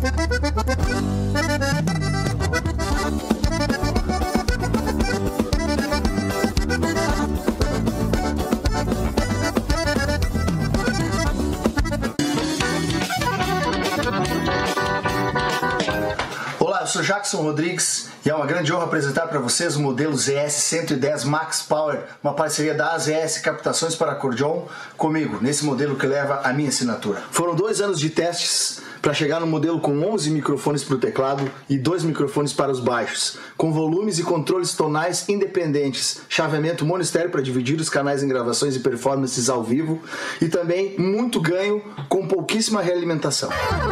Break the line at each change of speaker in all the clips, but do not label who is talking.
Olá, eu sou Jackson Rodrigues e é uma grande honra apresentar para vocês o modelo ZS 110 Max Power, uma parceria da AZS Captações para Acordeon comigo, nesse modelo que leva a minha assinatura. Foram 2 anos de testes para chegar no modelo com 11 microfones para o teclado e 2 microfones para os baixos, com volumes e controles tonais independentes, chaveamento monoestéreo para dividir os canais em gravações e performances ao vivo e também muito ganho com pouquíssima realimentação.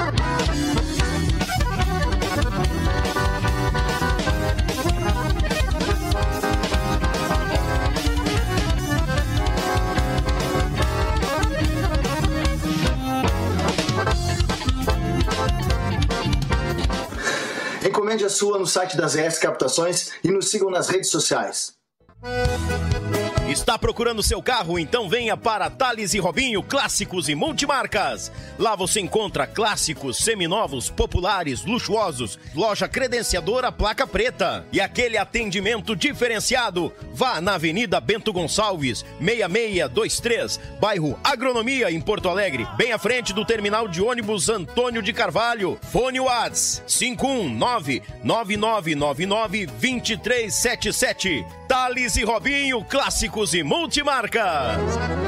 Encomende a sua no site das AZS Captações e nos sigam nas redes sociais.
Está procurando seu carro? Então venha para Thales e Robinho Clássicos e Multimarcas. Lá você encontra clássicos, seminovos, populares, luxuosos, loja credenciadora placa preta e aquele atendimento diferenciado. Vá na Avenida Bento Gonçalves, 6623, bairro Agronomia, em Porto Alegre, bem à frente do terminal de ônibus Antônio de Carvalho. Fone Whats 519-9999-2377. Thales e Robinho Clássicos e Multimarcas.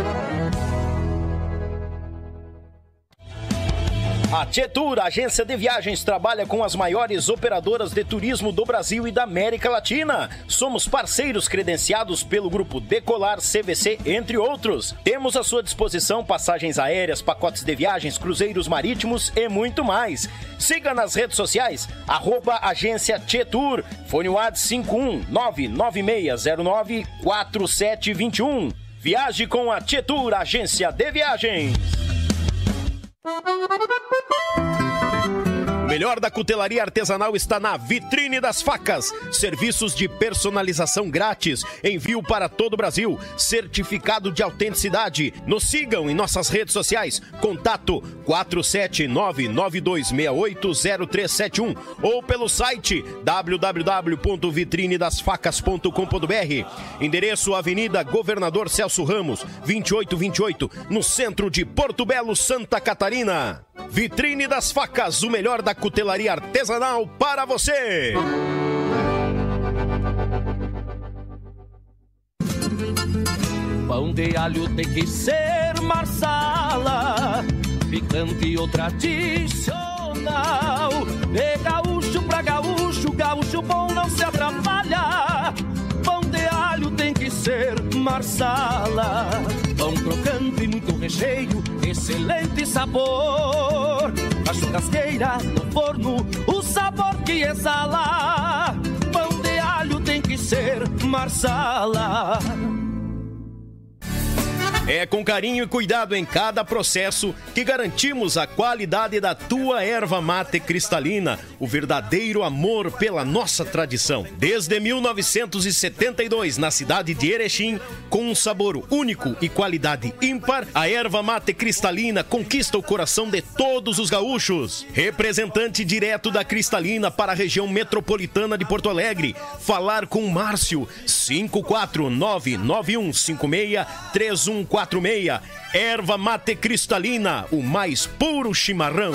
A Tietur, agência de viagens, trabalha com as maiores operadoras de turismo do Brasil e da América Latina. Somos parceiros credenciados pelo grupo Decolar, CVC, entre outros. Temos à sua disposição passagens aéreas, pacotes de viagens, cruzeiros marítimos e muito mais. Siga nas redes sociais, @agência Tietur, fone WhatsApp 51996094721. Viaje com a Tietur, agência de viagens. O melhor da cutelaria artesanal está na Vitrine das Facas. Serviços de personalização grátis, envio para todo o Brasil, certificado de autenticidade. Nos sigam em nossas redes sociais. Contato 47992680371 ou pelo site www.vitrinedasfacas.com.br. Endereço Avenida Governador Celso Ramos, 2828, no centro de Porto Belo, Santa Catarina. Vitrine das Facas, o melhor da cutelaria artesanal para você.
Pão de alho tem que ser marsala, picante ou tradicional. De gaúcho pra gaúcho, gaúcho bom não se atrapalha. Pão de alho tem que ser marsala. Pão crocante e muito recheio, excelente sabor. Na churrasqueira, no forno, o sabor que exala. Pão de alho tem que ser marsala.
É com carinho e cuidado em cada processo que garantimos a qualidade da tua erva mate cristalina, o verdadeiro amor pela nossa tradição. Desde 1972, na cidade de Erechim, com um sabor único e qualidade ímpar, a erva mate cristalina conquista o coração de todos os gaúchos. Representante direto da Cristalina para a região metropolitana de Porto Alegre. Falar com Márcio, 54991563146. Erva mate cristalina, o mais puro chimarrão.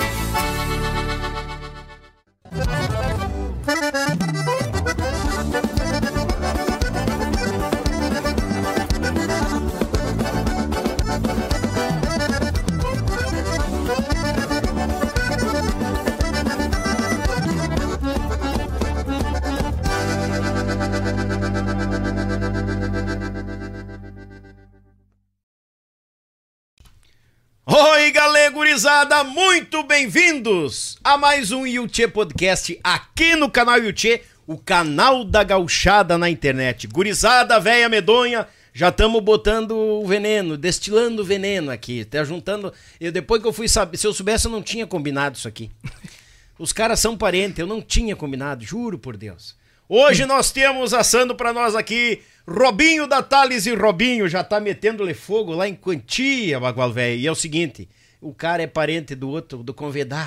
Oi, galera gurizada, muito bem-vindos a mais um Yuchê Podcast aqui no canal Yuchê, o canal da gauchada na internet. Gurizada, véia medonha, já estamos botando o veneno, destilando o veneno aqui, tá juntando. Depois que eu fui saber, se eu soubesse eu não tinha combinado isso aqui. Os caras são parentes, eu não tinha combinado, juro por Deus. Hoje nós temos assando pra nós aqui Robinho da Thales e Robinho, já tá metendo-lhe fogo lá em Quantia, bagual velho. E é o seguinte, o cara é parente do outro, do convidado.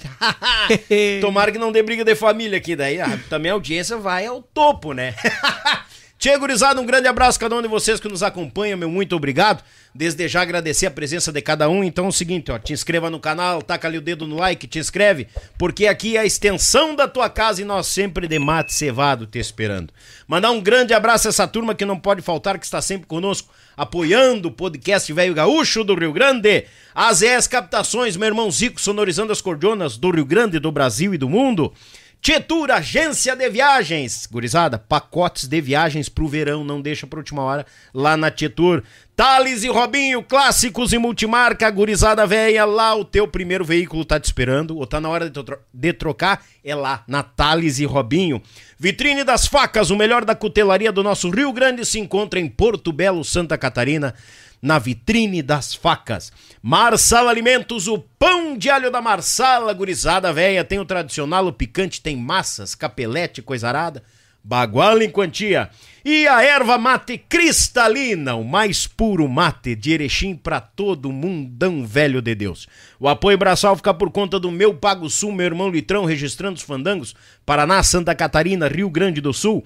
Tomara que não dê briga de família aqui, daí também a audiência vai ao topo, né? Tchê, gurizada, um grande abraço a cada um de vocês que nos acompanham, meu muito obrigado. Desde já agradecer a presença de cada um. Então é o seguinte, ó, te inscreva no canal, taca ali o dedo no like, te inscreve, porque aqui é a extensão da tua casa e nós sempre de mate cevado te esperando. Mandar um grande abraço a essa turma que não pode faltar, que está sempre conosco, apoiando o podcast Velho Gaúcho do Rio Grande. As ES Captações, meu irmão Zico, sonorizando as cordionas do Rio Grande, do Brasil e do mundo. Tietur, agência de viagens. Gurizada, pacotes de viagens pro verão, não deixa pra última hora lá na Tietur. Thales e Robinho, clássicos e multimarca, gurizada véia, lá o teu primeiro veículo tá te esperando, ou tá na hora de trocar, é lá, na Thales e Robinho. Vitrine das Facas, o melhor da cutelaria do nosso Rio Grande se encontra em Porto Belo, Santa Catarina, na Vitrine das Facas. Marsala Alimentos, o pão de alho da Marsala, gurizada véia, tem o tradicional, o picante, tem massas, capelete, coisa arada, bagual em quantia. E a erva mate cristalina, o mais puro mate de Erechim pra todo mundão velho de Deus. O apoio braçal fica por conta do meu Pago Sul, meu irmão Litrão, registrando os fandangos, Paraná, Santa Catarina, Rio Grande do Sul.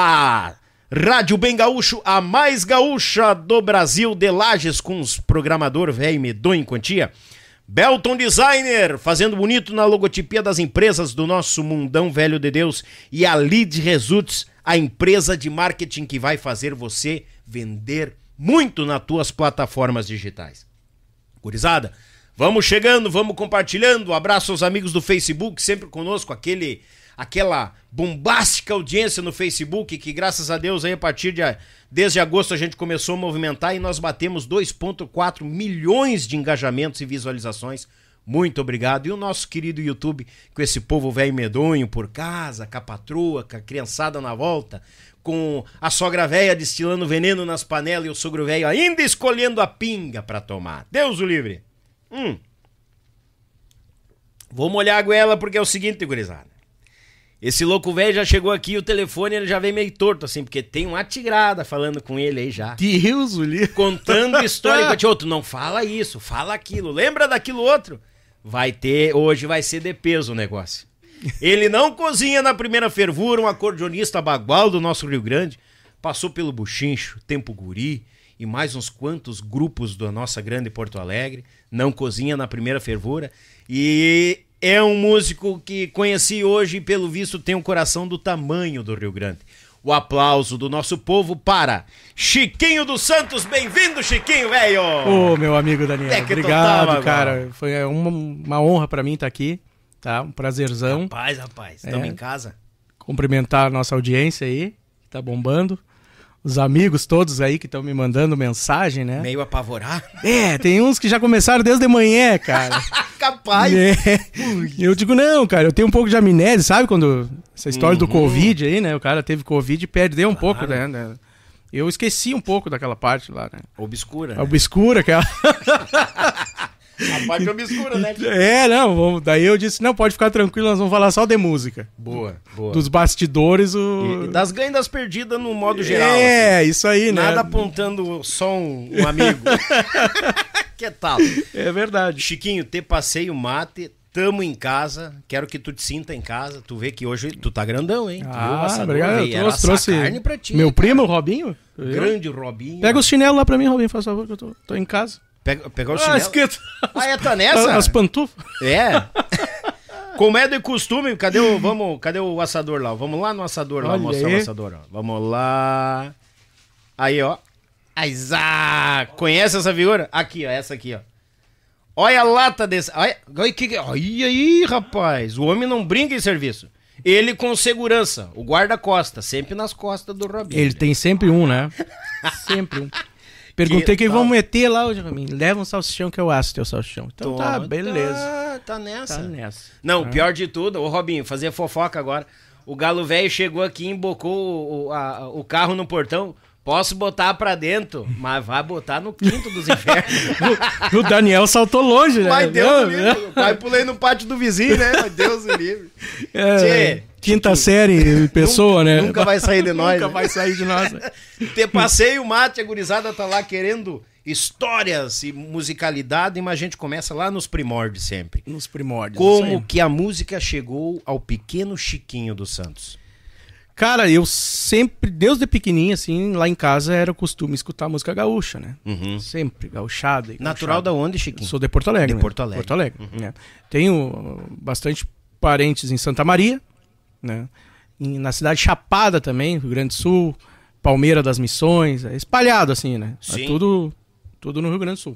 A Rádio Bem Gaúcho, a mais gaúcha do Brasil, de Lages, com os programador velho medonho em quantia. Belton Designer, fazendo bonito na logotipia das empresas do nosso mundão velho de Deus. E a Lead Results, a empresa de marketing que vai fazer você vender muito nas tuas plataformas digitais. Gurizada, vamos chegando, vamos compartilhando. Um abraço aos amigos do Facebook, sempre conosco, aquela bombástica audiência no Facebook, que graças a Deus aí desde agosto a gente começou a movimentar e nós batemos 2,4 milhões de engajamentos e visualizações. Muito obrigado. E o nosso querido YouTube, com esse povo velho medonho por casa, com a patroa, com a criançada na volta, com a sogra velha destilando veneno nas panelas e o sogro velho ainda escolhendo a pinga pra tomar. Deus o livre. Vou molhar a goela porque é o seguinte, gurizada. Esse louco velho já chegou aqui, o telefone ele já veio meio torto, assim, porque tem uma tigrada falando com ele aí já.
Deus, o livro.
Contando história. Tu não fala isso, fala aquilo. Lembra daquilo outro? Hoje vai ser de peso o negócio. Ele não cozinha na primeira fervura, um acordeonista bagual do nosso Rio Grande. Passou pelo Buchincho, Tempo Guri e mais uns quantos grupos da nossa grande Porto Alegre. Não cozinha na primeira fervura. E é um músico que conheci hoje e, pelo visto, tem um coração do tamanho do Rio Grande. O aplauso do nosso povo para Chiquinho dos Santos. Bem-vindo, Chiquinho, velho!
Ô, meu amigo Daniel, obrigado, cara. Foi uma honra pra mim estar aqui, tá? Um prazerzão.
Rapaz, estamos em casa.
Cumprimentar a nossa audiência aí, que tá bombando. Os amigos todos aí que estão me mandando mensagem, né?
Meio apavorado.
Tem uns que já começaram desde de manhã, cara.
Capaz.
Eu digo, não, cara, eu tenho um pouco de amnésia, sabe? Quando essa história do Covid aí, né? O cara teve Covid e perdeu um pouco, né? Eu esqueci um pouco daquela parte lá, né?
Obscura.
Né? Obscura, aquela...
A parte obscura, né?
Daí eu disse, não, pode ficar tranquilo, nós vamos falar só de música.
Boa.
Dos bastidores,
E das ganhas e das perdidas no modo geral.
Assim. Isso aí, né?
Nada apontando só um amigo. Que tal?
É verdade.
Chiquinho, te passei o mate, tamo em casa, quero que tu te sinta em casa. Tu vê que hoje tu tá grandão, hein?
Obrigado. Eu trouxe
carne pra ti.
Meu primo, o Robinho.
Grande Robinho.
Pega os chinelos lá pra mim, Robinho, faz favor, que eu tô em casa.
Pegou o chinelo? Tá nessa?
As pantufas.
Como é de costume, cadê o assador lá? Vamos lá no assador lá, mostrar o assador, ó. Vamos lá. Aí, ó. Conhece essa figura? Aqui, ó, essa aqui, ó. Olha a lata desse... Olha aí, rapaz. O homem não brinca em serviço. Ele com segurança, o guarda-costas, sempre nas costas do Robinho.
Ele tem sempre um, né? Sempre um. Perguntei quem vão meter lá hoje pra mim. Leva um salsichão que eu asso teu salsichão. Então tá, beleza.
Tá nessa. Não, pior de tudo, ô Robinho, fazer fofoca agora. O galo velho chegou aqui e embocou o carro no portão. Posso botar pra dentro, mas vai botar no quinto dos infernos.
O Daniel saltou longe, né?
Mas Deus o livre. Pai, pulei no pátio do vizinho, né? Mas Deus o livre.
Quinta série, pessoa, né?
Nunca vai sair de nós.
Nunca vai sair de nós.
Te passei o mate, a gurizada tá lá querendo histórias e musicalidade, mas a gente começa lá nos primórdios sempre.
Nos primórdios.
Como que a música chegou ao pequeno Chiquinho dos Santos?
Cara, eu sempre, desde pequenininho, assim, lá em casa era o costume escutar música gaúcha, né? Sempre, gauchada.
Natural da onde, Chiquinho?
Sou de Porto Alegre.
De Porto Alegre.
Porto Alegre, né? Tenho bastante parentes em Santa Maria, né? Na cidade Chapada também, Rio Grande do Sul, Palmeira das Missões, é espalhado assim, né?
Sim.
É tudo no Rio Grande do Sul.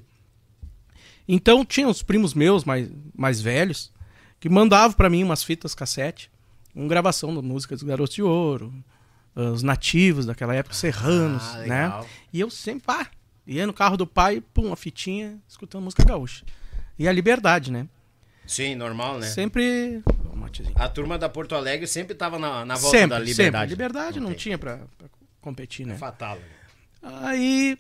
Então tinha os primos meus mais velhos que mandavam pra mim umas fitas cassete, com gravação da música dos Garotos de Ouro, os nativos daquela época, serranos, né? E eu sempre, ia no carro do pai, pum, a fitinha, escutando música gaúcha. E a liberdade, né?
Sim, normal, né?
Sempre...
A turma da Porto Alegre sempre tava na volta
sempre,
da liberdade.
Sempre. Liberdade não tinha pra competir, né?
É fatal.
Aí...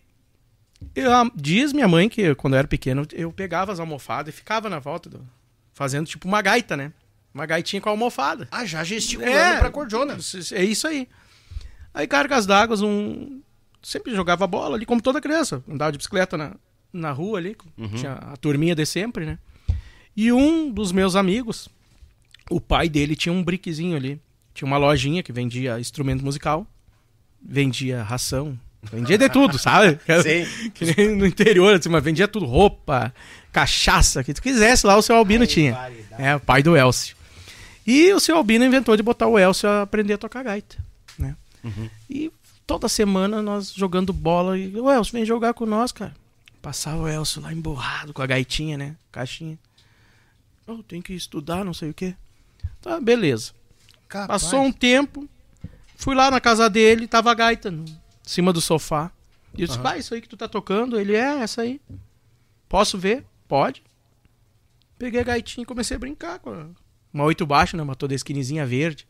diz minha mãe que quando eu era pequeno, eu pegava as almofadas e ficava na volta, fazendo tipo uma gaita, né? Uma gaitinha com a almofada.
Já gesticulando pra cordiona.
É isso aí. Aí, Cargas d'Águas, sempre jogava bola ali, como toda criança. Andava de bicicleta na rua ali, tinha a turminha de sempre, né? E um dos meus amigos, o pai dele tinha um briquezinho ali. Tinha uma lojinha que vendia instrumento musical, vendia ração, vendia de tudo, sabe?
Sim.
Que nem no interior, assim, mas vendia tudo, roupa, cachaça, o que tu quisesse lá, o seu Albino tinha. O pai do Elcio. E o seu Albino inventou de botar o Elcio a aprender a tocar gaita, né? E toda semana nós jogando bola, e o Elcio, vem jogar com nós, cara. Passava o Elcio lá emborrado com a gaitinha, né? Caixinha. Tem que estudar, não sei o quê. Tá, beleza.
Capaz.
Passou um tempo, fui lá na casa dele, tava a gaita em cima do sofá. E eu disse, isso aí que tu tá tocando? Ele, essa aí. Posso ver? Pode. Peguei a gaitinha e comecei a brincar com uma 8 baixo, né? Uma toda esquinezinha verde.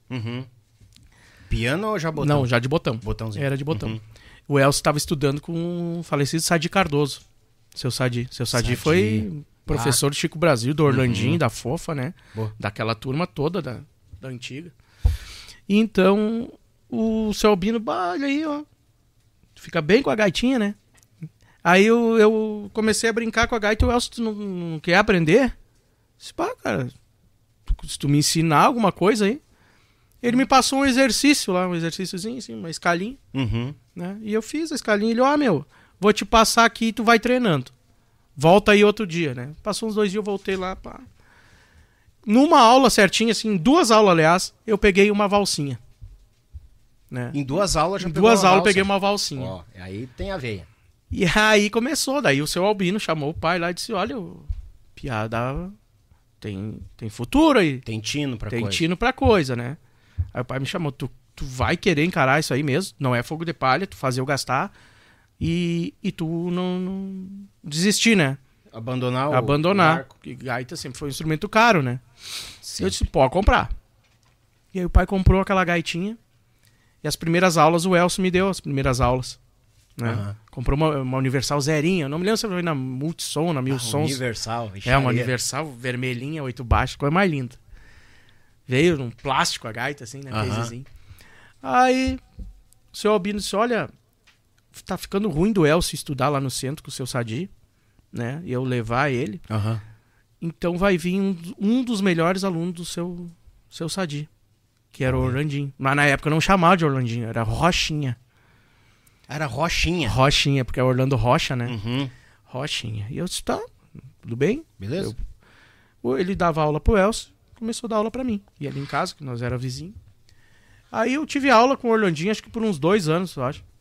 Piano ou já botão?
Não, já de botão.
Botãozinho.
Era de botão. O Elcio estava estudando com o falecido Sadi Cardoso. Seu Sadi foi professor do Chico Brasil, do Orlandinho, da Fofa, né?
Boa.
Daquela turma toda da antiga. E então, o seu Albino, olha aí, ó. Fica bem com a gaitinha, né? Aí eu comecei a brincar com a gaita e o Elcio, tu não quer aprender? Disse, cara, se tu me ensinar alguma coisa aí. Ele me passou um exercício lá, um exercíciozinho, assim, uma escalinha. Né? E eu fiz a escalinha. Ele, vou te passar aqui e tu vai treinando. Volta aí outro dia, né? Passou uns 2 dias, eu voltei lá, pá. Numa aula certinha, assim, 2 aulas, aliás, eu peguei uma valsinha. Né?
Em 2 aulas já
em
pegou
2
uma
aulas eu
valsa?
peguei uma valsinha.
Ó, aí tem a veia.
E aí começou, daí o seu Albino chamou o pai lá e disse, olha, o piada tem futuro aí.
Tem tino pra coisa.
Tem tino pra coisa, né? Aí o pai me chamou, tu vai querer encarar isso aí mesmo, não é fogo de palha, tu fazer eu gastar e tu não desistir, né?
Abandonar o barco.
Porque gaita sempre foi um instrumento caro, né?
Sim.
Eu disse, pode comprar. E aí o pai comprou aquela gaitinha e as primeiras aulas, o Elcio me deu as primeiras aulas. Né? Comprou uma Universal zerinha, eu não me lembro se foi na Multissom, na Mil Sons.
Universal.
Uma Universal vermelhinha, 8 baixo, coisa mais linda. Veio num plástico a gaita, assim, né? Casezinho. Aí o seu Albino disse, olha, tá ficando ruim do Elcio estudar lá no centro com o seu Sadi, né? E eu levar ele. Então vai vir um dos melhores alunos do seu Sadi, que era o Orlandinho. Mas na época eu não chamava de Orlandinho, era Rochinha.
Era Rochinha.
Rochinha, porque é Orlando Rocha, né? Rochinha. E eu disse, tá, tudo bem.
Beleza.
Ele dava aula pro Elcio, começou a dar aula pra mim. E ali em casa, que nós era vizinhos. Aí eu tive aula com o Orlandinho, acho que por uns 2 anos, eu acho.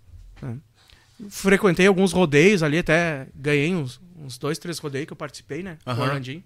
Frequentei alguns rodeios ali, até ganhei uns 2, 3 rodeios que eu participei, né? Com o Orlandinho.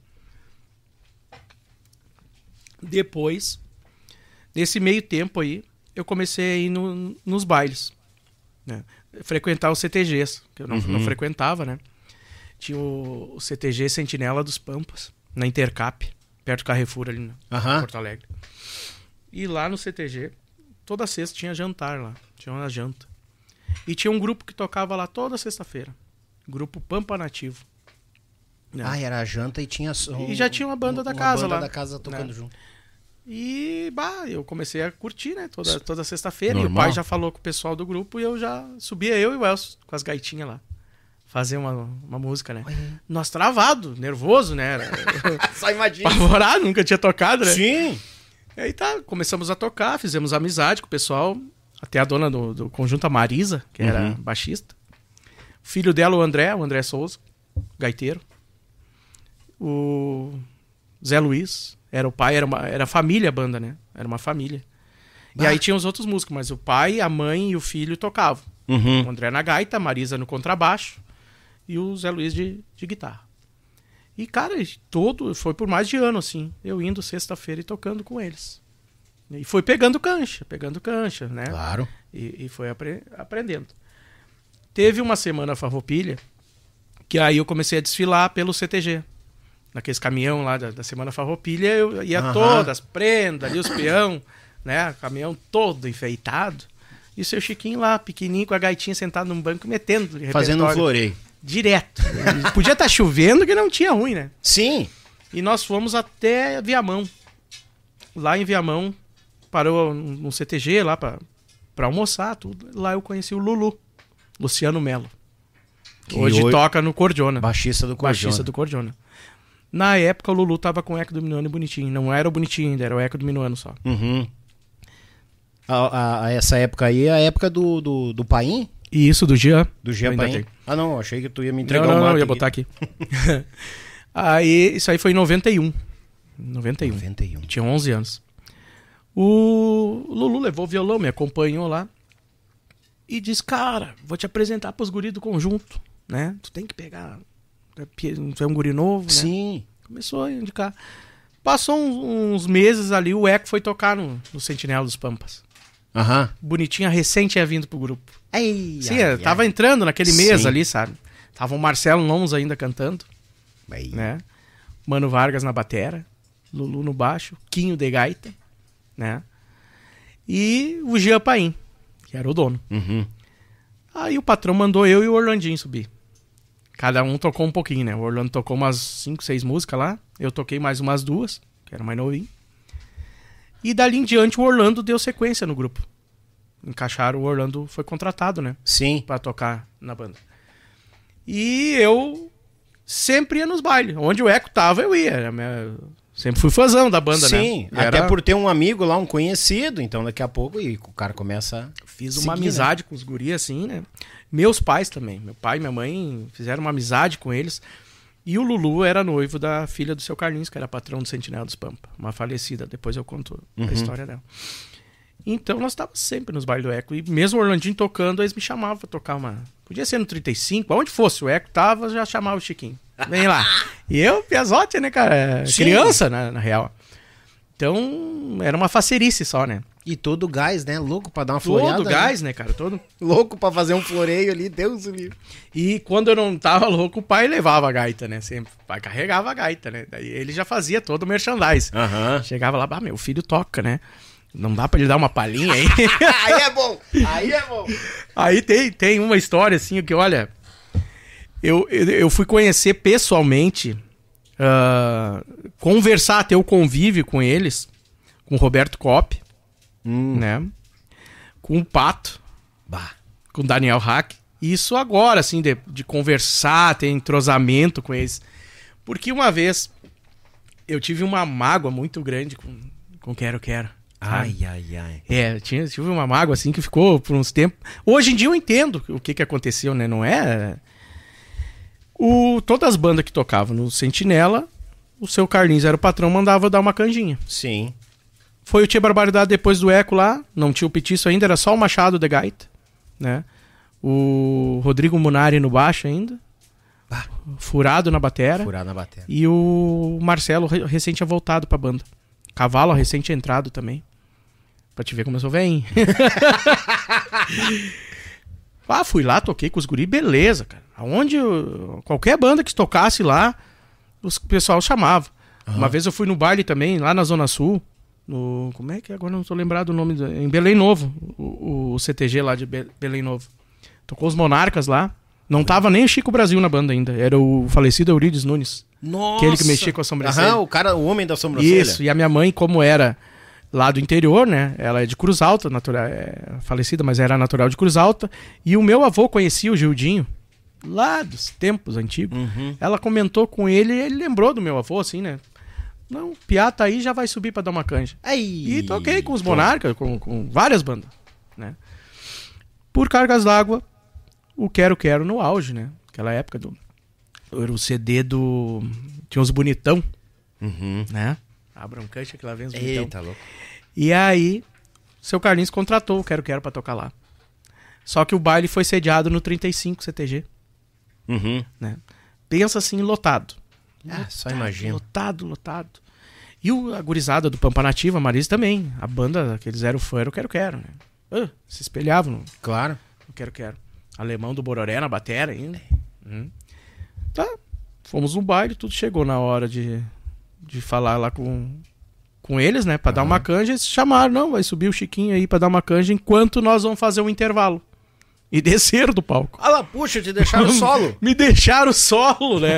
Depois, nesse meio tempo aí, eu comecei a ir nos bailes. Né? Frequentar os CTGs, que eu não frequentava, né? Tinha o CTG Sentinela dos Pampas, na Intercap, perto do Carrefour ali, em Porto Alegre. E lá no CTG, toda sexta tinha jantar lá, tinha uma janta. E tinha um grupo que tocava lá toda sexta-feira, grupo Pampa Nativo.
Né? Era a janta e tinha...
E já tinha uma banda da casa lá.
Uma banda da casa tocando junto.
E, eu comecei a curtir, né? Toda sexta-feira. E o pai já falou com o pessoal do grupo e eu já subia, eu e o Elcio, com as gaitinhas lá. fazer uma música, né? Nós travado, nervoso, né?
Só imagina.
Apavorado, nunca tinha tocado, né?
Sim.
E aí tá, começamos a tocar, fizemos amizade com o pessoal, até a dona do conjunto, a Marisa, que era baixista. O filho dela, o André Souza, gaiteiro. O Zé Luiz, era o pai, era família a banda, né? Era uma família. E aí tinha os outros músicos, mas o pai, a mãe e o filho tocavam. O André na gaita, a Marisa no contrabaixo e o Zé Luiz de guitarra. E, cara, foi por mais de ano, assim, eu indo sexta-feira e tocando com eles. E foi pegando cancha, né?
Claro.
E foi aprendendo. Teve uma semana Farroupilha, que aí eu comecei a desfilar pelo CTG. Naqueles caminhão lá da Semana Farroupilha, eu ia todas, as prendas ali, os peão, né? Caminhão todo enfeitado. E o seu Chiquinho lá, pequenininho, com a gaitinha sentado num banco, metendo
fazendo um floreio.
Direto. Podia estar chovendo que não tinha ruim, né?
Sim.
E nós fomos até Viamão. Lá em Viamão, parou no CTG lá pra almoçar, tudo. Lá eu conheci o Lulu, Luciano Melo. Hoje toca no Cordiona.
Baixista do Cordiona.
Na época o Lulu tava com o Eco do Minuano e Bonitinho. Não era o Bonitinho ainda, era o Eco do Minuano só.
Essa época aí é a época do Paim?
E isso, do Jean.
Do Jean Paim. Ah, não, achei que tu ia me entregar
não, eu ia botar aqui. Aí, isso aí foi em 91. 91. Tinha 11 anos. O Lulu levou o violão, me acompanhou lá. E disse, cara, vou te apresentar pros guris do conjunto, né? Tu tem que pegar... Tu é um guri novo, né?
Sim.
Começou a indicar. Passou uns meses ali, o Eco foi tocar no Sentinela dos Pampas. Bonitinha, recém tinha vindo pro grupo. Tava entrando naquele mês ali, sabe? Tava o Marcelo Lons ainda cantando. Né? Mano Vargas na batera. Lulu no baixo. Quinho de gaita. Né? E o Jean Paim, que era o dono. Aí o patrão mandou eu e o Orlandinho subir. Cada um tocou um pouquinho, né? O Orlando tocou umas 5, 6 músicas lá. Eu toquei mais umas 2, que era mais novinho. E dali em diante o Orlando deu sequência no grupo. Encaixaram, o Orlando foi contratado, né?
Sim.
Pra tocar na banda. E eu sempre ia nos bailes. Onde o Eco tava, eu ia. Sempre fui fãzão da banda, né?
Sim, até por ter um amigo lá, um conhecido. Então daqui a pouco o cara começa a
Fiz uma amizade com os guris, assim, né? Meus pais também. Meu pai e minha mãe fizeram uma amizade com eles. E o Lulu era noivo da filha do seu Carlinhos, que era patrão do Sentinela dos Pampa. Uma falecida. Depois eu conto a história dela. Então nós estávamos sempre nos bailes do Eco. E mesmo o Orlandinho tocando, eles me chamavam pra tocar uma... Podia ser no 35, aonde fosse o Eco tava, já chamava o Chiquinho. Vem lá. E eu, piazote, né, cara? Sim. Criança, na real. Então, era uma facerice só, né?
E todo gás, né? Louco pra dar uma floreada.
Todo gás, né, cara? Todo
louco pra fazer um floreio ali, Deus do livro.
E quando eu não tava louco, o pai levava a gaita, né? Sempre. O pai carregava a gaita, né? Daí ele já fazia todo o merchandise. Chegava lá, meu filho toca, né? Não dá pra ele dar uma palhinha aí?
Aí é bom! Aí é bom!
Aí tem uma história, assim, que, olha... Eu fui conhecer pessoalmente, conversar, ter o convívio com eles, com o Roberto Kopp, né? Com o Pato, com o Daniel Hack. Isso agora, assim, de conversar, ter entrosamento com eles. Porque uma vez eu tive uma mágoa muito grande com Quero Quero.
Ai.
Tive uma mágoa, assim, que ficou por uns tempos. Hoje em dia eu entendo o que aconteceu, né? Não é... Todas as bandas que tocavam no Sentinela, o seu Carlinhos era o patrão, mandava eu dar uma canjinha.
Sim.
Foi o Tia Barbaridade depois do Eco lá, não tinha o Petiço ainda, era só o Machado de gaita, né? O Rodrigo Munari no baixo ainda. Furado na batera. E o Marcelo recém tinha voltado pra banda. Cavalo recém tinha entrado também. Pra te ver como eu sou velho. Fui lá, toquei com os guri, beleza, cara. Qualquer banda que tocasse lá, o pessoal chamava. Uma vez eu fui no baile também, lá na Zona Sul, como é que é? Agora não tô lembrado o nome, em Belém Novo, o CTG lá de Belém Novo. Tocou os Monarcas lá. Não tava nem o Chico Brasil na banda ainda, era o falecido Eurides Nunes.
Nossa!
Aquele que mexia com a sobrancelha.
o homem da sobrancelha.
Isso, e a minha mãe, como era lá do interior, né? Ela é de Cruz Alta, falecida, mas era natural de Cruz Alta. E o meu avô conhecia o Gildinho, lá dos tempos antigos. Ela comentou com ele e ele lembrou do meu avô, assim, né? Não, o Piá tá aí, já vai subir pra dar uma canja. E toquei com os Monarcas, com várias bandas, né? Por Cargas d'Água, o Quero Quero no auge, né? Aquela época era o CD do... Tinha uns bonitão, né? Abra um cancha que lá vem os bonitão.
Eita, louco.
E aí, seu Carlinhos contratou o Quero Quero pra tocar lá. Só que o baile foi sediado no 35 CTG. Né? Pensa assim, lotado.
Só imagina.
Lotado. E a gurizada do Pampa Nativa, a Marisa também. A banda que eles eram fã era o Quero Quero, né? Se espelhavam no
Claro.
Quero. Alemão do Bororé na batera ainda. Tá. Fomos no baile, tudo chegou na hora de falar lá com eles, né? Pra dar uma canja. Eles chamaram, não, vai subir o Chiquinho aí pra dar uma canja enquanto nós vamos fazer um intervalo. E desceram do palco.
Ah lá, puxa, te deixaram solo.
Me deixaram solo, né?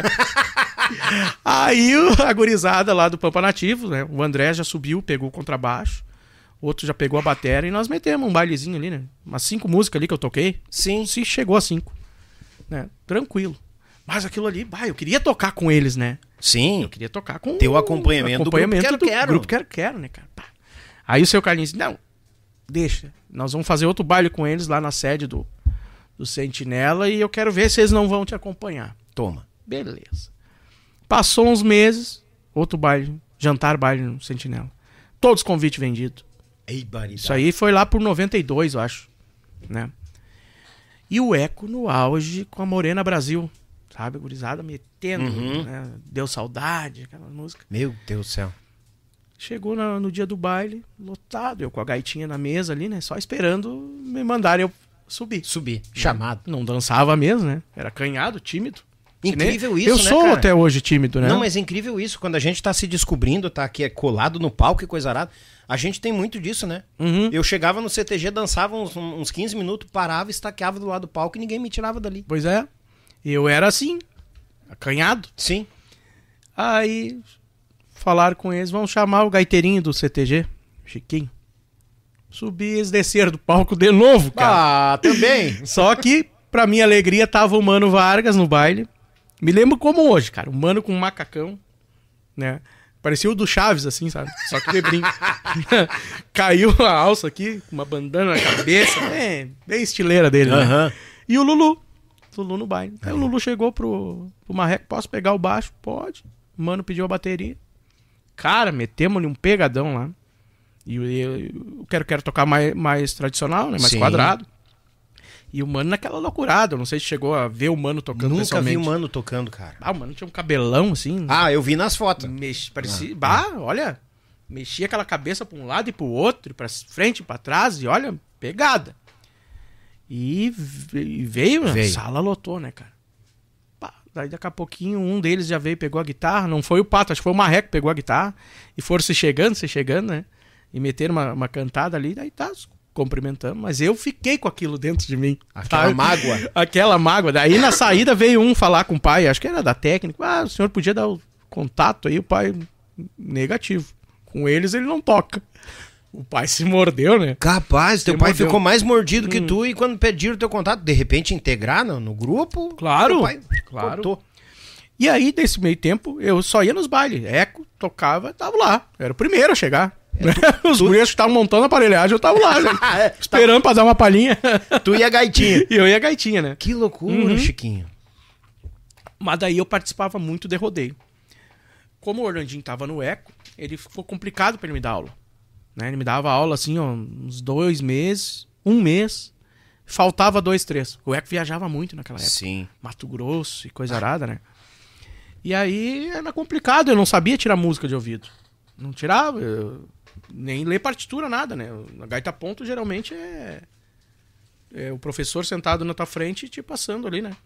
Aí a gurizada lá do Pampa Nativo, né? O André já subiu, pegou o contrabaixo. O outro já pegou a bateria e nós metemos um bailezinho ali, né? Umas 5 músicas ali que eu toquei.
Sim.
Se chegou a 5. Né? Tranquilo. Mas aquilo ali, eu queria tocar com eles, né?
Sim.
Eu queria tocar com
Ter o acompanhamento do grupo Quero-Quero.
Grupo Quero-Quero, né, cara? Pá. Aí o seu Carlinhos disse, não, deixa. Nós vamos fazer outro baile com eles lá na sede do Sentinela e eu quero ver se eles não vão te acompanhar.
Toma.
Beleza. Passou uns meses, outro baile, baile no Sentinela. Todos os convites vendidos. Isso aí foi lá por 92, eu acho. Né? E o Eco no auge com a Morena Brasil. Sabe, gurizada metendo. Né? Deu saudade, aquela música.
Meu Deus do céu.
Chegou no dia do baile, lotado. Eu com a gaitinha na mesa ali, né? Só esperando me mandarem eu subir.
Chamado.
Não dançava mesmo, né? Era canhado, tímido.
Incrível isso,
eu
né,
sou
cara?
até hoje tímido, né?
Não, mas é incrível isso. Quando a gente tá se descobrindo, tá aqui colado no palco e coisa arada, a gente tem muito disso, né? Eu chegava no CTG, dançava uns 15 minutos, parava, estaqueava do lado do palco e ninguém me tirava dali.
Pois é. Eu era assim, acanhado.
Sim.
Aí falaram com eles, vamos chamar o gaiteirinho do CTG, Chiquinho. Subi, eles desceram do palco de novo, cara.
Ah, também.
Só que, pra minha alegria, tava o Mano Vargas no baile. Me lembro como hoje, cara. O Mano com um macacão, né? Parecia o do Chaves, assim, sabe? Só que de brinco. Caiu a alça aqui, com uma bandana na cabeça. Bem estileira dele, né? E o Lulu no baile. Aí o Lulu chegou pro Marreco, posso pegar o baixo? Pode. O Mano pediu a bateria. Cara, metemos-lhe um pegadão lá. E eu quero tocar mais tradicional, né? Mais quadrado. E o Mano naquela loucurada. Eu não sei se chegou a ver o Mano tocando pessoalmente.
Nunca vi o Mano tocando, cara.
O Mano tinha um cabelão assim.
Eu vi nas fotos.
Parecia... olha... Mexia aquela cabeça pra um lado e pro outro, pra frente e pra trás. E olha, pegada. E veio, a sala lotou, né, cara? Daí daqui a pouquinho um deles já veio e pegou a guitarra. Não foi o Pato, acho que foi o Marreco que pegou a guitarra. E foram se chegando, né? E meteram uma cantada ali. Daí cumprimentamos. Mas eu fiquei com aquilo dentro de mim.
Aquela mágoa.
Aquela mágoa. Daí na saída veio um falar com o pai. Acho que era da técnica. O senhor podia dar o contato aí. O pai, negativo. Com eles ele não toca. O pai se mordeu, né?
Capaz, teu pai ficou mais mordido que tu e quando pediram o teu contato, de repente integrar no grupo,
claro,
o pai
cortou. E aí, nesse meio tempo, eu só ia nos bailes. Eco, tocava, tava lá. Eu era o primeiro a chegar. Os gurias que estavam montando a aparelhagem, eu tava lá, né? Esperando pra dar uma palhinha.
Tu ia gaitinha.
E eu ia gaitinha, né?
Que loucura, Chiquinho.
Mas daí eu participava muito de rodeio. Como o Orlandinho tava no Eco, ele ficou complicado pra ele me dar aula. Né? Ele me dava aula assim, uns 2 meses, 1 mês. Faltava 2, 3. O Eco viajava muito naquela época.
Sim.
Mato Grosso e coisa arada, né? E aí era complicado, eu não sabia tirar música de ouvido. Não tirava, nem ler partitura, nada, né? Na gaita ponto geralmente é o professor sentado na tua frente e te passando ali, né?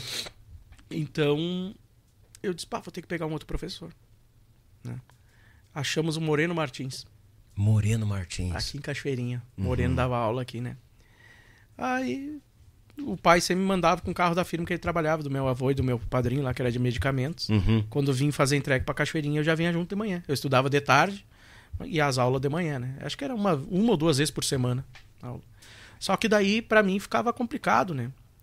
Então eu disse, vou ter que pegar um outro professor. Né? Achamos o Moreno Martins. Aqui em Cachoeirinha. Moreno dava aula aqui, né? Aí o pai sempre me mandava com o carro da firma que ele trabalhava, do meu avô e do meu padrinho lá, que era de medicamentos. Quando eu vim fazer entrega pra Cachoeirinha, eu já vinha junto de manhã. Eu estudava de tarde e as aulas de manhã, né? Acho que era uma ou 2 vezes por semana. Aula. Só que daí, pra mim, ficava complicado, né?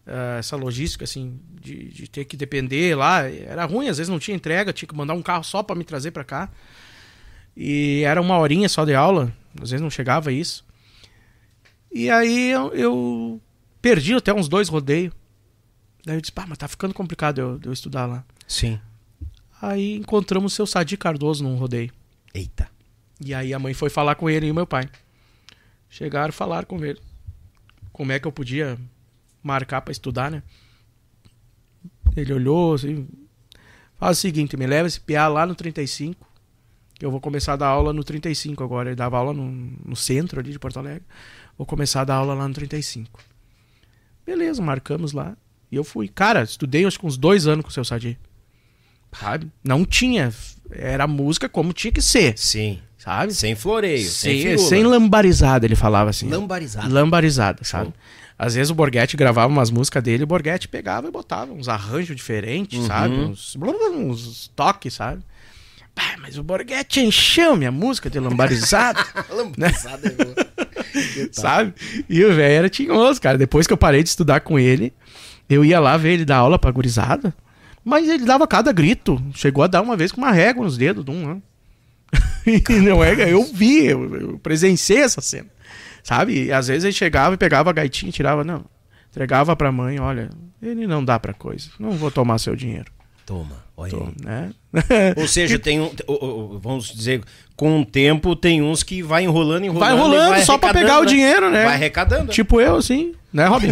essa logística, assim, de ter que depender lá. Era ruim, às vezes não tinha entrega, tinha que mandar um carro só pra me trazer pra cá. E era 1 horinha só de aula, às vezes não chegava isso. E aí eu perdi até uns 2 rodeios. Daí eu disse, mas tá ficando complicado eu estudar lá.
Sim.
Aí encontramos o seu Sadi Cardoso num rodeio.
Eita.
E aí a mãe foi falar com ele e o meu pai. Chegaram, falaram com ele. Como é que eu podia marcar pra estudar, né? Ele olhou assim, faz o seguinte, me leva esse piá lá no 35, que eu vou começar a dar aula no 35 agora. Ele dava aula no centro ali de Porto Alegre. Vou começar a dar aula lá no 35. Beleza, marcamos lá. E eu fui. Cara, estudei acho que uns 2 anos com o seu Sadi. Sabe? Não tinha. Era música como tinha que ser.
Sim.
Sabe?
Sem floreio, sem firula.
Sem lambarizada, ele falava assim.
Lambarizada.
Lambarizada, sabe? Às vezes o Borghetti gravava umas músicas dele, o Borghetti pegava e botava uns arranjos diferentes, sabe? Uns toques, sabe? Pá, mas o Borghetti encheu minha música de lambarizada.
Lambarizada é boa.
Sabe? E o velho era tinhoso, cara. Depois que eu parei de estudar com ele, eu ia lá ver ele dar aula pra gurizada, mas ele dava cada grito. Chegou a dar uma vez com uma régua nos dedos de um, né? E não é, eu vi, eu presenciei essa cena, sabe? E às vezes ele chegava e pegava a gaitinha e tirava, não, entregava pra mãe, olha, ele não dá pra coisa, não vou tomar seu dinheiro.
Toma, olha
Toma,
aí.
né?
Ou seja, tem vamos dizer, com o tempo tem uns que vai enrolando
Vai enrolando
vai
só pra pegar o dinheiro, né?
Vai arrecadando.
Tipo eu, assim, né, Robin?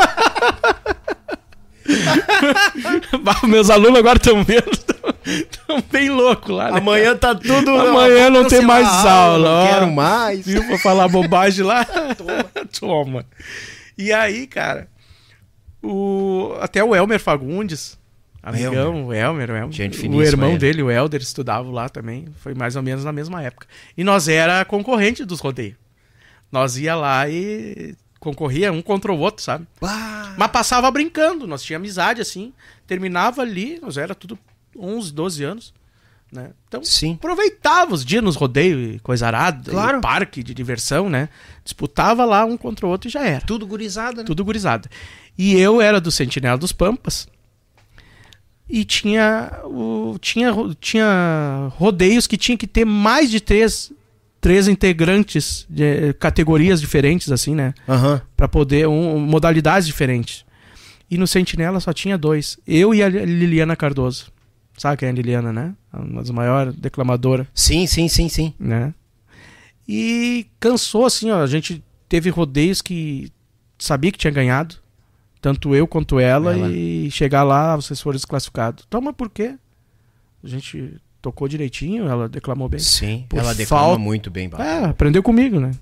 Meus alunos agora estão vendo, estão bem loucos lá, né?
Amanhã tá tudo...
Amanhã não tem mais aula.
Não
ó.
quero mais.
Viu? Vou falar bobagem lá. Toma. E aí, cara, até o Elmer Fagundes, amigão, o Elmer.
Gente
o
finíssima
irmão
ele.
dele, o Helder, estudava lá também. Foi mais ou menos na mesma época. E nós era concorrente dos rodeios. Nós ia lá e concorria um contra o outro, sabe? Mas passava brincando, nós tínhamos amizade, assim. Terminava ali, nós era tudo 11, 12 anos, né? Então,
Sim.
aproveitava os dias nos rodeios e coisa arada,
Claro.
e parque de diversão, né? Disputava lá um contra o outro e já era.
Tudo gurizada, né?
Tudo gurizada. E eu era do Sentinela dos Pampas e tinha rodeios que tinha que ter mais de três integrantes de categorias diferentes, assim, né?
Aham.
Pra poder, modalidades diferentes. E no Sentinela só tinha 2. Eu e a Liliana Cardoso. Sabe quem é a Liliana, né? Uma das maiores declamadoras,
Sim.
né? E cansou, assim, ó. A gente teve rodeios que sabia que tinha ganhado. Tanto eu quanto ela. E chegar lá, vocês foram desclassificados. Então, mas por quê? A gente tocou direitinho, ela declamou bem.
Sim,
Por
ela declama
falta-
muito bem.
Aprendeu comigo, né?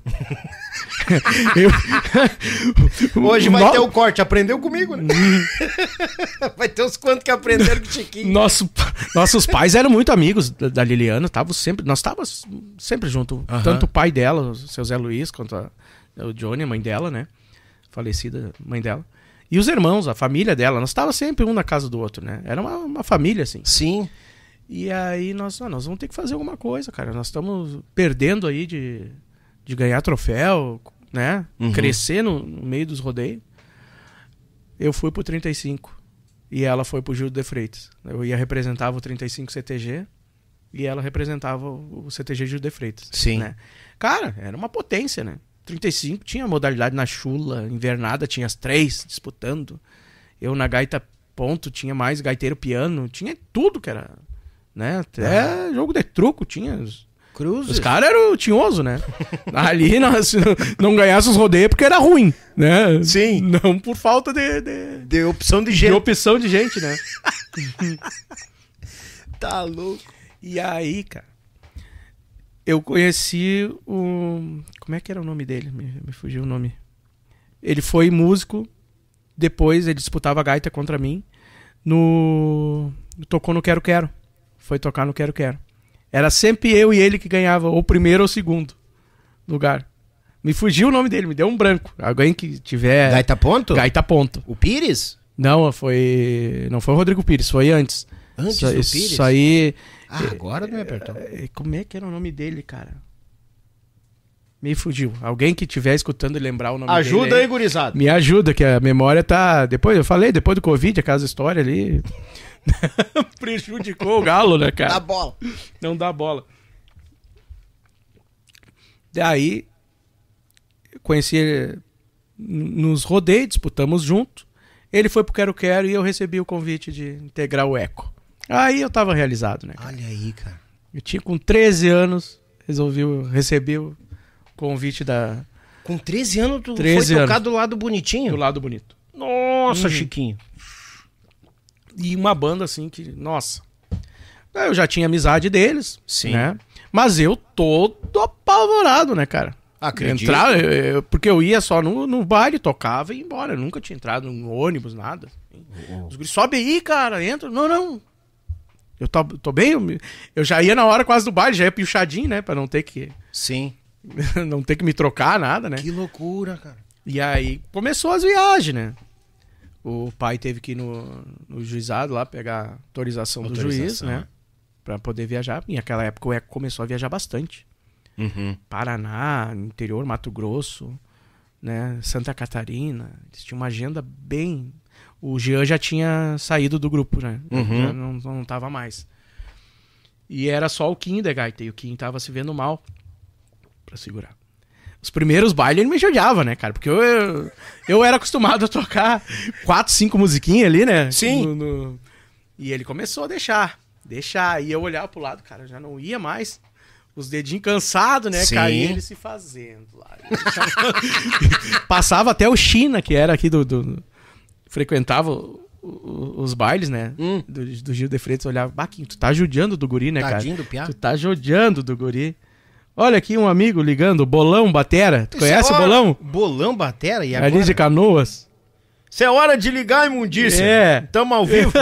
Hoje vai
No-
ter o corte, aprendeu comigo, né? Vai ter uns quantos que aprenderam com o Chiquinho.
Nossos pais eram muito amigos da Liliana, nós estávamos sempre junto.
Aham.
Tanto o pai dela, o seu Zé Luiz, quanto o Johnny, a mãe dela, né? Falecida mãe dela. E os irmãos, a família dela, nós estávamos sempre um na casa do outro, né? Era uma família, assim.
Sim.
E aí nós vamos ter que fazer alguma coisa, cara. Nós estamos perdendo aí de ganhar troféu, né? Crescer no meio dos rodeios. Eu fui pro 35 e ela foi pro Gil de Freitas. Eu representava o 35 CTG e ela representava o CTG Gil de Freitas.
Sim.
Né? Cara, era uma potência, né? 35 tinha modalidade na chula, invernada tinha as 3 disputando. Eu na gaita ponto tinha mais gaiteiro piano, tinha tudo que era... Né? Até jogo de truco tinha.
Cruzes.
Os caras eram tinhoso, né? Ali nós não ganhássemos os rodeios porque era ruim, né?
Sim.
Não por falta de
Deu opção de
de
jeito.
opção de gente, né?
Tá louco.
E aí, cara, eu conheci o... Como é que era o nome dele? Me fugiu o nome. Ele foi músico, depois ele disputava a gaita contra mim, tocou no Quero Quero. Foi tocar no Quero Quero. Era sempre eu e ele que ganhava, ou o primeiro ou o segundo lugar. Me fugiu o nome dele, me deu um branco. Alguém que tiver...
Gaita ponto?
Gaita ponto.
O Pires?
Não foi o Rodrigo Pires, foi antes.
Antes do Pires?
Isso aí...
Ah, agora não me apertou.
Como é que era o nome dele, cara? Me fugiu. Alguém que estiver escutando e lembrar o nome dele.
Ajuda aí, gurizada.
Me ajuda, que a memória tá... Depois do Covid, aquela história ali... prejudicou o Galo, né, cara?
Dá bola.
Não dá bola. Daí, conheci ele nos rodeios, disputamos junto. Ele foi pro Quero Quero e eu recebi o convite de integrar o Eco. Aí eu tava realizado, né, cara?
Olha aí, cara.
Eu tinha com 13 anos, recebi o convite da...
Com 13 anos tu
13
foi tocar
anos.
do lado bonitinho?
do Lado Bonito.
Nossa, Chiquinho.
E uma banda assim que, nossa... Eu já tinha amizade deles,
Sim.
né? Mas eu todo apavorado, né, cara?
Acredito.
Porque eu ia só no baile, tocava e ia embora. Eu nunca tinha entrado no ônibus, nada. Os guris, sobe aí, cara, entra. Não. Eu tô bem, eu já ia na hora quase do baile, já ia puxadinho, né? Pra não ter que
Sim.
não ter que me trocar, nada, né?
Que loucura, cara.
E aí começou as viagens, né? O pai teve que ir no juizado lá pegar autorização do juiz, né? Pra poder viajar. E naquela época o Eco começou a viajar bastante.
Uhum.
Paraná, interior, Mato Grosso, né? Santa Catarina. Eles tinham uma agenda bem... O Jean já tinha saído do grupo, né?
Uhum.
Já não tava mais. E era só o Kim da gaita. E o Kim tava se vendo mal pra segurar. Os primeiros bailes ele me judiava, né, cara? Porque eu era acostumado a tocar 4, 5 musiquinhas ali, né?
Sim.
E ele começou a deixar. E eu olhava pro lado, cara, já não ia mais. Os dedinhos cansados, né,
Sim.
cara? E ele se fazendo lá. Passava até o China, que era aqui frequentava os bailes, né? Do Gil de Freitas, olhava, Baquinho, tu tá judiando do guri, né,
Tadinho
cara?
do piá.
Tu tá judiando do guri. Olha aqui um amigo ligando, Bolão Batera. Tu conhece o Bolão?
Bolão Batera? E agora?
Ali de Canoas.
Isso é hora de ligar, imundícia.
É.
Tamo ao vivo.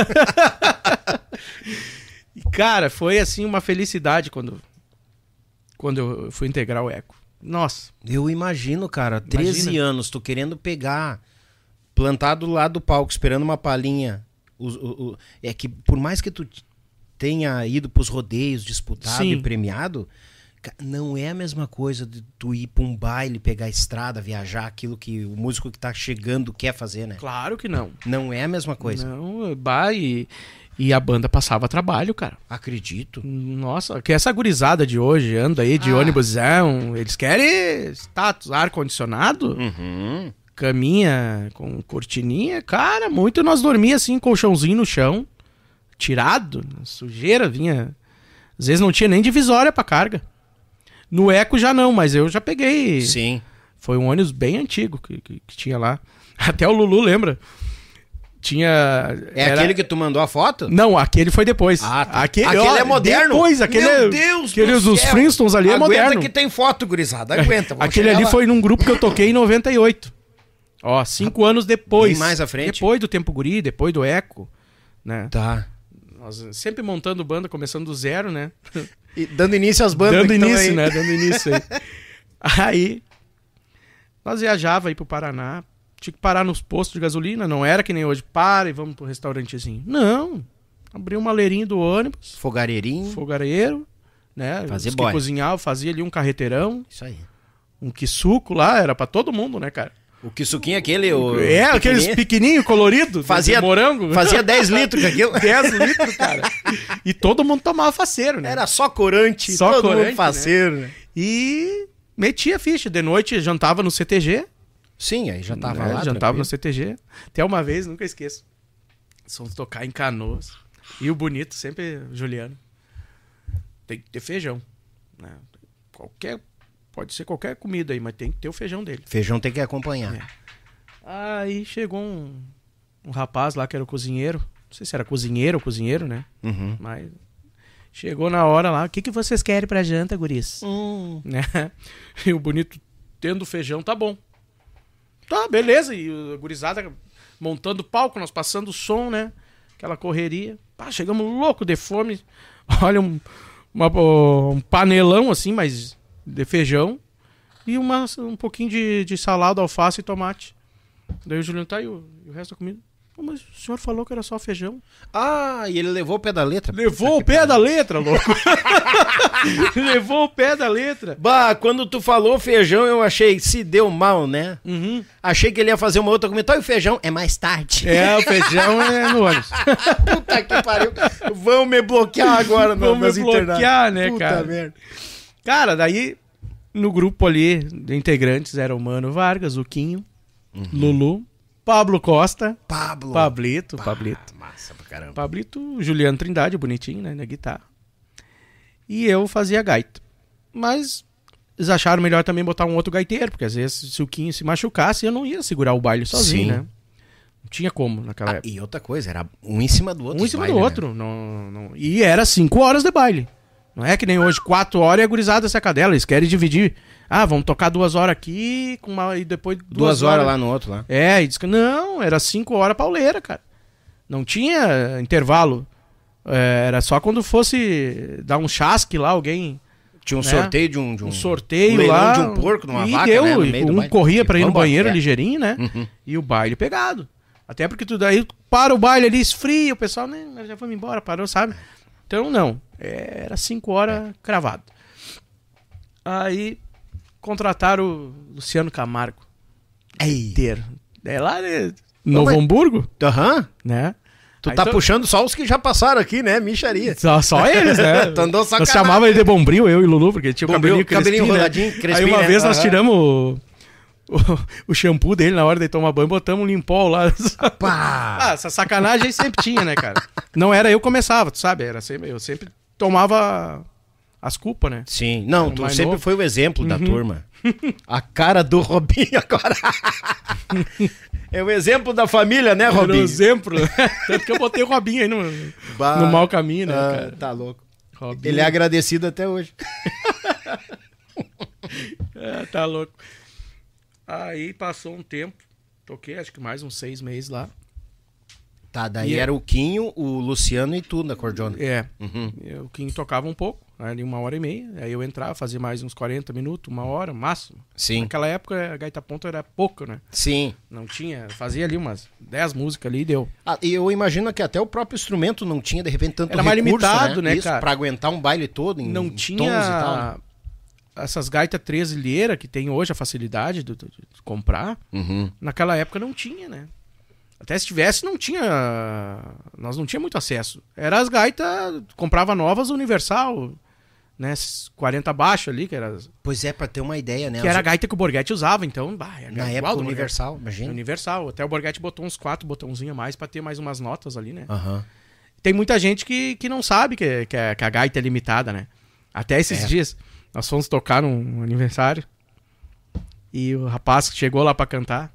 E, cara, foi assim uma felicidade quando eu fui integrar o Eco. Nossa.
Eu imagino, cara, 13
Imagina.
anos, tu querendo pegar, plantar do lado do palco, esperando uma palhinha. É que por mais que tu tenha ido pros rodeios, disputado
Sim.
e premiado, não é a mesma coisa de tu ir pra um baile, pegar a estrada, viajar, aquilo que o músico que tá chegando quer fazer, né?
Claro que não.
Não é a mesma coisa.
Não, e a banda passava trabalho, cara.
Acredito.
Nossa, que essa gurizada de hoje anda aí de ônibusão, eles querem status, ar-condicionado, caminha com cortininha, cara, muito nós dormia assim, colchãozinho no chão, tirado, sujeira, vinha, às vezes não tinha nem divisória pra carga. No Eco já não, mas eu já peguei.
Sim.
Foi um ônibus bem antigo que tinha lá. Até o Lulu lembra.
Aquele que tu mandou a foto?
Não, aquele foi depois.
Ah, tá.
Aquele
é moderno?
Depois, aquele
Meu Deus
aquele
do
dos
céu.
Flintstones ali é moderno.
Aguenta que tem foto, gurizada. Aguenta. vamos
Aquele
chegar
ali
lá.
foi num grupo que eu toquei em 98. Ó, 5 anos depois.
Bem mais à frente.
Depois do Tempo Guri, depois do Eco, né?
Tá.
Nós sempre montando banda, começando do zero, né?
E dando início às bandas
Dando
que tão
início,
aí.
né? Dando início aí. Aí, nós viajava aí pro Paraná, tinha que parar nos postos de gasolina, não era que nem hoje, para e vamos pro restaurantezinho. Não, abri uma maleirinho do ônibus,
Fogareirinho.
fogareiro, né?
Fazer
Os
boy.
que cozinhavam, fazia ali um carreteirão,
Isso aí.
um quisuco lá, era pra todo mundo, né, cara?
O que suquinho aquele, o
Aqueles pequenininhos coloridos,
Fazia
de morango.
Fazia 10 litros com aquilo.
10 litros, cara. E todo mundo tomava faceiro, né?
Era só corante,
Só
todo
corante,
mundo faceiro, né?
E metia ficha. De noite jantava no CTG.
Sim, aí já tava
né?
lá.
Jantava no
tranquilo.
CTG. Até uma vez, nunca esqueço. Fomos tocar em Canoas. E o bonito, sempre Juliano. Tem que ter feijão. Né? Pode ser qualquer comida aí, mas tem que ter o feijão dele.
Feijão tem que acompanhar.
É. Aí chegou um rapaz lá que era o cozinheiro. Não sei se era cozinheiro ou cozinheiro, né?
Uhum.
Mas chegou na hora lá. O que vocês querem pra janta, guris? Né? E o bonito tendo feijão, tá bom. Tá, beleza. E a gurizada montando palco, nós passando o som, né? Aquela correria. Pá, chegamos louco de fome. Olha, um panelão assim, mas de feijão. E um pouquinho de salada, alface e tomate. Daí o Juliano tá aí, o resto da comida. Mas o senhor falou que era só feijão.
Ah, e ele levou o pé da letra.
Levou o pé da letra, louco. Levou o pé da letra.
Bah, quando tu falou feijão, eu achei, se deu mal, né?
Uhum.
Achei que ele ia fazer uma outra comentário. E o feijão é mais tarde.
É, o feijão é no ônibus.
Puta que pariu. Vão me bloquear agora
Vão
nas
me bloquear, né,
Puta
cara?
merda.
Cara, daí no grupo ali de integrantes era o Mano Vargas, o Quinho, Lulu, Pablo Costa, Pablito.
Massa pra caramba.
Pablito, Juliano Trindade, bonitinho, né, na guitarra. E eu fazia gaita. Mas eles acharam melhor também botar um outro gaiteiro, porque às vezes se o Quinho se machucasse, eu não ia segurar o baile sozinho,
Sim.
né? Não tinha como naquela época.
E outra coisa, era um em cima do outro.
Um em cima
baile,
do
né?
outro. Não. E era 5 horas de baile. Não é que nem hoje, 4 horas e a gurizada essa cadela. Eles querem dividir. Ah, vamos tocar 2 horas aqui e depois
2 horas lá no outro lá.
É, e diz que não, era 5 horas pauleira, cara. Não tinha intervalo. Era só quando fosse dar um chasque lá, alguém...
Tinha um
né?
sorteio de um
sorteio
leilão
lá.
de um porco, de uma
e
vaca,
deu,
né, no meio do
um
baile.
corria pra ir no
Vambora,
banheiro
é.
ligeirinho, né?
Uhum.
E o baile pegado. Até porque tu daí para o baile ali, esfria, o pessoal, né, já vamos embora, parou, sabe? Então, não. Era 5 horas cravado. Aí, contrataram o Luciano Camargo. Inteiro. É lá de Novo Hamburgo,
Aham.
né?
Tu
Aí
tá puxando só os que já passaram aqui, né? Micharia.
Só eles, né?
Tu andou
Nós
sacanagem.
chamava ele de Bombril, eu e o Lulu, porque tinha o
Bombril,
cabelinho crespinho,
roladinho,
né?
crespinho,
Aí uma
né?
vez nós
Aham.
tiramos o shampoo dele na hora de tomar banho, botamos um limpol lá.
Pá!
Essa sacanagem aí sempre tinha, né, cara? Não era eu que começava, tu sabe? Eu sempre tomava as culpas, né?
Sim. Não,
Era
tu
mais
sempre
novo.
foi o exemplo da turma. A cara do Robinho agora. É o exemplo da família, né,
Era
Robinho?
um exemplo. Tanto que eu botei o Robinho aí no mau caminho, né, cara?
Tá louco.
Robinho.
Ele é agradecido até hoje.
Tá louco. Aí passou um tempo, toquei acho que mais uns 6 meses lá.
Tá, daí
E
era o Quinho, o Luciano e tu na cordiona.
É,
Uhum.
o Kim tocava um pouco, ali 1h30, aí eu entrava, fazia mais uns 40 minutos, 1 hora, máximo.
Sim.
Naquela época a gaita ponto era pouco, né?
Sim.
Não tinha, fazia ali umas 10 músicas ali e deu.
Ah, e eu imagino que até o próprio instrumento não tinha, de repente, tanto
Era mais
recurso,
limitado, né,
Isso,
cara?
pra aguentar um baile todo em
Não
tons e tal. né?
tinha essas gaitas 13 ilheiras que tem hoje a facilidade de comprar.
Uhum.
Naquela época não tinha, né? Até se tivesse, não tinha. Nós não tinha muito acesso. Era as gaitas, comprava novas Universal, né? 40 baixo ali, que era
Pois é, pra ter uma ideia, né?
que era a gaita que o Borghetti usava, então, é
Na
igual
época
do
Universal,
Borghetti.
imagina.
Universal. Até o Borghetti botou uns 4 botãozinhos a mais pra ter mais umas notas ali, né?
Aham.
Tem muita gente que não sabe que a gaita é limitada, né? Até esses dias, nós fomos tocar num aniversário e o rapaz chegou lá pra cantar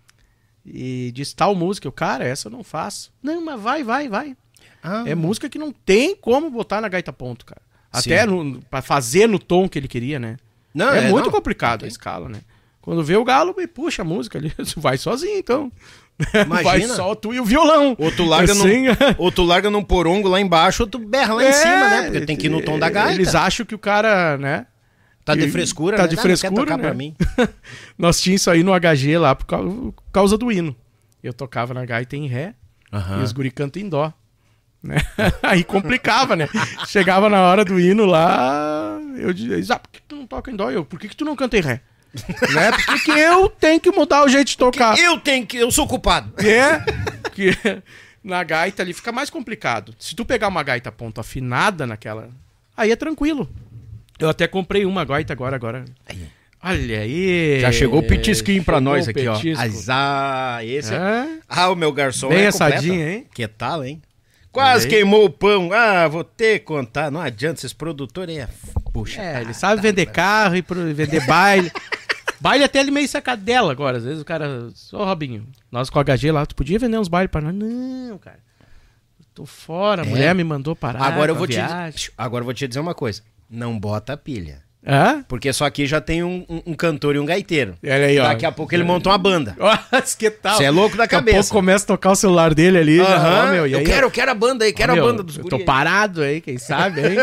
e disse tal música. Eu, cara, essa eu não faço. Não, mas vai.
Ah,
É música que não tem como botar na gaita ponto, cara. Até pra fazer no tom que ele queria, né?
Não,
é muito
não.
complicado a escala, né? Quando vê o galo, e puxa a música ali. Vai sozinho, então.
Imagina.
Vai só tu e o violão.
Ou tu larga,
Assim,
ou tu larga num porongo lá embaixo, ou tu berra lá em cima, né? Porque tem que ir no tom da gaita.
Eles acham que o cara, né?
Tá de frescura,
Tá
né?
de
Não,
frescura,
não quer tocar
né?
pra mim.
Nós tínhamos isso aí no HG lá por causa do hino. Eu tocava na gaita em ré e os guri cantam em dó. Né? Aí complicava, né? Chegava na hora do hino lá, eu dizia, por que tu não toca em dó? Por que tu não canta em ré? Né? Por que eu tenho que mudar o jeito de tocar?
Eu sou culpado.
Que na gaita ali fica mais complicado. Se tu pegar uma gaita ponto afinada naquela, aí é tranquilo. Eu até comprei uma gaita agora. Olha aí.
Já chegou o petisquinho pra
Chegou
nós
o
aqui,
petisco.
ó. Esse
É?
Ah, o meu garçom
Bem
é completo.
assadinho, hein?
Que tal, hein? Quase
aí.
queimou o pão. Ah, vou ter que contar. Não adianta, esses produtores puxa.
Ele sabe vender carro e vender baile. Baile até ele meio sacadela agora. Às vezes o cara... Ô, Robinho, nós com o HG lá, tu podia vender uns bailes pra nós? Não, cara. Eu tô fora. A mulher me mandou parar.
Agora eu
com a
vou
viagem.
agora eu vou te dizer uma coisa. Não bota pilha.
Hã?
Porque só aqui já tem um cantor e um gaiteiro.
Olha aí, ó.
Daqui a pouco ele monta uma banda.
Que tal?
Você é louco da
Daqui a
cabeça.
pouco começa a tocar o celular dele ali.
Aham.
Já, ó, meu, e aí,
eu quero a banda aí, quero
ó,
a
meu,
banda dos
eu
guris.
tô
aí.
parado aí, quem sabe, hein?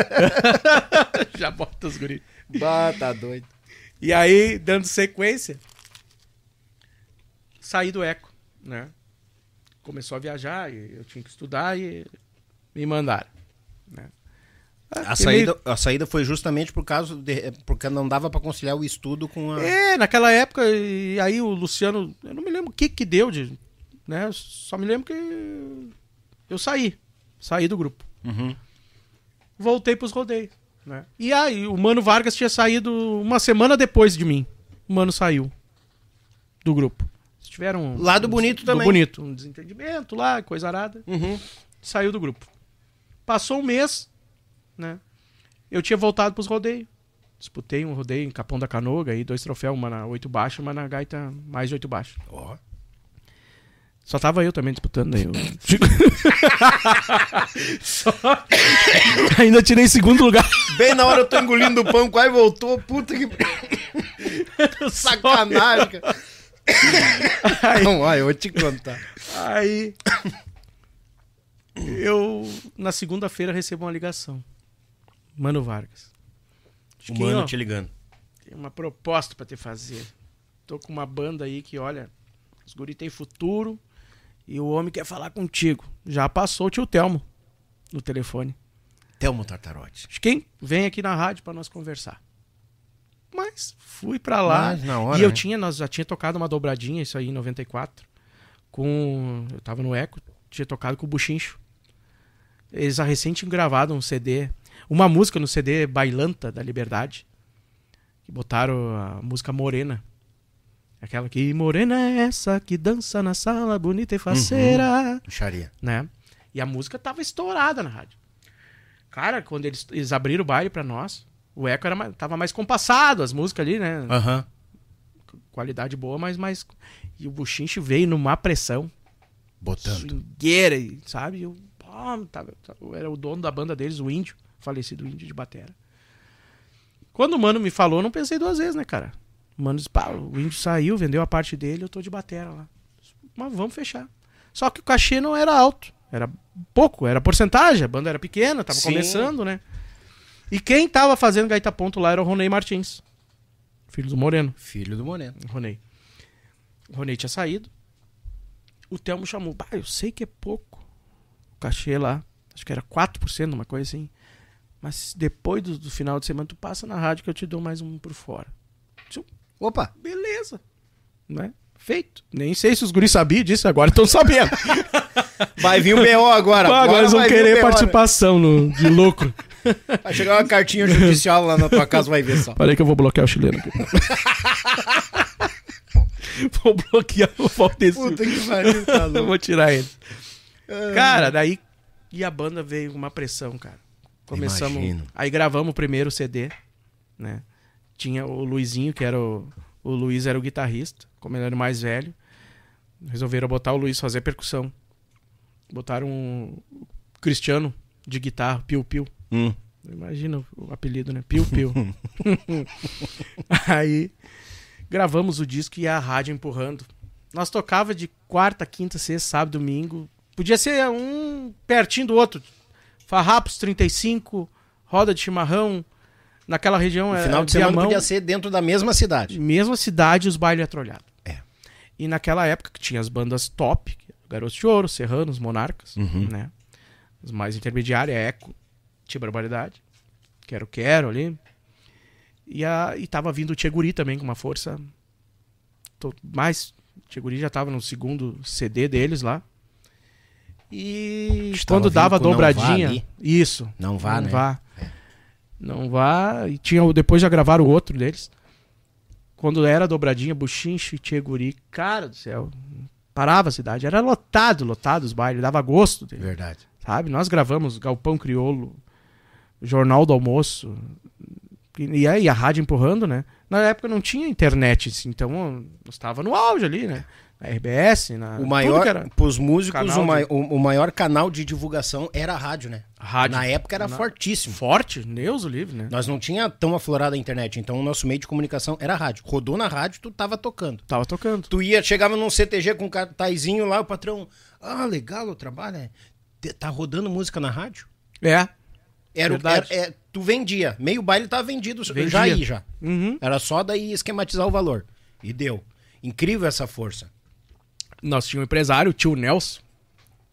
Já bota os guris.
Bah, tá doido.
E aí, dando sequência, saí do Eco, né? começou a viajar, e eu tinha que estudar e me mandaram. Né?
A saída foi justamente porque não dava pra conciliar o estudo com a...
Naquela época, e aí o Luciano, eu não me lembro o que deu, né? Só me lembro que eu saí do grupo.
Uhum.
Voltei pros rodeios, né? E aí o Mano Vargas tinha saído uma semana depois de mim. O Mano saiu do grupo. Tiveram
lá do Bonito também.
Do Bonito, um desentendimento lá, coisa arada.
Uhum.
Saiu do grupo. Passou um mês, né? Eu tinha voltado pros rodeios. Disputei um rodeio em Capão da Canoa, ganhei 2 troféus, uma na 8 baixo, uma na gaita mais 8 baixo.
Ó.
Só tava eu também disputando daí. Ainda tirei segundo lugar.
Bem na hora eu tô engolindo o pão, quase voltou. Puta que... Sacanagem, cara. Não, eu vou te contar.
Aí... Eu, na segunda-feira, recebo uma ligação. Mano Vargas.
O Mano te ligando.
Tem uma proposta pra te fazer. Tô com uma banda aí que, olha, os guri tem futuro e o homem quer falar contigo. Já passou o tio Telmo no telefone.
Telmo Tartarotti.
Quem vem aqui na rádio pra nós conversar. Mas fui pra lá.
Mas, na hora,
e nós já tinha tocado uma dobradinha, isso aí em 94. Eu tava no Eco, tinha tocado com o Buchincho. Eles já recente tinham gravado um CD, uma música no CD Bailanta da Liberdade, que botaram a música Morena. Aquela que morena é essa que dança na sala, bonita e faceira.
Puxaria.
Né? E a música tava estourada na rádio. Cara, quando eles abriram o baile pra nós, o Eco tava mais compassado, as músicas ali, né?
Aham.
Qualidade boa, mas mais... E o Buchincho veio numa pressão.
Botando.
Swingueira, sabe? Eu era o dono da banda deles, o Índio, falecido Índio de batera. Quando o Mano me falou, eu não pensei 2 vezes, né, cara? O Mano disse, o Índio saiu, vendeu a parte dele, eu tô de batera lá. Mas vamos fechar. Só que o cachê não era alto, era pouco, era porcentagem, a banda era pequena, tava começando, né? E quem tava fazendo gaita ponto lá era o Ronei Martins, filho do Moreno.
Filho do Moreno.
Ronei. O Ronei tinha saído. O Telmo chamou, eu sei que é pouco o cachê lá, acho que era 4%, uma coisa assim, mas depois do final de semana tu passa na rádio que eu te dou mais um por fora.
Opa!
Beleza, né? Feito. Nem sei se os guris sabiam disso, agora estão sabendo.
Vai vir o BO agora.
Agora eles vão querer participação de lucro.
Vai chegar uma cartinha judicial lá na tua casa, vai ver só.
Peraí que eu vou bloquear o chileno aqui. Vou bloquear o Valdecir.
Puta que pariu, tá louco.
Eu vou tirar ele. Cara, daí... E a banda veio com uma pressão, cara. Começamos...
Imagino.
Aí gravamos o primeiro CD, né? Tinha o Luizinho, que era o Luiz era o guitarrista, como ele era o mais velho. Resolveram botar o Luiz fazer percussão. Botaram o Cristiano de guitarra, Piu Piu. Imagina o apelido, né? Piu Piu. Aí gravamos o disco e a rádio empurrando. Nós tocava de quarta, quinta, sexta, sábado, domingo. Podia ser um pertinho do outro. Farrapos 35, roda de chimarrão. Naquela região...
No final de semana podia ser dentro da mesma cidade.
Mesma cidade, os bailes atrolhados.
É.
E naquela época que tinha as bandas top, Garotos de Ouro, Serranos, Monarcas, né? As mais intermediárias, Eco, Tia Barbaridade, Quero ali. E tava vindo o Tcheguri também com uma força... mais... O Tcheguri já tava no segundo CD deles lá. E quando dava dobradinha... Isso.
Não vá, né?
Não vá. E depois já gravaram o outro deles. Quando era dobradinha, Buchincho e Tcheguri, cara do céu, parava a cidade. Era lotado os bailes, dava gosto dele.
Verdade.
Sabe? Nós gravamos Galpão Crioulo, Jornal do Almoço, e aí a rádio empurrando, né? Na época não tinha internet, assim, então nós estava no auge ali, né? Na RBS,
o maior, pros músicos, o maior canal de divulgação era a rádio, né? Na época era fortíssimo.
Forte, Deus o livre, né?
Nós não tinha tão aflorada a internet, então o nosso meio de comunicação era a rádio. Rodou na rádio, tu tava tocando. Tu chegava num CTG com um cartazinho lá, o patrão, legal o trabalho, tá rodando música na rádio? Tu vendia, meio baile tava vendido. Já. Era só daí esquematizar o valor. E deu. Incrível essa força.
Nós tínhamos um empresário, o tio Nelson,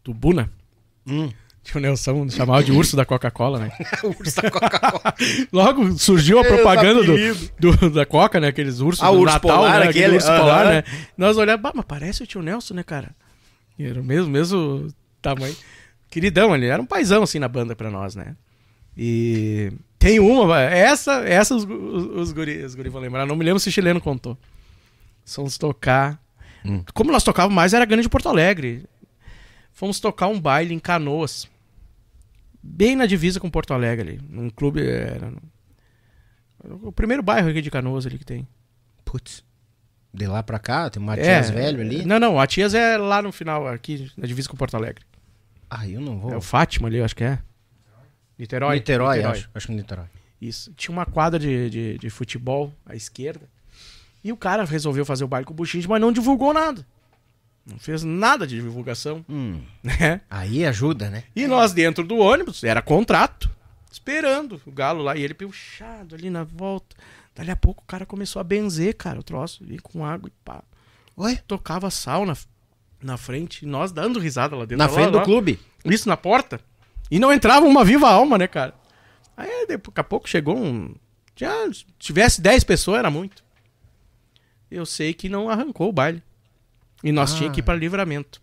Buna. Tio Nelson chamava de urso da Coca-Cola, né?
O urso da Coca-Cola.
Logo surgiu a propaganda da Coca, né? Aqueles ursos do
urso
Natal,
polar,
né?
aquele
Urso polar, né? Nós olhávamos, mas parece o tio Nelson, né, cara? E era o mesmo tamanho. Queridão, ele era um paizão, assim, na banda pra nós, né? E tem uma, essa os guri vão lembrar, não me lembro se o chileno contou. Fomos tocar. Como nós tocávamos mais, era grande Porto Alegre. Fomos tocar um baile em Canoas. Bem na divisa com Porto Alegre ali. Num clube. Era o primeiro bairro aqui de Canoas ali que tem.
Putz. De lá pra cá, tem o Matias Velho ali.
Não, o Matias é lá no final, aqui na divisa com Porto Alegre.
Ah, eu não vou.
É o Fátima ali, eu acho que é. Niterói,
acho que Niterói.
Isso. Tinha uma quadra de futebol à esquerda. E o cara resolveu fazer o baile com o Buchinche, mas não divulgou nada. Não fez nada de divulgação. Né?
Aí ajuda, né?
E nós dentro do ônibus, era contrato, esperando o galo lá. E ele puxado ali na volta. Dali a pouco o cara começou a benzer, cara, o troço. Ia com água e pá.
Oi?
Tocava sal na frente. E nós dando risada lá dentro.
Na frente do clube?
Isso, na porta. E não entrava uma viva alma, né, cara? Aí daqui a pouco chegou se tivesse 10 pessoas, era muito. Eu sei que não arrancou o baile. E nós tínhamos que ir para Livramento.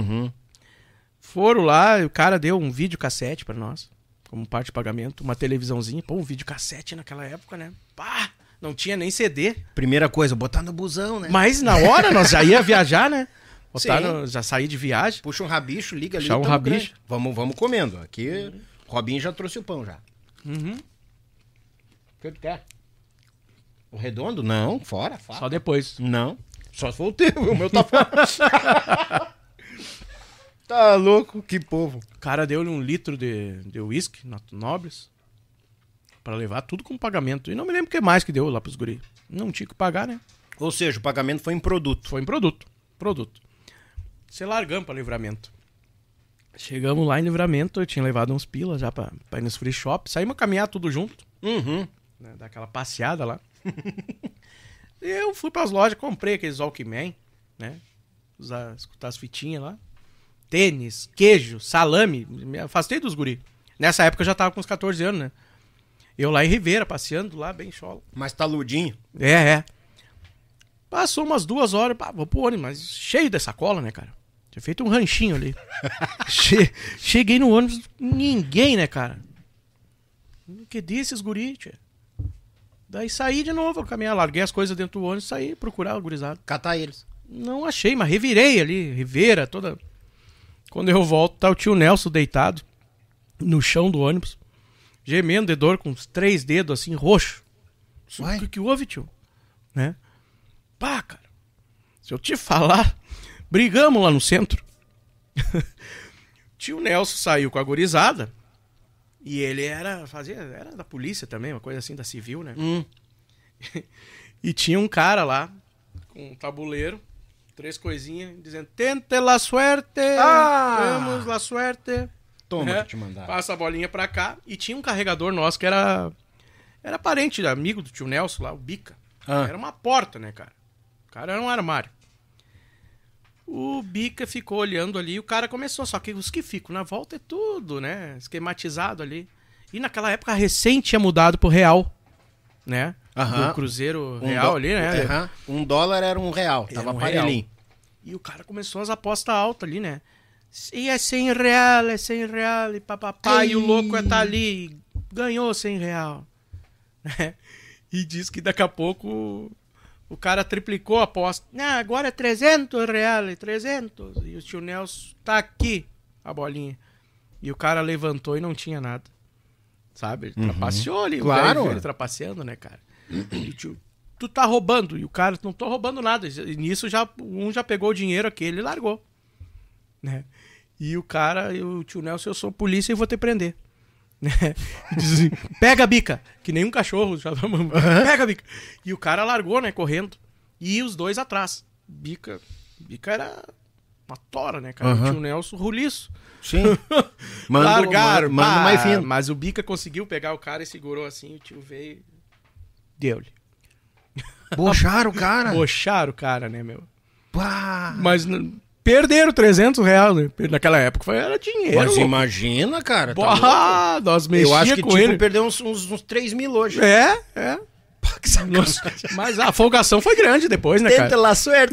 Foram lá, o cara deu um videocassete para nós, como parte de pagamento, uma televisãozinha. Pô, um videocassete naquela época, né? Pá, não tinha nem CD.
Primeira coisa, botar no busão, né?
Mas na hora nós já ia viajar, né? Já saí de viagem.
Puxa um rabicho, liga ali.
Puxa um rabicho.
Vamos comendo. Aqui, Robinho já trouxe o pão já. O que tu quer? O redondo? Não, fora.
Só depois.
Não. Só se for o teu, o meu tá fora. Tá louco, que povo.
O cara deu-lhe 1 litro de uísque, Nobres, pra levar tudo com pagamento. E não me lembro o que mais que deu lá pros guri. Não tinha que pagar, né?
Ou seja, o pagamento foi em produto.
Foi em produto. Você largamos pra Livramento. Chegamos lá em Livramento, eu tinha levado uns pilas já pra ir nos free shop. Saímos a caminhar tudo junto. Né, dar aquela passeada lá. Eu fui pras lojas, comprei aqueles Walkman, né? Escutar as fitinhas lá. Tênis, queijo, salame. Me afastei dos guri. Nessa época eu já tava com uns 14 anos, né? Eu lá em Ribeira, passeando lá, bem chola.
Mas taludinho.
É. Passou umas 2 horas, vou pro ônibus, mas cheio dessa cola, né, cara? Tinha feito um ranchinho ali. Cheguei no ônibus, ninguém, né, cara? Que disse esses guri, tia? Daí saí de novo, caminhar, larguei as coisas dentro do ônibus, saí procurar o gurizado.
Catar eles.
Não achei, mas revirei ali, Ribeira, toda... Quando eu volto, tá o tio Nelson deitado no chão do ônibus, gemendo de dor, com os 3 dedos assim, roxo. O que houve, tio? Né? Pá, cara, se eu te falar, brigamos lá no centro. Tio Nelson saiu com a gurizada e ele era da polícia também, uma coisa assim, da civil, né? E tinha um cara lá com um tabuleiro, 3 coisinhas, dizendo: tente la suerte, vamos la suerte.
Toma, que te mandar.
Passa a bolinha pra cá. E tinha um carregador nosso que era parente, amigo do tio Nelson lá, o Bica. Era uma porta, né, cara? O cara era um armário. O Bica ficou olhando ali e o cara começou. Só que os que ficam na volta é tudo, né? Esquematizado ali. E naquela época recém tinha mudado pro real, né? Do Cruzeiro Real ali, né?
$1 era R$1. Tava aparelhinho.
E o cara começou as apostas altas ali, né? E é R$100, e papapá. E o louco tá ali. Ganhou R$100. E diz que daqui a pouco o cara triplicou a aposta. Agora é R$300, 300. E o tio Nelson tá aqui, a bolinha. E o cara levantou e não tinha nada. Sabe? Ele trapaceou ali.
Claro.
O velho trapaceando, né, cara? E o tio, tu tá roubando. E o cara, não tô roubando nada. E nisso um já pegou o dinheiro aqui, ele largou. Né? E o cara, o tio Nelson, eu sou polícia e vou te prender. Né? Diz assim, pega a bica, que nem um cachorro, pega a bica. E o cara largou, né, correndo. E os dois atrás. Bica era uma tora, né, cara? O tio Nelson, ruliço.
Sim.
Largaram,
manda mais fino.
Mas o Bica conseguiu pegar o cara e segurou assim, o tio veio, deu-lhe.
Bocharam o cara.
Bocharam o cara, né, meu?
Pá.
Mas perderam 300 reais, né? Naquela época era dinheiro.
Mas imagina, cara.
Tá nós mexíamos
eu acho que
com
tipo,
ele.
perdeu uns 3 mil hoje.
É.
Pô, que sacanagem.
Mas a folgação foi grande depois, né,
Tenta
cara?
lá, suerte.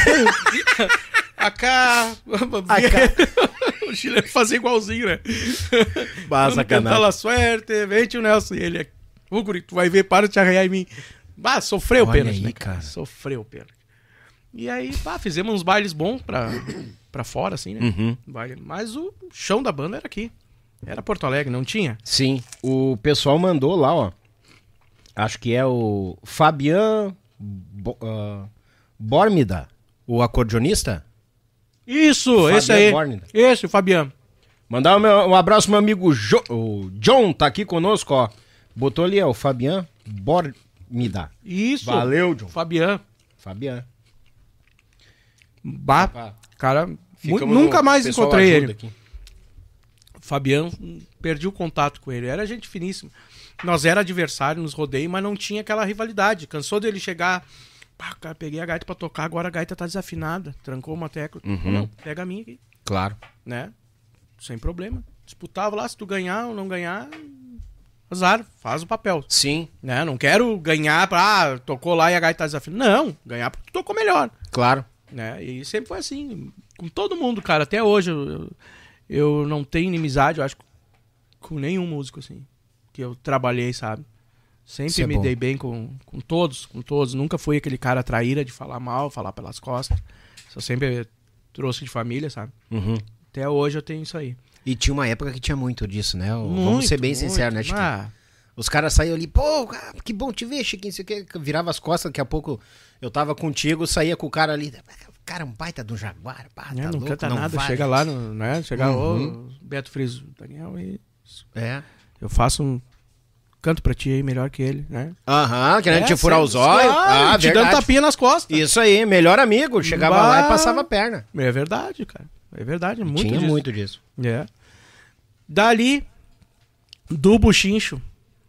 O chileno fazia igualzinho, né?
Bah, sacanagem.
Tenta lá, suerte, vem tio Nelson. E ele, guri, tu vai ver, para de te arranhar em mim. Bah, sofreu
Olha
pênalti,
aí,
né,
cara.
Sofreu pênalti. E aí, fizemos uns bailes bons pra fora, assim, né?
Uhum.
Mas o chão da banda era aqui. Era Porto Alegre, não tinha?
Sim, o pessoal mandou lá, ó. Acho que é o Fabian Bormida, o acordeonista.
Isso,
Fabian
esse aí.
Bormida.
Esse, o Fabian.
Mandar um abraço pro meu amigo o John, tá aqui conosco, ó. Botou ali, ó, o Fabian Bormida.
Isso.
Valeu, John.
Fabian.
Opa.
Cara,
Ficamos
nunca
no
mais
pessoal
encontrei
ajuda
ele.
aqui.
Fabian, perdi o contato com ele. Era gente finíssima. Nós era adversário nos rodeios, mas não tinha aquela rivalidade. Cansou dele chegar. Pá, cara, peguei a gaita pra tocar, agora a gaita tá desafinada. Trancou uma tecla.
Uhum.
Não, pega a minha aqui.
Claro.
Né? Sem problema. Disputava lá, se tu ganhar ou não ganhar, azar, faz o papel.
Sim.
Né? Não quero ganhar pra, tocou lá e a gaita tá desafinada. Não, ganhar porque tu tocou melhor.
Claro.
Né? E sempre foi assim, com todo mundo, cara. Até hoje eu não tenho inimizade, eu acho, com nenhum músico, assim, que eu trabalhei, sabe? Sempre me dei bem com todos. Nunca fui aquele cara traíra de falar mal, falar pelas costas. Eu sempre trouxe de família, sabe?
Uhum.
Até hoje eu tenho isso aí.
E tinha uma época que tinha muito disso, né? Vamos ser bem sinceros, né, Chiquinho?
Ah,
Os caras saíam ali, pô, que bom te ver, Chiquinho, isso aqui, virava as costas, daqui a pouco eu tava contigo, saía com o cara ali, cara, um baita de um jaguar, pá, tá
não
louco,
canta
não
nada,
vale.
chega lá, né? Chega o Beto Friso, Daniel, e
É.
eu faço um canto pra ti aí melhor que ele, né?
Aham, querendo te furar os olhos.
Claro, te dando tapinha nas costas.
Isso aí, melhor amigo, chegava
Bah.
lá e passava a perna.
É verdade, cara. É verdade, muito
Tinha
disso.
muito disso.
É. Dali, do Buchincho,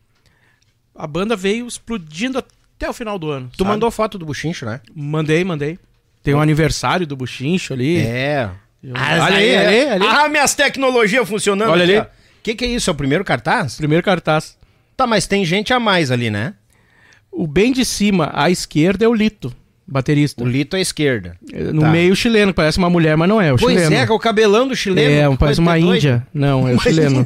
a banda veio explodindo até o final do ano.
Tu
sabe?
mandou foto do Buchincho, né?
Mandei. Tem um aniversário do Buchincho ali.
É.
Olha ali.
Ah, minhas tecnologias funcionando.
Olha
aqui,
ali.
ó. Que é isso? É o primeiro cartaz?
Primeiro cartaz.
Tá, mas tem gente a mais ali, né?
O bem de cima, à esquerda, é o Lito, baterista.
O Lito à esquerda.
No
Tá.
meio, o chileno, parece uma mulher, mas não é, o
Pois
chileno.
é, com o cabelão do chileno.
Parece uma índia. Não, é o chileno.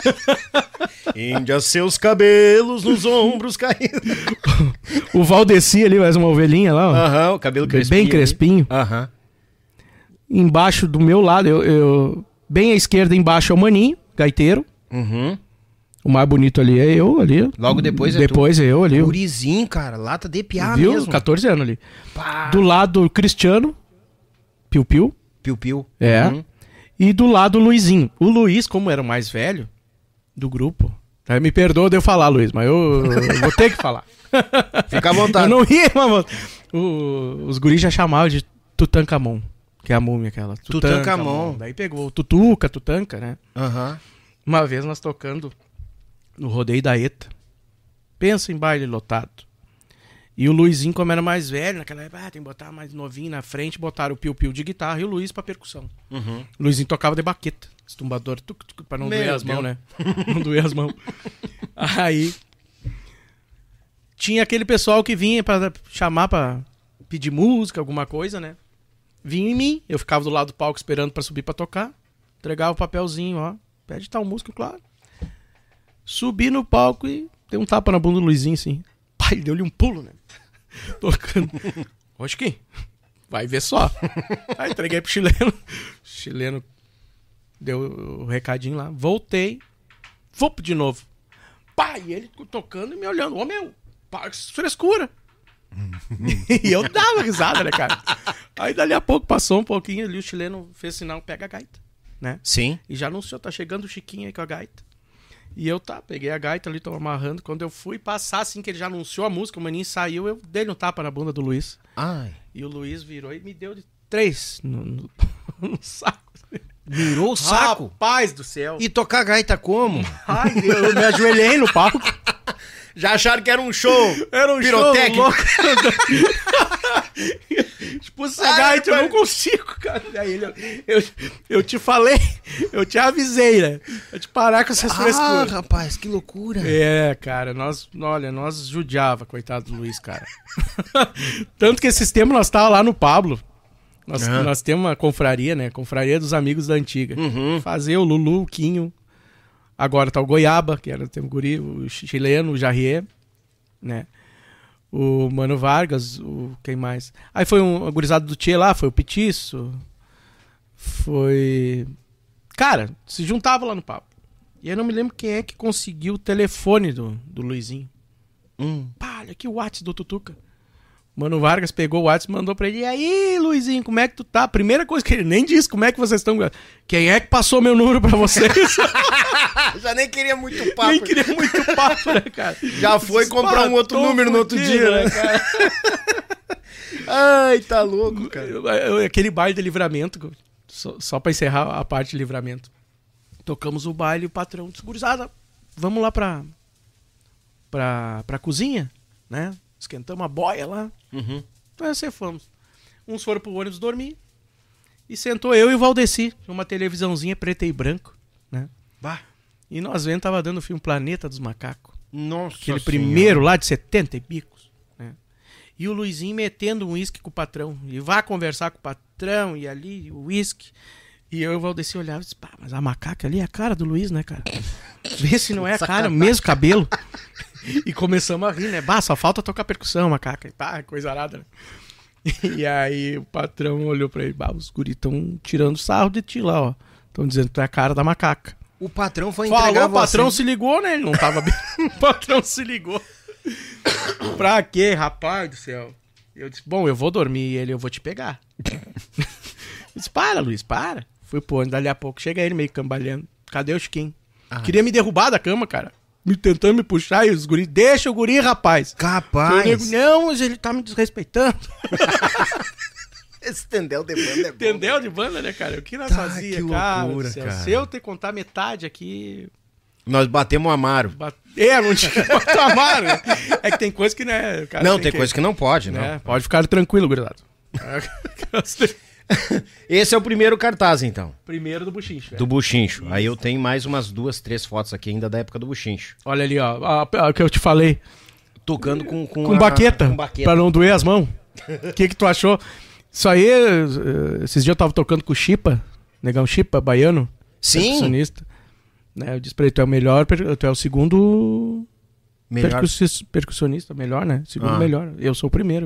Índia, seus cabelos nos ombros caindo.
O Valdeci ali, parece uma ovelhinha lá, ó.
Aham, o cabelo crespinho.
Bem crespinho.
Aham.
Embaixo do meu lado, eu bem à esquerda embaixo é o Maninho, gaiteiro.
Uhum.
O mais bonito ali é eu ali.
Logo depois é
Depois é eu ali.
Gurizinho, cara, lata de piá
Viu?
mesmo.
14 anos ali.
Pá.
Do lado o Cristiano, Piu-Piu.
Piu-piu.
É.
Uhum.
E do lado o Luizinho. O Luiz, como era o mais velho do grupo, tá? Me perdoa de eu falar, Luiz, mas eu vou ter que falar.
Fica à vontade.
Eu não ia, mas os guris já chamavam de Tutankamon, que é a múmia aquela.
Tutankamon.
Daí pegou o Tutanka, né?
Aham.
Uma vez nós tocando no rodeio da ETA. Pensa em baile lotado. E o Luizinho, como era mais velho, naquela época, tem que botar mais novinho na frente, botaram o Piu-Piu de guitarra e o Luiz pra percussão.
Uhum.
O Luizinho tocava de baqueta, estumbador, pra não
Meu
doer as mãos,
Deus.
né? Não doer as mãos. Aí tinha aquele pessoal que vinha pra chamar pra pedir música, alguma coisa, né? Vinha em mim, eu ficava do lado do palco esperando pra subir pra tocar, entregava o papelzinho, ó, pede tal música, claro. Subi no palco e dei um tapa na bunda do Luizinho, assim. Pai, deu-lhe um pulo, né? Tocando. Oxe, que? Vai ver só. Aí entreguei pro chileno. O chileno deu o recadinho lá. Voltei. Vup de novo. Pai, ele tocando e me olhando. Ô, meu, para com essa frescura. E eu dava risada, né, cara? Aí dali a pouco passou um pouquinho ali, o chileno fez sinal, pega a gaita, né?
Sim.
E já anunciou, tá chegando o Chiquinho aí com a gaita. E eu peguei a gaita ali, tô amarrando. Quando eu fui passar, assim, que ele já anunciou a música, o maninho saiu, eu dei um tapa na bunda do Luiz.
Ai.
E o Luiz virou e me deu de 3 no saco.
Virou o saco?
Rapaz do céu.
E tocar gaita como?
Ai, eu me ajoelhei no palco.
Já acharam que era um show
Era um
pirotécnico?
show louco. Puxa, gaita, eu não consigo, cara. Daí eu te falei, eu te avisei, né? Eu te parar com essas frescuras.
Rapaz, que loucura.
É, cara, nós judiava, coitado do Luiz, cara. Tanto que esses tempos nós tava lá no Pablo. Nós temos uma confraria, né? Confraria dos amigos da antiga. Fazer o Lulu, o Quinho. Agora tá o Goiaba, que era o guri, o chileno, o Jarrier, né? O Mano Vargas, quem mais? Aí foi um gurizado do Tchê lá, foi o Petiço. Foi... Cara, se juntava lá no papo. E eu não me lembro quem é que conseguiu o telefone do Luizinho. Pá, olha aqui o WhatsApp do Tutuca. Mano Vargas pegou o WhatsApp e mandou pra ele. E aí, Luizinho, como é que tu tá? Primeira coisa que ele nem disse, como é que vocês estão... Quem é que passou meu número pra vocês?
Já nem queria muito papo.
Nem queria muito papo, né, cara?
Já foi comprar um outro número no outro dia, né, cara? Ai, tá louco, cara.
Aquele baile de Livramento, só pra encerrar a parte de Livramento. Tocamos o baile e o patrão disse, gurizada, vamos lá pra cozinha, né? Esquentamos a boia lá. Então assim fomos. Uns foram pro ônibus dormir. E sentou eu e o Valdeci. Uma televisãozinha preta e branco, né?
Bah.
E nós vendo, tava dando o filme Planeta dos Macacos.
Nossa
Aquele
senhora.
primeiro lá de 70 e picos, né? E o Luizinho metendo um uísque com o patrão. E vá conversar com o patrão. E ali, o uísque. E eu e o Valdeci olhava e disse, pá, mas a macaca ali é a cara do Luiz, né, cara? Vê se não é a cara, mesmo cabelo. E começamos a rir, né? Bah, só falta tocar percussão, macaca. E pá, coisa arada, né? E aí o patrão olhou pra ele, bah, os guris estão tirando sarro de ti lá, ó. Estão dizendo que tu é a cara da macaca.
O patrão foi entregar
Falou, o patrão
você.
se ligou, né? Ele não tava bem. O patrão se ligou. Pra quê, rapaz do céu? Eu disse, bom, eu vou dormir e ele, eu vou te pegar. Eu disse, para, Luiz, para. Fui pô, dali a pouco chega ele meio cambaleando. Cadê o Chiquinho? Queria me derrubar da cama, cara. Tentando me puxar e os guris, deixa o guri, rapaz.
Capaz.
Eu digo, não, mas ele tá me desrespeitando.
Esse tendel de banda é bom.
Tendel de banda, né, cara? O que nós fazia,
que
cara,
loucura,
céu.
cara.
Se eu ter contar metade aqui...
Nós batemos o Amaro.
Não tinha que amar, né? É que tem coisa que, né... Cara,
Não, tem coisa que não pode,
né?
não.
Pode ficar tranquilo, gurizado.
Esse é o primeiro cartaz, então.
Primeiro do Buchincho.
Do Buchincho. Aí eu tenho mais umas 2, 3 fotos aqui ainda da época do Buchincho.
Olha ali, ó. O que eu te falei.
Tocando com
baqueta.
com baqueta.
Pra não doer as mãos. O que tu achou? Isso aí, esses dias eu tava tocando com o Chipa. Negão Chipa, baiano.
Sim.
Percussionista. Né, eu disse pra ele, tu é o melhor, tu é o segundo...
Melhor.
Percussionista, melhor, né? Segundo melhor. Eu sou o primeiro.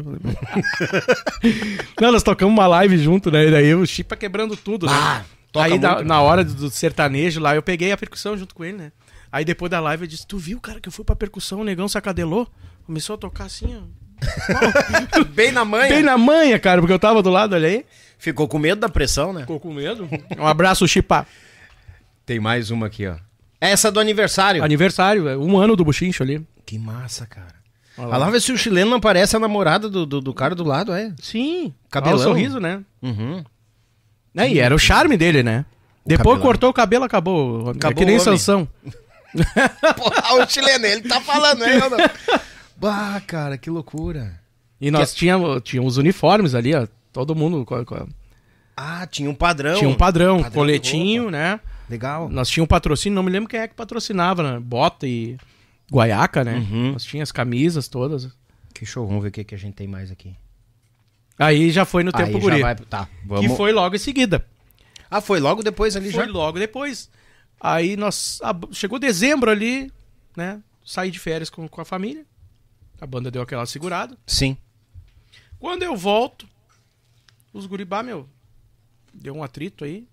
Não, nós tocamos uma live junto, né? E daí o Chipa quebrando tudo, né?
Toca
Aí
muito,
na hora do sertanejo lá, eu peguei a percussão junto com ele, né? Aí depois da live eu disse, tu viu, cara, que eu fui pra percussão, o negão sacadelou? Começou a tocar assim, ó.
Bem na manha.
Bem na manha, cara, porque eu tava do lado ali aí.
Ficou com medo da pressão, né?
Ficou com medo. Um abraço, Chipa.
Tem mais uma aqui, ó. Essa do aniversário.
Aniversário, 1 ano do Buchincho ali.
Que massa, cara.
Olha
Olha lá, vê se o chileno não parece a namorada do cara do lado, é?
Sim.
Cabelão.
Olha o sorriso, né?
Uhum.
E era o charme dele, né? Depois
cabelão.
cortou o cabelo, acabou. É que nem
o homem.
Sansão.
Porra, o chileno, ele tá falando, hein? Bah, cara, que loucura.
E nós tínhamos os uniformes ali, ó. Todo mundo...
Ah, tinha um padrão.
Tinha um padrão
de
coletinho,
roupa.
né?
Legal.
Nós tínhamos um patrocínio, não me lembro quem é que patrocinava, né? Bota e guaiaca, né? Nós tínhamos as camisas todas.
Que show, vamos ver o que a gente tem mais aqui.
Aí já foi no
Aí
Tempo
já
Guri.
vai, tá, vamos...
Que foi logo em seguida.
Ah, foi logo depois ali
Foi
já?
logo depois. Aí nós... Chegou dezembro ali, né? Saí de férias com a família. A banda deu aquela segurada.
Sim.
Quando eu volto, os guribá, meu, deu um atrito aí.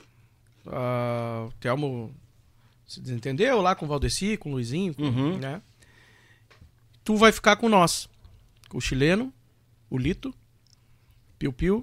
O Thelmo se desentendeu lá com o Valdeci, com o Luizinho, né? Tu vai ficar com nós. Com o chileno, o Lito, Piu Piu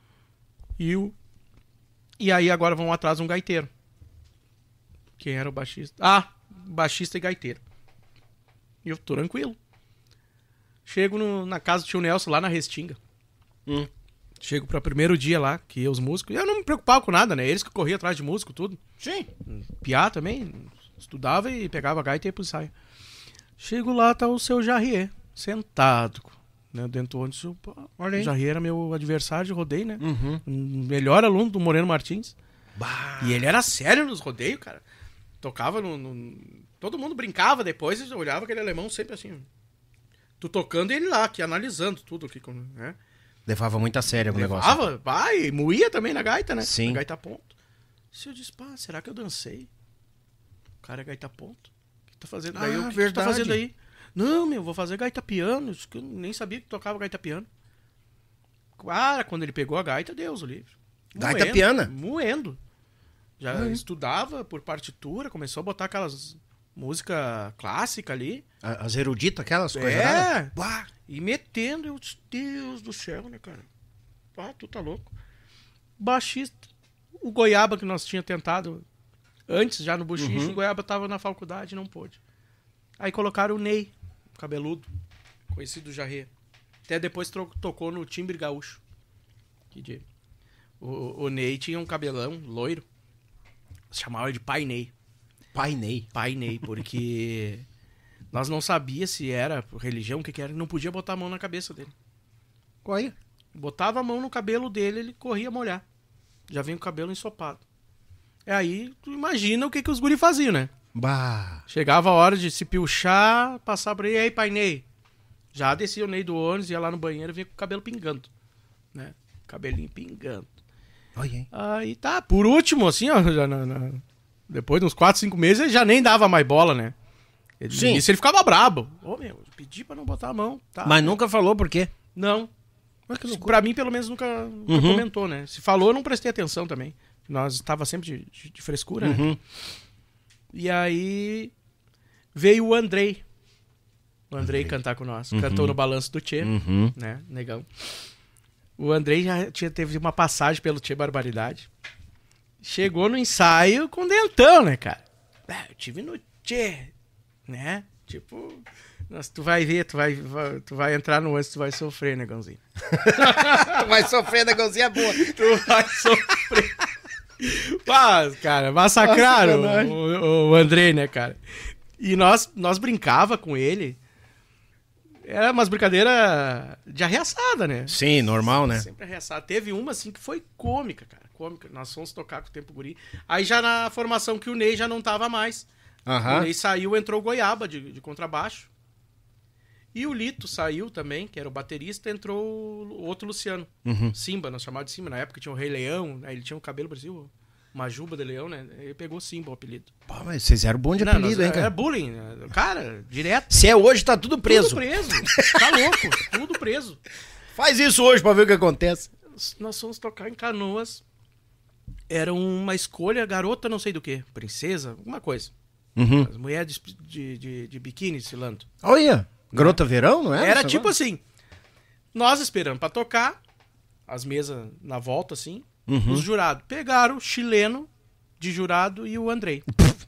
e aí agora vão atrás um gaiteiro. Quem era o baixista? Baixista e gaiteiro. E eu tô tranquilo. Chego na casa do tio Nelson, lá na Restinga. Chego pro primeiro dia lá, que ia os músicos. E eu não me preocupava com nada, né? Eles que corriam atrás de músico, tudo.
Sim.
Piá também. Estudava e pegava a gaita e ia pro ensaio. Chego lá, tá o seu Jarrier, sentado, Né? Dentro do ônibus,
Olha aí.
o Jarry era meu adversário de rodeio, né?
Uhum.
Melhor aluno do Moreno Martins.
Bah.
E ele era sério nos rodeios, cara. Tocava todo mundo brincava depois e olhava aquele alemão sempre assim. Tu tocando e ele lá, aqui, analisando tudo aqui. Né?
Levava muito a sério o negócio.
Levava, vai, e moía também na gaita, né?
Sim.
Na gaita ponto. Se eu disse, pá, será que eu dancei? O cara é gaita ponto. O que tá fazendo? Daí eu, o que tu tá fazendo aí? Não, meu, vou fazer gaita piano. Eu nem sabia que tocava gaita piano. Cara, quando ele pegou a gaita, Deus o livre.
Gaita piana?
Moendo. Já estudava por partitura, começou a botar aquelas música clássica ali.
As eruditas, aquelas coisas.
E metendo, eu disse, Deus do céu, né, cara? Ah, tu tá louco. Baixista. O Goiaba que nós tinha tentado antes, já no Buchicho, o Goiaba tava na faculdade e não pôde. Aí colocaram o Ney, cabeludo, conhecido do Jarré. Até depois tocou no Timbre Gaúcho. O Ney tinha um cabelão loiro. Chamava de Pai Ney.
Pai Ney,
porque nós não sabia se era religião, o que era. Não podia botar a mão na cabeça dele.
Olha.
Botava a mão no cabelo dele, ele corria molhar. Já vem com o cabelo ensopado. Aí, tu imagina o que os guri faziam, né?
Bah.
Chegava a hora de se pilchar, passar por aí, aí, Pai Ney. Já descia o Ney do ônibus, ia lá no banheiro e vinha com o cabelo pingando. Né? Cabelinho pingando.
Olha aí.
Aí tá, por último, assim, ó, já depois de uns 4, 5 meses, ele já nem dava mais bola, né?
Sim.
Isso ele ficava brabo. Ô, meu, pedi pra não botar a mão. Tá,
Mas nunca falou por quê?
Não. Pra mim, pelo menos, nunca comentou, né? Se falou, eu não prestei atenção também. Nós estava sempre de frescura, né? E aí veio o Andrei. O Andrei cantar com nós. Cantou no Balanço do Tchê, né? Negão. O Andrei já teve uma passagem pelo Tchê Barbaridade. Chegou no ensaio com dentão, né, cara? Eu tive no Tchê, né? Tipo, nossa, tu vai ver, tu vai entrar no antes, tu vai sofrer, negãozinho.
Vai sofrer, negãozinho é boa.
Tu vai sofrer. Mas, cara, massacraram o Andrei, né, cara? E nós brincava com ele. Era umas brincadeiras de arreaçada, né?
Sim, normal, né?
Sempre arreaçada. Teve uma, assim, que foi cômica, cara. Cômica. Nós fomos tocar com o Tempo Guri. Aí já na formação que o Ney já não tava mais. O Ney saiu, entrou o Goiaba de contrabaixo. E o Lito saiu também, que era o baterista, entrou o outro Luciano. Simba, nós chamávamos de Simba. Na época tinha o Rei Leão, aí ele tinha o cabelo, parecia uma juba de leão, né? Ele pegou Simba, o apelido.
Pô, mas vocês eram bom de apelido, hein, cara?
Era bullying, né? Cara, direto.
Se é hoje, tá tudo preso.
Tudo preso. Tá louco, tudo preso.
Faz isso hoje pra ver o que acontece.
Nós fomos tocar em Canoas. Era uma escolha, garota não sei do que, princesa, alguma coisa. As mulheres de biquíni desfilando.
Olha, garota verão, não é?
Era tipo assim, nós esperando pra tocar, as mesas na volta assim, os jurados pegaram o chileno de jurado e o Andrei.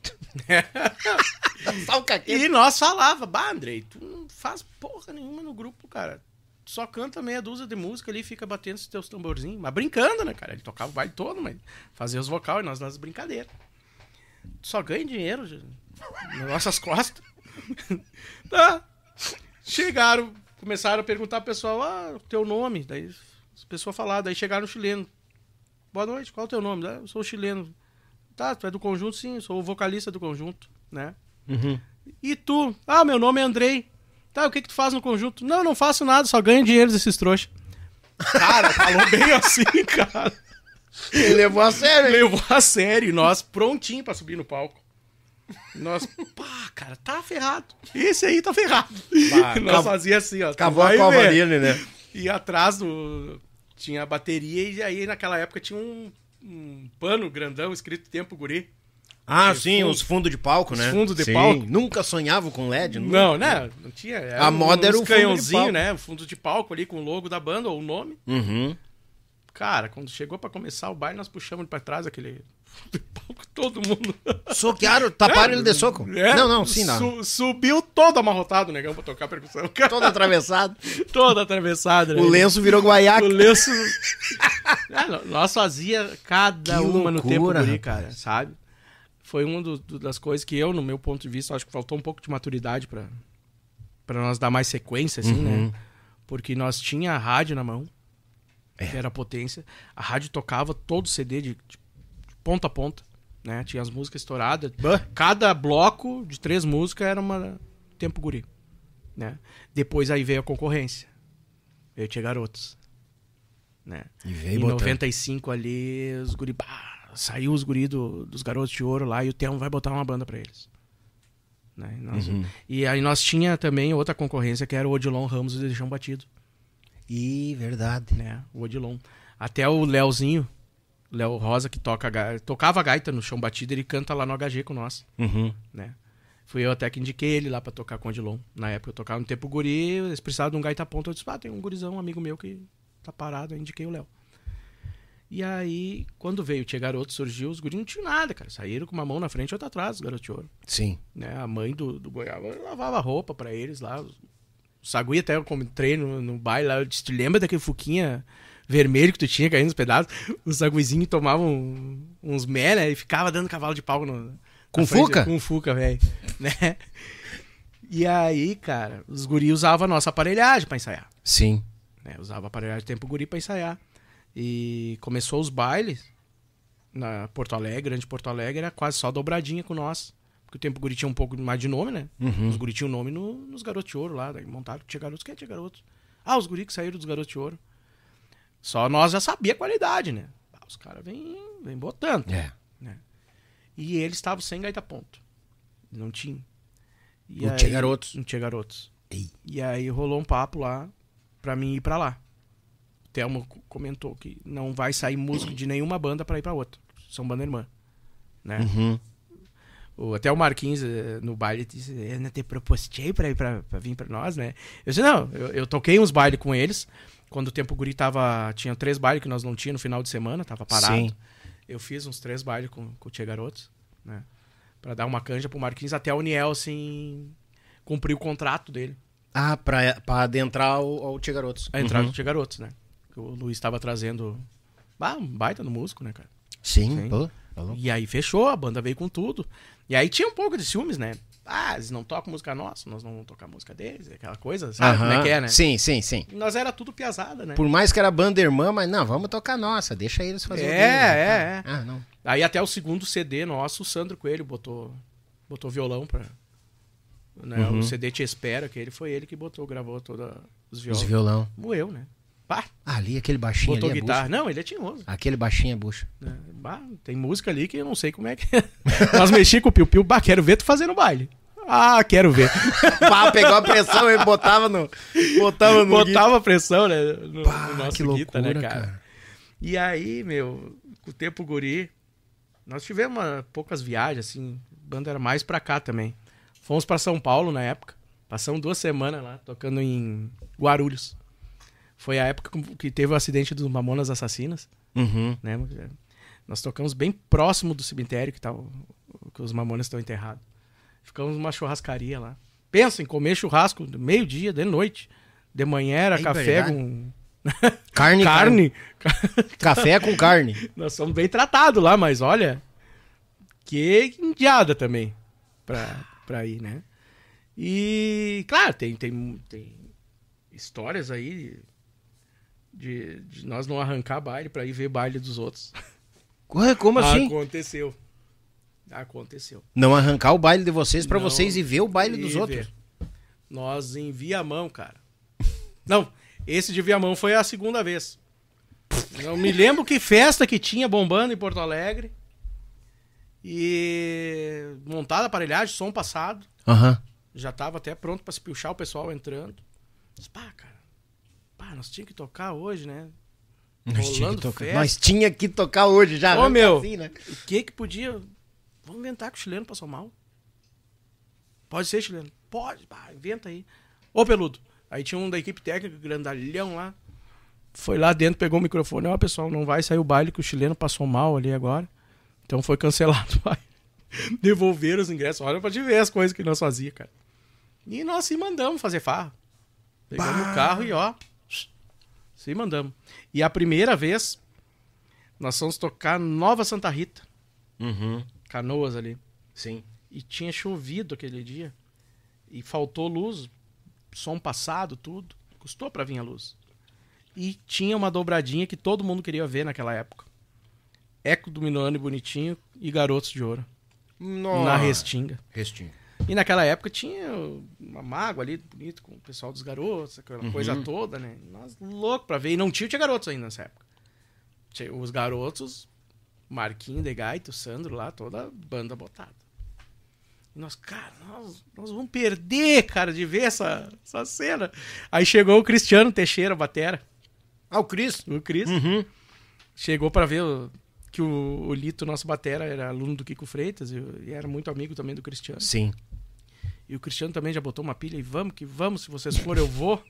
E nós falava, Andrei, tu não faz porra nenhuma no grupo, cara. Só canta meia dúzia de música ali e fica batendo os teus tamborzinhos. Mas brincando, né, cara? Ele tocava o baile todo, mas fazia os vocais e nós nas brincadeiras. Só ganha dinheiro nas nossas costas. Tá. Chegaram, começaram a perguntar pro pessoal, o teu nome. Daí as pessoas falaram, daí chegaram no chileno. Boa noite, qual é o teu nome? Eu sou chileno. Tá, tu é do conjunto? Sim, eu sou o vocalista do conjunto, né? E tu? Meu nome é Andrei. Tá, o que tu faz no conjunto? Não faço nada, só ganho dinheiro desses trouxas. Cara, falou bem assim, cara.
Ele levou a sério.
Levou a sério. Nós prontinho pra subir no palco. Nós, cara, tá ferrado. Esse aí tá ferrado. Nós fazia assim, ó.
Cavou a cova dele, né?
E atrás tinha a bateria e aí naquela época tinha um pano grandão escrito Tempo Guri.
Sim, os fundos de palco, né?
Os fundos de palco.
Nunca sonhava com LED?
Não, né? Não tinha.
A moda era o
canhãozinho, né? O fundo de palco ali com o logo da banda ou o nome. Cara, quando chegou pra começar o baile, nós puxamos ele pra trás, aquele palco, todo mundo.
Soquearam, taparam ele de soco? Não, sim, não.
Subiu todo amarrotado, negão, pra tocar percussão.
Todo atravessado.
Todo atravessado, né?
O lenço virou guaiaca.
O lenço... nós fazia cada
Que
uma no Tempo
loucura,
Guri, cara, sabe? Foi uma das coisas que eu, no meu ponto de vista, acho que faltou um pouco de maturidade pra nós dar mais sequência, assim, né? porque nós tinha a rádio na mão, que era a potência. A rádio tocava todo o CD de ponta a ponta, né? Tinha as músicas estouradas. Cada bloco de 3 músicas era uma Tempo Guri, né? Depois aí veio a concorrência. Veio Tchê Garotos, né?
E veio
em
botando.
95 ali, os guri... saiu os guri dos Garotos de Ouro lá e o Telmo vai botar uma banda pra eles. Né? E aí nós tinha também outra concorrência que era o Odilon Ramos do Chão Batido.
Ih, verdade.
Né? O Odilon. Até o Léozinho, Léo Rosa, que tocava gaita no Chão Batido, ele canta lá no HG com nós. Né? Fui eu até que indiquei ele lá pra tocar com o Odilon. Na época eu tocava no Tempo Guri, eles precisavam de um gaita ponta. Eu disse, tem um gurizão, um amigo meu que tá parado, eu indiquei o Léo. E aí, quando veio o Tchê Garoto, surgiu, os guris não tinham nada, cara. Saíram com uma mão na frente e outra atrás, os Garotos de Ouro.
Sim.
Né? A mãe do Goiaba lavava roupa pra eles lá. O Sagui até eu entrei no baile lá, eu disse, tu lembra daquele fuquinha vermelho que tu tinha caindo nos pedaços? O Saguizinho tomava uns mé, né? E ficava dando cavalo de pau
com Fuca?
Com Fuca, velho. Né? E aí, cara, os guris usavam a nossa aparelhagem pra ensaiar.
Sim.
Né? Usava a aparelhagem Tempo Guri pra ensaiar. E começou os bailes na Porto Alegre, Grande Porto Alegre, era quase só dobradinha com nós. Porque o Tempo Guri tinha um pouco mais de nome, né? Os guri tinham nome nos Garotos de Ouro lá, daí montaram, tinha garotos, quem tinha garotos? Os guri que saíram dos Garotos de Ouro. Só nós já sabia a qualidade, né? Os caras vêm botando. Né? E eles estavam sem gaita ponto. Não tinha. E
não tinha garotos.
Não tinha garotos.
Ei.
E aí rolou um papo lá pra mim ir pra lá. O Telmo comentou que não vai sair músico de nenhuma banda pra ir pra outra. São banda irmã. Né? Até o Marquinhos no baile disse, eu não te propostei pra vir pra nós, né? Eu disse, não, eu toquei uns bailes com eles. Quando o Tempo Guri tinha 3 bailes que nós não tínhamos no final de semana, tava parado.
Sim.
Eu fiz uns 3 bailes com o Tchê Garotos, né? Pra dar uma canja pro Marquinhos, até o Niel, assim, cumprir o contrato dele.
Pra adentrar ao Tchê Garotos.
A entrada do Tchê Garotos, né? O Luiz tava trazendo um baita no músico, né, cara?
Sim. Pô.
E aí fechou, a banda veio com tudo. E aí tinha um pouco de ciúmes, né? Eles não tocam música nossa, nós não vamos tocar música deles, aquela coisa, sabe como é que é, né?
Sim.
Nós era tudo piazada, né?
Por mais que era banda irmã, mas não, vamos tocar nossa, deixa eles fazer o deles. Não.
Aí até o segundo CD nosso, o Sandro Coelho botou violão pra... Né? O CD Te Espera, que foi ele que gravou todos os violões.
Os violão.
Moeu, né?
Ali, aquele baixinho
botou
ali
guitarra. Não, ele é tinhoso.
Aquele baixinho é bucha.
Tem música ali que eu não sei como é que é. Nós mexíamos com o Piu-Piu, quero ver tu fazendo baile. Quero ver.
Pegou a pressão e botava no
Botava a pressão, né? No nosso
que loucura,
guita, né, cara? E aí, meu, com o Tempo Guri, nós tivemos poucas viagens, assim, a banda era mais pra cá também. Fomos pra São Paulo na época, passamos 2 semanas lá, tocando em Guarulhos. Foi a época que teve o acidente dos Mamonas Assassinas, né? Nós tocamos bem próximo do cemitério que os Mamonas estão enterrados. Ficamos numa churrascaria lá. Pensa em comer churrasco meio-dia, de noite. De manhã era café com...
Carne. Café com carne.
Nós somos bem tratados lá, mas olha... Que indiada também pra ir, né? E, claro, tem histórias aí de nós não arrancar baile pra ir ver baile dos outros.
Ué, como assim?
Aconteceu.
Não arrancar o baile de vocês pra vocês ir ver o baile dos outros.
Nós em Viamão, cara. Não, esse de Viamão foi a segunda vez. Eu me lembro que festa que tinha bombando em Porto Alegre. E montada a aparelhagem, som passado. Já tava até pronto pra se pilchar o pessoal entrando. Nós tínhamos que tocar hoje, né?
Nós tinha que tocar hoje já.
Ô, meu,
assim, né?
o que podia... Vamos inventar que o chileno passou mal. Pode ser chileno? Pode, inventa aí. Ô, Peludo. Aí tinha um da equipe técnica, grandalhão lá. Foi lá dentro, pegou o microfone. Pessoal, não vai sair o baile que o chileno passou mal ali agora. Então foi cancelado o baile. Devolveram os ingressos. Olha pra te ver as coisas que nós fazíamos, cara. E nós se mandamos fazer farra. Pegamos o carro e se mandamos. E a primeira vez, nós fomos tocar Nova Santa Rita. Canoas ali.
Sim.
E tinha chovido aquele dia. E faltou luz, som passado, tudo. Custou pra vir a luz. E tinha uma dobradinha que todo mundo queria ver naquela época. Eco do Minuano e Bonitinho e Garotos de Ouro.
Nossa.
Na Restinga.
Restinga.
E naquela época tinha uma mágoa ali, bonito, com o pessoal dos garotos, aquela coisa toda, né? Nós loucos pra ver. E não tinha garotos ainda nessa época. Tinha os garotos, Marquinhos, Degaito, Sandro lá, toda a banda botada. E nós, cara, nós vamos perder, cara, de ver essa cena. Aí chegou o Cristiano Teixeira, batera.
Ah, o Cris?
O Cris. Chegou pra ver que o Lito, nosso batera, era aluno do Kiko Freitas e era muito amigo também do Cristiano.
Sim.
E o Cristiano também já botou uma pilha e vamos que vamos, se vocês forem eu vou.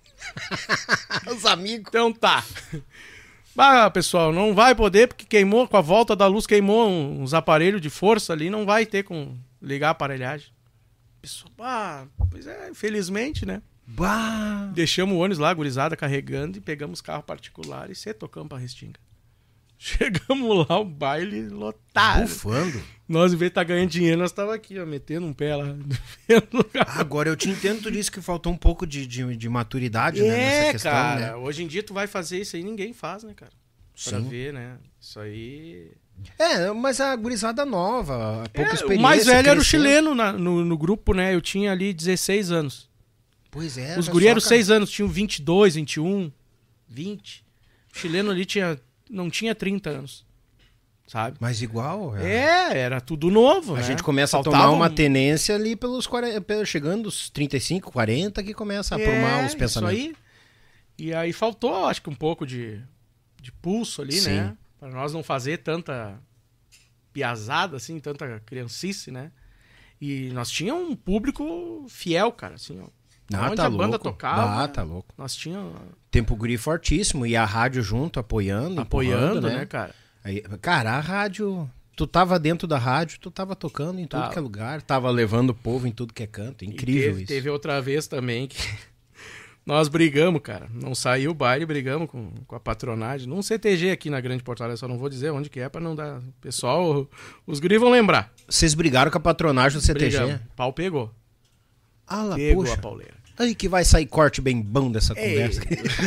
Os amigos.
Então tá. Ah, pessoal, não vai poder porque queimou, com a volta da luz queimou uns aparelhos de força ali, não vai ter como ligar a aparelhagem. Pessoal, pois é, infelizmente, né?
Bah.
Deixamos o ônibus lá, gurizada, carregando e pegamos carro particular e tocamos pra Restinga. Chegamos lá, o baile lotado.
Bufando.
Nós, em vez de estar ganhando dinheiro, nós tava aqui, ó, metendo um pé lá.
Agora eu te entendo, tu disse que faltou um pouco de maturidade, né, nessa questão,
cara,
né?
hoje em dia tu vai fazer isso aí, ninguém faz, né, cara? Pra
Sim.
ver, né? Isso aí...
Mas a gurizada nova, pouca experiência.
O mais velho era o
crescendo.
chileno no grupo, né? Eu tinha ali 16 anos.
Pois é.
Os
olha
guri
só,
eram
cara.
6 anos, tinham 22, 21, 20. O chileno ali não tinha 30 anos, sabe?
Mas igual.
Era tudo novo,
A
né?
gente começa a
Faltava
tomar uma tenência ali pelos 40, chegando aos 35, 40, que começa a aprumar os pensamentos.
Isso aí. E aí faltou, acho que um pouco de pulso ali,
Sim.
né? Pra nós não fazer tanta piazada, assim, tanta criancice, né? E nós tínhamos um público fiel, cara, assim, ó. Onde
Tá
a banda
louco.
tocava,
Tá louco.
nós tínhamos
Tempo guri fortíssimo e a rádio junto, apoiando, empurrando,
né, cara?
Aí, cara, a rádio... Tu tava dentro da rádio, tu tava tocando em tudo
Tava.
que é lugar, tava levando o povo em tudo que é canto. Incrível isso.
Teve outra vez também que nós brigamos, cara. Não saiu o baile, brigamos com a patronagem. Num CTG aqui na Grande Porto Alegre, só não vou dizer onde que é pra não dar... Pessoal, os guris vão lembrar.
Vocês brigaram com a patronagem do CTG?
Brigamos. Pau pegou.
Ah lá,
Pegou
poxa.
a pauleira.
Aí que vai sair corte bem bom dessa conversa.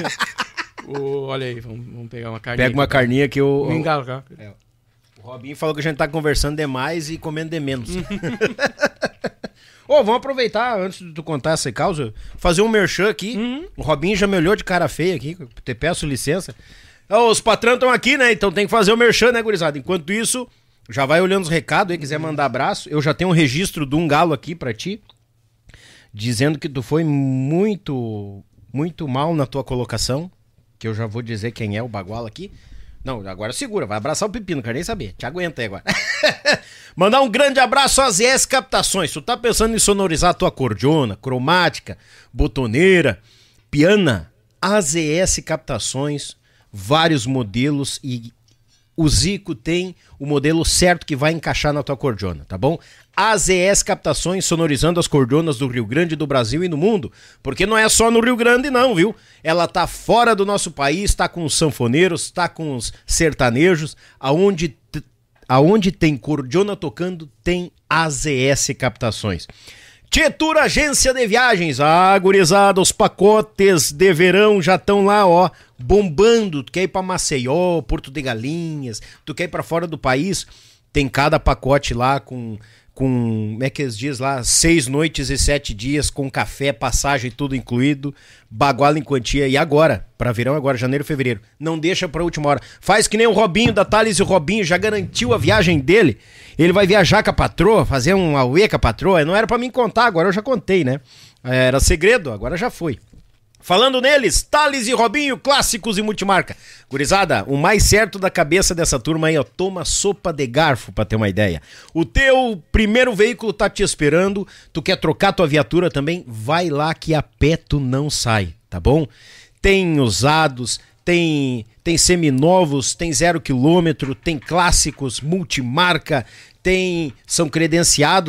Olha aí, vamos pegar uma carninha.
Pega uma carninha que o
Mingau, cara.
Robinho falou que a gente tá conversando demais e comendo de menos. Vamos aproveitar, antes de tu contar essa causa, fazer um merchan aqui. O Robinho já me olhou de cara feia aqui, te peço licença. Os patrão estão aqui, né? Então tem que fazer o merchan, né, gurizada? Enquanto isso, já vai olhando os recados aí, quiser mandar abraço. Eu já tenho um registro de um galo aqui pra ti, dizendo que tu foi muito, muito mal na tua colocação, que eu já vou dizer quem é o baguala aqui. Não, agora segura, vai abraçar o pepino, quero nem saber. Te aguenta aí agora. Mandar um grande abraço às AZS Captações. Tu tá pensando em sonorizar a tua cordiona, cromática, botoneira, piana? AZS Captações, vários modelos e o Zico tem o modelo certo que vai encaixar na tua cordiona, tá bom? AZS Captações, sonorizando as cordionas do Rio Grande, do Brasil e no mundo. Porque não é só no Rio Grande não, viu? Ela tá fora do nosso país, tá com os sanfoneiros, tá com os sertanejos. Aonde tem cordiona tocando, tem AZS Captações. Tietur Agência de Viagens. Gurizada, os pacotes de verão já estão lá, ó, bombando. Tu quer ir pra Maceió, Porto de Galinhas, tu quer ir pra fora do país, tem cada pacote lá com como é que eles dizem lá, 6 noites e 7 dias, com café, passagem, tudo incluído, baguala em quantia. E agora, pra verão agora, janeiro, fevereiro, não deixa pra última hora. Faz que nem o Robinho da Thales, e o Robinho já garantiu a viagem dele. Ele vai viajar com a patroa, fazer um auê com a patroa. Não era pra mim contar, agora eu já contei, né? Era segredo, agora já foi. Falando neles, Thales e Robinho, clássicos e multimarca. Gurizada, o mais certo da cabeça dessa turma aí, ó, toma sopa de garfo, pra ter uma ideia. O teu primeiro veículo tá te esperando, tu quer trocar tua viatura também, vai lá que a pé tu não sai, tá bom? Tem usados, tem seminovos, tem 0 km, tem clássicos, multimarca, são credenciados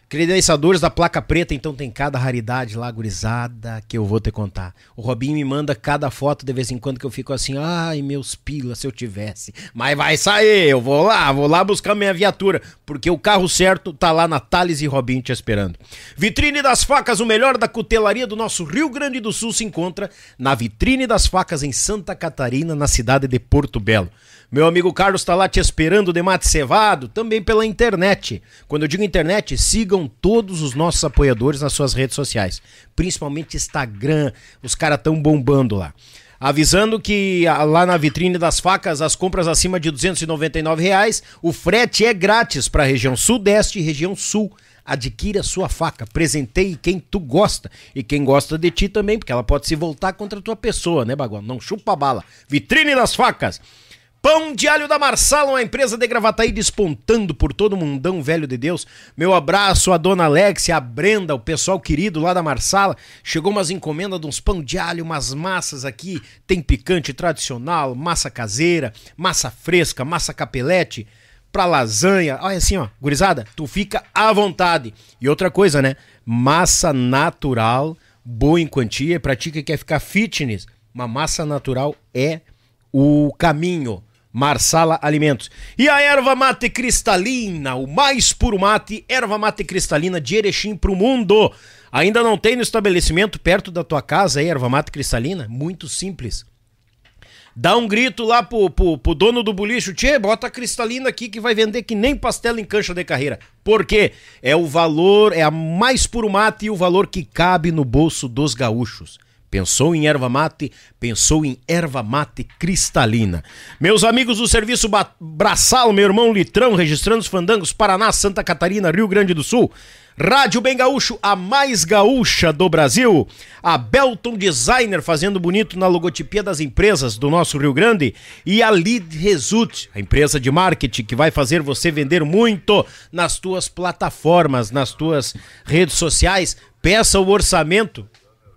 Credenciadores da placa preta, então tem cada raridade lá, gurizada, que eu vou te contar. O Robinho me manda cada foto de vez em quando que eu fico assim, ai meus pilas, se eu tivesse. Mas vai sair, eu vou lá buscar minha viatura, porque o carro certo tá lá na Thales e Robinho te esperando. Vitrine das Facas, o melhor da cutelaria do nosso Rio Grande do Sul se encontra na Vitrine das Facas em Santa Catarina, na cidade de Porto Belo. Meu amigo Carlos tá lá te esperando de mate cevado, também pela internet. Quando eu digo internet, sigam todos os nossos apoiadores nas suas redes sociais, principalmente Instagram, os caras tão bombando lá. Avisando que lá na Vitrine das Facas, as compras acima de R$299, o frete é grátis para a região sudeste e região sul. Adquira sua faca, presenteie quem tu gosta e quem gosta de ti também, porque ela pode se voltar contra a tua pessoa, né, Bagual? Não chupa a bala. Vitrine das Facas. Pão de alho da Marsala, uma empresa de Gravataí despontando por todo o mundão, velho de Deus. Meu abraço à dona Alexia, a Brenda, o pessoal querido lá da Marsala. Chegou umas encomendas de uns pão de alho, umas massas aqui. Tem picante tradicional, massa caseira, massa fresca, massa capelete, pra lasanha. Olha assim, ó, gurizada, tu fica à vontade. E outra coisa, né? Massa natural, boa em quantia, pra ti que quer ficar fitness. Uma massa natural é o caminho. Marsala Alimentos. E a erva mate cristalina, o mais puro mate, erva mate cristalina de Erechim pro mundo. Ainda não tem no estabelecimento perto da tua casa aí, erva mate cristalina? Muito simples. Dá um grito lá pro dono do bolicho, tchê, bota a cristalina aqui que vai vender que nem pastel em cancha de carreira. Por quê? É o valor, é a mais puro mate e o valor que cabe no bolso dos gaúchos. Pensou em erva mate? Pensou em erva mate cristalina. Meus amigos do Serviço Braçal, meu irmão Litrão, registrando os fandangos, Paraná, Santa Catarina, Rio Grande do Sul. Rádio Bem Gaúcho, a mais gaúcha do Brasil. A Belton Designer fazendo bonito na logotipia das empresas do nosso Rio Grande. E a Lead Result, a empresa de marketing que vai fazer você vender muito nas tuas plataformas, nas tuas redes sociais. Peça o orçamento.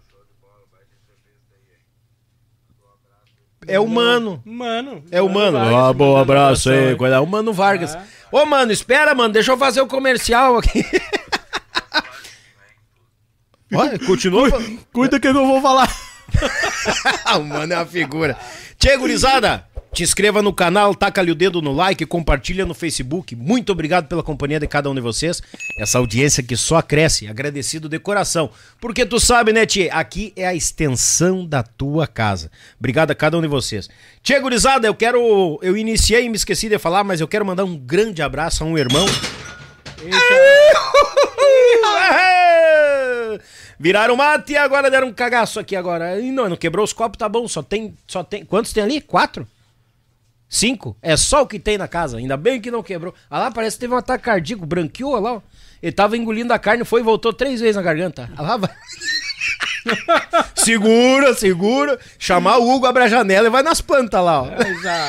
É o Mano. É o Mano. Ah, bom abraço aí. O Mano Vargas. Ô, Mano, espera, mano. Deixa eu fazer o comercial aqui. Olha, continua.
Cuida que eu vou falar.
O Mano é uma figura. Tchê, gurizada, te inscreva no canal, taca-lhe o dedo no like, compartilha no Facebook. Muito obrigado pela companhia de cada um de vocês. Essa audiência que só cresce, agradecido de coração. Porque tu sabe, né, Tchê? Aqui é a extensão da tua casa. Obrigado a cada um de vocês. Tchê, gurizada, eu iniciei e me esqueci de falar, mas eu quero mandar um grande abraço a um irmão. Viraram mate e agora deram um cagaço aqui agora. Não quebrou os copos, tá bom. Só tem. Quantos tem ali? 4? 5? É só o que tem na casa. Ainda bem que não quebrou. Ah lá, parece que teve um ataque cardíaco. Branqueou lá, ó. Ele tava engolindo a carne, foi e voltou 3 vezes na garganta. Ah lá, vai. Segura. Chamar o Hugo, abre a janela e vai nas plantas lá, ó.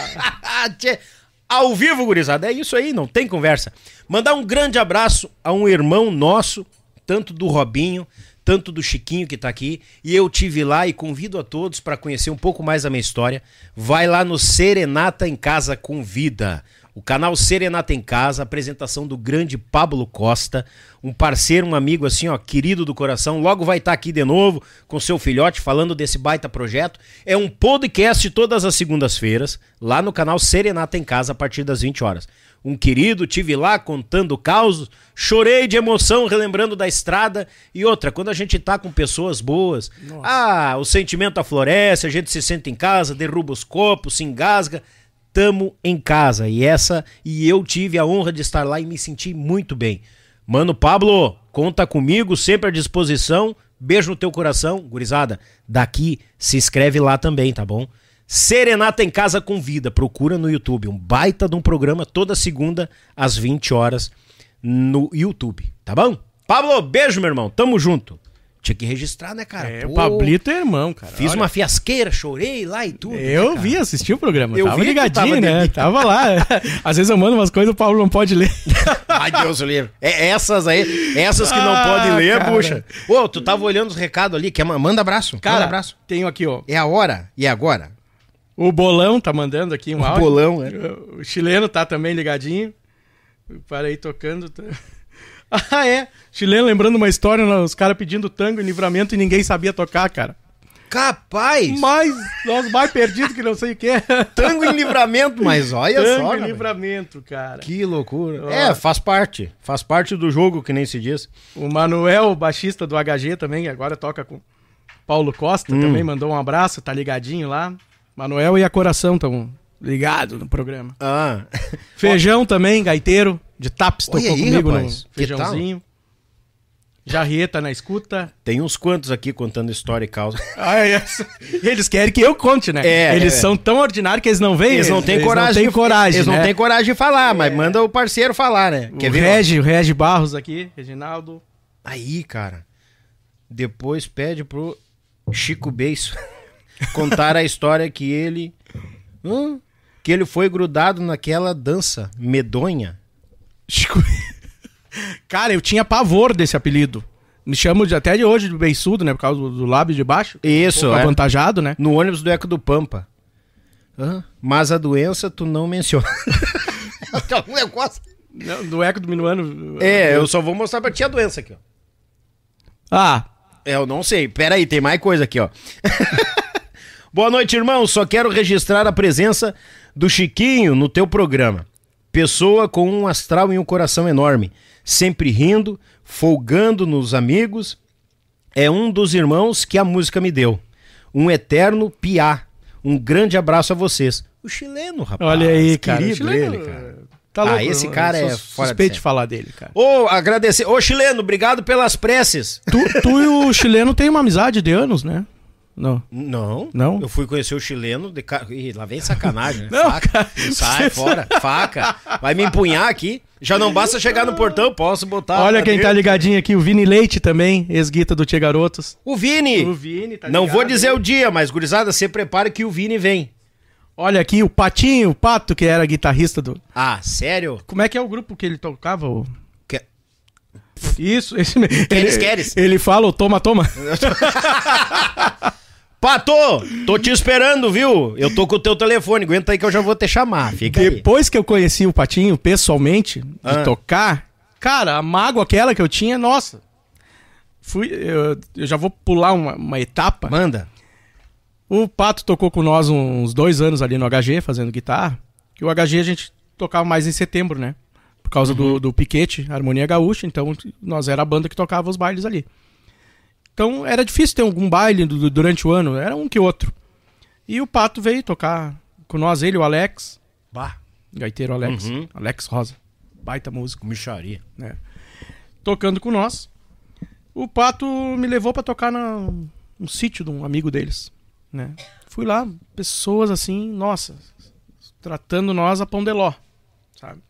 Ao vivo, gurizada. É isso aí, não tem conversa. Mandar um grande abraço a um irmão nosso, tanto do Robinho, tanto do Chiquinho que tá aqui, e eu tive lá e convido a todos para conhecer um pouco mais da minha história. Vai lá no Serenata em Casa Convida, o canal Serenata em Casa, apresentação do grande Pablo Costa, um parceiro, um amigo assim, ó, querido do coração. Logo vai estar aqui de novo com seu filhote falando desse baita projeto. É um podcast todas as segundas-feiras, lá no canal Serenata em Casa, a partir das 20 horas. Um querido, tive lá contando causos, chorei de emoção relembrando da estrada. E outra, quando a gente tá com pessoas boas, o sentimento aflorece, a gente se sente em casa, derruba os copos, se engasga. Tamo em casa. E eu tive a honra de estar lá e me senti muito bem. Mano Pablo, conta comigo, sempre à disposição. Beijo no teu coração. Gurizada, daqui se inscreve lá também, tá bom? Serenata em Casa Convida, procura no YouTube, um baita de um programa toda segunda às 20 horas no YouTube, tá bom? Pablo, beijo, meu irmão, tamo junto. Tinha que registrar, né, cara?
O Pablito é irmão, cara.
Fiz uma fiasqueira, chorei lá e tudo.
Eu vi, assisti o programa,
eu
tava
vi
ligadinho, né? Tava lá. Às vezes eu mando umas coisas e o Pablo não pode ler.
Ai, Deus o livre. Essas que não podem ler, cara. Puxa. Ô, tu tava olhando os recados ali, manda abraço.
Cara,
manda abraço.
Tenho aqui, ó.
É a hora e é agora.
O Bolão tá mandando aqui um áudio.
O Bolão, é.
O chileno tá também ligadinho. Parei tocando. Ah, é. Chileno lembrando uma história, os caras pedindo tango em Livramento e ninguém sabia tocar, cara.
Capaz!
Mas, nós mais perdidos que não sei o que é.
Tango em Livramento, mas olha só.
Tango em
né,
Livramento, cara.
que loucura.
Ó.
É, faz parte. Faz parte do jogo, que nem se diz.
O Manuel, baixista do HG também, agora toca com Paulo Costa, também mandou um abraço, tá ligadinho lá. Manuel e a Coração estão ligados no programa.
Ah.
Feijão também, gaiteiro, de Taps,
Olha
tocou
aí,
comigo
rapaz.
no
Que
feijãozinho. Jarrieta na escuta.
Tem uns quantos aqui contando história e causa.
Eles querem que eu conte, né? Eles são tão ordinários que eles não veem.
Eles não têm coragem. Eles
né?
não têm coragem de falar, mas manda o parceiro falar, né?
O Regi Barros aqui, Reginaldo.
Aí, cara. Depois pede pro Chico Beiço contar a história que ele foi grudado naquela dança medonha.
Chico... Cara, eu tinha pavor desse apelido. Me chamo até de hoje de beiçudo, né? Por causa do lábio de baixo.
Isso,
um pouco avantajado, né?
No ônibus do Eco do Pampa. Mas a doença tu não menciona. Um negócio.
Não, do Eco do Minuano.
Eu só vou mostrar pra ti a doença aqui, ó.
Ah.
Eu não sei. Pera aí, tem mais coisa aqui, ó. Boa noite, irmão. Só quero registrar a presença do Chiquinho no teu programa. Pessoa com um astral e um coração enorme. Sempre rindo, folgando nos amigos. É um dos irmãos que a música me deu. Um eterno piá. Um grande abraço a vocês. O chileno, rapaz.
Olha aí, cara.
Querido
Chileno,
ele, cara.
Tá louco,
esse cara é fora
suspeito de falar dele, cara.
Agradecer. Chileno, obrigado pelas preces.
Tu e o chileno tem uma amizade de anos, né? Não.
Não. Eu fui conhecer o chileno. Ih, lá vem sacanagem, né?
Não,
faca.
cara.
Sai fora. Faca. Vai me empunhar aqui. Já não basta chegar no portão, posso botar.
Olha quem tá ligadinho aqui, o Vini Leite também, ex-guita do Tchê Garotos.
O Vini.
Tá
não
ligado,
vou dizer o dia, mas gurizada, se prepare que o Vini vem.
Olha aqui o Patinho, o Pato, que era guitarrista do...
Ah, sério?
Como é que é o grupo que ele tocava?
Que...
Isso, esse mesmo.
Queres?
Ele fala o toma.
Pato, tô te esperando, viu? Eu tô com o teu telefone, aguenta aí que eu já vou te chamar. Fica aí.
Depois que eu conheci o Patinho pessoalmente, de tocar, cara, a mágoa aquela que eu tinha, nossa. Eu já vou pular uma etapa.
Manda.
O Pato tocou com nós uns 2 anos ali no HG, fazendo guitarra. Que o HG a gente tocava mais em setembro, né? Por causa do piquete, Harmonia Gaúcha. Então, nós era a banda que tocava os bailes ali. Então, era difícil ter algum baile durante o ano. Era um que outro. E o Pato veio tocar com nós, ele, o Alex.
Bah.
Gaiteiro Alex. Alex Rosa. Baita músico.
Micharia.
Né? Tocando com nós. O Pato me levou pra tocar num sítio de um amigo deles. Né? Fui lá, pessoas assim, nossa, tratando nós a pão de ló, sabe?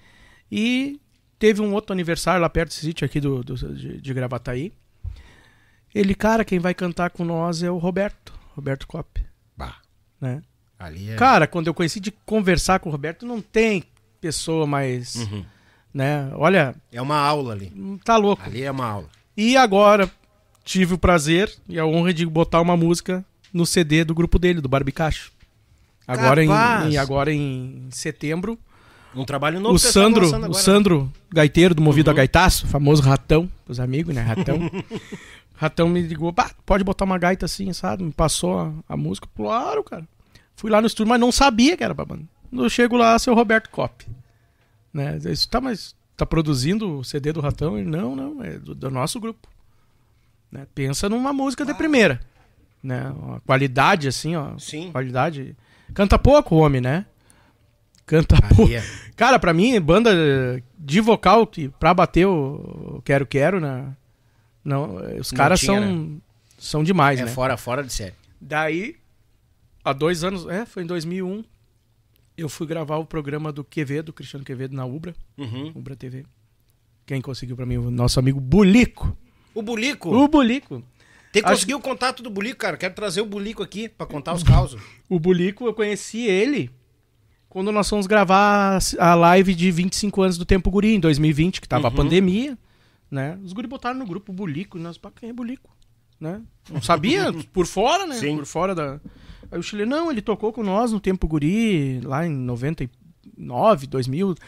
E teve um outro aniversário lá perto desse sítio aqui de Gravataí. Ele, cara, quem vai cantar com nós é o Roberto Kopp.
Bah.
Né?
Ali é...
Cara, quando eu conheci de conversar com o Roberto, não tem pessoa mais, né? Olha...
É uma aula ali.
Tá louco.
Ali é uma aula.
E agora tive o prazer e a honra de botar uma música no CD do grupo dele, do Barbicacho. Agora em setembro.
Um trabalho novo.
O Sandro, gaiteiro do Movido a Gaitaço, famoso Ratão, os amigos, né? Ratão. Ratão me ligou, pode botar uma gaita assim, sabe? Me passou a música. Claro, cara. Fui lá no estúdio, mas não sabia que era pra banda. Quando eu chego lá, seu Roberto Kopp. Né? Eu disse, mas tá produzindo o CD do Ratão? Ele, não, é do nosso grupo. Né? Pensa numa música de primeira. Né? Uma qualidade, assim, ó.
Sim.
Qualidade. Canta pouco o homem, né? Canta pouco. Cara, pra mim, banda de vocal, que pra bater o Quero, né? Não, os caras são demais, né?
Fora de série.
Daí, há 2 anos, foi em 2001, eu fui gravar o programa do Quevedo, Cristiano Quevedo, na Ubra. Ubra TV. Quem conseguiu pra mim? O nosso amigo Bulico.
O Bulico?
O Bulico.
Tem que conseguir o contato do Bulico, cara. Quero trazer o Bulico aqui pra contar os causos.
O Bulico, eu conheci ele quando nós fomos gravar a live de 25 anos do Tempo Guri, em 2020, que tava a pandemia, né? Os guri botaram no grupo Bulico, e nós, quem é Bulico? Né? Não sabia, por fora, né?
Sim.
Por fora da... Aí o Chile, não, ele tocou com nós no Tempo Guri, lá em 99, 2000.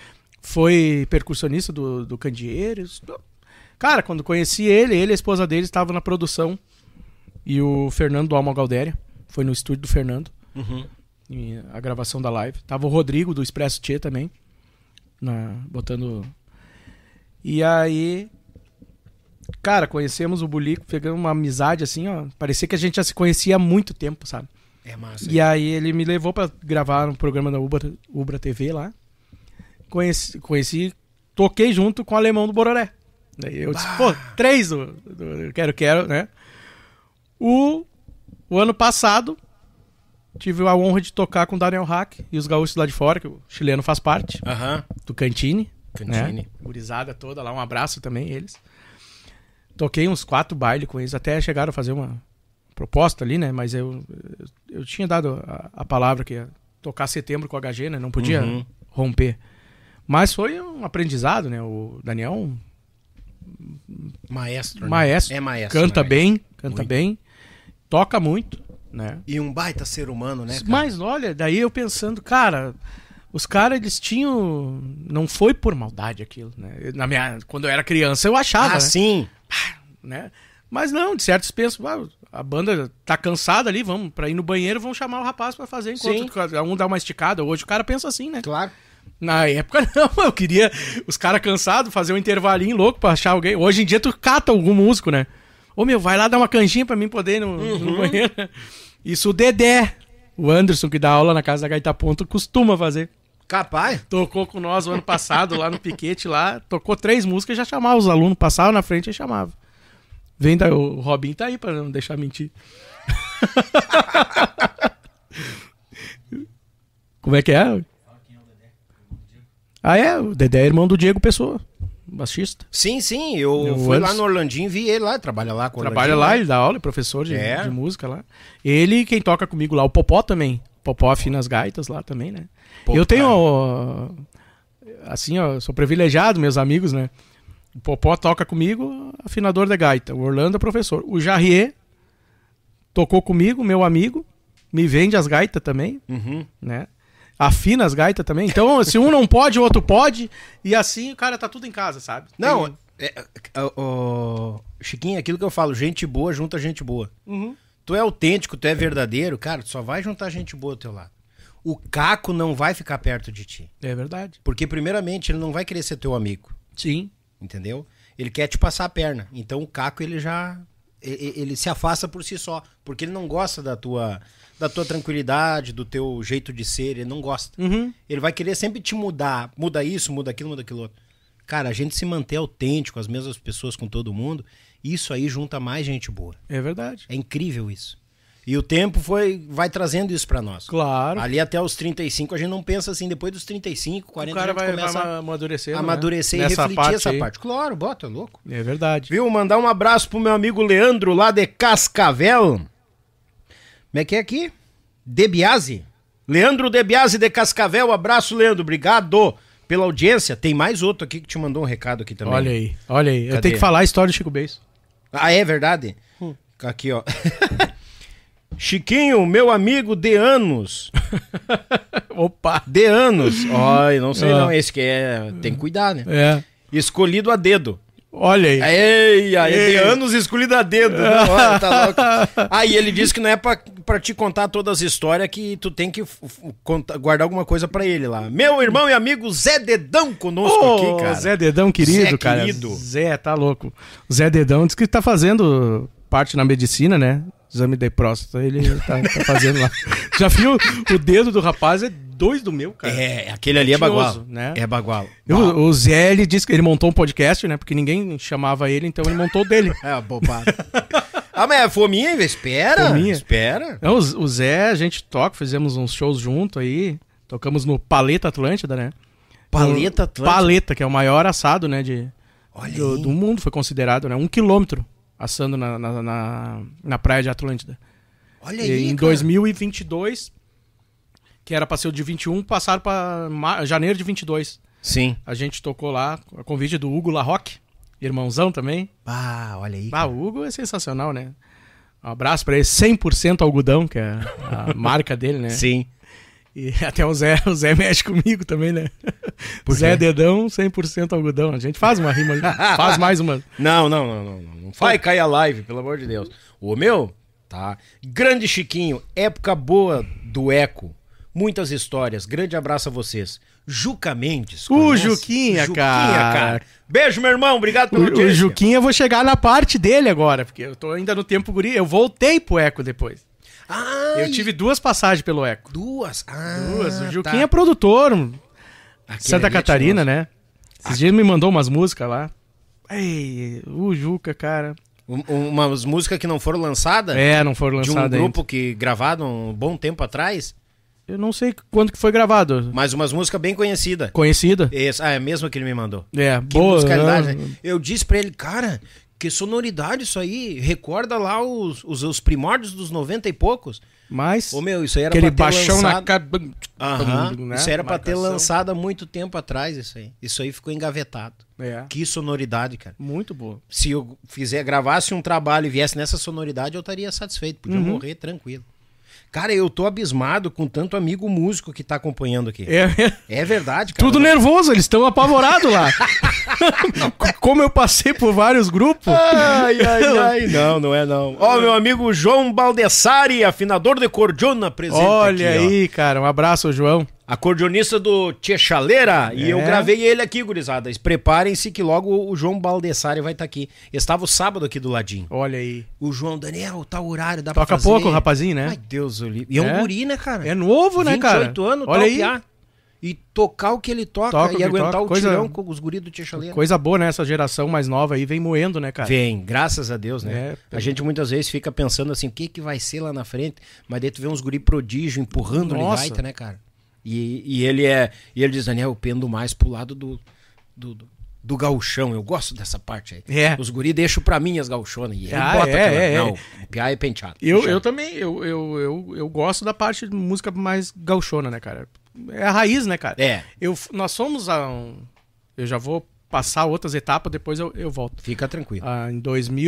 foi percussionista do Candeeiros. Cara, quando conheci ele e a esposa dele estavam na produção. E o Fernando do Alma Galdéria. Foi no estúdio do Fernando. E a gravação da live. Tava o Rodrigo do Expresso Tchê também. Botando... E aí... Cara, conhecemos o Bulico, pegamos uma amizade assim, ó. Parecia que a gente já se conhecia há muito tempo, sabe?
É massa.
E aí ele me levou pra gravar no programa da Ubra TV lá. Conheci, toquei junto com o Alemão do Bororé. Daí eu disse, pô, 3 do Quero, né? O ano passado, tive a honra de tocar com o Daniel Hack e os gaúchos lá de fora, que o chileno faz parte, do Cantini. Né? Gurizada toda lá, um abraço também, eles. Toquei uns 4 bailes com eles, até chegaram a fazer uma proposta ali, né? Mas eu tinha dado a palavra que ia tocar setembro com o HG, né? Não podia romper. Mas foi um aprendizado, né? O Daniel é um
maestro.
Maestro.
É maestro.
Canta
né?
bem,
Muito.
bem. Toca muito, né?
E um baita ser humano, né, cara?
Mas olha, daí eu pensando, cara, os caras, eles tinham... Não foi por maldade aquilo, né? Quando eu era criança, eu achava, né?
Sim.
Né? Mas não, de certos pensam, a banda tá cansada ali, vamos pra ir no banheiro, vamos chamar o rapaz pra fazer enquanto cada um dá uma esticada. Hoje o cara pensa assim, né?
Claro.
Na época não, eu queria os caras cansados fazer um intervalinho louco pra achar alguém. Hoje em dia tu cata algum músico, né? Ô meu, vai lá dar uma canjinha pra mim poder ir no banheiro. Isso o Dedé, o Anderson, que dá aula na casa da Gaita Ponto, costuma fazer.
Capaz.
Tocou com nós o ano passado lá no Piquete, lá, tocou 3 músicas e já chamava os alunos, passava na frente e chamava. O Robinho tá aí pra não deixar mentir. Como é que é? O Dedé é irmão do Diego Pessoa, baixista.
Sim, eu fui lá no Orlandinho, vi ele lá, trabalha lá com o
Trabalha lá, ele dá aula, é professor de música lá. Ele, quem toca comigo lá, o Popó também. Popó afina as gaitas lá também, né?
Pô,
eu tenho, assim, ó, sou privilegiado, meus amigos, né? O Popó toca comigo, afinador de gaita. O Orlando é professor. O Jarrier tocou comigo, meu amigo, me vende as gaitas também, né? Afina as gaitas também. Então, se um não pode, o outro pode. E assim, o cara tá tudo em casa, sabe?
Não, Chiquinho, aquilo que eu falo, gente boa junta gente boa. Tu é autêntico, tu é verdadeiro, cara, tu só vai juntar gente boa do teu lado. O Caco não vai ficar perto de ti.
É verdade.
Porque, primeiramente, ele não vai querer ser teu amigo.
Sim.
Entendeu? Ele quer te passar a perna. Então, o Caco, ele se afasta por si só. Porque ele não gosta da tua tranquilidade, do teu jeito de ser, ele não gosta. Ele vai querer sempre te mudar. Muda isso, muda aquilo outro. Cara, a gente se manter autêntico, as mesmas pessoas com todo mundo, isso aí junta mais gente boa.
É verdade.
É incrível isso. E o tempo vai trazendo isso pra nós.
Claro.
Ali até os 35, a gente não pensa assim, depois dos 35, 40,
o cara
a gente começa
vai amadurecer,
amadurecer
né?
e refletir essa
aí.
parte. Claro, bota, louco.
É verdade.
Viu? Mandar um abraço pro meu amigo Leandro, lá de Cascavel. Como é que é aqui? Debiase. Leandro Debiase de Cascavel. Abraço, Leandro. Obrigado pela audiência. Tem mais outro aqui que te mandou um recado aqui também.
Olha aí. Eu
Cadê?
tenho que falar a história do Chico Beiço.
Ah, é verdade? Aqui, ó. Chiquinho, meu amigo de anos.
Opa!
De anos. Ai, não sei não. Esse que tem que cuidar, né?
É.
Escolhido a dedo.
Olha aí.
Ei, de anos escolhido a dedo. Olha, tá louco. Aí ele disse que não é pra te contar todas as histórias, que tu tem que guardar alguma coisa pra ele lá. Meu irmão e amigo Zé Dedão conosco aqui, cara.
Zé Dedão querido,
Zé
cara.
querido.
Zé, tá louco. O Zé Dedão diz que tá fazendo parte na medicina, né? Exame de próstata, ele tá fazendo lá. Já viu? O dedo do rapaz é 2 do meu, cara.
É, aquele ali é bagual.
Né?
É bagual.
O Zé, ele disse que ele montou um podcast, né? Porque ninguém chamava ele, então ele montou o dele.
É, bobado. Ah, mas é fominha, espera.
Fominha.
Espera.
Não, o Zé, a gente toca, fizemos uns shows junto aí. Tocamos no Paleta Atlântida, né?
Paleta Atlântida?
Paleta, que é o maior assado, né? Do mundo, foi considerado, né? 1 quilômetro assando na praia de Atlântida.
Olha aí,
em 2022, que era pra ser o de 21, passaram pra janeiro de 22.
Sim.
A gente tocou lá, a convite do Hugo Larroque, irmãozão também.
Ah, olha aí.
Ah, o Hugo é sensacional, né? Um abraço pra ele, 100% algodão, que é a marca dele, né?
Sim.
E até o Zé mexe comigo também, né? Zé Dedão, 100% algodão. A gente faz uma rima, faz mais uma.
Não. Não vai cair a live, pelo amor de Deus. O meu, tá. Grande Chiquinho, época boa do Eco. Muitas histórias. Grande abraço a vocês. Juca Mendes.
Juquinha, cara.
Beijo, meu irmão. Obrigado pelo
O Juquinha, eu vou chegar na parte dele agora, porque eu tô ainda no tempo guri. Eu voltei pro Eco depois. Eu tive 2 passagens pelo Eco.
2?
Duas. O Juquinha é produtor. Santa Catarina, né? Esses dias me mandou umas músicas lá. Ei, o Juca, cara.
Umas músicas que não foram lançadas?
Não foram lançadas
ainda. De um grupo que gravaram um bom tempo atrás?
Eu não sei quando que foi gravado.
Mas umas músicas bem conhecidas.
Conhecida?
É mesmo que ele me mandou.
Que boa.
Musicalidade, né? Eu disse pra ele, cara, que sonoridade isso aí. Recorda lá os primórdios dos 90 e poucos.
Mas...
isso aí era
aquele
pra ter
baixão
lançado...
né?
Isso era pra ter lançado há muito tempo atrás, isso aí. Isso aí ficou engavetado. Que sonoridade, cara.
Muito boa.
Se eu gravasse um trabalho e viesse nessa sonoridade, eu estaria satisfeito. Podia morrer tranquilo. Cara, eu tô abismado com tanto amigo músico que tá acompanhando aqui. É verdade, cara.
Tudo nervoso, eles estão apavorados lá. Como eu passei por vários grupos.
Ai. Não é não. Ó, meu amigo João Baldessari, afinador de cordiona, presente aqui.
Olha aí, cara, um abraço, João.
Acordeonista do Tchê Chaleira. E eu gravei ele aqui, gurizada. Preparem-se que logo o João Baldessari vai estar aqui. Estava o sábado aqui do ladinho.
Olha aí.
O João, Daniel, tá o horário, dá pra
fazer.
Toca
pouco o rapazinho, né?
Ai, Deus do livro. E é um guri, né, cara?
É novo, né, cara?
28 anos,
olha aí.
E tocar o que ele toca e aguentar o tirão com os guris do Tchê Chaleira.
Coisa boa, né? Essa geração mais nova aí vem moendo, né, cara?
Vem, graças a Deus, né? A gente muitas vezes fica pensando assim, o que vai ser lá na frente? Mas daí tu vê uns guri prodígio empurrando o gaita, né, cara? E ele diz, Daniel, eu pendo mais pro lado do gauchão. Eu gosto dessa parte aí. Os guri deixam pra mim as gauchonas. E ele bota Não, o piá é penteado.
Eu também, eu gosto da parte de música mais gauchona, né, cara? É a raiz, né, cara? Nós somos eu já vou passar outras etapas, depois eu volto.
Fica tranquilo.
Em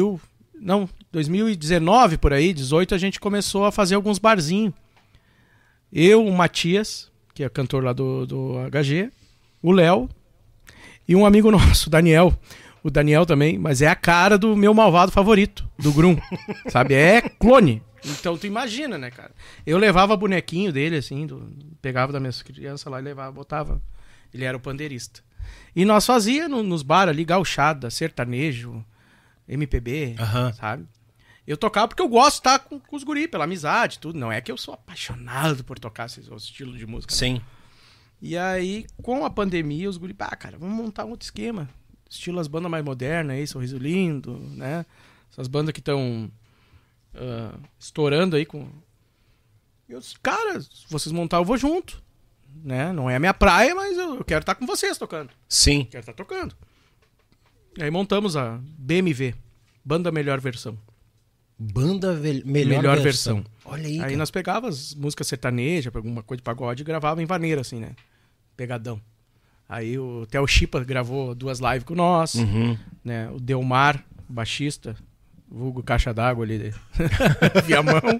2019, por aí, 18, a gente começou a fazer alguns barzinhos. Eu, o Matias, que é cantor lá do HG, o Léo e um amigo nosso, o Daniel. O Daniel também, mas é a cara do meu malvado favorito, do Grum, sabe? É clone. Então tu imagina, né, cara? Eu levava bonequinho dele, assim, pegava das minhas crianças lá e levava, botava. Ele era o pandeirista. E nós fazia nos bar ali, gauchada, sertanejo, MPB, sabe? Eu tocava porque eu gosto de estar com os guri, pela amizade, tudo. Não é que eu sou apaixonado por tocar esse estilo de música.
Sim.
Né? E aí, com a pandemia, os guri, cara, vamos montar um outro esquema. Estilo as bandas mais modernas aí, Sorriso Lindo, né? Essas bandas que estão estourando aí com... Cara, se vocês montar, eu vou junto. Né? Não é a minha praia, mas eu quero estar com vocês tocando.
Sim.
Quero estar tocando. E aí montamos a BMV, Banda Melhor Versão.
Banda melhor versão.
Olha aí. Aí nós pegávamos as músicas sertanejas, alguma coisa de pagode, e gravava em vaneira, assim, né? Pegadão. Aí o Theo Chipa gravou 2 lives com nós, né? O Delmar, baixista, vulgo caixa d'água ali, via mão.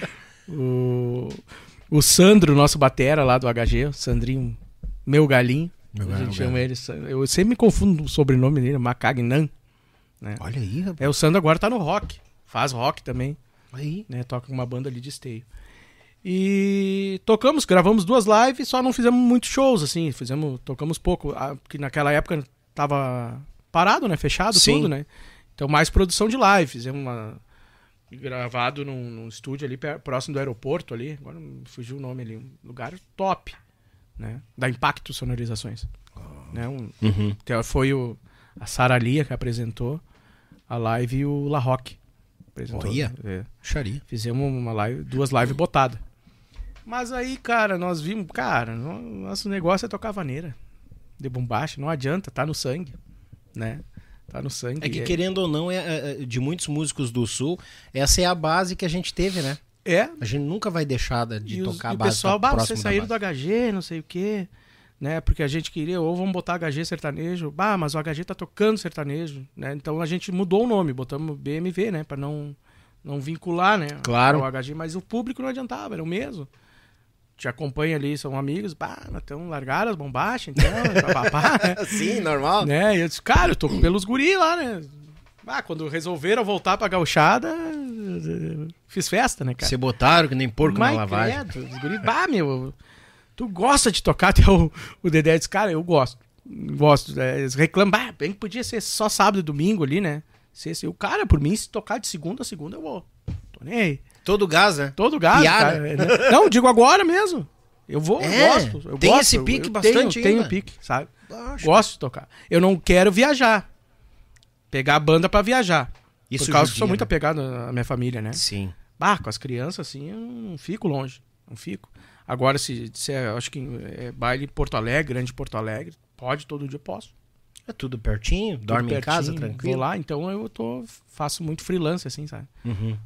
O Sandro, nosso batera lá do HG, o Sandrinho, meu galinho. A gente chama ele. Eu sempre me confundo o sobrenome dele, Macagnan. Né?
Olha aí, rapaz.
O Sandro agora tá no rock. Faz rock também.
Aí.
Né? Toca com uma banda ali de esteio. E gravamos 2 lives, só não fizemos muitos shows, assim. Tocamos pouco. Porque naquela época tava parado, né? Fechado. Sim. Tudo, né? Então mais produção de live. Fizemos gravado num estúdio ali próximo do aeroporto ali. Agora fugiu o nome ali. Um lugar top. Né? Da Impacto Sonorizações. Né? Foi a Sara Lia que apresentou a live e o La Rock.
Olha, xaria.
Fizemos uma live, 2 lives botadas. Mas aí, cara, nós vimos... Cara, nosso negócio é tocar vaneira. De bombacha, não adianta, tá no sangue. Né? Tá no sangue.
É que querendo ou não, de muitos músicos do Sul, essa é a base que a gente teve, né? A gente nunca vai deixar de tocar a base.
E o pessoal, vocês saíram do HG, não sei o quê... Né? Porque a gente queria, ou vamos botar HG sertanejo, mas o HG tá tocando sertanejo, né? Então a gente mudou o nome, botamos BMV, né? Pra não vincular, né?
Claro.
Ao HG, mas o público não adiantava, era o mesmo. te acompanha ali, são amigos, então largaram as bombachas, então, papapá, né?
Sim, normal.
Né? E eu disse, cara, eu tô pelos guri lá, né? Quando resolveram voltar pra gauchada, fiz festa, né, cara?
Você botaram que nem porco na
Mas
lavagem.
credo, os guri, meu, tu gosta de tocar? Até o Dedé disse, cara, eu gosto. Eles reclamam, bem que podia ser só sábado e domingo ali, né? O cara, por mim, se tocar de segunda a segunda, eu vou. Tô nem aí.
Todo gás, né?
Todo gás,
Piada.
cara. Não, digo agora mesmo. Eu vou, eu gosto. Eu
tem
gosto,
esse pique
eu
bastante
tenho
ainda.
pique, sabe?
Acho.
Gosto de tocar. Eu não quero viajar. Pegar a banda pra viajar.
Isso
Por causa que
judia,
sou muito
né?
apegado à minha família, né?
Sim.
Com as crianças, assim, eu não fico longe. Não fico. Agora, se acho que é baile em Porto Alegre, grande Porto Alegre, pode, todo dia eu posso.
É tudo pertinho, dorme
Tudo
em casa,
pertinho,
tranquilo.
Vou lá, então eu faço muito freelance, assim, sabe?
Uhum.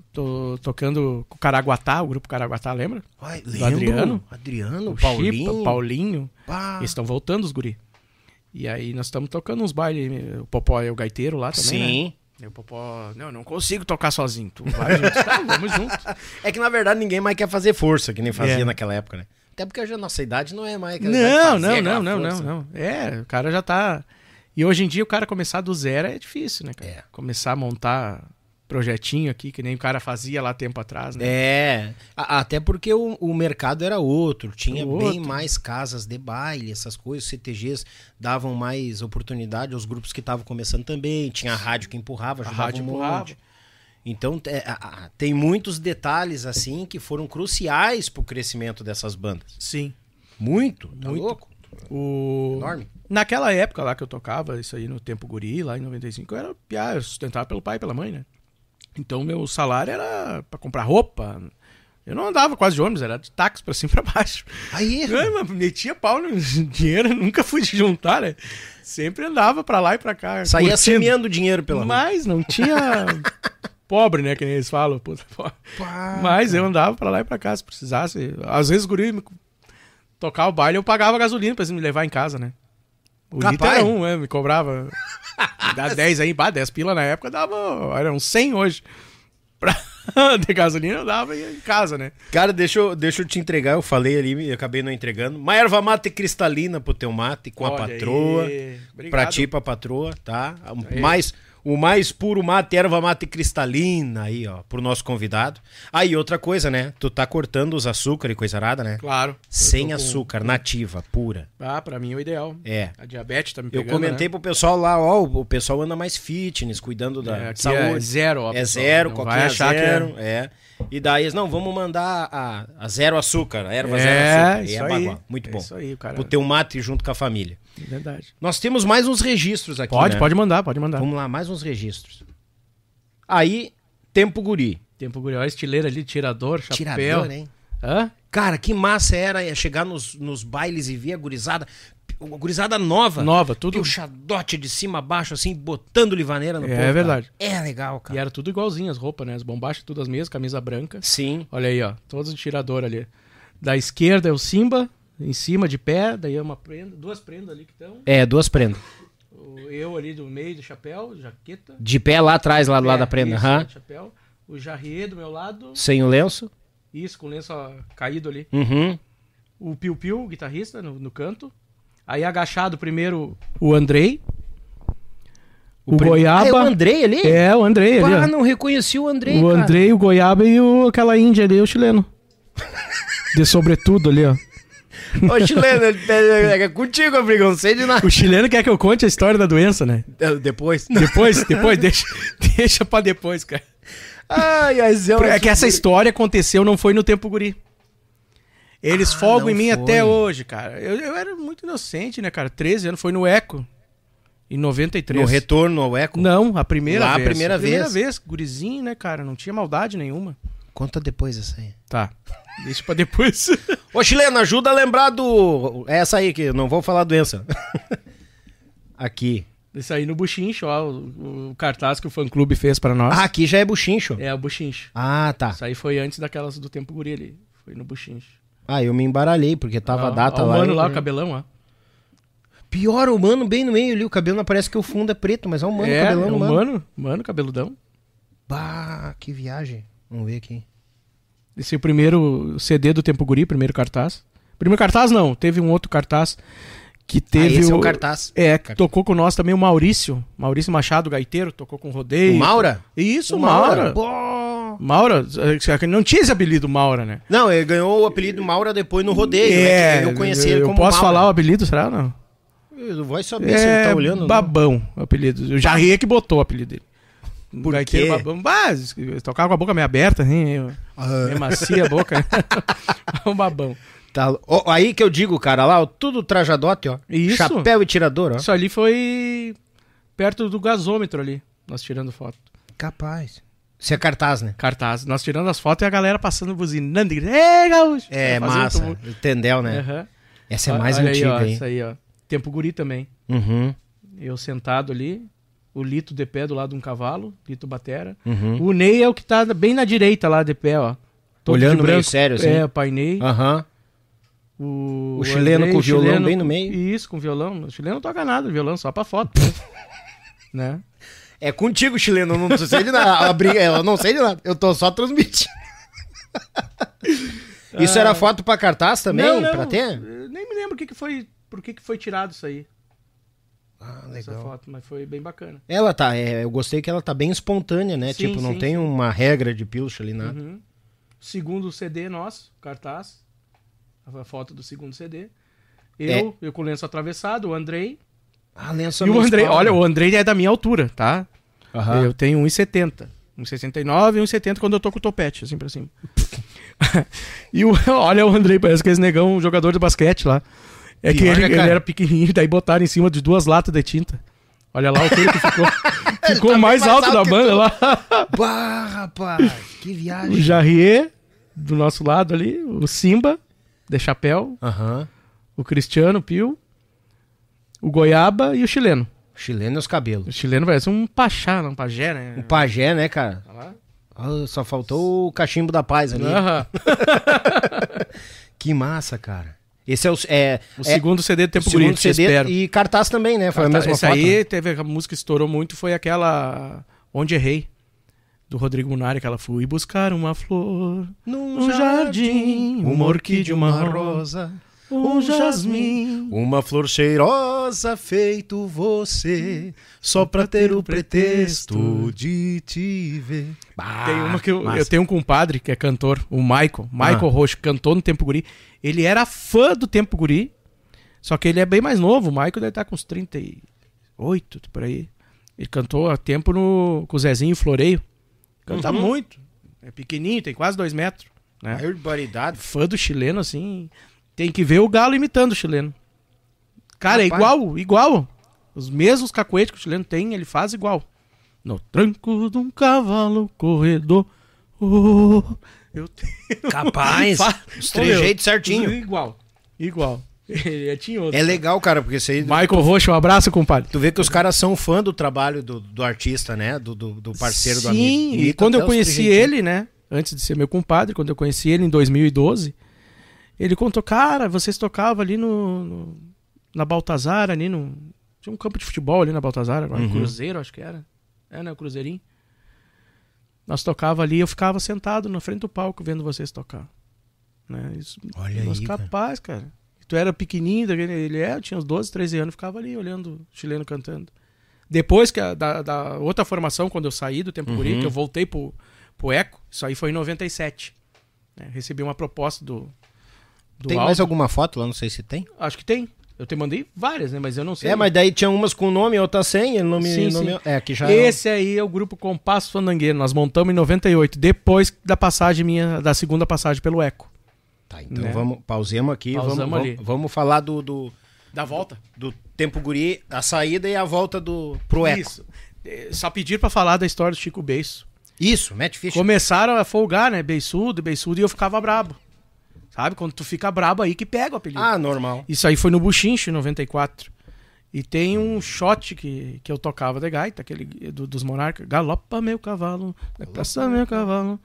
Tô tocando com o Caraguatá, o grupo Caraguatá, lembra?
Ai,
Do
lembro. Adriano,
O
Paulinho.
Chipa, Paulinho.
Pá.
Eles estão voltando, os guri. E aí nós estamos tocando uns bailes. O Popó é o gaiteiro lá também, né?
Sim.
E o Popó, não consigo tocar sozinho. Tu vai junto, tá, vamos junto.
É que na verdade ninguém mais quer fazer força, que nem fazia
É.
naquela época, né? Até porque a nossa idade não é mais aquela idade de fazer aquela força.
Não. É, o cara já tá... E hoje em dia o cara começar do zero é difícil, né, cara?
É.
Começar a montar projetinho aqui, que nem o cara fazia lá tempo atrás, né?
É, até porque o mercado era outro, tinha bem
Outro.
mais casas de baile, essas coisas, CTGs davam mais oportunidade aos grupos que estavam começando também, tinha a rádio que empurrava, ajudava
rádio
um
empurrava.
monte. Então tem muitos detalhes assim que foram cruciais pro crescimento dessas bandas.
Sim.
Muito, tá
Muito.
louco? Enorme.
Naquela época lá que eu tocava, isso aí no Tempo Guri, lá em 95, eu era piá, eu sustentava pelo pai e pela mãe, né? Então meu salário era pra comprar roupa. Eu não andava quase de ônibus, era de táxi pra cima e pra baixo.
Aí,
Mas metia pau no dinheiro, nunca fui de juntar, né? Sempre andava pra lá e pra cá.
saía
curtindo.
semeando dinheiro pela rua.
Mas não tinha pobre, né? Que nem eles falam. Puta, pobre. Mas eu andava pra lá e pra cá se precisasse. Às vezes o guri tocar o baile, eu pagava gasolina pra eles me levar em casa, né? O litro
Capaz.
era me cobrava. Dá 10 aí, 10 pila na época, dava. Era uns 100 hoje. Pra de gasolina eu dava em casa, né?
Cara, deixa eu te entregar, eu falei ali, eu acabei não entregando. Uma erva mate cristalina pro teu mate, com a
Olha
patroa.
aí. Obrigado.
Pra ti, pra patroa, tá? O mais puro mate, erva mate cristalina aí, ó, pro nosso convidado. Aí, outra coisa, né? Tu tá cortando os açúcar e coisa arada, né?
Claro.
Sem
Eu tô com-
açúcar, nativa, pura.
Pra mim é o ideal.
É.
A diabetes tá me
Eu
pegando,
comentei
né?
pro pessoal lá, ó, o pessoal anda mais fitness, cuidando da
Aqui
saúde.
é zero, ó,
É
pessoal.
zero,
Não
qualquer
vai achar que
zero, é. E daí eles, não, vamos mandar a zero açúcar, a erva zero
É,
açúcar.
isso
E é
aí.
bagual, muito
É
bom.
isso aí, o cara.
Pro teu mate junto com a família.
Verdade.
Nós temos mais uns registros aqui,
Pode,
né?
pode mandar, pode mandar.
Vamos lá, mais uns registros. Aí, Tempo Guri.
Tempo guri, ó, estileira ali, tirador, chapéu.
Tirador, hein?
Hã?
Cara, que massa era chegar nos bailes e ver a gurizada nova.
Nova, tudo.
E o chadote de cima a baixo, assim, botando livaneira no
É
povo. cara.
verdade.
É legal,
E
cara.
era tudo igualzinho as roupas, né? As bombachas, tudo as mesmas, camisa branca.
Sim.
Olha aí, ó, todos os tirador ali. Da esquerda é o Simba, em cima de pé, daí é uma prenda, duas prendas ali que estão.
É, duas prendas.
Eu ali do meio do chapéu, jaqueta.
De pé lá atrás, lá do lado da prenda.
Isso,
aham.
chapéu. O Jarrier do meu lado,
Sem o lenço.
isso, com o lenço ó, caído ali.
Uhum.
O Piu Piu, o guitarrista, no canto. Aí agachado primeiro o Andrei. O Goiaba.
Ah, é o Andrei ali?
É, o Andrei ali,
Ah,
ó.
não reconheci o Andrei,
O
cara.
Andrei, o Goiaba e aquela índia ali, o chileno. De sobretudo ali, ó.
Ô, chileno, é contigo, Abrigão, não sei de nada.
O chileno quer que eu conte a história da doença, né?
Depois.
Depois, deixa pra depois, cara.
Ai,
É que essa história aconteceu, não foi no Tempo Guri. Eles folgam
não
em mim
foi.
até hoje, cara. Eu era muito inocente, né, cara? 13 anos, foi no Eco, em 93.
No retorno ao Eco?
Não, a primeira
Lá, a
vez.
primeira vez.
Gurizinho, né, cara? Não tinha maldade nenhuma.
Conta depois essa aí.
Tá, deixa pra depois.
Ô, chileno, ajuda a lembrar do... Essa aí, que eu não vou falar a doença. Aqui.
Isso aí no Buchincho, ó, o cartaz que o fã-clube fez pra nós.
Ah, aqui já é buchincho.
É, o Buchincho.
Ah, tá.
Isso aí foi antes daquelas do Tempo Guri ali. Foi no Buchincho.
Ah, eu me embaralhei, porque tava a data
ó,
lá.
o mano
eu-
lá, o cabelão, ó.
Pior, o mano bem no meio ali. O cabelo não parece que o fundo é preto, mas é o mano, cabelão,
o
mano.
mano, cabeludão.
Bah, que viagem. Vamos ver aqui.
Esse é o primeiro CD do Tempo Guri, primeiro cartaz. Primeiro cartaz não, teve um outro cartaz que teve
esse é o cartaz.
que tocou com nós também o Maurício Machado, gaiteiro, tocou com o Rodeio.
O Maura?
Isso, o Maura. Maura, não tinha esse apelido Maura, né?
Não, ele ganhou o apelido Maura depois no Rodeio, né? Eu conheci ele como
Maura. Eu posso falar o
Maura.
apelido, será? Não.
Vai saber se ele tá olhando.
Babão, o apelido. O Jarry que botou o apelido dele.
Por
gaiteiro
quê?
Babão. Tocava com a boca meio aberta, assim, meio macia a boca. Um babão.
Tá, aí que eu digo, cara, lá, ó, tudo trajadote, ó.
Isso.
Chapéu e tirador, ó.
Isso ali foi perto do gasômetro ali, nós tirando foto.
Capaz. Isso é cartaz, né?
Cartaz. Nós tirando as fotos e a galera passando buzinando. Ei, gaúcho!
É, massa. Entendeu, né?
Uhum.
Essa é mais
Olha
antiga,
aí, ó,
hein?
isso aí, ó. Tempo Guri também.
Uhum.
Eu sentado ali, o Lito de pé do lado de um cavalo, Lito Batera.
Uhum.
O Ney é o que tá bem na direita lá de pé, ó. Todo
Olhando
de branco.
meio sério, assim.
É, o pai Ney.
Aham.
O
chileno
Andrei,
com o violão
chileno
bem no meio.
Isso, com violão. O chileno não toca nada, o violão só pra foto. Né?
É contigo, chileno, eu não sei de nada. A briga, eu não sei de nada. Eu tô só transmitindo. Isso era foto pra cartaz também?
Não,
pra ter?
Nem me lembro por que foi tirado isso aí.
Ah,
Essa
legal.
foto, mas foi bem bacana.
Ela tá, eu gostei que ela tá bem espontânea, né?
Sim,
tipo, não
sim,
tem
sim.
uma regra de pilcha ali, nada.
Uhum. Segundo CD nosso, cartaz. A foto do segundo CD. Eu com o lenço atravessado, o Andrei.
Ah, lenço
E o Andrei,
municipal,
olha,
né?
o Andrei é da minha altura, tá?
Aham.
Eu tenho 1,70. 1,69 e 1,70 quando eu tô com o topete, assim pra cima. E olha o Andrei, parece que esse negão, um jogador de basquete lá. É que
Pior,
ele,
né,
ele
cara?
era pequenininho, daí botaram em cima de 2 latas de tinta. Olha lá o que ele que ficou. Ficou
tá
mais
bem mais
alto
alto
da
que
banda
tu.
lá.
Bah, rapaz, que
O
viagem.
Jarrier, do nosso lado ali. O Simba, de chapéu.
Aham.
O Cristiano, o Pio. O Goiaba e o chileno.
Chileno e os cabelos.
O chileno parece um pajé, um pajé, né?
O pajé, né, cara?
Olha lá.
Ah, só faltou o cachimbo da paz ali.
Aham.
Que massa, cara. Esse é
O segundo CD do Tempo
segundo
Guri,
CD
espero.
e cartaz também, né? Foi a mesma
Esse
foto.
aí teve a música que estourou muito, foi aquela Onde Errei, do Rodrigo Munari, que ela fui buscar uma flor
Num
jardim, uma orquídea, uma
rosa,
um jasmim.
uma flor cheirosa feito você, só pra ter o pretexto de te ver.
Tem uma que eu tenho um compadre que é cantor, o Michael Rocha, cantou no Tempo Guri. Ele era fã do Tempo Guri, só que ele é bem mais novo. O Michael deve estar com uns 38, por aí. Ele cantou há tempo com o Zezinho Floreio. Canta muito. É pequenininho, tem quase 2 metros. Né?
Barbaridade.
Fã do chileno, assim. Tem que ver o Galo imitando o chileno. Cara,
Rapaz.
é igual. Os mesmos cacuetes que o chileno tem, ele faz igual. No tranco de um cavalo corredor. Oh, eu tenho...
Capaz. Os trejeitos certinho.
Igual. Ele é tinhoso.
É legal, cara, porque isso aí...
Michael Rocha, um abraço, compadre.
Tu vê que os caras são fã do trabalho do artista, né? Do parceiro, do amigo.
Sim, e
Imita
quando
até
eu
os
conheci
trejeitinhos.
ele, né? Antes de ser meu compadre, quando eu conheci ele em 2012, ele contou, cara, vocês tocavam ali na Baltazar, ali no... Tinha um campo de futebol ali na Baltazar, agora Cruzeiro, acho que era. É, né? O Cruzeirinho. Nós tocava ali, eu ficava sentado na frente do palco vendo vocês tocar. Né? Isso,
Olha
nós
aí,
capaz, cara. Tu era pequenininho, eu tinha uns 12, 13 anos, ficava ali olhando o chileno cantando. Depois que da outra formação, quando eu saí do Tempo Guri, que eu voltei pro Eco, isso aí foi em 97. Né? Recebi uma proposta do
Tem mais alguma foto lá? Não sei se tem.
Acho que tem. Eu te mandei várias, né? Mas eu não sei.
É, mas daí tinha umas com nome e outras sem. Ele não me...
Sim,
não
sim.
me- É, que já...
Esse aí é o grupo Compasso Fandangueiro. Nós montamos em 98, depois da passagem minha, da segunda passagem pelo Eco.
Tá, então
Né?
pausemos aqui.
Pausamos ali.
Vamos falar do
Da volta?
Tempo Guri, a saída e a volta pro Eco.
Isso. Só pedir pra falar da história do Chico Beiço.
Isso, Matt Fischer.
Começaram a folgar, né? Beiçudo, e eu ficava brabo. Sabe? Quando tu fica brabo aí que pega o apelido.
Ah, normal.
Isso aí foi no Buchincho, em 94. E tem um shot que eu tocava de gaita, aquele dos Monarcas. Galopa meu cavalo, depressa meu cavalo.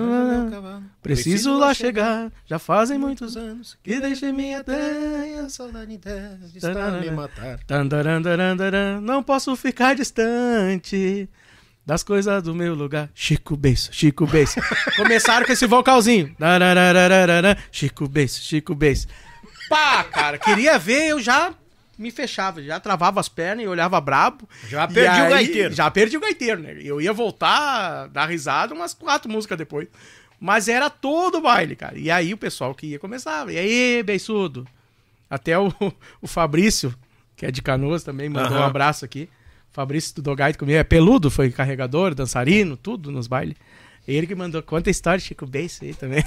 Preciso lá chegar, já fazem muitos anos que deixei minha terra.
saudade dela está me matar.
Tandarandarandaran, não posso ficar distante das coisas do meu lugar. Chico Beiço, Chico Beiço. Começaram com esse vocalzinho. Chico Beiço, Chico Beiço. Pá, cara, queria ver, eu já me fechava, já travava as pernas e olhava brabo.
Já perdi o gaiteiro.
Já perdi o gaiteiro, né? Eu ia voltar, dar risada umas 4 músicas depois. Mas era todo o baile, cara. E aí o pessoal que ia começava. E aí, beiçudo? Até o Fabrício, que é de Canoas também, mandou um abraço aqui. O Fabrício estudou gaita comigo. É peludo, foi carregador, dançarino, tudo nos bailes. Ele que mandou. Conta a história de Chico Beiço aí também.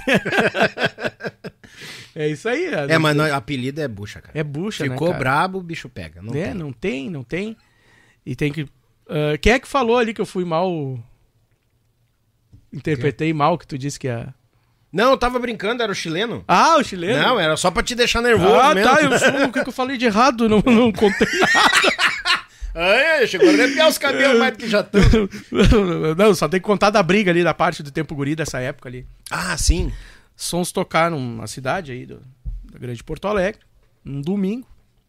É isso aí.
É, mas o apelido é bucha, cara.
É bucha,
Ficou
né,
brabo, o bicho pega. Não tem.
Não tem. E tem que... quem é que falou ali que eu fui mal... Interpretei mal, que tu disse que ia...
Não, eu tava brincando, era o chileno.
Ah, o chileno?
Não, era só pra te deixar nervoso mesmo.
Ah, tá, o que eu falei de errado? Não contei nada.
Chegou a arrepiar os cabelos mais do que já estão.
Não, só tem que contar da briga ali, da parte do Tempo Guri, dessa época ali.
Ah, sim.
Sons tocaram numa cidade aí da Grande Porto Alegre, um domingo.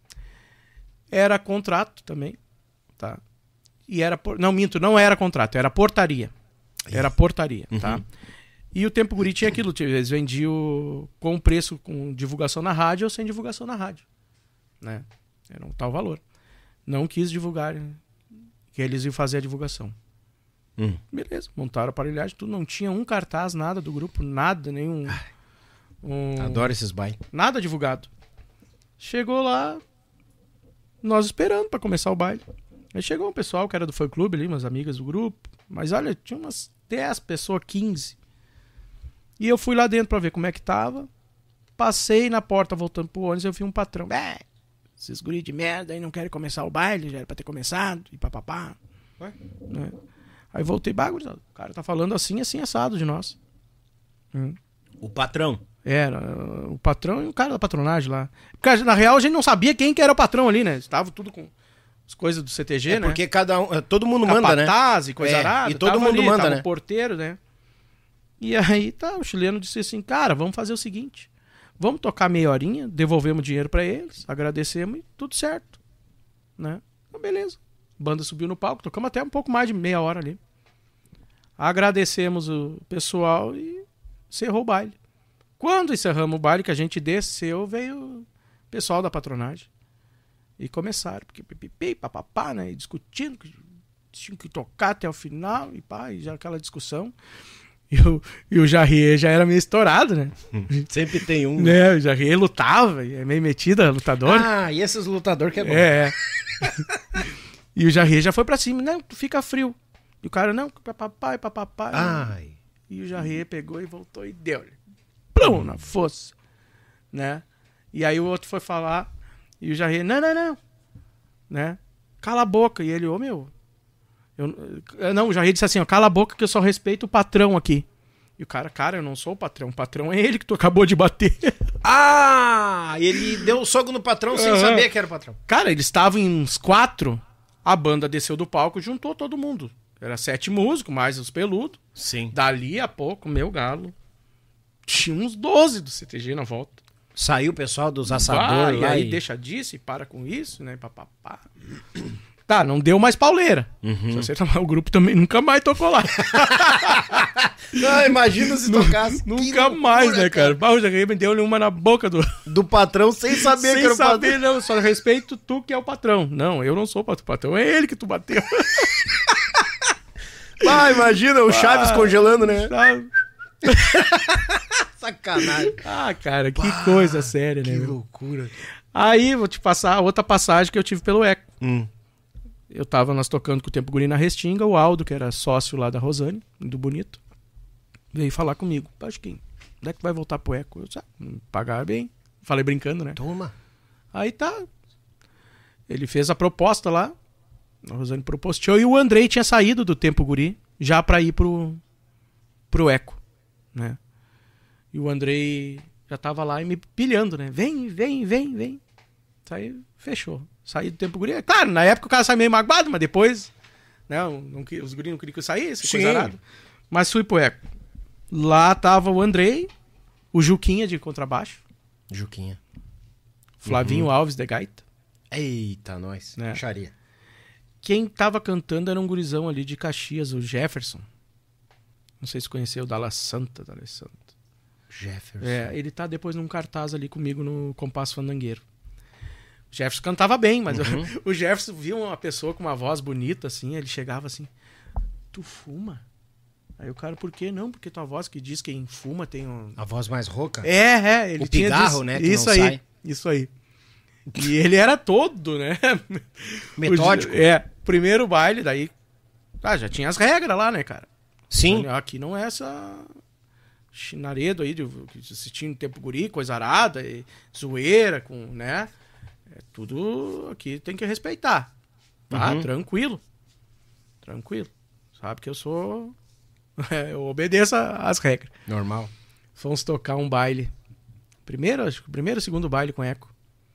Era contrato também, tá? E era... Não, minto, não era contrato, era portaria. Era portaria, tá? E o Tempo Guri tinha aquilo, eles vendiam com preço, com divulgação na rádio ou sem divulgação na rádio, né? Era um tal valor. Não quis divulgar, que eles iam fazer a divulgação. Beleza, montaram a aparelhagem, tudo, não tinha um cartaz, nada do grupo, nada, nenhum...
Adoro esses bailes.
Nada divulgado. Chegou lá, nós esperando pra começar o baile. Aí chegou um pessoal que era do fã-clube ali, umas amigas do grupo, mas olha, tinha umas 10 pessoas, 15. E eu fui lá dentro pra ver como é que tava. Passei na porta voltando pro ônibus, eu vi um patrão. Esses guri de merda aí não querem começar o baile, já era pra ter começado, e papapá. Né? Aí voltei, bagulho, o cara tá falando assim, assado de nós.
O patrão.
Era o patrão e o cara da patronagem lá. Porque na real a gente não sabia quem que era o patrão ali, né? Estava tudo com as coisas do CTG, né?
Porque todo mundo manda, né?
Capataz e coisa arada.
E todo mundo manda, né?
O porteiro, né? E aí tá, o chileno disse assim, cara, vamos fazer o seguinte, vamos tocar meia horinha, devolvemos o dinheiro pra eles, agradecemos e tudo certo, né? Então, beleza. A banda subiu no palco, tocamos até um pouco mais de meia hora ali. Agradecemos o pessoal e encerrou o baile. Quando encerramos o baile, que a gente desceu, veio o pessoal da patronagem. E começaram, porque pipipi, papapá, né? E discutindo, que tinham que tocar até o final, e pá, e já aquela discussão. E o Jarrier já era meio estourado, né?
Sempre tem um.
Né? O Jarrier lutava, é meio metido, lutador.
Ah, e esses lutadores que é bom.
É. E o Jarrier já foi pra cima, não, tu fica frio. E o cara, não, papai.
Ai.
E o Jarrier pegou e voltou e deu-lhe. Plum, na fossa. Né? E aí o outro foi falar, e o Jarrier, não. Né? Cala a boca. E ele, meu... Não, o Jarrier disse assim, ó, cala a boca que eu só respeito o patrão aqui. E o cara, eu não sou o patrão é ele que tu acabou de bater.
Ah, ele deu um soco no patrão sem saber que era o patrão.
Cara, eles estavam em uns 4, a banda desceu do palco e juntou todo mundo. Era 7 músicos, mais os peludos.
Sim.
Dali a pouco, meu galo, tinha uns 12 do CTG na volta.
Saiu o pessoal dos assadores
lá. E aí deixa disso e para com isso, né, papapá. Tá, não deu mais pauleira. O grupo também nunca mais tocou lá.
Não, imagina se tocasse.
Nunca
loucura,
mais, né, cara? O Jarrier deu-lhe uma na boca
do patrão sem saber que era o patrão. Sem saber,
não. Só respeito tu que é o patrão. Não, eu não sou o patrão. É ele que tu bateu.
Ah, imagina o Chaves congelando, né? Sacanagem.
Ah, cara, que coisa séria, né?
Que loucura.
Aí, vou te passar a outra passagem que eu tive pelo Eco. Nós tocando com o Tempo Guri na Restinga, o Aldo, que era sócio lá da Rosane, do Bonito, veio falar comigo. Pasquim, onde é que vai voltar pro Eco? Eu disse, pagar bem. Falei brincando, né?
Toma.
Aí tá. Ele fez a proposta lá, a Rosane propostou, e o Andrei tinha saído do Tempo Guri já pra ir pro Eco, né? E o Andrei já tava lá e me pilhando, né? Vem. Aí fechou. Saí do Tempo Guri. Claro, na época o cara saiu meio magoado, mas depois, né, os guris não queriam que eu saísse, coisa arada. Mas fui pro Eco. Lá tava o Andrei, o Juquinha de contrabaixo.
Juquinha.
Flavinho Alves de gaita.
Eita, nós.
Né?
Puxaria.
quem tava cantando era um gurizão ali de Caxias, o Jefferson. Não sei se conheceu, o Dalla Santa.
Jefferson.
Ele tá depois num cartaz ali comigo no Compasso Fandangueiro. O Jefferson cantava bem, mas o Jefferson viu uma pessoa com uma voz bonita, assim, ele chegava assim, tu fuma? Aí o cara, por quê? Não, porque tua voz que diz que quem fuma tem um...
A voz mais rouca?
Ele
o
tinha
pigarro, né? Que
isso
não
aí,
sai.
isso aí. E ele era todo, né?
Metódico.
Primeiro baile, daí... já tinha as regras lá, né, cara?
Sim.
Aqui não é essa chinaredo aí de assistir no tempo guri, coisa arada, zoeira, com, né? Tudo aqui tem que respeitar. Tá? Tranquilo. Sabe que eu sou... eu obedeço às regras.
Normal.
Fomos tocar um baile. Acho que o primeiro ou segundo baile com eco.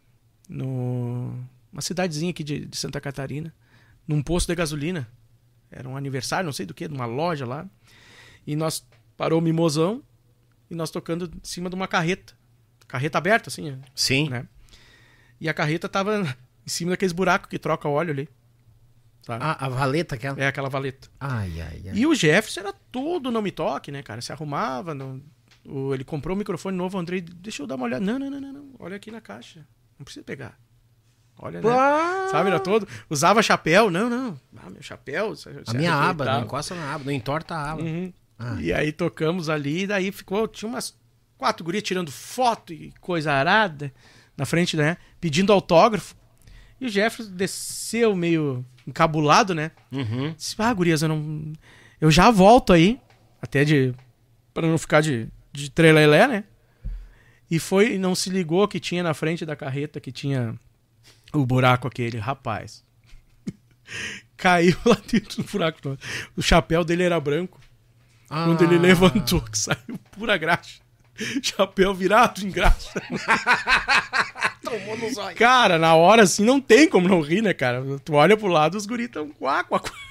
Uma cidadezinha aqui de Santa Catarina. Num posto de gasolina. Era um aniversário, não sei do que, de uma loja lá. E nós parou o mimosão e nós tocando em cima de uma carreta. Carreta aberta, assim.
Sim.
Né? E a carreta tava em cima daqueles buracos que troca óleo ali. Sabe?
A valeta aquela?
É, aquela valeta.
Ai.
E o Jefferson era todo não me toque, né, cara? Se arrumava. Ele comprou um microfone novo, o Andrei, deixa eu dar uma olhada. Não. Olha aqui na caixa. Não precisa pegar. Olha, né? Sabe, era todo. Usava chapéu. Não. Meu chapéu.
A minha aba, não encosta na aba, não entorta a aba.
E aí tocamos ali, e daí tinha umas 4 gurias tirando foto e coisa arada na frente, né? Pedindo autógrafo. E o Jefferson desceu meio encabulado, né? Disse, gurias, eu já volto aí. Até pra não ficar de trelelé, né? E não se ligou que tinha na frente da carreta, que tinha o buraco aquele. Rapaz. Caiu lá dentro do buraco. O chapéu dele era branco. Quando ele levantou, que saiu pura graxa. Chapéu virado em graxa.
Tomou no zóio.
Cara, na hora assim não tem como não rir, né, cara? Tu olha pro lado, os guris tão quá.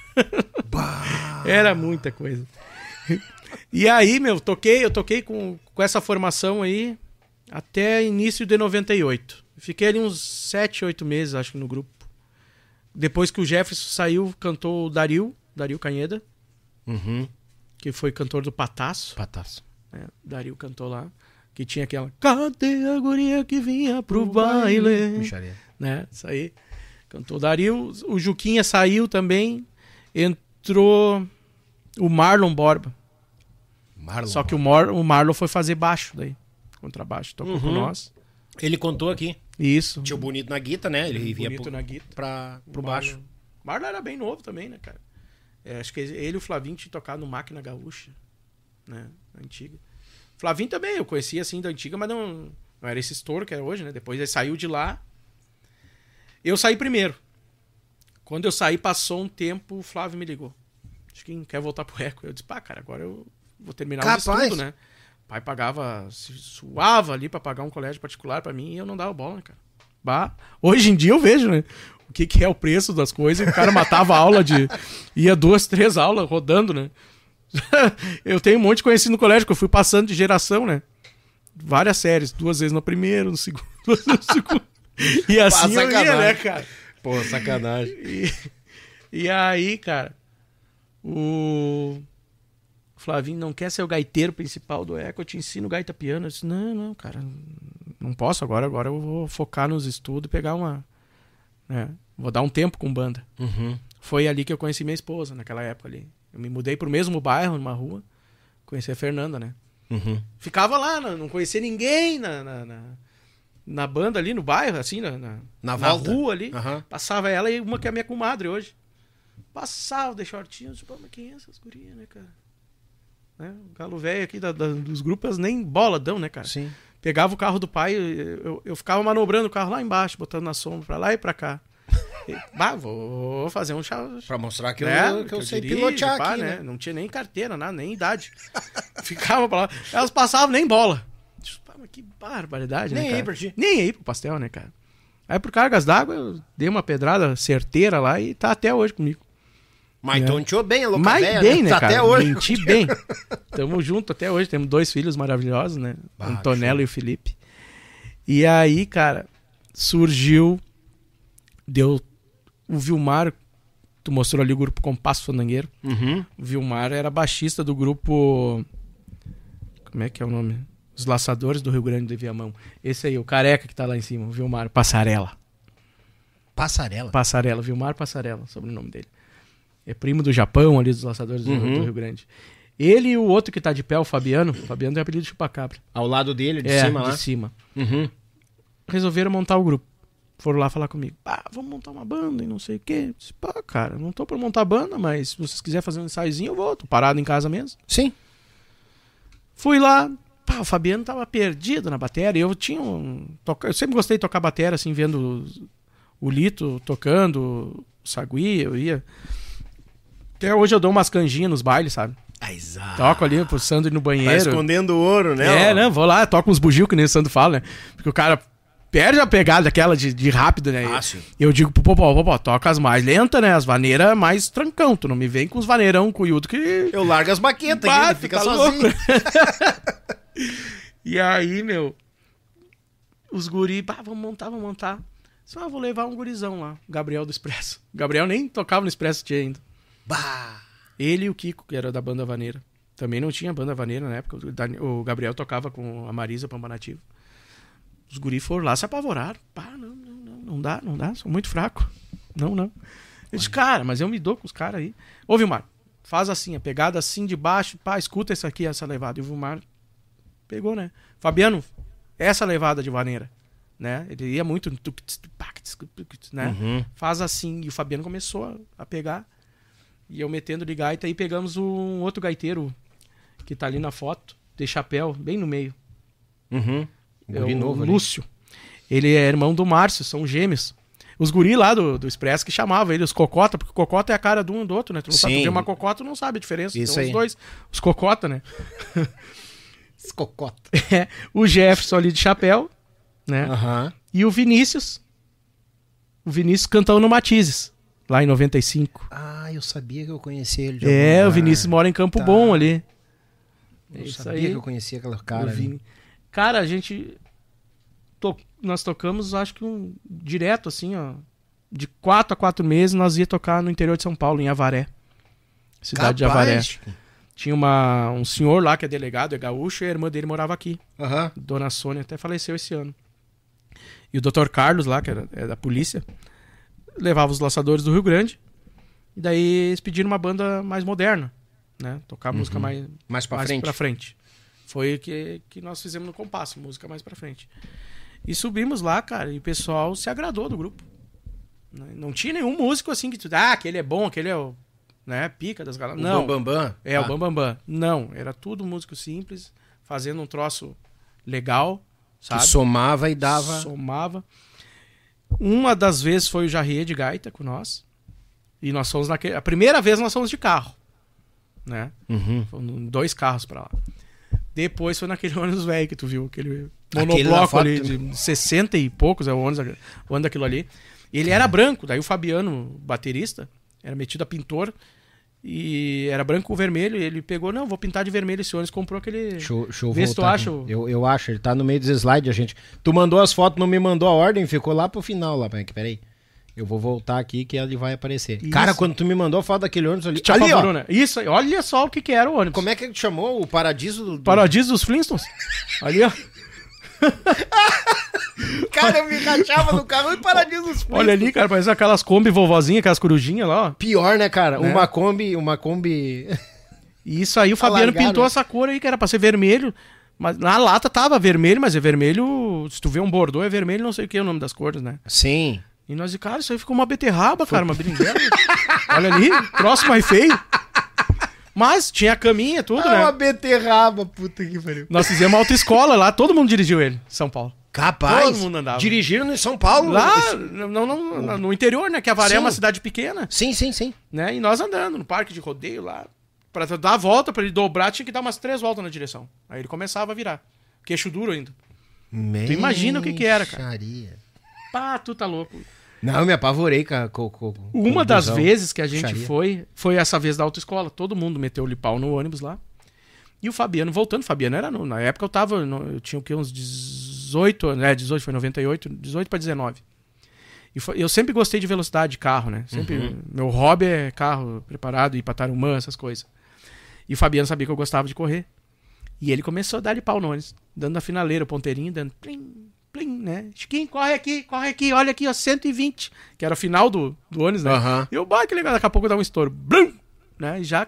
Era muita coisa. E aí, eu toquei com essa formação aí até início de 98. Fiquei ali uns 7, 8 meses, acho que, no grupo. Depois que o Jefferson saiu, cantou o Dario Canheda, que foi cantor do Pataço. Dario cantou lá, que tinha aquela cadê a guria que vinha pro baile?
Micharia.
Né? Isso aí. Cantou o Dario. O Juquinha saiu também. Entrou o Marlon Borba. Só que o Marlon foi fazer baixo daí. Contrabaixo. Tocou com nós.
Ele contou aqui.
Isso.
Tinha o Bonito na guita, né? Ele vinha
na guita.
pro baixo.
Marlon era bem novo também, né, cara? Acho que ele e o Flavinho tinham tocado no Máquina Gaúcha, né? Antiga. Flavinho também, eu conhecia assim da antiga, mas não era esse estouro que é hoje, né? Depois ele saiu de lá. Eu saí primeiro. Quando eu saí, passou um tempo, o Flávio me ligou. Acho que quer voltar pro Eco. Eu disse, cara, agora eu vou terminar o estudo, né? O pai pagava, se suava ali pra pagar um colégio particular pra mim e eu não dava bola, né, cara? Hoje em dia eu vejo, né? O que é o preço das coisas. E o cara matava a aula ia 2, 3 aulas rodando, né? Eu tenho um monte de conhecido no colégio, que eu fui passando de geração, né? Várias séries. 2 vezes no primeiro, no segundo, 2 vezes no segundo. E assim eu ia, né, cara?
Pô, sacanagem.
E aí, cara, o Flavinho não quer ser o gaiteiro principal do Eco, eu te ensino gaita piano. Eu disse, não, cara, não posso agora eu vou focar nos estudos e pegar uma... vou dar um tempo com banda. Foi ali que eu conheci minha esposa, naquela época ali. Eu me mudei pro mesmo bairro, numa rua, conheci a Fernanda, né? Ficava lá, não conhecia ninguém na banda ali, no bairro, assim, na rua ali. Passava ela e uma que é a minha comadre hoje. Passava, de shortinho, tipo, mas quem é essas gurias, né, cara? Né? O galo velho aqui dos grupos nem bola dão, né, cara?
Sim.
Pegava o carro do pai, eu ficava manobrando o carro lá embaixo, botando na sombra, pra lá e pra cá. Vou fazer um chá.
Pra mostrar que eu sei
dirijo,
pilotear aqui, né?
Não tinha nem carteira, nada, nem idade. Ficava pra lá. Elas passavam nem bola. Mas que barbaridade,
nem
né, cara?
aí pra ti.
Nem aí pro pastel, né, cara? Aí por cargas d'água eu dei uma pedrada certeira lá e tá até hoje comigo.
Mas tonteou bem a louca
Mas
véia,
bem, né,
tá
cara?
até hoje.
Menti bem. Tamo junto até hoje. Temos 2 filhos maravilhosos, né? Antonella e o Felipe. E aí, cara, surgiu... O Vilmar Tu mostrou ali o grupo Compasso Fandangueiro.
Uhum.
O Vilmar era baixista do grupo... Como é que é o nome? Os Laçadores do Rio Grande do Viamão. Esse aí, o careca que tá lá em cima, o Vilmar Passarela.
Passarela,
Vilmar Passarela, sobrenome dele. É primo do Japão ali, dos Laçadores do Rio Grande. Ele e o outro que tá de pé, o Fabiano. O Fabiano tem apelido de Chupacabra.
Ao lado dele, de
É,
cima lá?
de cima.
Uhum.
Resolveram montar o grupo. Foram lá falar comigo. Vamos montar uma banda e não sei o quê. Eu disse, cara, não tô pra montar banda, mas se vocês quiserem fazer um ensaiozinho, eu vou. Tô parado em casa mesmo.
Sim.
Fui lá. O Fabiano tava perdido na bateria. Eu tinha eu sempre gostei de tocar bateria, assim, vendo o Lito tocando, o Sagui, eu ia. Até hoje eu dou umas canjinhas nos bailes, sabe?
Exato.
Toco ali, pro Sandro ir no banheiro.
Tá escondendo o ouro, né?
Né? Vou lá, toco uns bugio, que nem o Sandro fala, né? Porque o cara perde a pegada aquela de rápido, né?
Sim.
Eu digo pro Popó, toca as mais lentas, né? As vaneiras mais trancão. Tu não me vem com os vaneirão cuiudo que...
Eu largo as baquetas aqui, ele fica
tá
sozinho.
louco. E aí, os guri, vamos montar. Só vou levar um gurizão lá, o Gabriel do Expresso. O Gabriel nem tocava no Expresso tinha ainda.
Bah!
Ele e o Kiko, que era da banda vaneira. Também não tinha banda vaneira na época. O Gabriel tocava com a Marisa Pampa Nativa. Os guri foram lá, se apavoraram. Não dá, sou muito fraco. Não. Eu disse, cara, mas eu me dou com os caras aí. Ô, Vilmar, faz assim, a pegada assim de baixo, escuta essa aqui, essa levada. E o Vilmar pegou, né? Fabiano, essa levada de vaneira, né? Ele ia muito, né?
Uhum.
Faz assim. E o Fabiano começou a pegar. E eu metendo de gaita, e pegamos um outro gaiteiro que tá ali na foto, de chapéu, bem no meio.
Uhum.
Guri
novo,
Lúcio. Ele é irmão do Márcio, são gêmeos. Os guri lá do Expresso que chamavam ele, os cocota, porque cocota é a cara de um e do outro, né? Tu não sabe, tu vê uma cocota, tu não sabe a diferença.
Isso
então
aí.
os dois, os cocota, né?
Escocota.
O Jefferson ali de chapéu, né?
Aham.
E o Vinícius. O Vinícius cantou no Matizes, lá em 95.
Eu sabia que eu conhecia ele.
O Vinícius mora em Campo Bom ali.
Eu
Isso
sabia
aí.
que eu conhecia aquela cara ali.
Cara, a gente... Nós tocamos, acho que direto, assim, ó. De 4 a 4 meses, nós ia tocar no interior de São Paulo, em Avaré. Cidade de Avaré. Tinha um senhor lá que é delegado, é gaúcho, e a irmã dele morava aqui.
Aham.
Dona Sônia, até faleceu esse ano. E o Dr. Carlos lá, que é da polícia, levava os Laçadores do Rio Grande. E daí eles pediram uma banda mais moderna, né? Tocar música
Mais pra
frente. Foi o que nós fizemos no Compasso, música mais pra frente. E subimos lá, cara, e o pessoal se agradou do grupo. Não tinha nenhum músico assim que tu... aquele é bom, aquele é o... né, pica das galas. Não.
O Bambam?
O Bambam. Não, era tudo músico simples, fazendo um troço legal, sabe?
Que somava e dava...
Somava. Uma das vezes foi o Jarrier de gaita com nós. E nós fomos a primeira vez nós fomos de carro, né?
Uhum.
Foram 2 carros pra lá. Depois foi naquele ônibus velho que tu viu, aquele
Aquele
monobloco
lá
ali de 60 e poucos, é o ônibus daquilo ali. Ele era branco, daí o Fabiano, baterista, era metido a pintor, e era branco com vermelho, e ele pegou, vou pintar de vermelho esse ônibus, comprou aquele...
Deixa eu
Vê se tu
voltar
acha.
aqui. Eu acho, ele tá no meio dos slides, a gente... Tu mandou as fotos, não me mandou a ordem, ficou lá pro final, lá, peraí. Eu vou voltar aqui que ele vai aparecer.
Isso.
Cara, quando tu me mandou a foto daquele ônibus ali...
Te
Ali,
apavorou,
ó.
né? Isso aí, olha só o que era o ônibus.
Como é que ele chamou? O Paradiso do...
Paradiso dos Flintstones? Ali, ó.
Cara, eu me rachava no carro e Paradiso dos Flintstones.
Olha ali, cara, parece aquelas Kombi vovozinhas, aquelas corujinhas lá, ó.
Pior, né, cara?
Né?
Uma Kombi...
E isso aí o Fabiano
Alargaram.
pintou essa cor aí, que era pra ser vermelho. Mas na lata tava vermelho, mas é vermelho... Se tu vê um bordô, é vermelho, não sei o que é o nome das cores, né?
Sim.
E nós, cara, isso aí ficou uma beterraba, cara, uma berinjela. Olha ali, próximo mais feio. Mas tinha a caminha, tudo, né?
Uma beterraba, puta que pariu.
Nós fizemos uma autoescola lá, todo mundo dirigiu ele, São Paulo.
Capaz.
Todo mundo andava.
Dirigiram em São Paulo.
Lá, no interior, né? Que Avaré é
Sim.
uma cidade pequena,
Sim.
né? E nós andando no parque de rodeio lá. Pra dar a volta, pra ele dobrar, tinha que dar umas 3 voltas na direção. Aí ele começava a virar. Queixo duro ainda. Tu imagina o que era, cara. Pá, tu tá louco.
Não, eu me apavorei com
Uma
o
das
busão.
vezes que a gente
Puxaria.
foi essa vez da autoescola. Todo mundo meteu-lhe pau no ônibus lá. E o Fabiano voltando. O Fabiano era... Na época eu tinha o quê? Uns 18... 18 foi 98. 18 pra 19. Eu sempre gostei de velocidade de carro, né? Sempre, meu hobby é carro preparado, ir pra Tarumã, essas coisas. E o Fabiano sabia que eu gostava de correr. E ele começou a dar-lhe pau no ônibus, dando na finaleira, o ponteirinho, dando plim, plim, né? Chiquinho, corre aqui, olha aqui, ó, 120, que era o final do ônibus, né? E eu, que legal, daqui a pouco dá um estouro, blum, né? E já...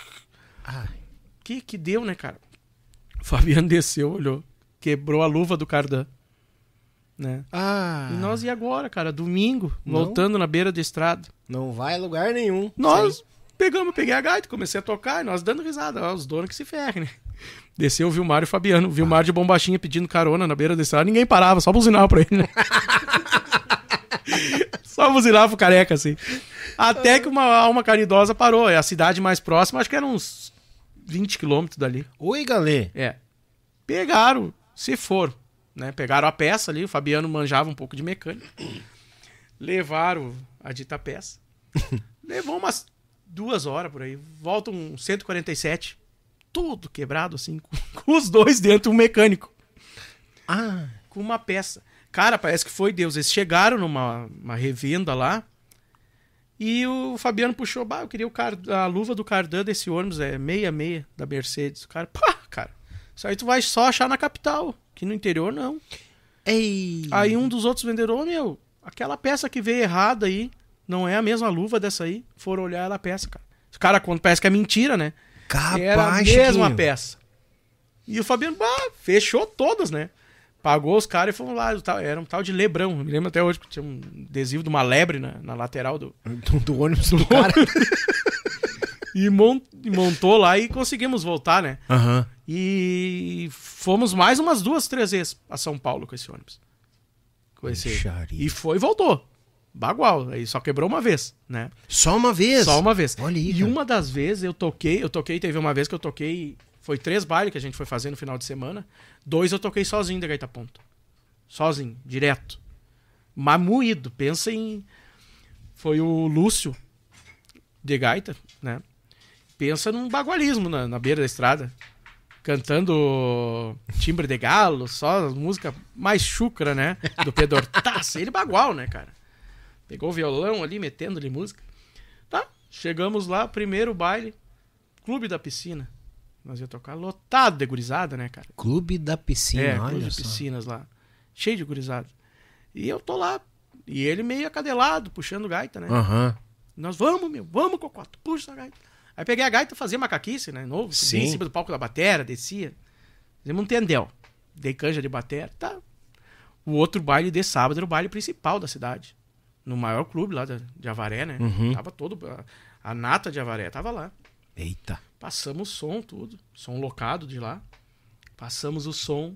Que deu, né, cara? O Fabiano desceu, olhou, quebrou a luva do cardan, né? E nós, e agora, cara? Domingo, voltando na beira da estrada.
Não vai a lugar nenhum.
Nós peguei a gaita, comecei a tocar, e nós dando risada, ó, os donos que se ferrem, né? Desceu o Vilmar e o Fabiano. O Vilmar de bombachinha pedindo carona na beira da estrada. Ninguém parava, só buzinava pra ele, né? Só buzinava pro careca, assim. Até que uma alma caridosa parou. É a cidade mais próxima, acho que era uns 20 quilômetros dali.
Oi, galê.
Pegaram, se foram, né? Pegaram a peça ali, o Fabiano manjava um pouco de mecânica. Levaram a dita peça. Levou umas 2 horas por aí. Voltam 147. Tudo quebrado, assim, com os dois dentro, um mecânico. Com uma peça. Cara, parece que foi Deus. Eles chegaram numa revenda lá e o Fabiano puxou, eu queria a luva do cardan desse ônibus, 66 da Mercedes. O cara, cara, isso aí tu vai só achar na capital, que no interior não.
Ei.
Aí um dos outros vendedores, aquela peça que veio errada aí, não é a mesma luva dessa aí. Foram olhar a peça, cara. Os caras contam, parece que é mentira, né?
Capaz,
era a mesma peça. E o Fabiano, fechou todas, né? Pagou os caras e fomos lá. Era um tal de Lebrão. Eu me lembro até hoje que tinha um adesivo de uma lebre na lateral do
ônibus do cara.
E montou lá e conseguimos voltar, né?
Uhum.
E fomos mais umas 2, 3 vezes a São Paulo com esse ônibus. E foi e voltou. Bagual, aí só quebrou uma vez, né?
Só uma vez?
Só uma vez.
Olha aí,
e uma das vezes eu toquei, teve uma vez que eu toquei, foi 3 bailes que a gente foi fazer no final de semana, 2 eu toquei sozinho da gaita ponta. Sozinho, direto. Mas moído, pensa em... Foi o Lúcio de gaita, né? Pensa num bagualismo na beira da estrada. Cantando Timbre de Galo, só música mais chucra, né? Do Pedro Hortaça. Ele bagual, né, cara? Pegou o violão ali, metendo-lhe música. Tá, chegamos lá, primeiro baile, Clube da Piscina. Nós ia tocar lotado de gurizada, né, cara?
Clube da Piscina, olha
Clube de
só.
Piscinas lá. Cheio de gurizada. E eu tô lá. E ele meio acadelado, puxando gaita, né?
Uhum.
Nós vamos, Cocoto, puxa a gaita. Aí peguei a gaita e fazia macaquice, né? Novo, subi em cima do palco da batera, descia. Fizemos um tendel. Dei canja de batera, tá. O outro baile de sábado era o baile principal da cidade. No maior clube lá de Avaré, né?
Uhum.
Tava todo... A nata de Avaré tava lá.
Eita.
Passamos o som, tudo. Som locado de lá. Passamos o som.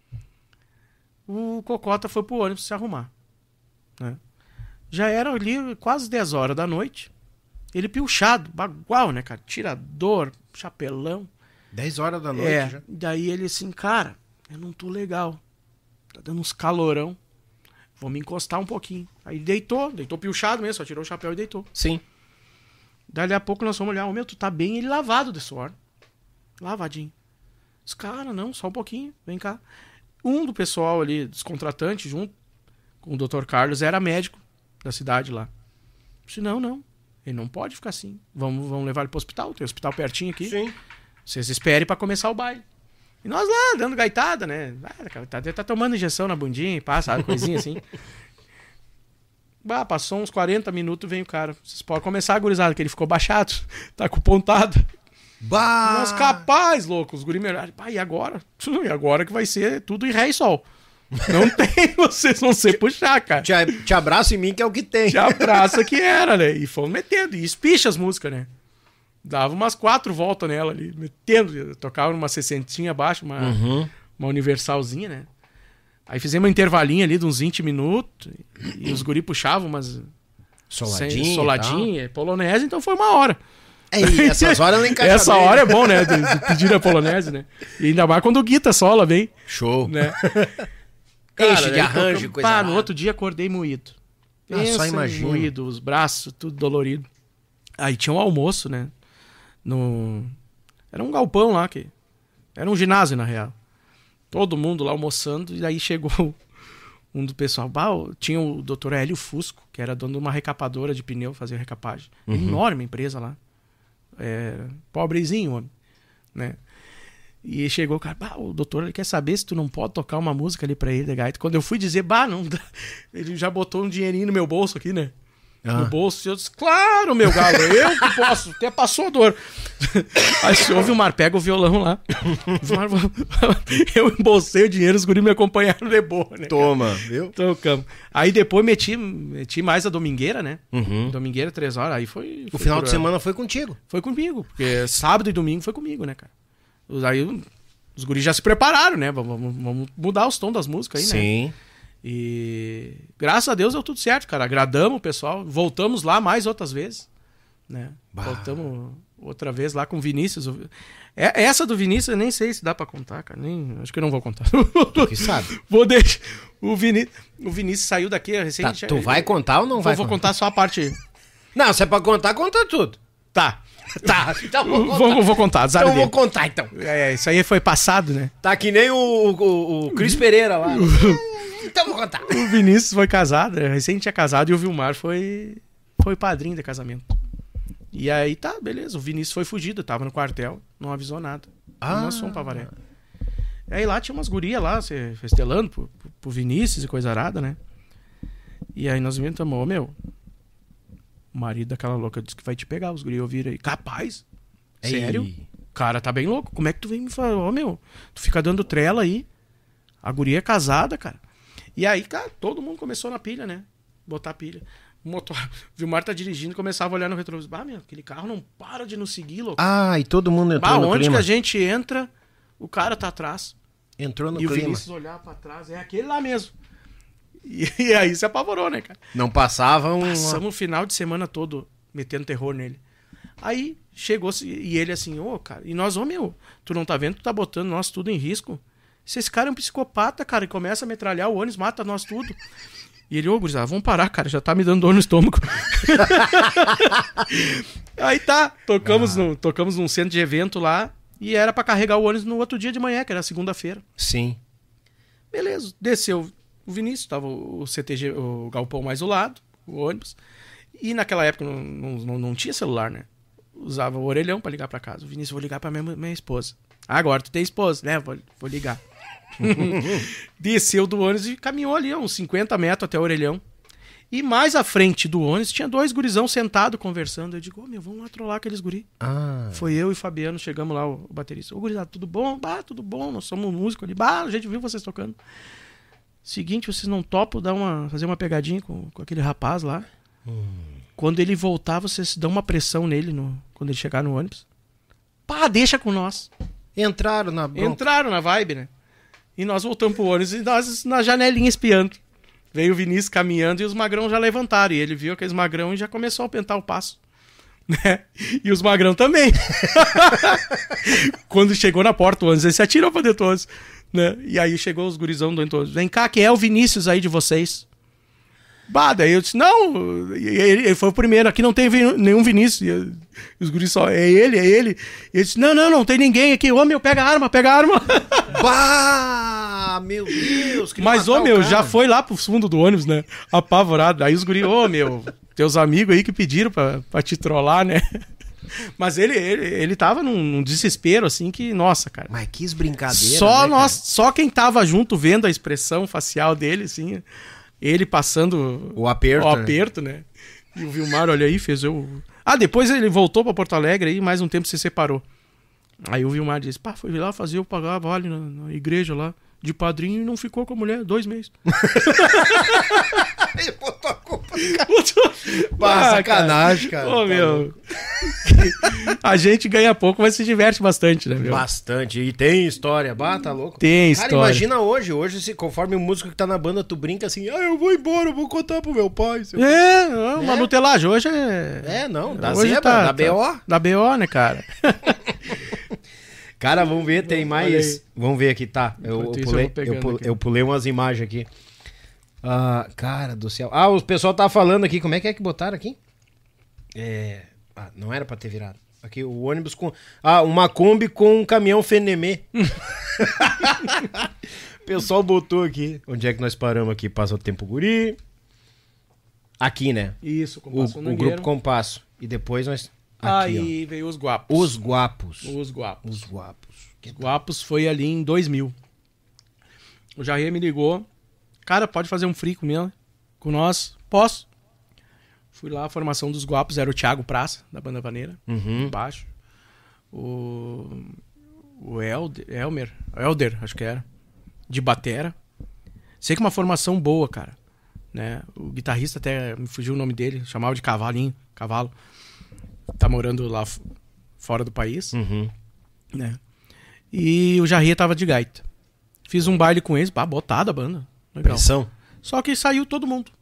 O Cocota foi pro ônibus se arrumar. Né? Já era ali quase 10 horas da noite. Ele pilchado, bagual, né, cara? Tirador, chapelão.
10 horas da noite já.
Daí ele assim, cara, eu não tô legal. Tá dando uns calorão. Vou me encostar um pouquinho. Aí deitou pilchado mesmo, só tirou o chapéu e deitou.
Sim.
Dali a pouco nós fomos olhar, tu tá bem, ele lavado de suor. Lavadinho. Os caras, não, só um pouquinho, vem cá. Um do pessoal ali, dos contratantes, junto com o Dr. Carlos, era médico da cidade lá. Eu disse, não, ele não pode ficar assim. Vamos levar ele pro hospital, tem um hospital pertinho aqui.
Sim.
Vocês esperem pra começar o baile. E nós lá, dando gaitada, né? Tá tomando injeção na bundinha, passa, coisinha assim. Passou uns 40 minutos, vem o cara. Vocês podem começar a gurizada, que ele ficou baixado. Tá com pontada. Nós capaz, louco. Os guri me olharam. E agora? E agora que vai ser tudo em ré e sol. Não tem, vocês vão ser puxar, cara.
Te abraço em mim, que é o que tem.
Te abraça que era, né? E fomos metendo. E espicha as músicas, né? Dava umas 4 voltas nela ali, metendo. Tocava numa 60 abaixo, uma universalzinha, né? Aí fizemos um intervalinho ali de uns 20 minutos. E os guri puxavam umas... Soladinha, polonese, então foi 1 hora.
Essas horas ela encaixa
Essa
bem.
hora é bom, né? De pedir a polonese, né? E ainda mais quando o Guita sola bem.
Show.
Né?
Enche de arranjo, coisa
no outro dia acordei moído.
Só imagino.
Moído, os braços, tudo dolorido. Aí tinha um almoço, né? Era um galpão lá, era um ginásio, na real. Todo mundo lá almoçando, e aí chegou um do pessoal, tinha o Dr. Hélio Fusco, que era dono de uma recapadora de pneu, fazia recapagem. Enorme empresa lá. Pobrezinho, homem, né? E chegou o cara, o doutor ele quer saber se tu não pode tocar uma música ali pra ele, de gaita. Quando eu fui dizer, não dá. Ele já botou um dinheirinho no meu bolso aqui, né? No bolso, e eu disse, claro, meu galo, eu que posso, até passou a dor. Aí se ouve o Mar, pega o violão lá. Eu embolsei o dinheiro, os guris me acompanharam de boa, né?
Toma, viu?
Tocamos. Aí depois meti mais a domingueira, né? Domingueira, 3 horas, aí foi
O final de semana foi contigo.
Foi comigo, porque sábado e domingo foi comigo, né, cara? Aí os guris já se prepararam, né? Vamos mudar os tons das músicas aí, né?
Sim.
E graças a Deus deu tudo certo, cara. Agradamos o pessoal. Voltamos lá mais outras vezes, né? Voltamos outra vez lá com o Vinícius. Essa do Vinícius eu nem sei se dá pra contar, cara. Acho que eu não vou contar.
Tu que sabe.
Vou deixar. O Vinícius saiu daqui recente.
Tá, tu vai contar ou não vai?
Vou contar só a parte.
Não, se é pra contar, conta tudo.
Tá.
Então vou contar.
Então
vou contar, então.
Isso aí foi passado, né?
Tá que nem o Cris Pereira lá. Então vou contar.
O Vinícius foi casado, recente tinha casado, e o Vilmar foi padrinho de casamento. E aí tá, beleza, o Vinícius foi fugido, tava no quartel, não avisou nada. Nós fomos pra Avaré. E aí lá tinha umas gurias lá, festelando pro Vinícius e coisa arada, né? E aí nós inventamos, o marido daquela louca disse que vai te pegar, os gurias ouviram aí. Capaz? Sério? O cara tá bem louco, como é que tu vem me falar? Tu fica dando trela aí. A guria é casada, cara. E aí, cara, todo mundo começou na pilha, né? Botar pilha. O motor, o Vilmar tá dirigindo, começava a olhar no retrovisor. Aquele carro não para de nos seguir, louco.
E todo mundo entrou no
onde
clima.
que a gente entra, o cara tá atrás.
Entrou no
e
clima.
E o Vinícius olhar pra trás, é aquele lá mesmo. E aí se apavorou, né, cara?
Não passavam...
Passamos o final de semana todo metendo terror nele. Aí chegou e ele assim, cara, e nós, tu não tá vendo que tu tá botando nós tudo em risco? Esse cara é um psicopata, cara, e começa a metralhar o ônibus, mata nós tudo. E ele, gurizada, vamos parar, cara, já tá me dando dor no estômago. Aí tá, tocamos num centro de evento lá, e era pra carregar o ônibus no outro dia de manhã, que era segunda-feira.
Sim.
Beleza, desceu o Vinícius, tava o CTG, o galpão mais ao lado, o ônibus, e naquela época não tinha celular, né? Usava o orelhão pra ligar pra casa. O Vinícius, vou ligar pra minha esposa. Agora tu tem esposa, né? Vou ligar. Desceu do ônibus e caminhou ali uns 50 metros até o orelhão. E mais à frente do ônibus tinha 2 gurizão sentados conversando. Eu digo, vamos lá trollar aqueles guri. Foi eu e o Fabiano, chegamos lá, o baterista. Gurizada, tudo bom? Tudo bom, nós somos músicos ali. A gente viu vocês tocando. Seguinte, vocês não topam fazer uma pegadinha com aquele rapaz lá? Quando ele voltar, vocês dão uma pressão nele quando ele chegar no ônibus. Deixa com nós.
Entraram na
vibe, né? E nós voltamos pro ônibus e nós na janelinha espiando. Veio o Vinícius caminhando e os magrão já levantaram. E ele viu aqueles magrão e já começou a aumentar o passo. Né? E os magrão também. Quando chegou na porta, o ônibus, ele se atirou pra dentro do ônibus. Né? E aí chegou os gurizão do ônibus. Vem cá, quem é o Vinícius aí de vocês? Daí eu disse, não, ele foi o primeiro, aqui não tem nenhum Vinícius. E os guris só, é ele. E ele disse, não tem ninguém aqui. Pega a arma.
Meu Deus.
Mas, já foi lá pro fundo do ônibus, né? Apavorado. Aí os guris, teus amigos aí que pediram pra te trollar, né? Mas ele tava num desespero, assim, que, nossa, cara.
Mas que brincadeira,
só quem tava junto vendo a expressão facial dele, assim... Ele passando
o aperto,
né? E o Vilmar, olha aí, fez eu... depois ele voltou pra Porto Alegre e mais um tempo se separou. Aí o Vilmar disse, foi lá fazer eu pagar vale na igreja lá, de padrinho, e não ficou com a mulher 2 meses.
Ele botou a culpa do cara. Sacanagem, cara.
A gente ganha pouco, mas se diverte bastante, né, meu?
Bastante. E tem história. Tá louco?
Tem história.
Cara, imagina hoje. Hoje, conforme o músico que tá na banda, tu brinca assim, eu vou embora, eu vou contar pro meu pai.
Uma nutelagem. Hoje
dá
hoje
zebra, dá BO.
Dá BO, né, cara?
Cara, vamos ver, tem mais... Vamos ver aqui, tá. Eu pulei umas imagens aqui. Cara do céu. O pessoal tá falando aqui, como é que botaram aqui? Não era pra ter virado. Aqui, o ônibus com... uma Kombi com um caminhão Fenemê. pessoal botou aqui. Onde é que nós paramos aqui? Passa o Tempo Guri. Aqui, né?
Isso,
O Grupo Compasso. E depois nós... Aqui,
Aí veio os Guapos.
Os Guapos.
Os Guapos.
Os Guapos.
Os Guapos foi ali em 2000. O Jair me ligou. Cara, pode fazer um free com nós? Posso. Fui lá, a formação dos Guapos era o Thiago Praça, da Banda Vaneira. Embaixo. O Elder, acho que era. De batera. Sei que uma formação boa, cara. Né? O guitarrista até me fugiu o nome dele. Chamava de Cavalo. Tá morando lá fora do país. Né? E o Jair tava de gaita. Fiz um baile com eles. Botada a banda. Legal.
Pressão.
Só que saiu todo mundo.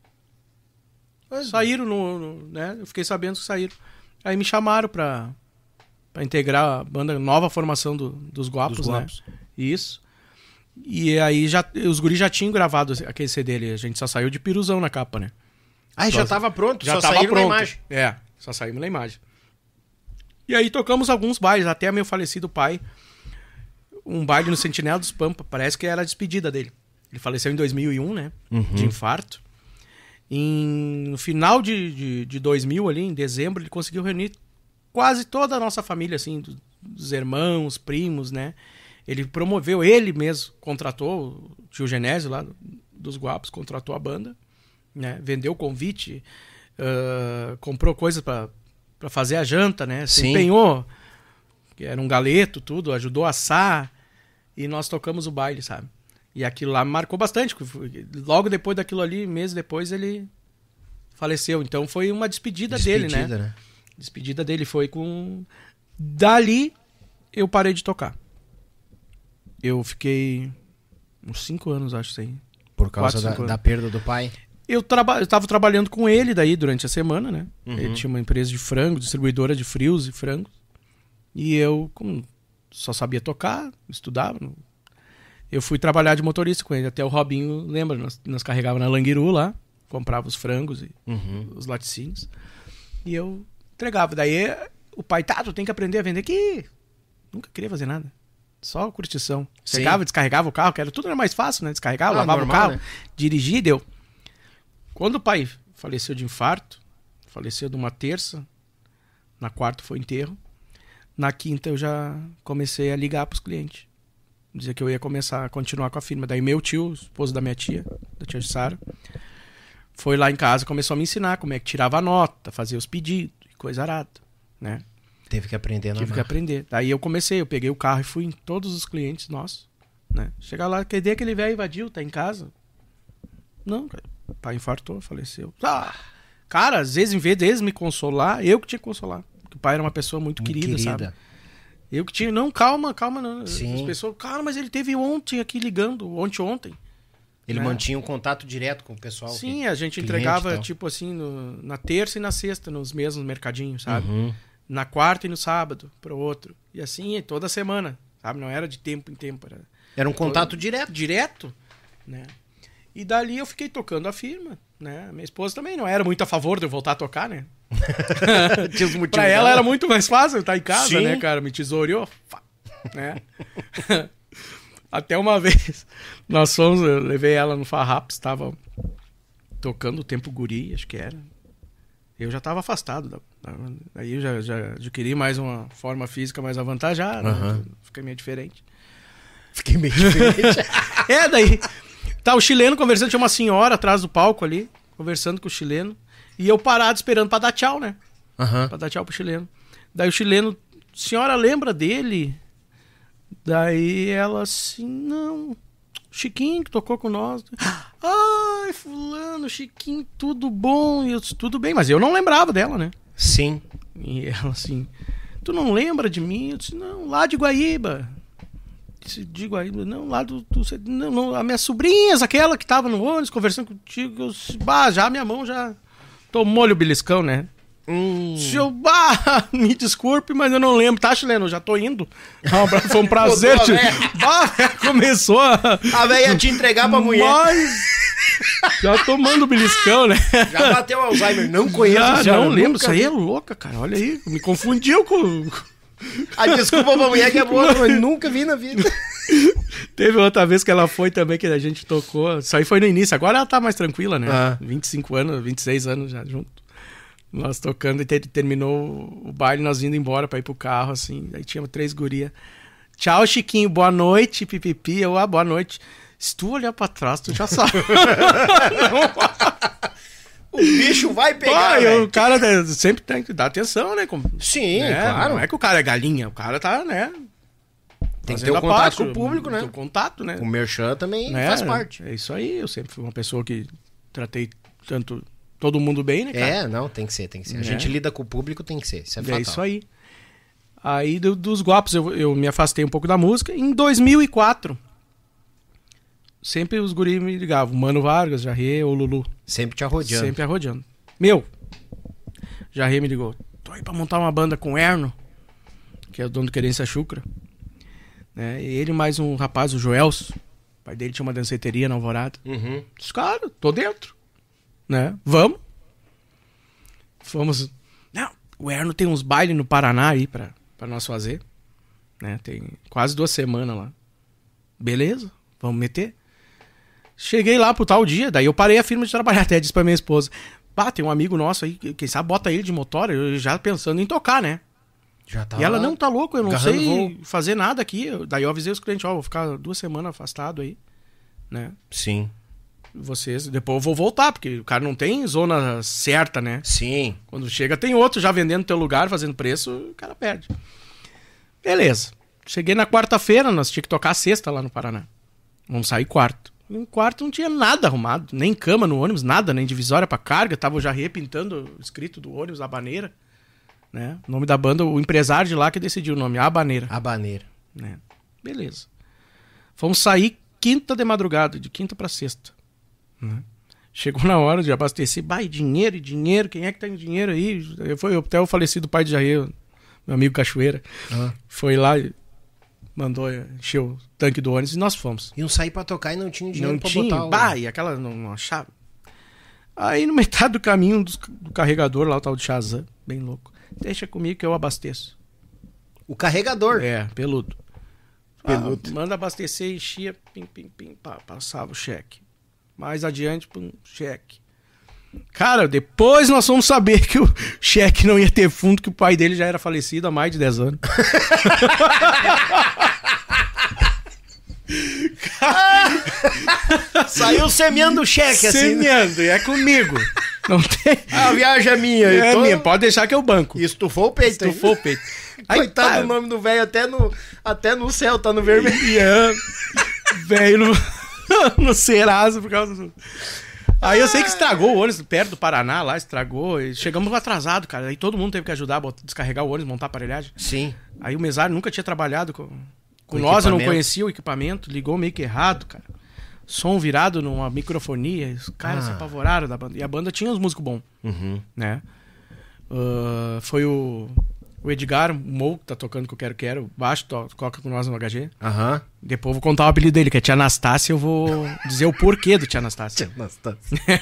Saíram né? Eu fiquei sabendo que saíram. Aí me chamaram pra integrar a banda, nova formação dos Guapos, né? Isso. E aí os guris já tinham gravado aquele CD ali. A gente só saiu de piruzão na capa, né?
Ah, já tava pronto?
Já
só
tava
saíram
pronto.
na imagem.
Só saímos na imagem. E aí tocamos alguns bailes, até meu falecido pai. Um baile no Sentinela dos Pampa, parece que era a despedida dele. Ele faleceu em 2001, né? De infarto. No final de 2000 ali, em dezembro, ele conseguiu reunir quase toda a nossa família, assim, dos irmãos, primos, né? Ele promoveu, ele mesmo contratou, o tio Genésio lá dos Guapos, contratou a banda, né? Vendeu o convite, comprou coisas pra fazer a janta, né? Se empenhou, que era um galeto, tudo, ajudou a assar, e nós tocamos o baile, sabe? E aquilo lá me marcou bastante. Logo depois daquilo ali, meses depois, ele faleceu. Então foi uma despedida dele, né? Despedida dele foi com... Dali, eu parei de tocar. Eu fiquei uns 5 anos, acho, sem.
Por causa da perda do pai?
Eu tava trabalhando com ele daí durante a semana, né? Ele tinha uma empresa de frango, distribuidora de frios e frangos. E eu, como só sabia tocar, estudava... Eu fui trabalhar de motorista com ele. Até o Robinho, lembra? Nós carregávamos na Languiru lá. Comprava os frangos e os laticínios. E eu entregava. Daí o pai, tu tem que aprender a vender aqui. Nunca queria fazer nada. Só curtição. Chegava, descarregava o carro, que tudo era mais fácil, né? Descarregava, lavava normal, o carro, né? Dirigia e deu. Quando o pai faleceu de infarto, faleceu de uma terça, na quarta foi enterro. Na quinta eu já comecei a ligar pros clientes. Dizia que eu ia começar a continuar com a firma. Daí meu tio, esposo da minha tia, da tia Sara, foi lá em casa e começou a me ensinar como é que tirava a nota, fazia os pedidos, coisa arada, né?
Teve que aprender,
Tive que aprender. Daí eu peguei o carro e fui em todos os clientes nossos, né? Chegar lá, cadê aquele velho invadiu? Tá em casa? Não, cara. O pai infartou, faleceu. Cara, às vezes, em vez deles me consolar, eu que tinha que consolar. Porque o pai era uma pessoa muito querida, sabe? Eu que tinha... Não, calma, não.
Sim.
As pessoas... Cara, mas ele teve ontem aqui ligando, ontem.
Ele mantinha um contato direto com o pessoal.
Sim, a gente entregava, tipo assim, na terça e na sexta, nos mesmos mercadinhos, sabe? Na quarta e no sábado, pro outro. E assim, toda semana, sabe? Não era de tempo em tempo.
Era um contato direto.
Direto, né? E dali eu fiquei tocando a firma, né? Minha esposa também não era muito a favor de eu voltar a tocar, né? Pra ela era muito mais fácil estar em casa, sim, né, cara? Me tesoureou, né? Até uma vez, eu levei ela no Farrapos, estava tocando o Tempo Guri, acho que era. Eu já estava afastado. Aí eu já adquiri mais uma forma física mais avantajada, né? Fiquei meio diferente. Daí... Tá, o chileno conversando, tinha uma senhora atrás do palco ali, conversando com o chileno, e eu parado esperando pra dar tchau, né? Pra dar tchau pro chileno. Daí o chileno, senhora lembra dele? Daí ela assim, não, Chiquinho que tocou com nós. Ai, fulano, Chiquinho, tudo bom? E eu disse, tudo bem, mas eu não lembrava dela, né?
Sim.
E ela assim, tu não lembra de mim? Eu disse, não, lá de Guaíba. De Guaíba, não, lá do não, as minhas sobrinhas, aquela que tava no ônibus conversando contigo, eu disse, já minha mão já tomou-lhe o beliscão, né? Me desculpe, mas eu não lembro, tá, chileno? Eu já tô indo. Foi um prazer. Começou
a velha te entregar pra mulher.
Mas já tomando o beliscão, né?
Já bateu Alzheimer, não conheço.
Não lembro, isso aí é louca, cara. Olha aí, me confundiu com
A desculpa pra mulher que é boa, mas nunca vi na vida.
Teve outra vez que ela foi também, que a gente tocou. Isso aí foi no início. Agora ela tá mais tranquila, né?
Ah.
25 anos, 26 anos já junto. Nós tocando e terminou o baile, nós indo embora pra ir pro carro, assim. Aí tinha 3 gurias. Tchau, Chiquinho, boa noite, pipipi. Eu, boa noite. Se tu olhar pra trás, tu já sabe.
O bicho vai pegar, velho.
O cara sempre tem que dar atenção, né?
Sim,
né?
claro.
Não é que o cara é galinha, o cara tá, né?
Tem que
fazendo
ter o
a
contato
parte,
com o público, né?
O contato, né?
O merchan também
Né?
faz parte.
É isso aí, eu sempre fui uma pessoa que tratei tanto todo mundo bem, né, cara?
É, não, tem que ser. A gente lida com o público, tem que ser. Isso é fatal.
É isso aí. Aí dos guapos eu me afastei um pouco da música. Em 2004, sempre os guris me ligavam. Mano Vargas, Jarrê ou Lulu.
Sempre te arrodeando.
Sempre arrodeando. Meu, Jarrê me ligou. Tô aí pra montar uma banda com o Erno, que é o dono do Querência Chucra. Né? E ele mais um rapaz, o Joelso. O pai dele tinha uma danceteria na Alvorada.
Uhum.
Os caras, tô dentro. Né? Vamos. Fomos. Não, o Erno tem uns bailes no Paraná aí pra nós fazer. Né? Tem quase 2 semanas lá. Beleza, vamos meter. Cheguei lá pro tal dia, daí eu parei a firma de trabalhar, até disse pra minha esposa. Tem um amigo nosso aí, quem sabe bota ele de motor, eu já pensando em tocar, né?
Já tá
E ela,
lá,
não, tá louco, eu não
agarrando
sei
voo.
fazer nada aqui. Daí eu avisei os clientes, vou ficar 2 semanas afastado aí, né?
Sim.
Vocês, depois eu vou voltar, porque o cara não tem zona certa, né?
Sim.
Quando chega tem outro já vendendo teu lugar, fazendo preço, o cara perde. Beleza. Cheguei na quarta-feira, nós tínhamos que tocar sexta lá no Paraná. Vamos sair quarto. No quarto não tinha nada arrumado, nem cama no ônibus, nada, nem divisória pra carga. Tava o Jarrê pintando o escrito do ônibus, Habaneira. Né? O nome da banda, o empresário de lá que decidiu o nome, Habaneira.
Habaneira.
Né? Beleza. Fomos sair quinta de madrugada, de quinta pra sexta. Né? Chegou na hora de abastecer. Dinheiro, quem é que tem dinheiro aí? Foi até o falecido pai de Jarrê, meu amigo Cachoeira. Foi lá e mandou encher o tanque do ônibus e nós fomos.
Iam sair pra tocar e não tinha dinheiro
Não
pra
tinha,
botar.
e aquela não achava. Aí no metade do caminho do carregador lá, o tal de Shazam, bem louco. Deixa comigo que eu abasteço.
O carregador.
É, peludo.
Peludo.
Manda abastecer, enchia, pim, passava o cheque. Mais adiante, pum, cheque. Cara, depois nós fomos saber que o cheque não ia ter fundo, que o pai dele já era falecido há mais de 10 anos.
Saiu semeando o cheque, assim.
Semeando, e é comigo. Não tem.
A viagem é minha.
É
eu tô...
minha, pode deixar que eu banco.
Estufou o peito.
Estufou o peito. Aí,
Coitado do nome do velho, até no céu tá no vermelho.
Velho no Serasa por causa do... Aí eu sei que estragou o ônibus perto do Paraná, lá estragou. E chegamos atrasado, cara. Aí todo mundo teve que ajudar a descarregar o ônibus, montar a aparelhagem.
Sim.
Aí o mesário nunca tinha trabalhado com nós, eu não conhecia o equipamento, ligou meio que errado, cara. Som virado numa microfonia, os caras se apavoraram da banda. E a banda tinha uns músicos bons, né? Foi o Edgar Mou, que tá tocando com o Quero Quero, baixo, toca com nós no HG. Depois eu vou contar o apelido dele, que é Tia Anastácia, eu vou dizer o porquê do Tia Anastácia.
Tia Anastácia.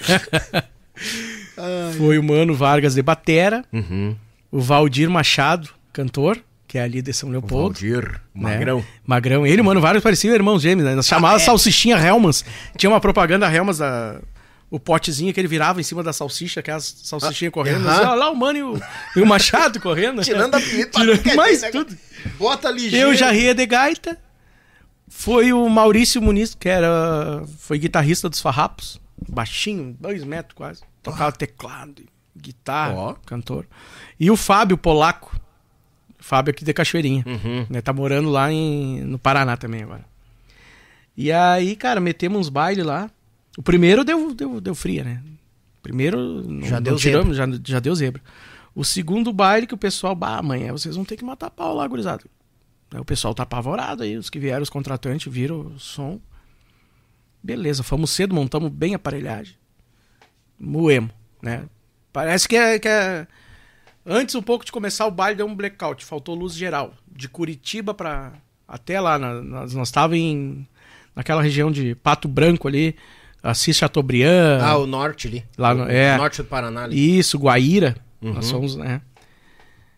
Foi o Mano Vargas de batera, o Valdir Machado, cantor, que é ali de São Leopoldo.
Valdir, Magrão.
Né? Magrão. Ele e o Mano Vargas pareciam irmãos gêmeos, né? Nós chamávamos Salsichinha Helmans. Tinha uma propaganda Helmans, o potezinho que ele virava em cima da salsicha, aquelas salsichinhas correndo. Olha lá o Mano e o Machado correndo.
Tirando a pita.
Mais tudo.
Bota ligeiro.
Eu já ria de gaita. Foi o Maurício Muniz, que foi guitarrista dos Farrapos. Baixinho, 2 metros quase. Tocava teclado, guitarra, cantor. E o Fábio Polaco. Fábio aqui de Cachoeirinha. Né? Tá morando lá no Paraná também agora. E aí, cara, metemos uns bailes lá. O primeiro deu fria, né? Primeiro
já
deu zebra. O segundo baile que o pessoal... amanhã vocês vão ter que matar pau lá, gurizada. Aí o pessoal tá apavorado aí. Os que vieram, os contratantes, viram o som. Beleza, fomos cedo, montamos bem a aparelhagem. Moemos, né? Parece que é... Antes um pouco de começar o baile deu um blackout, faltou luz geral. De Curitiba pra... Até lá, nós estávamos naquela região de Pato Branco ali, Assis Chateaubriand.
O norte ali.
Lá norte
do Paraná ali.
Isso, Guaíra. Nós fomos, né?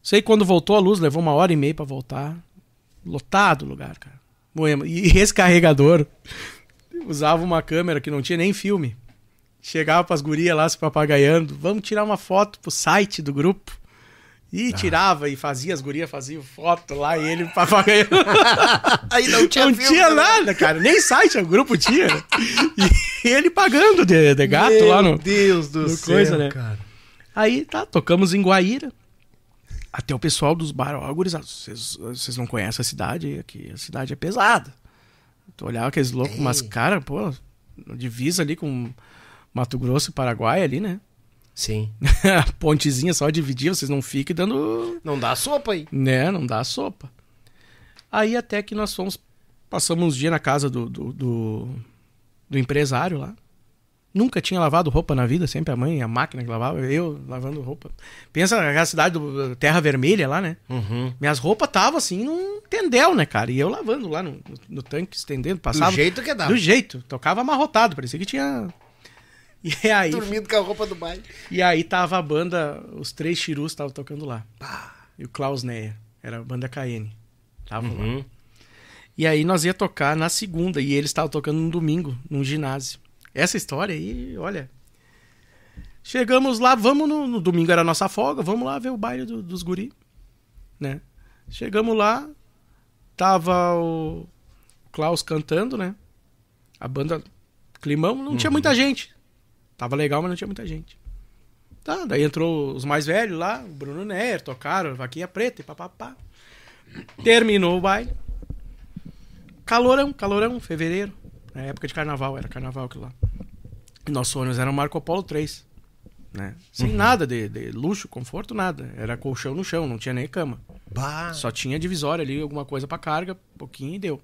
Sei que quando voltou a luz, levou 1h30 pra voltar. Lotado o lugar, cara. Moema. E esse carregador usava uma câmera que não tinha nem filme. Chegava pras gurias lá se papagaiando. Vamos tirar uma foto pro site do grupo. E tirava e fazia, as gurias faziam foto lá e ele papagaiando.
Aí não tinha
Não
filme,
tinha
né?
nada, cara. Nem site o grupo tinha. E ele pagando de gato
Meu
lá no...
Deus do
no
céu,
coisa, né?
cara.
Aí tá, tocamos em Guaíra. Até o pessoal dos bares, ó, gurizada, vocês não conhecem a cidade aqui, a cidade é pesada. Tu olhava aqueles loucos, mas cara, pô, divisa ali com Mato Grosso e Paraguai ali, né?
Sim.
A pontezinha só dividir, vocês não fiquem dando...
Não dá sopa aí.
Né, não dá sopa. Aí até que nós passamos uns dias na casa do empresário lá. Nunca tinha lavado roupa na vida, sempre a mãe, a máquina que lavava, eu lavando roupa. Pensa naquela cidade do Terra Vermelha lá, né?
Uhum.
Minhas roupas estavam assim num tendel, né, cara? E eu lavando lá no tanque, estendendo, passava.
Do jeito que dava.
Do jeito. Tocava amarrotado, parecia que tinha... E aí,
Dormindo com a roupa do baile.
e aí tava a banda, os 3 Chirus estavam tocando lá. E o Klaus Neyer, era a banda KN. Tava lá. E aí nós ia tocar na segunda, e eles estavam tocando no domingo, num ginásio. Essa história aí, olha... Chegamos lá, vamos no domingo era a nossa folga, vamos lá ver o baile dos guri, né? Chegamos lá, tava o Klaus cantando, né? A banda Climão, não tinha muita gente. Tava legal, mas não tinha muita gente. Tá, daí entrou os mais velhos lá, o Bruno Neyer, tocaram, Vaquinha Preta e papapá. Terminou o baile. Calorão, fevereiro. Na época de carnaval, era carnaval aquilo lá. E nossos ônibus eram Marco Polo 3. Né? Sem nada de luxo, conforto, nada. Era colchão no chão, não tinha nem cama.
Bah.
Só tinha divisória ali, alguma coisa pra carga, pouquinho e deu.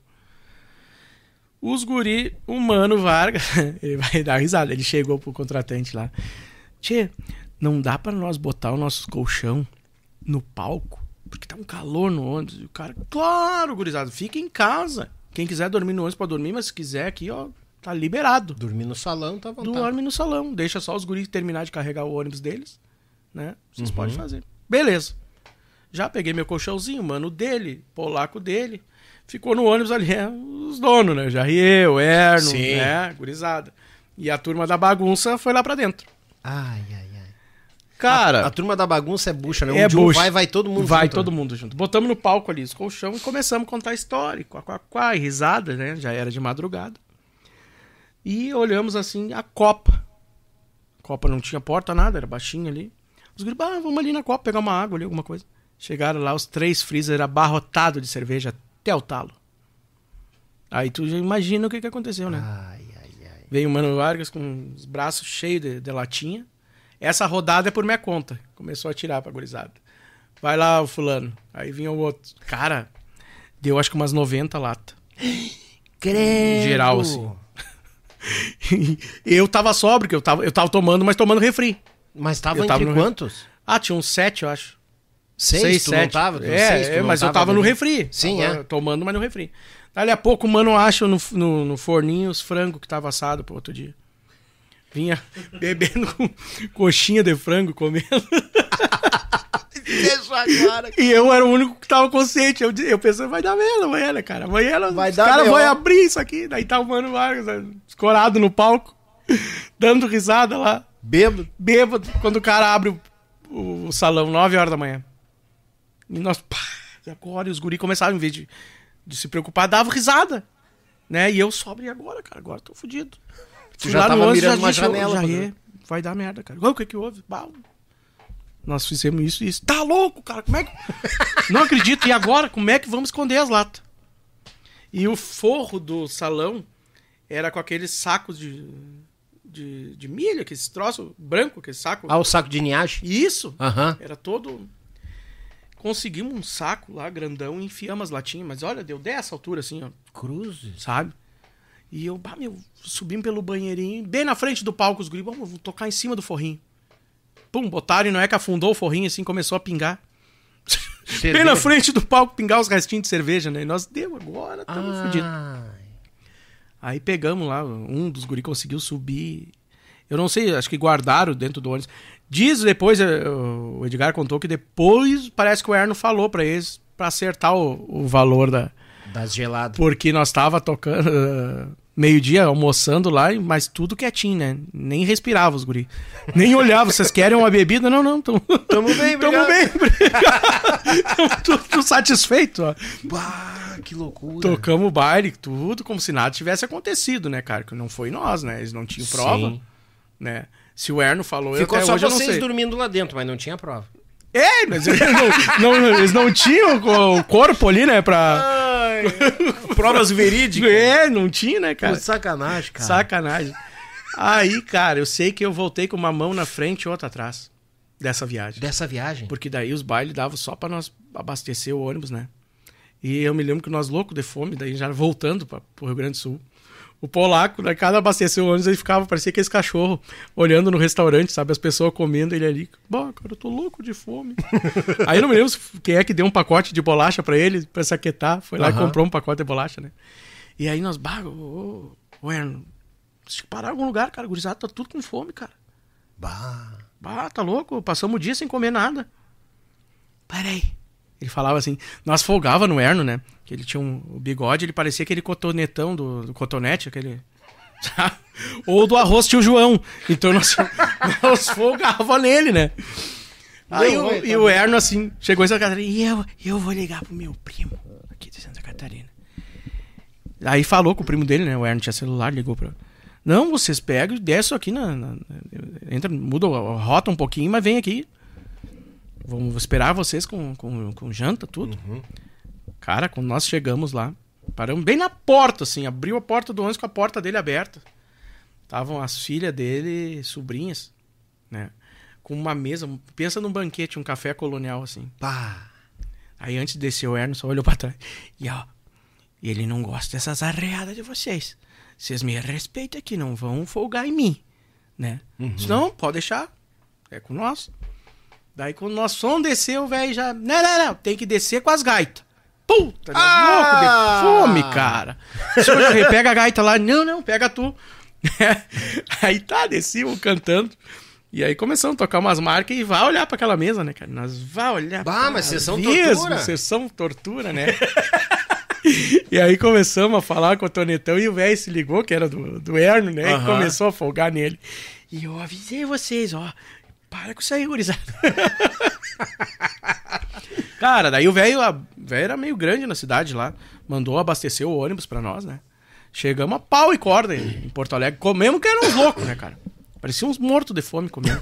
Os guri, o Mano Vargas, ele vai dar risada, ele chegou pro contratante lá. Tchê, não dá pra nós botar o nosso colchão no palco? Porque tá um calor no ônibus. E o cara, claro, gurizada, fica em casa. Quem quiser dormir no ônibus pode dormir, mas se quiser aqui, ó, tá liberado.
Dormir no salão, tá à vontade.
Dorme no salão, deixa só os guris terminar de carregar o ônibus deles, né? Vocês podem fazer. Beleza. Já peguei meu colchãozinho, mano dele, polaco dele. Ficou no ônibus ali, os donos, né? Jarrieu, Erno,
Sim.
né? Gurizada. E a turma da bagunça foi lá pra dentro.
Ai.
Cara,
A turma da bagunça é bucha, né?
é
Onde um
bucha.
vai todo mundo
vai
junto,
todo
né?
mundo junto. Botamos no palco ali os colchão e começamos a contar a história. Quá, e risada, né? Já era de madrugada. E olhamos assim a Copa. A Copa não tinha porta, nada, era baixinha ali. Os guris, vamos ali na Copa pegar uma água ali, alguma coisa. Chegaram lá, os 3 freezer abarrotados de cerveja até o talo. Aí tu já imagina o que aconteceu, né?
Ai.
Veio o Mano Vargas com os braços cheios de latinha. Essa rodada é por minha conta. Começou a tirar pra gurizada. Vai lá, o fulano. Aí vinha o outro. Cara, deu acho que umas 90 latas.
Credo.
Geral, assim. Eu tava sóbrio, que eu tava tomando, mas tomando refri.
Mas tava
Eu tava
entre
no-
quantos?
Tinha uns 7, eu acho.
6, tu não
7.
tava? Tu não
Mas eu tava no refri.
Sim,
Tava tomando, mas no refri. Dali a pouco o mano acha no forninho os frangos que tava assado pro outro dia. Vinha bebendo com coxinha de frango, comendo.
Deixa agora.
E eu era o único que tava consciente. Eu pensei, vai dar merda amanhã, né, cara? Amanhã
Vai
os
dar
caras
B.O.
vão abrir isso aqui. Daí tá o Mano Vargas, né, escorado no palco, dando risada lá. Bêbado. Quando o cara abre o salão, 9 horas da manhã. E nós, agora, e os guri começaram, em vez de se preocupar, davam risada. Né? E eu sobre agora, cara, agora tô fudido.
Tu já tava mirando uma janela,
Vai dar merda, cara. O que houve? Nós fizemos isso e isso. Tá louco, cara? Como é que... Não acredito. E agora? Como é que vamos esconder as latas? E o forro do salão era com aqueles sacos de milho, aqueles troços branco, aquele saco.
O saco de ninhagem?
Isso.
Aham.
Era todo... Conseguimos um saco lá, grandão, e enfiamos as latinhas. Mas olha, deu dessa altura assim, ó.
Cruzes.
Sabe? E eu, subimos pelo banheirinho, bem na frente do palco, os guris, vamos tocar em cima do forrinho. Pum, botaram e não é que afundou o forrinho assim, começou a pingar. Bem na frente do palco, pingar os restinhos de cerveja, né? E nós deu agora, estamos fodidos. Aí pegamos lá, um dos guris conseguiu subir. Eu não sei, acho que guardaram dentro do ônibus. Diz depois, o Edgar contou que depois parece que o Erno falou pra eles pra acertar o valor
Das geladas.
porque nós tava tocando meio-dia, almoçando lá, mas tudo quietinho, né? Nem respirava os guri. Nem olhava, vocês querem uma bebida? Não, tamo
bem, obrigado.
Tamo bem, obrigado. Tudo satisfeito, ó.
Bah, que loucura.
Tocamos o baile, tudo como se nada tivesse acontecido, né, cara? Que não foi nós, né? Eles não tinham prova,
Sim.
né? Se o Erno falou,
Ficou
até
só
hoje eu não
vocês
sei.
dormindo lá dentro, mas não tinha prova.
Mas eles não tinham o corpo ali, né,
Provas verídicas.
não tinha, né, cara?
Pô, sacanagem, cara.
Sacanagem. Aí, cara, eu sei que eu voltei com uma mão na frente e outra atrás dessa viagem.
Dessa viagem?
Porque daí os bailes davam só pra nós abastecer o ônibus, né? E eu me lembro que nós loucos de fome, daí já voltando pro Rio Grande do Sul. O polaco, daí cada abastecer o ônibus, ele ficava, parecia aqueles cachorros olhando no restaurante, sabe? As pessoas comendo, ele ali. Bah, cara, eu tô louco de fome. Aí eu não me lembro quem é que deu um pacote de bolacha pra ele, pra se aquietar. Foi lá e comprou um pacote de bolacha, né? E aí nós, ô, Erno, deixa eu parar em algum lugar, cara. Gurizada, tá tudo com fome, cara. Bah, tá louco? Passamos o dia sem comer nada. Peraí. Ele falava assim, nós folgava no Erno, né? Que ele tinha o bigode, ele parecia aquele cotonetão do cotonete, aquele... Ou do arroz tio João. Então nós folgava nele, né? Aí o Erno, assim, chegou em Santa Catarina, e eu vou ligar pro meu primo aqui de Santa Catarina. Aí falou com o primo dele, né? O Erno tinha celular, ligou pra... Não, vocês pegam e desçam aqui entra, muda a rota um pouquinho, mas vem aqui. Vamos esperar vocês com janta, tudo. Uhum. Cara, quando nós chegamos lá, paramos bem na porta, assim, abriu a porta do ônibus com a porta dele aberta. Estavam as filhas dele, sobrinhas, né? Com uma mesa, pensa num banquete, um café colonial, assim. Pá! Aí antes de descer o Erno, só olhou pra trás. E ó, ele não gosta dessas arreadas de vocês. Vocês me respeitam aqui, não vão folgar em mim, né? Uhum. Não, pode deixar, é com nós. Daí quando nós fomos descer, o velho já... Não, tem que descer com as gaitas. Puta, louco de fome, cara. O senhor já pega a gaita lá. Não, pega tu. Aí tá, descemos cantando. E aí começamos a tocar umas marcas e vai olhar pra aquela mesa, né, cara? Nós vai olhar.
Bah, mas sessão tortura.
Sessão tortura, né? E aí começamos a falar com o Tonetão e o velho se ligou, que era do Erno, né? Uhum. E começou a folgar nele. E eu avisei vocês, ó. Para com isso aí, gurizada. Cara, daí o velho era meio grande na cidade lá. Mandou abastecer o ônibus pra nós, né? Chegamos a pau e corda em Porto Alegre. Comemos que eram uns loucos, né, cara? Parecia uns mortos de fome comendo.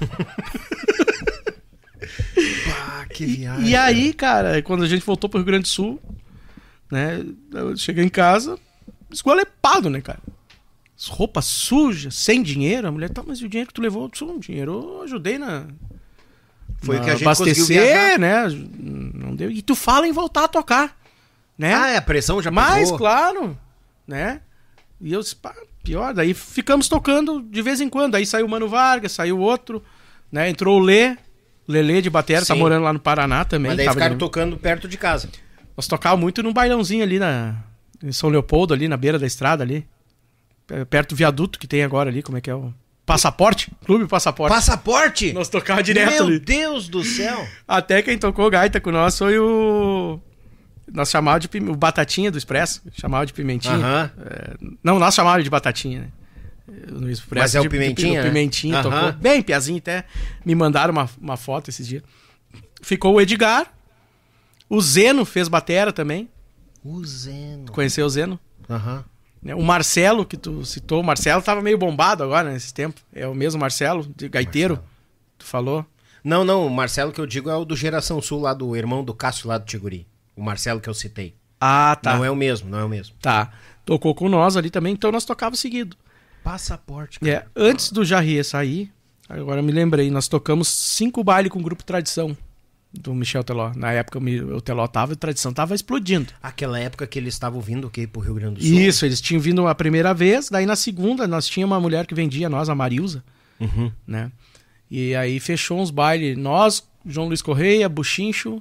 Pá, que viagem.
E aí, cara, quando a gente voltou pro Rio Grande do Sul, né? Eu cheguei em casa, esgoelepado, né, cara? Roupa suja, sem dinheiro. A mulher, tá, mas e o dinheiro que tu levou? O dinheiro eu ajudei
Foi o que a gente
abastecer, né? Não deu. E tu fala em voltar a tocar, né?
A pressão já
mais,
pegou.
Claro, né? E eu disse, pá, pior. Daí ficamos tocando de vez em quando. Aí saiu o Mano Vargas, saiu outro, né? Entrou o Lelê de batera, tá morando lá no Paraná também.
Mas daí ficaram tocando perto de casa.
Nós tocávamos muito num bailãozinho ali em São Leopoldo, ali na beira da estrada ali. Perto do viaduto que tem agora ali, como é que é o... Passaporte? Clube Passaporte.
Passaporte?
Nós tocávamos direto ali.
Meu Deus do céu!
Até quem tocou gaita com nós foi o... Nós chamávamos de o Batatinha do Expresso. Chamava de Pimentinha.
Uhum.
Não, nós chamávamos de Batatinha, né? No Expresso,
mas é o Pimentinha,
O Pimentinha tocou. Bem piazinho até. Me mandaram uma foto esses dias. Ficou o Edgar. O Zeno fez batera também.
O Zeno.
Conheceu o Zeno?
Aham.
O Marcelo, que tu citou, o Marcelo tava meio bombado agora, nesse tempo. É o mesmo Marcelo, de gaiteiro, Marcelo. Tu falou?
Não, o Marcelo que eu digo é o do Geração Sul, lá do irmão do Cássio, lá do Tiguri. O Marcelo que eu citei.
Ah, tá.
Não é o mesmo.
Tá. Tocou com nós ali também, então nós tocávamos seguido.
Passaporte, cara.
Antes do Jarrier sair, agora eu me lembrei, nós tocamos 5 bailes com o Grupo Tradição. Do Michel Teló. Na época o Teló tava e a Tradição tava explodindo.
Aquela época que eles estavam vindo aqui pro Rio Grande do Sul.
Isso, eles tinham vindo a primeira vez, daí na segunda nós tínhamos uma mulher que vendia nós, a Marilza, né? E aí fechou uns bailes, nós, João Luiz Correia, Buchincho,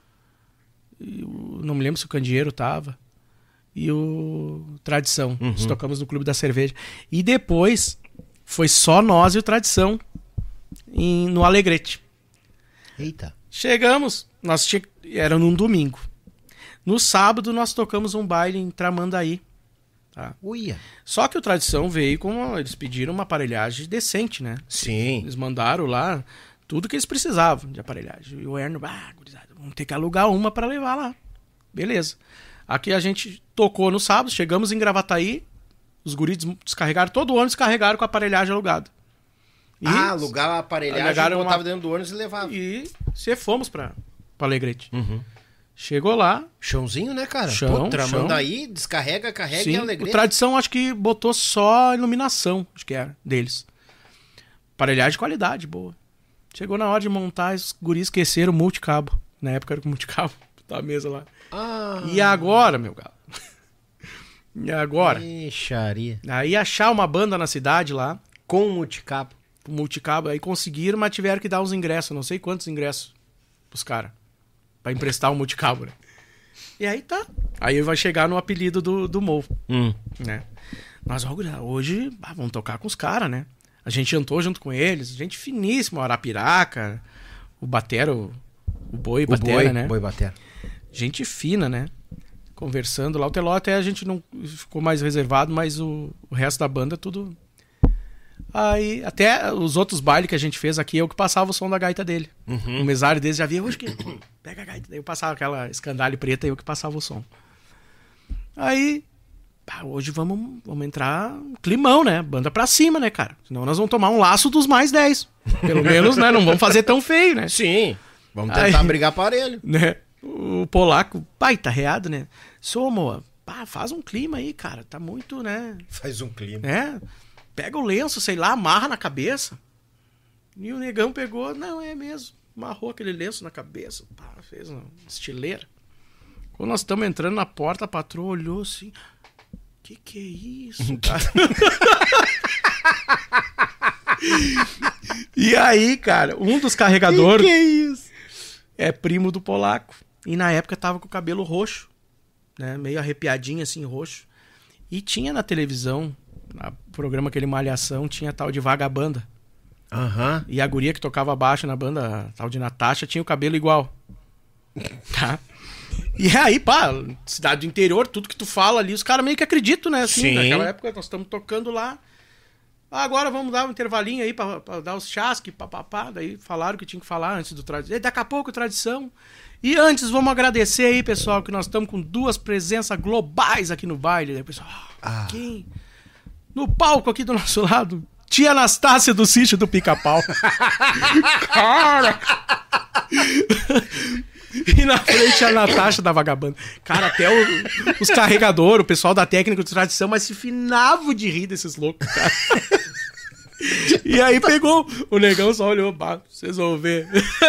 não me lembro se o Candeeiro tava, e o Tradição. Nós tocamos no Clube da Cerveja. E depois foi só nós e o Tradição. no Alegrete.
Eita.
Chegamos, era num domingo. No sábado nós tocamos um baile em Tramandaí. Tá?
Uia.
Só que o Tradição veio eles pediram uma aparelhagem decente, né?
Sim.
Eles mandaram lá tudo que eles precisavam de aparelhagem. E o Erno, gurizada, vamos ter que alugar uma para levar lá. Beleza. Aqui a gente tocou no sábado, chegamos em Gravataí, os guris descarregaram todo o ônibus, descarregaram com a aparelhagem alugada.
Alugar a aparelhagem, botava dentro do ônibus e levava.
E fomos pra Alegrete. Chegou lá.
Chãozinho, né, cara?
Chão.
Tramandaí, descarrega, carrega e Alegrete.
O Tradição acho que botou só iluminação, acho que era, deles. Aparelhagem de qualidade, boa. Chegou na hora de montar, os guris esqueceram o multicabo. Na época era com multicabo, tá a mesa lá. E agora, meu galo? E agora?
Ixaria.
Aí achar uma banda na cidade lá.
Com multicabo.
Multicabo, aí conseguiram, mas tiveram que dar uns ingressos, não sei quantos ingressos pros caras. Pra emprestar o multicabo, né? E aí tá. Aí vai chegar no apelido do Mo. Né? Nós hoje vamos tocar com os caras, né? A gente jantou junto com eles, gente finíssima, o Arapiraca, o Batera, o Boi Batera, né?
Boi Batera.
Gente fina, né? Conversando lá. O Teló até a gente não ficou mais reservado, mas o resto da banda tudo... Aí, até os outros bailes que a gente fez aqui, eu que passava o som da gaita dele. O mesário deles já via, hoje que pega a gaita. Daí eu passava aquela escandalha preta e eu que passava o som. Aí, hoje vamos entrar um climão, né? Banda pra cima, né, cara? Senão nós vamos tomar um laço dos mais 10. Pelo menos, né? Não vamos fazer tão feio, né?
Sim, vamos tentar brigar parelho.
Né? O polaco, tá reado, né? Somo, faz um clima aí, cara. Tá muito, né?
Faz um clima.
É. Pega o lenço, sei lá, amarra na cabeça. E o negão pegou, não, é mesmo. Amarrou aquele lenço na cabeça. Fez uma estileira. Quando nós estamos entrando na porta, a patroa olhou assim. Que é isso, cara? E aí, cara, um dos carregadores...
Que é isso?
É primo do polaco. E na época tava com o cabelo roxo. Né? Meio arrepiadinho, assim, roxo. E tinha na televisão... No programa aquele Malhação tinha tal de Vagabanda. E a guria que tocava baixo na banda, a tal de Natasha, tinha o cabelo igual. Tá? E aí, cidade do interior, tudo que tu fala ali, os caras meio que acreditam, né? Assim,
sim.
Naquela época nós estamos tocando lá. Agora vamos dar um intervalinho aí pra dar os chasques, papapá. Daí falaram que tinha que falar antes do Tradição. Daqui a pouco, Tradição. E antes, vamos agradecer aí, pessoal, que nós estamos com 2 presenças globais aqui no baile. Daí o pessoal, quem? No palco aqui do nosso lado, tia Anastácia do Sítio do Pica-Pau. Cara! E na frente a Natasha da Vagabanda. Cara, até os carregadores, o pessoal da técnica de Tradição, mas se finavam de rir desses loucos, cara. E aí pegou, o negão só olhou, vocês vão ver.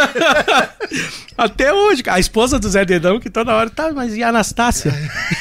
Até hoje, a esposa do Zé Dedão, que toda hora mas e a Anastácia?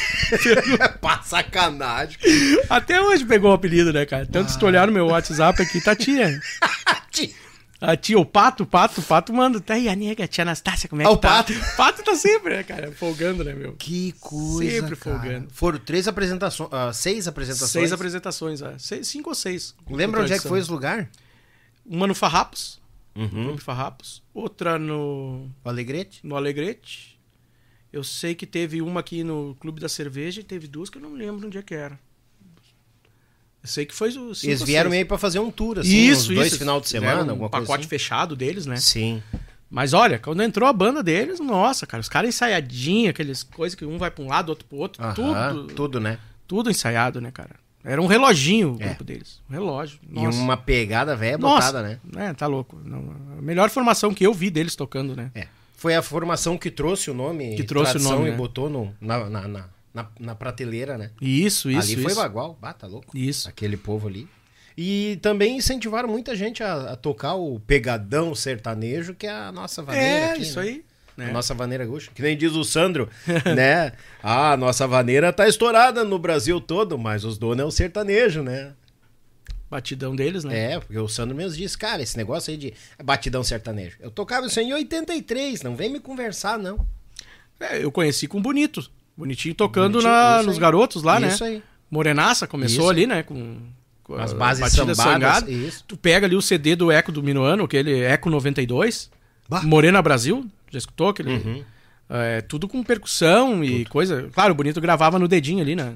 Sacanagem.
Até hoje pegou o apelido, né, cara? Tanto se tu olhar no meu WhatsApp aqui, tá tia. A tia, o Pato manda. Tá aí a nega, a tia Anastácia, como é que tá? O Pato tá sempre, né, cara? Folgando, né, meu?
Que coisa,
sempre
cara.
Folgando.
Foram 6 apresentações. 6
apresentações, 5 ou 6.
Lembra onde é que foi os lugares?
Uma no Farrapos. No Farrapos. Outra no
Alegrete?
No Alegrete. Eu sei que teve uma aqui no Clube da Cerveja e teve 2 que eu não lembro onde é que era. Eu sei que foi os 5.
Eles vieram meio pra fazer um tour, assim, uns 2 final de semana, alguma coisa
pacote
assim.
fechado deles, né?
Sim.
Mas olha, quando entrou a banda deles, nossa, cara, os caras ensaiadinhos, aquelas coisas que um vai pra um lado, outro pro outro,
tudo, né?
Tudo ensaiado, né, cara? Era um reloginho o grupo deles. Um relógio. Nossa.
E uma pegada velha botada, né?
É, tá louco. A melhor formação que eu vi deles tocando, né?
É. Foi a formação que trouxe o nome.
Que trouxe o nome,
e
né?
botou na prateleira, né?
Isso.
Ali foi bagual. Tá louco.
Isso.
Aquele povo ali. E também incentivaram muita gente a tocar o pegadão sertanejo, que é a nossa vaneira aqui.
Isso, né? Aí.
A nossa vaneira gaúcha. Que nem diz o Sandro, né? A nossa vaneira tá estourada no Brasil todo, mas os donos é o sertanejo, né?
Batidão deles, né?
É, porque o Sandro mesmo disse, cara, esse negócio aí de batidão sertanejo. Eu tocava isso em 83, não vem me conversar, não.
É, eu conheci com o Bonitinho tocando nos Garotos lá, né?
Isso aí.
Morenaça começou ali, né? Com
As bases
batidas
sambadas,
sangadas.
isso.
Tu pega ali o CD do Eco do Minuano, aquele Eco 92,
Bah.
Morena Brasil, já escutou aquele? Tudo com percussão e coisa. Claro, o Bonito gravava no dedinho ali, né?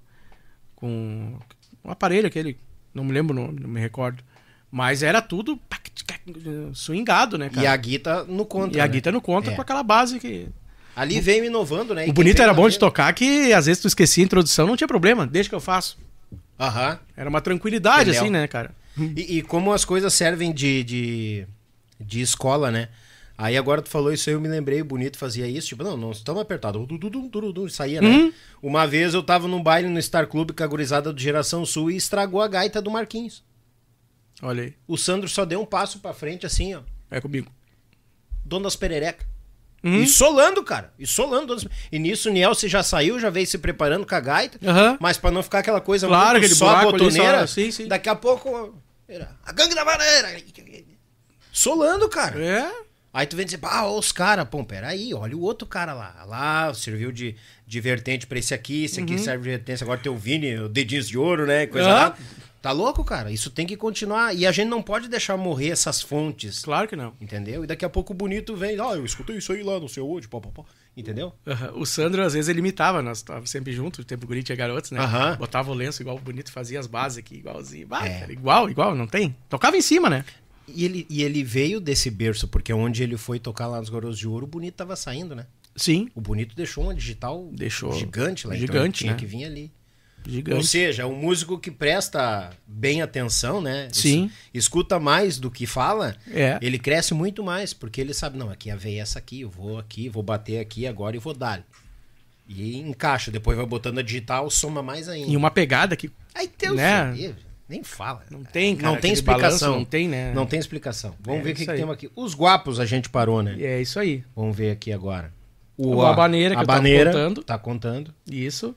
Com um aparelho aquele, não me lembro o nome, não me recordo. Mas era tudo swingado, né, cara?
E a guita no contra.
E a
né?
guita no contra com aquela base que...
Ali veio inovando, né?
O bonito era bom de tocar que às vezes tu esquecia a introdução, não tinha problema, deixa que eu faço.
Aham.
Era uma tranquilidade,
Entendeu?
assim, né, cara?
E como as coisas servem de escola, né? Aí agora tu falou isso aí, eu me lembrei, o Bonito fazia isso, tipo, não estamos apertados, saía, né? Uma vez eu tava num baile no Star Club com a gurizada do Geração Sul e estragou a gaita do Marquinhos.
Olha aí,
O Sandro só deu um passo pra frente, assim, ó,
é comigo.
dono das pererecas. E solando, cara, e nisso o Nielsen já saiu, já veio se preparando com a gaita, mas pra não ficar aquela coisa
Claro,
muito
aquele
só a
buraco ali,
botoneira,
só- sim.
daqui a pouco, a gangue da maneira, solando, cara.
É?
Aí tu vem dizer, os caras, pô, peraí, olha o outro cara lá serviu de vertente pra esse aqui serve de vertente, agora tem o Vini, o dedinhos de ouro, né, coisa lá. Tá louco, cara? Isso tem que continuar, e a gente não pode deixar morrer essas fontes,
Claro que não.
entendeu? E daqui a pouco o Bonito vem, eu escutei isso aí lá no seu onde, entendeu?
O Sandro, às vezes, ele imitava, nós estávamos sempre juntos, o tempo guri tinha garotos, né? Botava o lenço igual o Bonito, fazia as bases aqui, igualzinho. Cara, igual, não tem? Tocava em cima, né?
E ele veio desse berço, porque onde ele foi tocar lá nos Garotos de Ouro, o Bonito tava saindo, né?
Sim.
O Bonito deixou uma digital gigante lá, então ele
Gigante,
tinha
né?
que vir ali.
Gigante.
Ou seja, um músico que presta bem atenção, né?
Sim.
Escuta mais do que fala,
É.
ele cresce muito mais, porque ele sabe, não, aqui a veia é essa aqui, eu vou aqui, vou bater aqui agora e vou dar. E encaixa, depois vai botando a digital, soma mais ainda.
E uma pegada que
Aí tem o
né?
CD, nem fala.
não tem, cara.
Não tem
aquele
explicação.
balanço, não tem, né?
Não tem explicação. Vamos ver o que
isso aí.
temos aqui. Os guapos a gente parou, né?
E é isso aí.
Vamos ver aqui agora.
O Habaneira que eu tava contando.
Tá contando.
Isso.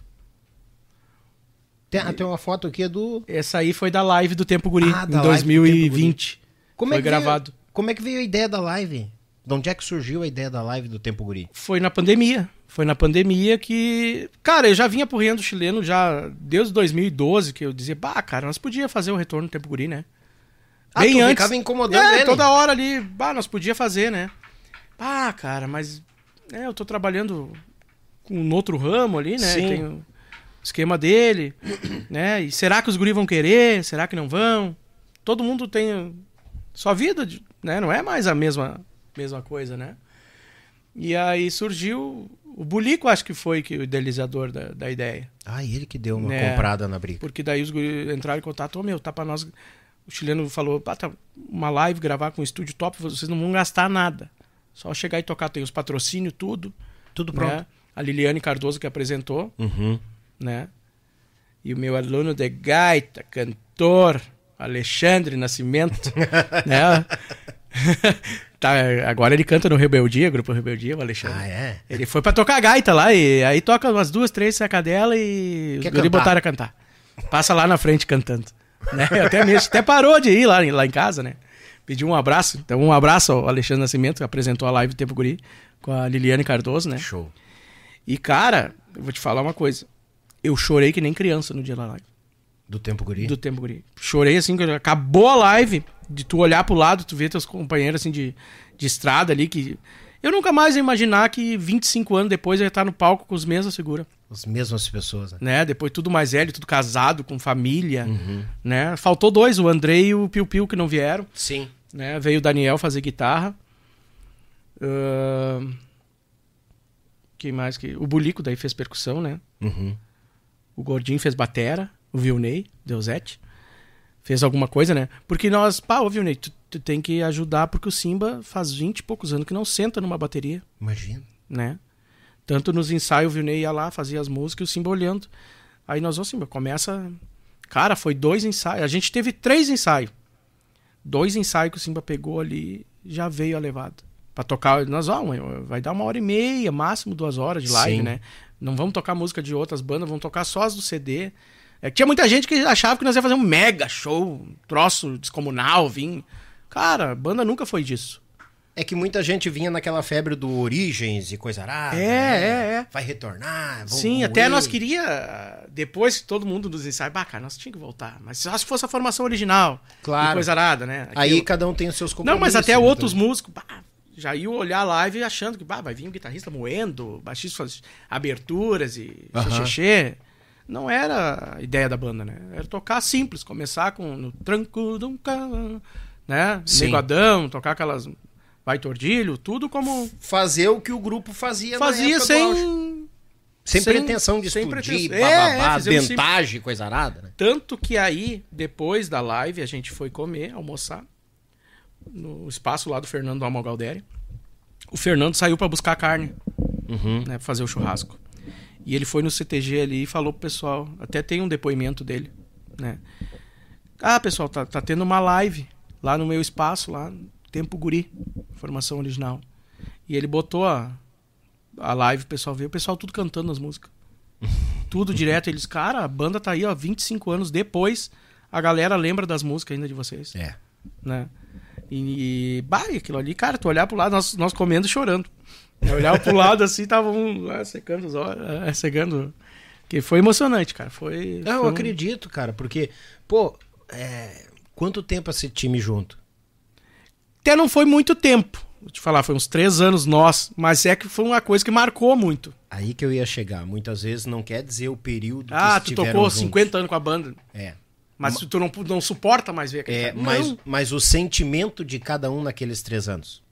Tem uma foto aqui do...
Essa aí foi da live do Tempo Guri,
Ah,
em
da live do Tempo
2020.
Como
foi
é que
gravado.
Como é que veio a ideia da live? De onde é que surgiu a ideia da live do Tempo Guri?
Foi na pandemia. Foi na pandemia que... Cara, eu já vinha pro Riendo Chileno já desde 2012, que eu dizia, cara, nós podíamos fazer o retorno do Tempo Guri, né?
Bem tu antes. Ficava incomodando ele.
Toda hora ali, nós podíamos fazer, né? Cara, mas... eu tô trabalhando com um outro ramo ali, né?
Sim.
Tem o esquema dele, né? E será que os guri vão querer? Será que não vão? Todo mundo tem sua vida, né? Não é mais a mesma coisa, né? E aí surgiu... O Bulico, acho que foi o idealizador da ideia.
Ele que deu uma comprada na briga.
Porque daí os guri entraram em contato, tá pra nós... O chileno falou, tá uma live, gravar com um estúdio top, vocês não vão gastar nada. Só chegar e tocar, tem os patrocínios, tudo.
Tudo pronto.
Né? A Liliane Cardoso que apresentou, né? E o meu aluno de gaita, cantor, Alexandre Nascimento, né? Agora ele canta no Rebeldia, Grupo Rebeldia, o Alexandre. Ele foi pra tocar gaita lá, e aí toca umas 2, 3 sacadelas e os guri botaram a cantar. Passa lá na frente cantando. Né? Até parou de ir lá em casa, né? Pediu um abraço. Então, um abraço ao Alexandre Nascimento, que apresentou a live do Tempo Guri com a Liliane Cardoso, né?
Show.
E, cara, eu vou te falar uma coisa. Eu chorei que nem criança no dia da live.
Do Tempo Guri?
Do Tempo Guri. Chorei assim, que acabou a live, de tu olhar pro lado, tu ver teus companheiros assim de estrada ali, que... Eu nunca mais ia imaginar que 25 anos depois eu ia estar no palco com as mesmas figuras.
As mesmas pessoas,
né? Depois tudo mais velho, tudo casado, com família, né? Faltou 2, o Andrei e o Piu Piu, que não vieram.
Sim.
Né? Veio o Daniel fazer guitarra. Quem mais? O Bulico daí fez percussão, né? O Gordinho fez batera. O Vilney, Deusete, fez alguma coisa, né? Porque nós... ô Vilney, tu tem que ajudar, porque o Simba faz 20 e poucos anos que não senta numa bateria.
Imagina.
Né? Tanto nos ensaios o Vilney ia lá, fazia as músicas e o Simba olhando. Aí nós, Simba, começa... Cara, foi 2 ensaios. A gente teve 3 ensaios. 2 ensaios que o Simba pegou ali, já veio a levada. Pra tocar, nós, vai dar 1h30, máximo 2 horas de live,
Sim.
né? Não vamos tocar música de outras bandas, vamos tocar só as do CD. Tinha muita gente que achava que nós ia fazer um mega show, um troço descomunal, Cara, a banda nunca foi disso.
É que muita gente vinha naquela febre do Origens e coisa arada.
É.
Vai retornar,
Sim, até nós queria, depois que todo mundo nos ensaios, cara, nós tínhamos que voltar. Mas só se fosse a formação original.
Claro.
E coisa arada, né?
Aí cada um tem os seus compromissos.
Não, mas até
né,
outros
também.
músicos, já iam olhar a live achando que vai vir um guitarrista moendo, baixista faz aberturas e xexê. Não era a ideia da banda, né? Era tocar simples, começar com no tranco de um carro, né? Negodão, tocar aquelas vai tordilho, tudo como...
Fazer o que o grupo fazia na época do
sem...
auge. Sem pretensão de explodir,
bababá,
dentagem, coisa arada, né?
Tanto que aí, depois da live, a gente foi comer, almoçar, no espaço lá do Fernando Almo Galdério. O Fernando saiu pra buscar carne, né, pra fazer o churrasco. E ele foi no CTG ali e falou pro pessoal, até tem um depoimento dele, né? Pessoal, tá tendo uma live lá no meu espaço, lá, Tempo Guri, formação original. E ele botou a live, o pessoal veio, o pessoal tudo cantando as músicas. Tudo direto. Eles, cara, a banda tá aí, ó, 25 anos depois, a galera lembra das músicas ainda de vocês.
É.
Né? E aquilo ali, cara, tu olhar pro lado, nós comendo e chorando. Eu olhava pro lado assim, tava secando os olhos, secando. Que foi emocionante, cara.
Eu acredito, cara, porque, pô, quanto tempo esse time junto?
Até não foi muito tempo. Vou te falar, foi uns 3 anos nós, mas é que foi uma coisa que marcou muito.
Aí que eu ia chegar. Muitas vezes não quer dizer o período que
tu tocou juntos. 50 anos com a banda. Mas tu não suporta mais ver aquele
mas o sentimento de cada um naqueles 3 anos.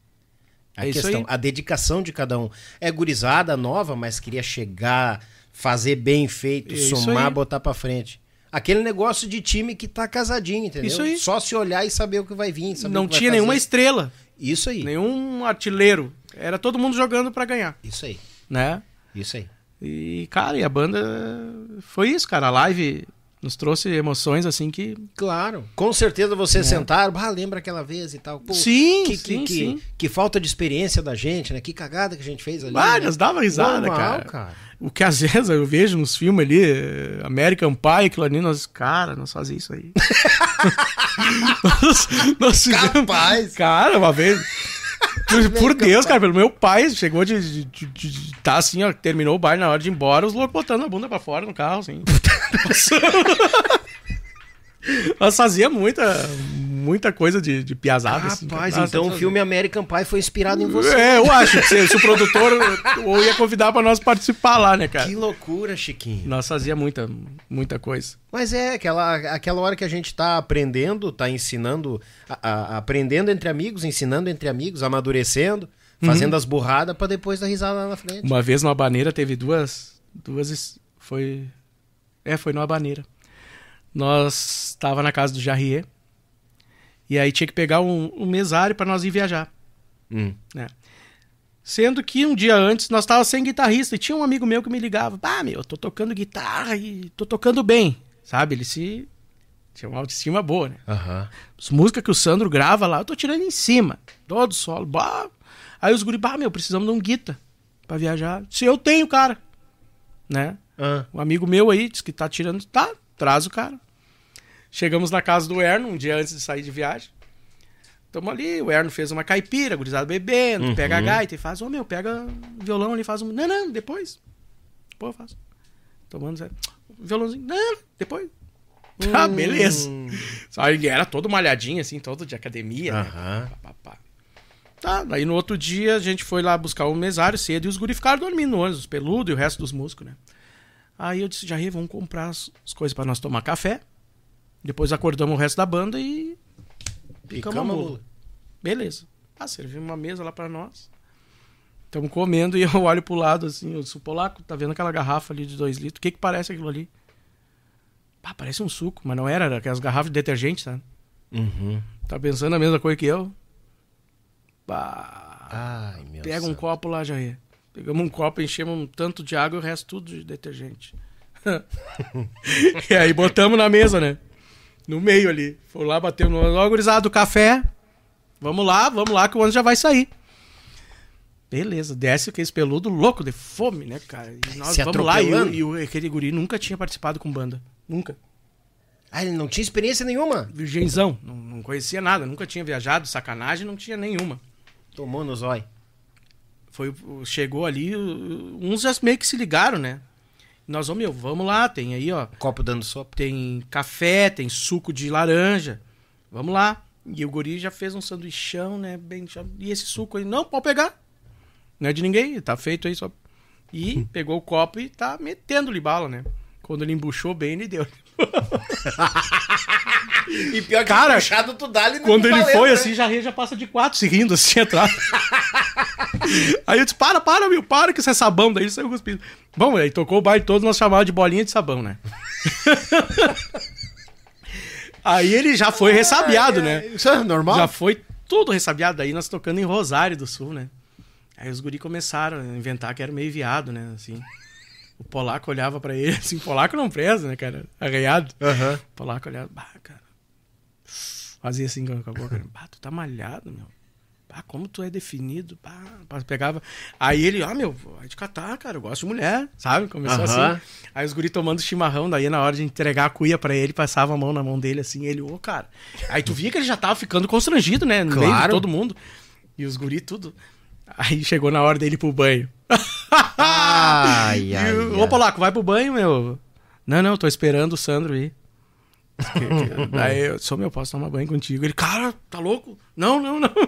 A dedicação de cada um. É gurizada nova, mas queria chegar, fazer bem feito, somar, botar pra frente. Aquele negócio de time que tá casadinho, entendeu?
Isso aí.
Só se olhar e saber o que vai vir.
Não tinha nenhuma estrela.
Isso aí.
Nenhum artilheiro. Era todo mundo jogando pra ganhar.
Isso aí.
Né?
Isso aí.
E, cara, e a banda... Foi isso, cara. A live nos trouxe emoções, assim, que...
Claro. Com certeza vocês sentaram, lembra aquela vez e tal. Pô,
sim.
Que falta de experiência da gente, né? Que cagada que a gente fez ali.
Nós dava risada,
normal,
cara. O que às vezes eu vejo nos filmes ali, American Pie, aquilo ali, nós fazíamos isso aí. nós fizemos...
Capaz!
Cara, uma vez... Por Deus, cara, pelo meu pai, chegou de tá assim, ó, terminou o baile, na hora de ir embora, os loucos botando a bunda pra fora no carro, assim. Nós fazia muita coisa de piazada.
Rapaz,
assim,
então o filme American Pie foi inspirado em você.
Eu acho que se o produtor ou ia convidar pra nós participar lá, né, cara?
Que loucura, Chiquinho.
Nós fazia muita coisa.
Mas aquela hora que a gente tá aprendendo, tá ensinando, aprendendo entre amigos, ensinando entre amigos, amadurecendo, fazendo as burradas pra depois dar risada lá na frente.
Uma vez numa Habaneira teve duas foi numa Habaneira. Nós tava na casa do Jarrier e aí tinha que pegar um mesário pra nós ir viajar. Né? Sendo que um dia antes nós tava sem guitarrista e tinha um amigo meu que me ligava, eu tô tocando guitarra e tô tocando bem, sabe? Ele tinha uma autoestima boa, né? As músicas que o Sandro grava lá, eu tô tirando em cima, todo solo, Aí os guri, precisamos de um guitarra pra viajar. Se eu tenho, cara, né? Um amigo meu aí disse que tá tirando, traz o cara. Chegamos na casa do Erno, um dia antes de sair de viagem. Tamo ali, o Erno fez uma caipira, gurizada bebendo, pega a gaita e faz, pega o violão ali, faz um... Não, depois. Depois eu faço. Tomando violãozinho, não, depois. Beleza. Só ele era todo malhadinho, assim, todo de academia, né? Daí no outro dia a gente foi lá buscar o mesário cedo e os guri ficaram dormindo no ônibus, os peludos e o resto dos músicos, né? Aí eu disse, Jarry, vamos comprar as coisas pra nós tomar café. Depois acordamos o resto da banda e... Picamos a mula. Beleza. Servimos uma mesa lá pra nós. Estamos comendo e eu olho pro lado assim, eu disse, o Polaco, tá vendo aquela garrafa ali de 2 litros? O que parece aquilo ali? Parece um suco, mas não era aquelas garrafas de detergente, sabe? Tá pensando a mesma coisa que eu? Pega um copo lá, Jarry. Pegamos um copo, enchemos um tanto de água e o resto tudo de detergente. E aí botamos na mesa, né? No meio ali. Foi lá, batemos no gurizada do café. Vamos lá que o ônibus já vai sair. Beleza, desce aquele peludo louco de fome, né, cara? E nós vamos lá e aquele guri nunca tinha participado com banda. Nunca.
Ele não tinha experiência nenhuma?
Virgenzão, não conhecia nada, nunca tinha viajado, sacanagem, não tinha nenhuma.
Tomou no zóio.
Chegou ali, uns já meio que se ligaram, né? Nós vamos lá, tem aí, ó.
Copo dando sopa.
Tem café, tem suco de laranja. Vamos lá. E o guri já fez um sanduichão, né? E esse suco aí, não, pode pegar. Não é de ninguém, tá feito aí só. E pegou o copo e tá metendo-lhe bala, né? Quando ele embuchou bem, ele deu.
E pior que
cara,
embuchado tu dá ali.
Quando ele foi, assim, já passa de 4 se rindo, assim, atrás. Aí eu disse, para, meu, para que isso é sabão. Daí ele saiu cuspindo. Bom, aí tocou o baile todo, nós chamávamos de bolinha de sabão, né? Aí ele já foi ressabiado, né?
Isso é normal?
Já foi tudo ressabiado. Aí nós tocando em Rosário do Sul, né? Aí os guri começaram a inventar que era meio viado, né? Assim. O polaco olhava pra ele, assim, polaco não presa, né, cara? Arranhado.
Uhum.
O polaco olhava, cara. Fazia assim com a boca. Tu tá malhado, meu. Como tu é definido. Pegava. Aí ele, meu, vai te catar, cara. Eu gosto de mulher, sabe? Começou assim. Aí os guri tomando chimarrão, daí na hora de entregar a cuia pra ele, passava a mão na mão dele, assim, ele, cara. Aí tu via que ele já tava ficando constrangido, né? No meio de todo mundo. E os guri tudo. Aí chegou na hora dele ir pro banho. Ô, polaco, vai pro banho, meu. Não, tô esperando o Sandro ir. Daí eu sou meu, posso tomar banho contigo? Ele, cara, tá louco? Não.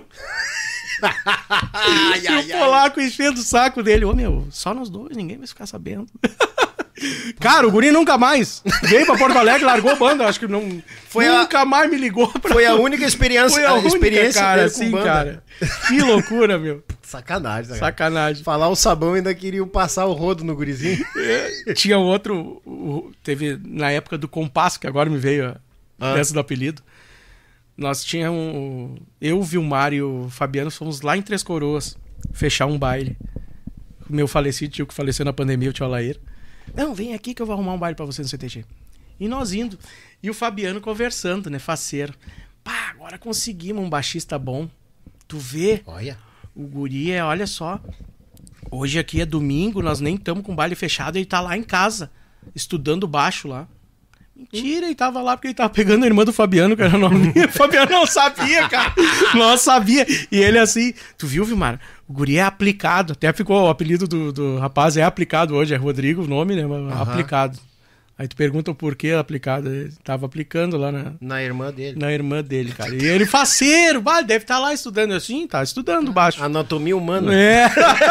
E o polaco enchendo o saco dele. Meu, só nós dois, ninguém vai ficar sabendo. Cara, o guri nunca mais veio pra Porto Alegre, largou a banda, acho que não. Nunca mais me ligou.
Foi a única experiência.
Foi a única, cara,
dele com
assim,
banda.
Cara. Que loucura, meu.
Sacanagem.
Sacanagem.
Falar o sabão, ainda queriam passar o rodo no gurizinho.
Tinha outro, teve na época do Compasso, que agora me veio dessa do apelido. Nós tínhamos, eu, o Vilmar e o Fabiano fomos lá em Três Coroas fechar um baile. O meu falecido tio que faleceu na pandemia, o tio Alair. Não, vem aqui que eu vou arrumar um baile pra você no CTG. E nós indo. E o Fabiano conversando, né, faceiro. Agora conseguimos um baixista bom. Tu vê?
Olha.
O guri olha só. Hoje aqui é domingo, nós nem estamos com o baile fechado, ele tá lá em casa, estudando baixo lá. Mentira, ele tava lá porque ele tava pegando a irmã do Fabiano, que era novinha. O Fabiano não sabia, cara. Não sabia. E ele assim, tu viu, Vilmar? O guri é aplicado. Até ficou o apelido do rapaz, é aplicado hoje, é Rodrigo o nome, né? Aplicado. Aí tu pergunta o porquê aplicado. Ele tava aplicando lá
na irmã dele.
Na irmã dele, cara. E ele faceiro, deve estar lá estudando assim, tá estudando baixo.
Anatomia humana.
É.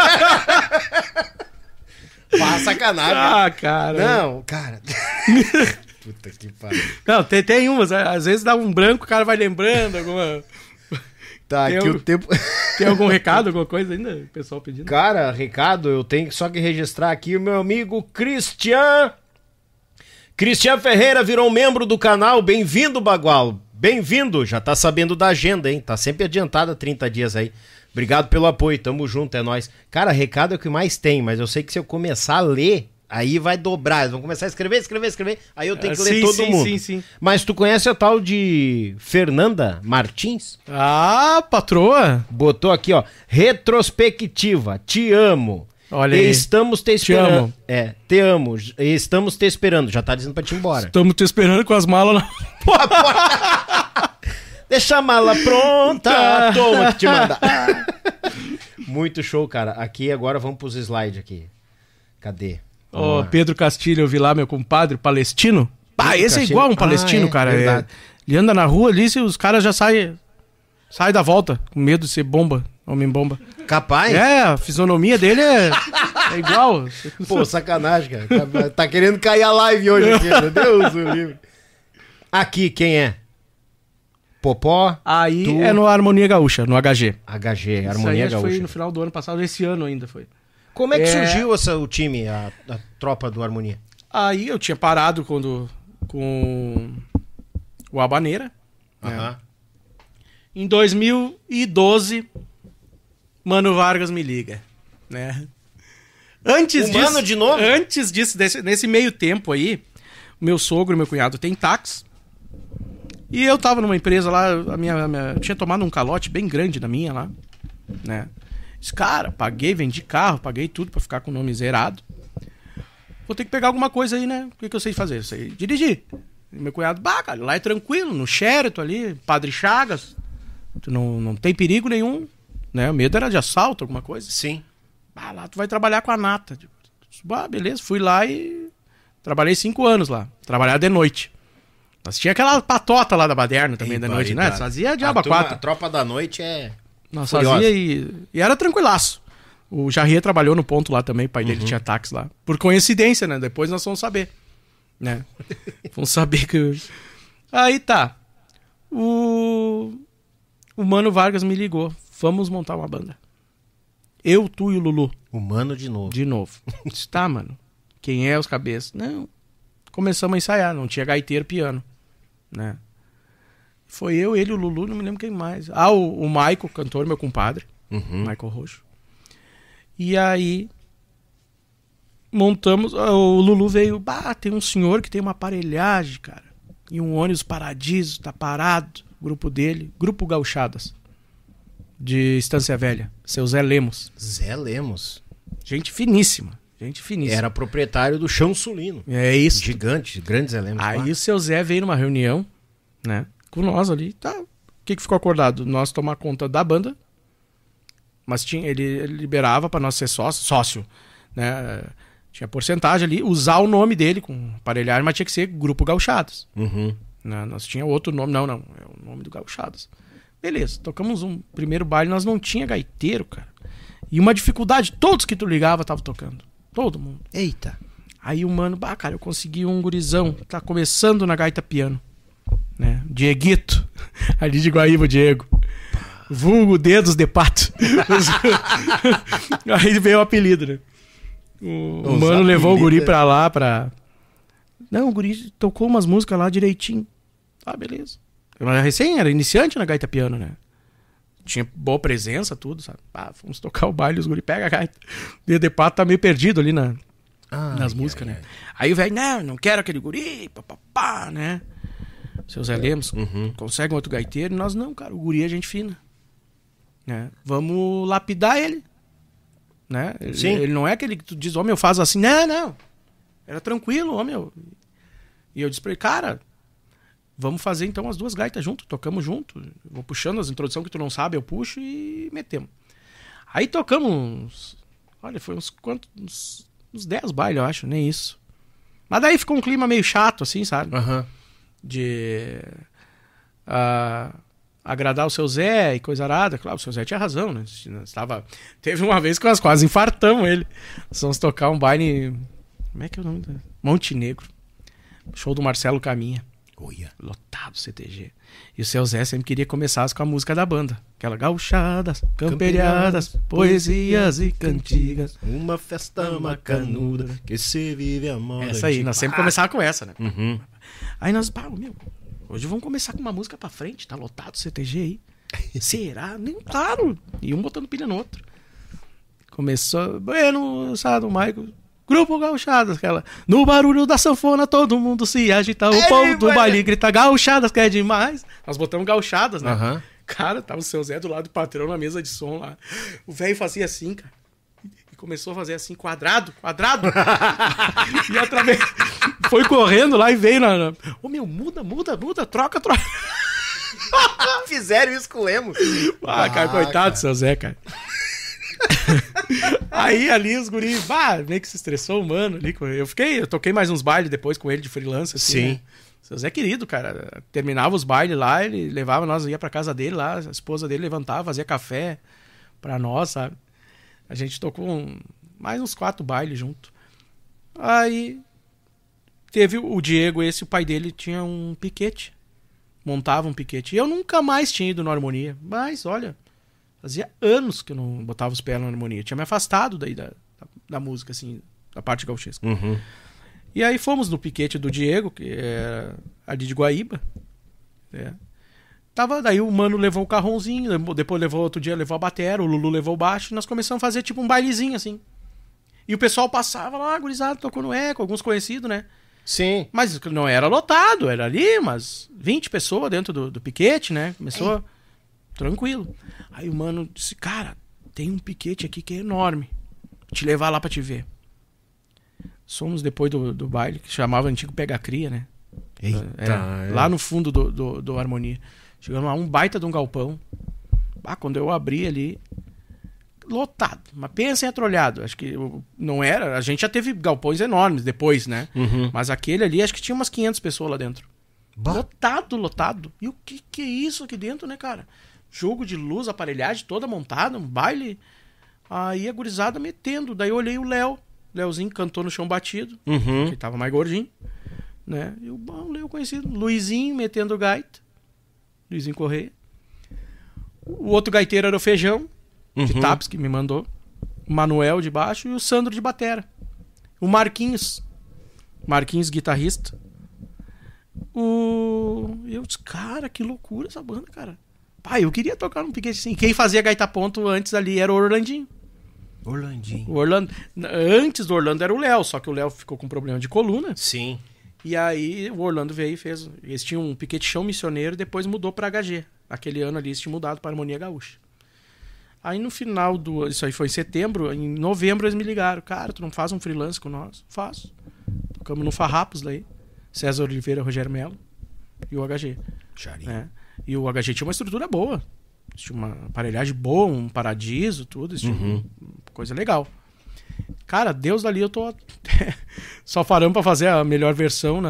Sacanagem.
Cara.
Não, cara. Puta que pariu.
Não, tem umas. Às vezes dá um branco, o cara vai lembrando alguma...
Tá, aqui o tempo...
Tem algum recado, alguma coisa ainda? O pessoal pedindo?
Cara, recado, eu tenho só que registrar aqui o meu amigo Cristian Ferreira virou membro do canal. Bem-vindo, Bagual. Bem-vindo. Já tá sabendo da agenda, hein? Tá sempre adiantada 30 dias aí. Obrigado pelo apoio. Tamo junto, é nóis. Cara, recado é o que mais tem, mas eu sei que se eu começar a ler, aí vai dobrar. Eles vão começar a escrever. Aí eu tenho que ler todo mundo.
Sim.
Mas tu conhece a tal de Fernanda Martins?
Patroa.
Botou aqui, ó. Retrospectiva. Te amo.
Olha aí.
Estamos te esperando. Te amo. Estamos te esperando. Já tá dizendo pra te ir embora.
Estamos te esperando com as malas na
porta. Deixa a mala pronta. Toma que te manda. Muito show, cara. Aqui agora vamos pros slides aqui. Cadê?
Pedro Castilho, eu vi lá, meu compadre, palestino. Esse é igual um palestino, cara.
Verdade.
Ele anda na rua ali, se os caras já saem da volta, com medo de ser bomba, homem-bomba.
Capaz?
A fisionomia dele é igual.
Pô, sacanagem, cara. Tá querendo cair a live hoje aqui, meu Deus do livro. Aqui, quem é? Popó?
Aí é no Harmonia Gaúcha, no HG.
Harmonia Gaúcha.
Foi no final do ano passado, esse ano ainda foi.
Como é que surgiu o time, a tropa do Harmonia?
Aí eu tinha parado com o Habaneira. Né? Em 2012, Mano Vargas me liga. Né?
Mano de novo?
Antes disso, nesse meio tempo aí, meu sogro e meu cunhado têm táxi. E eu tava numa empresa lá, eu tinha tomado um calote bem grande na minha lá. Né? Cara, vendi carro, paguei tudo pra ficar com o nome zerado. Vou ter que pegar alguma coisa aí, né? O que eu sei fazer? Eu sei dirigir. E meu cunhado, cara, lá é tranquilo, no Sheraton ali, Padre Chagas. Tu não tem perigo nenhum. né? O medo era de assalto, alguma coisa.
Sim.
Lá tu vai trabalhar com a nata. Beleza, fui lá e trabalhei 5 anos lá. Trabalhar de noite. Nós tinha aquela patota lá da baderna também da noite, né? Fazia diaba 4.
A tropa da noite é...
Nós fazia e era tranquilaço. O Jarrier trabalhou no ponto lá também, o pai dele tinha táxi lá. Por coincidência, né? Depois nós fomos saber. Né? Fomos saber que... Aí tá. O Mano Vargas me ligou. Vamos montar uma banda. Eu, tu e o Lulu.
O Mano de novo.
De novo. Tá, mano. Quem é os cabeças? Não. Começamos a ensaiar. Não tinha gaiteiro, piano. Né? Foi eu, ele e o Lulu, não me lembro quem mais. O Maico, cantor, meu compadre. Michael Roxo. E aí montamos. O Lulu veio. Tem um senhor que tem uma aparelhagem, cara. E um ônibus Paradiso, tá parado. Grupo dele. Grupo Gauchadas. De Estância Velha. Seu Zé Lemos.
Zé Lemos.
Gente finíssima. Gente finíssima.
Era proprietário do Chão Sulino.
É isso.
Gigante, grande Zé Lemos.
Aí o seu Zé veio numa reunião, né? Com nós ali. Tá. O que ficou acordado? Nós tomar conta da banda. Mas ele liberava pra nós ser sócio, né? Tinha porcentagem ali, usar o nome dele com aparelhagem, mas tinha que ser Grupo Gauchadas. Né? Nós tinha outro nome, não, é o nome do Gauchadas. Beleza, tocamos um primeiro baile, nós não tinha gaiteiro, cara. E uma dificuldade, todos que tu ligava estavam tocando. Todo mundo.
Eita.
Aí o mano, cara, eu consegui um gurizão, tá começando na gaita piano. Né? Dieguito, ali de Guaíba, o Diego. Vulgo Dedos de Pato. Aí veio o apelido, né? O mano levou o guri pra lá, Não, o guri tocou umas músicas lá direitinho. Beleza. Eu era iniciante na gaita piano, né? Tinha boa presença, tudo, sabe? Vamos tocar o baile, os guri pegam a gaita. O Dedo de Pato tá meio perdido ali nas músicas, né? Aí o velho, não quero aquele guri, papapá, né? Seu Zé Lemos, consegue um outro gaiteiro. Nós não, cara, o guri é gente fina. Né? Vamos lapidar ele. Né? Ele não é aquele que tu diz, meu, faz assim. Não. Era tranquilo, meu. E eu disse pra ele, cara, vamos fazer então as duas gaitas junto, tocamos junto. Vou puxando as introduções que tu não sabe, eu puxo e metemos. Aí tocamos olha, foi uns 10 bailes, eu acho, nem isso. Mas daí ficou um clima meio chato, assim, sabe? De agradar o seu Zé e coisa arada. Claro, o seu Zé tinha razão, né? Teve uma vez que nós quase infartamos ele. Nós vamos tocar um baile... Como é que é o nome? Montenegro. Show do Marcelo Caminha. Lotado CTG. E o seu Zé sempre queria começar com a música da banda. Aquela gauchadas, camperiadas, poesias e cantigas.
Uma festa macanuda que se vive a moda.
Essa aí, nós sempre começávamos com essa, né? Aí nós, hoje vamos começar com uma música pra frente, tá lotado o CTG aí. Será? Nem claro. E um botando pilha no outro. Começou, bueno, sabe, o Michael... Grupo Gauchadas, aquela. No barulho da sanfona todo mundo se agita. O povo do baile grita Gauchadas, que é demais. Nós botamos Gauchadas, né? Cara, tava o seu Zé do lado do patrão na mesa de som lá. O velho fazia assim, cara. E começou a fazer assim, quadrado. E através... Foi correndo lá e veio na... Meu, muda, troca.
Fizeram isso com o Lemos.
Cara, coitado do seu Zé, cara. Aí ali os guris, meio que se estressou, mano. Ali, eu toquei mais uns bailes depois com ele de freelancer. Assim,
sim.
Né? Seu Zé querido, cara. Terminava os bailes lá, ele levava nós, ia pra casa dele lá, a esposa dele levantava, fazia café pra nós, sabe? A gente tocou mais uns 4 bailes junto. Aí teve o Diego, o pai dele tinha um piquete. Montava um piquete. E eu nunca mais tinha ido na harmonia. Mas, olha... Fazia anos que eu não botava os pés na harmonia. Eu tinha me afastado daí da música, assim, da parte gauchesca. E aí fomos no piquete do Diego, que é ali de Guaíba. Daí o mano levou o carrãozinho, depois outro dia levou a batera, o Lulu levou o baixo, e nós começamos a fazer tipo um bailezinho, assim. E o pessoal passava lá, gurizada, tocou no eco, alguns conhecidos, né?
Sim.
Mas não era lotado, era ali umas 20 pessoas dentro do piquete, né? Começou... Tranquilo. Aí o mano disse, cara, tem um piquete aqui que é enorme. Vou te levar lá pra te ver. Somos depois do baile, que chamava Antigo Pega Cria, né?
Eita,
lá no fundo do Harmonia. Chegamos lá, um baita de um galpão. Quando eu abri ali, lotado. Mas pensa em atrolhado. Acho que não era... A gente já teve galpões enormes depois, né? Mas aquele ali, acho que tinha umas 500 pessoas lá dentro. Lotado. E o que é isso aqui dentro, né, cara? Jogo de luz, aparelhagem toda montada, um baile. Aí a gurizada metendo. Daí eu olhei o Leozinho cantou no chão batido, que tava mais gordinho, né? E o Léo conhecido. Luizinho metendo gaita. Luizinho Correia. O outro gaiteiro era o Feijão, de Taps, que me mandou. O Manuel de baixo e o Sandro de batera. O Marquinhos, guitarrista. Eu disse, cara, que loucura essa banda, cara. Pai, eu queria tocar num piquete assim. Quem fazia gaita ponto antes ali era o Orlandinho. O Orlando. Antes do Orlando era o Léo, só que o Léo ficou com problema de coluna.
Sim.
E aí o Orlando veio e fez. Eles tinham um piquete chão missioneiro e depois mudou pra HG. Aquele ano ali eles tinham mudado pra Harmonia Gaúcha. Aí no final do... Isso aí foi em setembro. Em novembro eles me ligaram. Cara, tu não faz um freelance com nós? Faço. Tocamos no Farrapos daí. César Oliveira, Rogério Melo e o HG. Né? E o HG tinha uma estrutura boa. Tinha uma aparelhagem boa, um paradiso, tudo. Tinha coisa legal. Cara, Deus dali eu tô só paramos pra fazer a melhor versão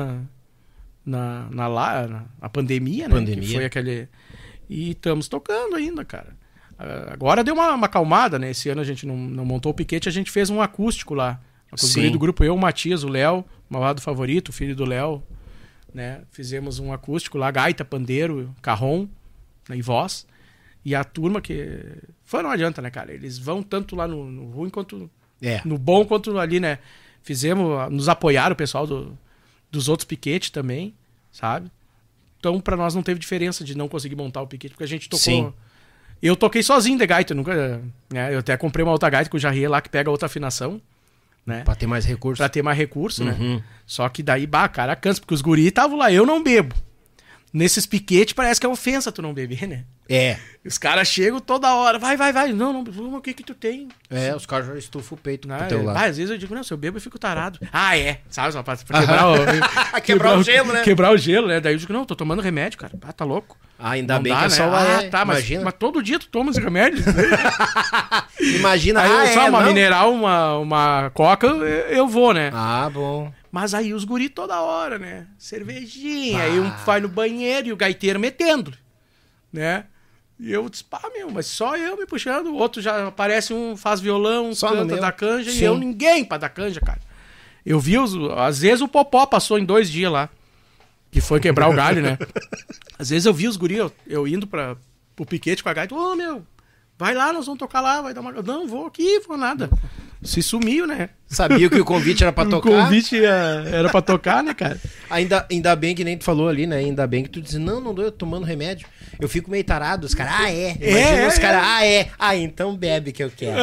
na pandemia, né? Que foi aquele... E estamos tocando ainda, cara. Agora deu uma acalmada, né? Esse ano a gente não montou o piquete, a gente fez um acústico lá. Do grupo, eu, o Matias, o Léo, meu lado favorito, o filho do Léo, né? Fizemos um acústico lá, gaita, pandeiro, carrom, né? E voz. E a turma que... não adianta, né, cara? Eles vão tanto lá no ruim quanto... No bom quanto ali, né? Nos apoiaram o pessoal dos outros piquetes também, sabe? Então, pra nós não teve diferença de não conseguir montar o piquete, porque a gente tocou... Sim. Eu toquei sozinho de gaita, né? Eu até comprei uma outra gaita com o Jarrier lá, que pega outra afinação, né?
Pra ter mais recurso.
Né? Só que daí, cara, cansa, porque os guris estavam lá, eu não bebo. Nesses piquetes parece que é ofensa tu não beber, né? Os caras chegam toda hora, vai. Não, o que tu tem?
Os caras já estufam o peito pro
teu lado. Às vezes eu digo, não, se eu bebo eu fico tarado. Sabe? Só pra
quebrar o gelo, né?
Quebrar o gelo, né? Daí eu digo, não, tô tomando remédio, cara. Tá louco.
Ainda não bem
dá,
que é só
imagina. Mas todo dia tu toma esse remédio.
Imagina.
Aí só uma mineral, uma coca, eu vou, né?
Bom.
Mas aí os guri toda hora, né? Cervejinha, aí um vai no banheiro e o gaiteiro metendo, né? E eu disse, mas só eu me puxando. O outro já aparece faz violão, só canta da canja. Sim. E eu ninguém pra dar canja, cara. Eu vi, às vezes o Popó passou em 2 dias lá, que foi quebrar o galho, né? Às vezes eu vi os guri, eu indo pro piquete com a gaita. Vai lá, nós vamos tocar lá, vai dar uma... Não, vou aqui, vou nada. Se sumiu, né?
Sabia que o convite era pra tocar?
O convite era pra tocar, né, cara?
Ainda bem que nem tu falou ali, né? Ainda bem que tu disse, não dou, eu tomando remédio. Eu fico meio tarado, os caras, Imagina os caras, então bebe que eu quero.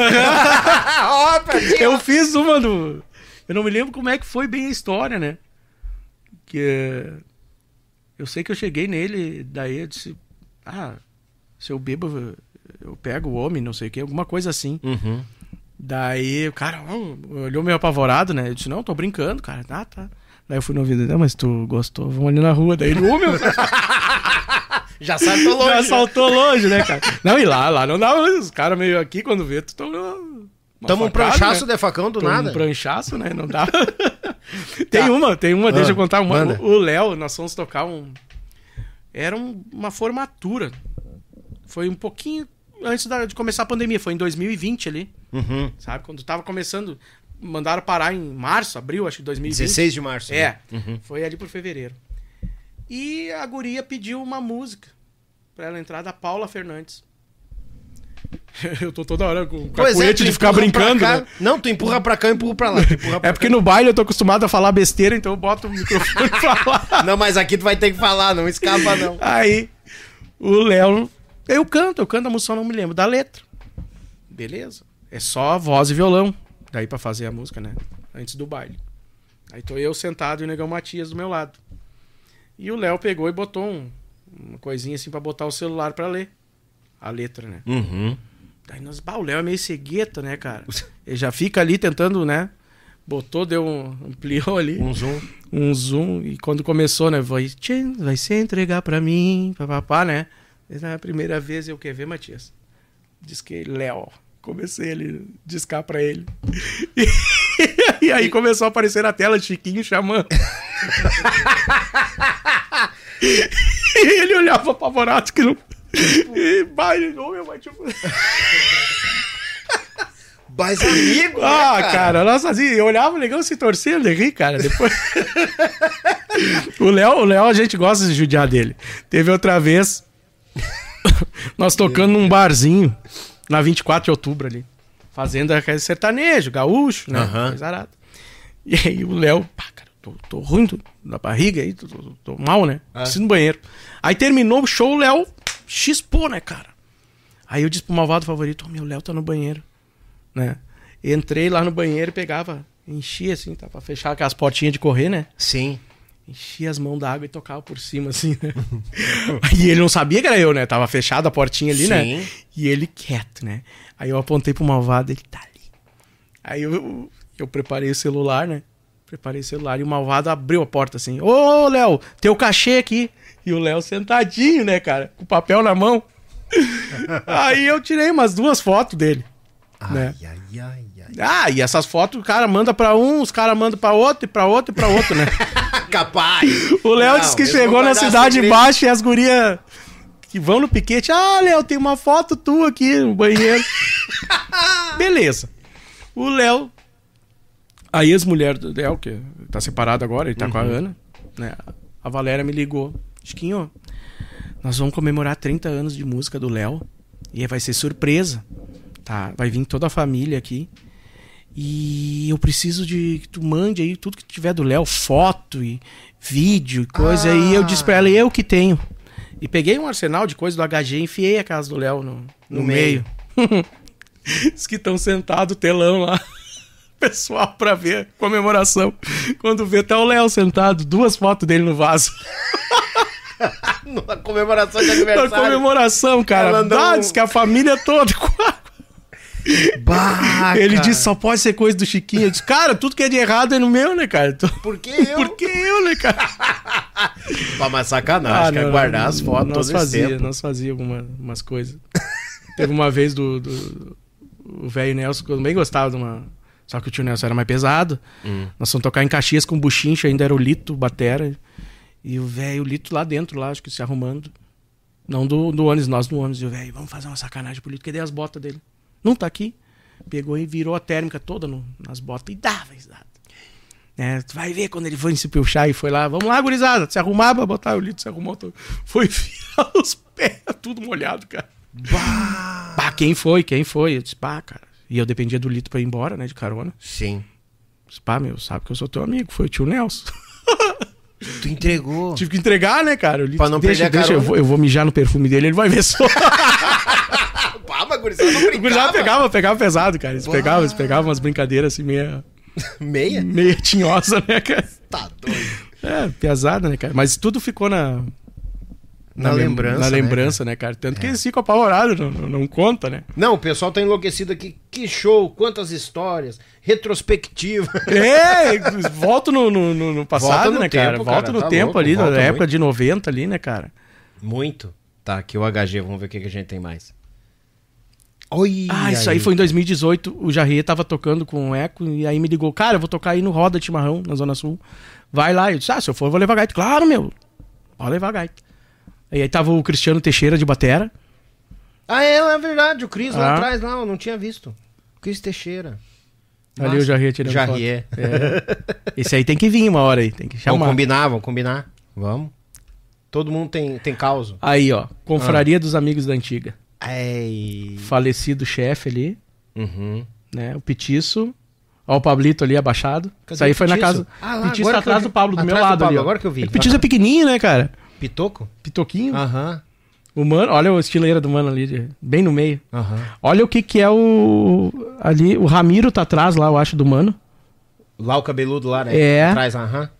Eu fiz uma do... Eu não me lembro como é que foi bem a história, né? Que... Eu sei que eu cheguei nele, daí eu disse, se eu bebo... Eu pego o homem, não sei o que, alguma coisa assim. Daí o cara olhou meio apavorado, né? Eu disse, não, tô brincando, cara. Tá. Daí eu fui no ouvido dele, mas tu gostou, vamos ali na rua. Daí ele, meu...
Já saltou longe.
Já saltou longe, né, cara? Não, e lá não dá, os caras meio aqui, quando vê, tu toma
um pranchaço, né? De facão do nada.
Um pranchaço, né? Não dá. Tem uma, deixa eu contar uma. O Léo, nós fomos tocar Era uma formatura. Foi um pouquinho antes de começar a pandemia, foi em 2020 ali. Sabe? Quando tava começando, mandaram parar em março, abril, acho que 2020.
16 de março.
Né? Foi ali por fevereiro. E a guria pediu uma música pra ela entrar, da Paula Fernandes. Eu tô toda hora com cacuete de ficar brincando, né?
Não, tu empurra pra cá, eu empurro pra lá.
Porque no baile eu tô acostumado a falar besteira, então eu boto o microfone pra lá.
Não, mas aqui tu vai ter que falar, não escapa não.
Aí, o Léo... Eu canto a música, não me lembro da letra. Beleza. É só voz e violão. Daí pra fazer a música, né? Antes do baile. Aí tô eu sentado e o Negão Matias do meu lado. E o Léo pegou e botou uma coisinha assim pra botar o celular pra ler a letra, né? Daí nós... o Léo é meio cegueta, né, cara? Ele já fica ali tentando, né? Botou, ampliou ali.
Um zoom.
E quando começou, né? Vai se entregar pra mim, papapá, né? Na primeira vez eu quer ver, Matias? Disquei Léo. Comecei a discar pra ele. E aí começou a aparecer na tela Chiquinho chamando. E ele olhava apavorado que não... E vai, não, meu pai, tipo...
Mais amigo,
cara, nossa, assim, eu olhava, legal, se torcia de rir, cara, depois... O Léo, a gente gosta de judiar dele. Teve outra vez, nós tocando num barzinho, na 24 de outubro ali, fazendo aquele sertanejo, gaúcho, né, coisa arada. E aí o Léo, pá, cara, tô ruim da barriga aí, tô mal, né, preciso ir no banheiro. Aí terminou o show, o Léo chispou, né, cara. Aí eu disse pro malvado favorito, meu Léo tá no banheiro, né. Entrei lá no banheiro e pegava, enchia assim, tá, pra fechar aquelas portinhas de correr, né.
Sim.
Enchia as mãos d'água e tocava por cima, assim, né. E ele não sabia que era eu, né, tava fechada a portinha ali, né. E ele quieto, né. Aí eu apontei pro malvado, ele tá ali. Aí eu preparei o celular, né. Preparei o celular e o malvado abriu a porta assim. Ô, Léo, teu cachê aqui. E o Léo sentadinho, né, cara? Com o papel na mão. Aí eu tirei umas 2 fotos dele. Né? E essas fotos o cara manda pra um, os caras mandam pra outro, e pra outro, e pra outro, né?
Capaz.
O Léo disse que chegou na Cidade Baixa e as gurias que vão no piquete. Ah, Léo, tem uma foto tua aqui no banheiro. Beleza. O Léo... A ex-mulher do Léo, que tá separado agora, ele tá com a Ana, né? A Valéria me ligou. Chiquinho, nós vamos comemorar 30 anos de música do Léo. E vai ser surpresa. Tá? Vai vir toda a família aqui. E eu preciso de que tu mande aí tudo que tiver do Léo, foto e vídeo e coisa. E eu disse pra ela, eu que tenho. E peguei um arsenal de coisa do HG e enfiei a casa do Léo no meio. Diz que estão sentados, telão lá. Pessoal pra ver comemoração. Quando vê, tá o Léo sentado, 2 fotos dele no vaso.
Na comemoração de aniversário.
Na comemoração, cara. Diz que a família toda. Ele disse, só pode ser coisa do Chiquinho. Eu disse, cara, tudo que é de errado é no meu, né, cara?
Por que eu?
Por que eu, né, cara?
Mas sacanagem, quer guardar as fotos todo esse tempo.
Nós fazíamos umas coisas. Teve uma vez o velho Nelson, que eu também gostava de uma... Só que o tio Nelson era mais pesado. Nós fomos tocar em Caxias com o Buchincha, ainda era o Lito, batera. E o velho, o Lito lá dentro, lá, acho que se arrumando. Não do ônibus, nós no ônibus. E o velho, vamos fazer uma sacanagem pro Lito. Cadê as botas dele? Não tá aqui. Pegou e virou a térmica toda nas botas. E dava risada. Tu vai ver quando ele foi se pilchar e foi lá. Vamos lá, gurizada. Se arrumar pra botar o Lito, se arrumou. Foi enfiar os pés, tudo molhado, cara. Bah, quem foi? Eu disse, cara. E eu dependia do Lito pra ir embora, né, de carona.
Sim.
Pá, sabe que eu sou teu amigo. Foi o tio Nelson.
Tu entregou.
Tive que entregar, né, cara? O Lito,
pra não perder a carona.
Eu vou mijar no perfume dele, ele vai ver só.
Mas gurizada não brincava.
O gurizada pegava pesado, cara. Eles pegavam umas brincadeiras assim,
Meia?
Meia tinhosa, né, cara?
Tá doido.
Pesada, né, cara? Mas tudo ficou na
lembrança.
Na lembrança, né, cara? Tanto que eles ficam apavorados, não conta, né?
Não, o pessoal tá enlouquecido aqui. Que show, quantas histórias, retrospectiva.
Volta no passado, né, cara? Volta no tempo ali, na época de 90 ali, né, cara?
Muito. Tá, aqui o HG, vamos ver o que a gente tem mais.
Isso aí foi em 2018, o Jarrier tava tocando com o Eco, e aí me ligou, cara, eu vou tocar aí no Roda de Chimarrão, na Zona Sul. Vai lá. Eu disse, se eu for, eu vou levar gaita. Claro, meu, pode levar gaita. E aí tava o Cristiano Teixeira de batera.
É verdade, o Cris lá atrás, lá, eu não tinha visto. Cris Teixeira.
Ali o Jarrier tirando
Jarrier.
Foto. Esse aí tem que vir uma hora aí, tem que chamar.
Vamos combinar. Vamos. Todo mundo tem causa.
Aí, ó, Confraria dos Amigos da Antiga.
Falecido
chefe ali. Né, o Petiço. Ó o Pablito ali abaixado. Isso aí foi na casa.
Lá,
Petiço tá atrás do Pablo, do meu lado ali.
Agora que eu vi.
O Petiço é pequenininho, né, cara?
Pitoco?
Pitoquinho. O Mano, olha a estileira do Mano ali, bem no meio. Olha o que é ali, o Ramiro tá atrás lá, eu acho, do Mano.
Lá o cabeludo lá, né? Atrás,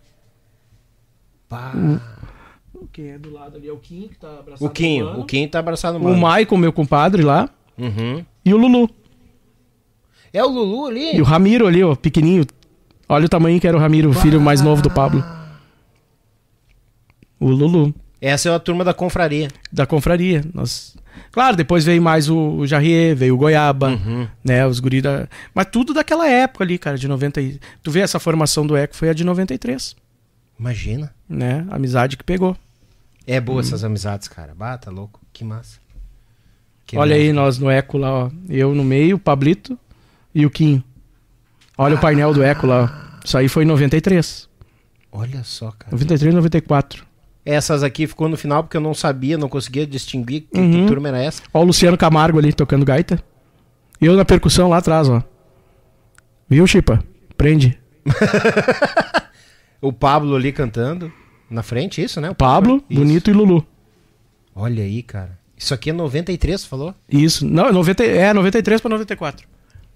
Quem é do lado ali é o Kim, que tá abraçado
no Mano. O Kim tá abraçado no Mano.
O Maicon, meu compadre lá. E o Lulu.
É o Lulu ali?
E o Ramiro ali, ó, pequenininho. Olha o tamanho que era o Ramiro, o filho mais novo do Pablo. O Lulu.
Essa é a turma da confraria.
Da confraria. Claro, depois veio mais o Jarrier, veio o Goiaba, né? Os guri da... Mas tudo daquela época ali, cara, de 90. Tu vê essa formação do Eco foi a de 93.
Imagina.
Né? A amizade que pegou.
É boa essas amizades, cara. Tá louco. Que massa.
Olha aí, nós no Eco lá, ó. Eu no meio, o Pablito e o Quinho. Olha o painel do Eco lá, ó. Isso aí foi em 93.
Olha só, cara.
93, 94.
Essas aqui ficou no final porque eu não sabia, não conseguia distinguir que turma era essa.
Ó o Luciano Camargo ali tocando gaita. E eu na percussão lá atrás, ó. Viu, Chipa? Prende.
O Pablo ali cantando. Na frente, isso, né? O
Pablo,
isso.
Bonito e Lulu.
Olha aí, cara. Isso aqui é 93, falou?
Isso. Não, 93 pra 94.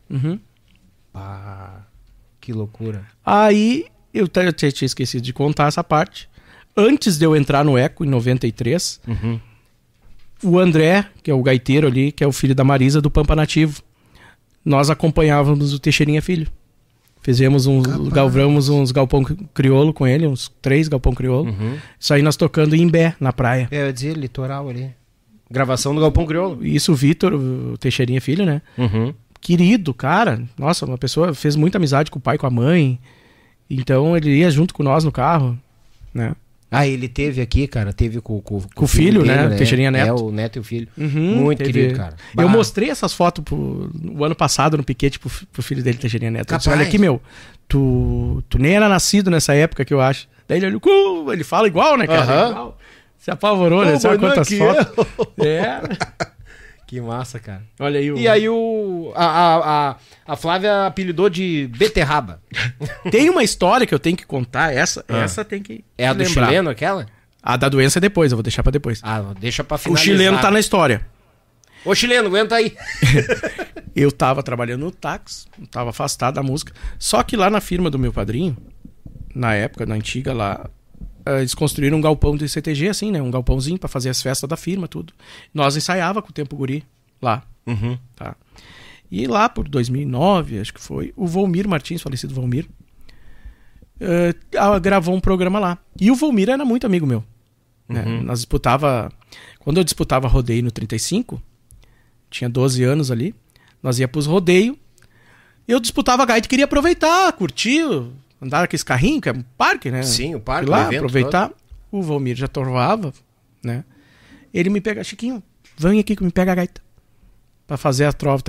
Que loucura.
Aí, eu tinha esquecido de contar essa parte. Antes de eu entrar no Eco, em 93, o André, que é o gaiteiro ali, que é o filho da Marisa, do Pampa Nativo, nós acompanhávamos o Teixeirinha Filho. Fizemos gravamos uns galpão crioulo com ele, uns 3 galpão crioulo. Isso aí nós tocando em Imbé, na praia.
Eu ia dizer, litoral ali. Gravação do galpão crioulo.
Isso, o Vitor, o Teixeirinha Filho, né? Querido, cara. Nossa, uma pessoa fez muita amizade com o pai, com a mãe. Então ele ia junto com nós no carro, né?
Ah, ele teve aqui, cara, teve com
o filho,
dele,
né? Teixeirinha Neto.
É, o neto e o filho. Muito querido, cara.
Eu mostrei essas fotos o ano passado no piquete pro filho dele, Teixeirinha Neto. Eu disse, olha aqui, meu, tu nem era nascido nessa época que eu acho. Daí ele olhou, ele fala igual, né, cara? Igual. Se apavorou, né? Sabe quantas fotos?
Que massa, cara.
Olha aí
E aí a Flávia apelidou de beterraba.
Tem uma história que eu tenho que contar, essa tem que
É a do
lembrar.
chileno, aquela?
A da doença é depois, eu vou deixar pra depois.
Deixa pra
O
finalizar.
chileno tá na história.
Ô, chileno, aguenta aí.
Eu tava trabalhando no táxi, tava afastado da música. Só que lá na firma do meu padrinho, na época, na antiga lá, eles construíram um galpão de CTG, assim, né? Um galpãozinho pra fazer as festas da firma, tudo. Nós ensaiava com o Tempo Guri lá. Tá? E lá por 2009, acho que foi, o Volmir Martins, falecido Volmir, gravou um programa lá. E o Volmir era muito amigo meu. Né? Nós disputava... Quando eu disputava rodeio no 35, tinha 12 anos ali, nós ia pros rodeios, eu disputava gaita e queria aproveitar, curtir, andar com esse carrinho, que é um parque, né?
Sim, o parque,
lá,
o evento
aproveitar.
todo.
O Volmir já torvava, né? Ele me pega, Chiquinho, vem aqui que me pega a gaita. Pra fazer a trova.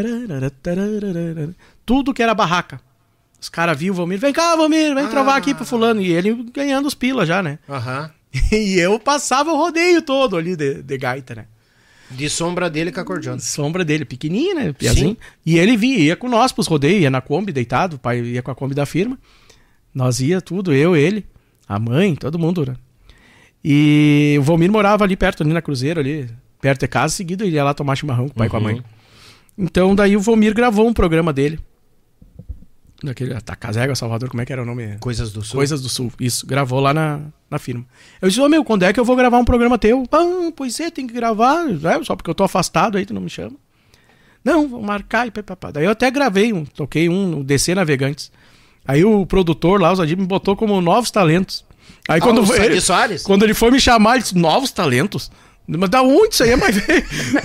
Tudo que era barraca. Os caras viam o Volmir, vem cá, Volmir, vem trovar aqui pro fulano. E ele ganhando os pila já, né? E eu passava o rodeio todo ali de gaita, né?
De sombra dele com a acordeon.
Sombra dele, pequenininho, né? Piazinho. E ele ia com nós pros rodeios, ia na Kombi deitado, o pai ia com a Kombi da firma. Nós ia tudo, eu, ele, a mãe, todo mundo, né? E o Volmir morava ali perto, ali na Cruzeiro, ali, perto de casa, seguido ele ia lá tomar chimarrão com o pai e com a mãe. Então daí o Volmir gravou um programa dele. Daquele Tacazega, Salvador, como é que era o nome?
Coisas do Sul.
Coisas do Sul, isso. Gravou lá na firma. Eu disse, meu, quando é que eu vou gravar um programa teu? Pois é, tem que gravar. Só porque eu tô afastado aí, tu não me chama. Não, vou marcar e papapá. Daí eu até gravei toquei no DC Navegantes. Aí o produtor lá, o Zadir, me botou como Novos Talentos. Aí quando ele foi me chamar, ele disse, Novos Talentos? Mas da onde isso aí é mais velho?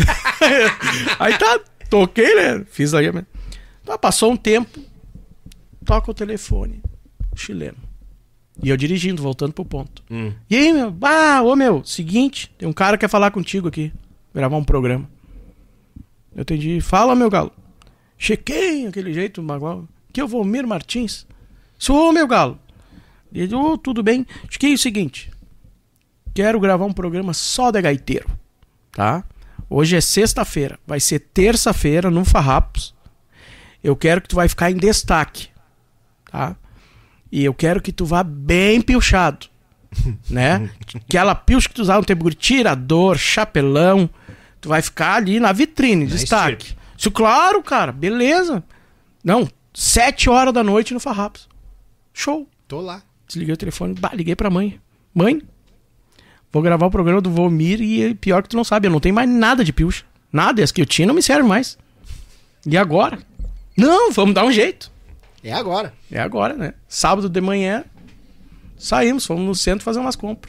Aí tá, toquei, né? Fiz aí. Tá, passou um tempo. Toca o telefone, chileno. E eu dirigindo, voltando pro ponto. E aí, meu? Seguinte, tem um cara que quer falar contigo aqui. Gravar um programa. Eu entendi. Fala, meu galo. Chequei, aquele jeito, magoal. Que eu Volmir Martins. Sou, meu galo. E ele, tudo bem. Chequei o seguinte. Quero gravar um programa só de gaiteiro. Tá? Hoje é sexta-feira. Vai ser terça-feira no Farrapos. Eu quero que tu vai ficar em destaque. Tá? E eu quero que tu vá bem pilchado, né? Aquela pilcha que tu usava no tempo, tirador, chapelão, tu vai ficar ali na vitrine, destaque. Isso, claro, cara, beleza. Não, 7 horas da noite no Farrapos. Show.
Tô lá.
Desliguei o telefone, liguei pra mãe. Mãe, vou gravar o programa do Volmir e pior que tu não sabe, eu não tenho mais nada de pilcha. Nada, as que eu tinha não me servem mais. E agora? Não, vamos dar um jeito.
É agora.
É agora, né? Sábado de manhã, saímos, fomos no centro fazer umas compras.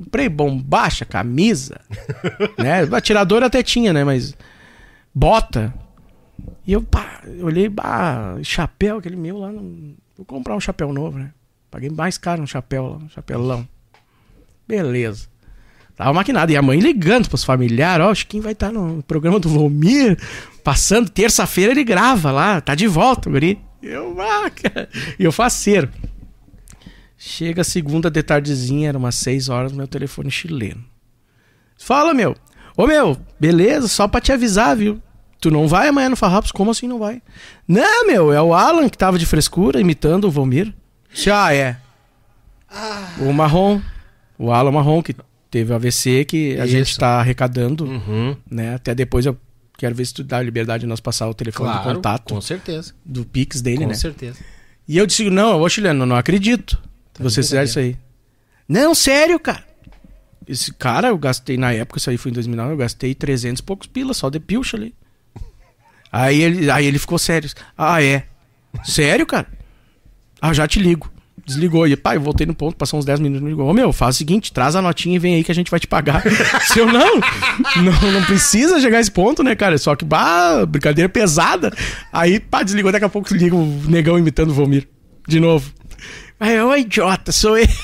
Comprei bombacha, camisa, né? Atirador até tinha, né? Mas bota. E eu, olhei, chapéu, aquele meu lá. Vou comprar um chapéu novo, né? Paguei mais caro um chapéu lá, um chapelão. Beleza. Tava maquinado. E a mãe ligando pros familiares, o Chiquinho vai estar no programa do Volmir, passando, terça-feira ele grava lá, tá de volta, o guri. Cara. E eu faceiro. Chega segunda de tardezinha, era umas 6 horas, meu telefone chileno. Fala, meu. Ô, meu, beleza, só pra te avisar, viu? Tu não vai amanhã no Farrapos? Como assim não vai? Não, meu, é o Alan que tava de frescura, imitando o Volmir. É. O Marrom. O Alan Marrom, que teve AVC, que a gente tá arrecadando, né? Até depois eu quero ver se tu dá liberdade de nós passar o telefone de contato.
Com certeza.
Do Pix dele, né?
Com certeza.
E eu disse, não, chileno, não acredito que vocês fizeram isso aí. Não, sério, cara. Esse cara, eu gastei, na época, isso aí foi em 2009, eu gastei 300 e poucos pilas, só de pilcha ali. Aí ele ficou sério. É? Sério, cara? Já te ligo. Desligou. E, eu voltei no ponto, passou uns 10 minutos, me ligou. Meu, faz o seguinte, traz a notinha e vem aí que a gente vai te pagar. Se eu não precisa chegar a esse ponto, né, cara? Só que, brincadeira pesada. Aí, desligou, daqui a pouco liga o negão imitando o Volmir. De novo. Aí, ô idiota, sou eu.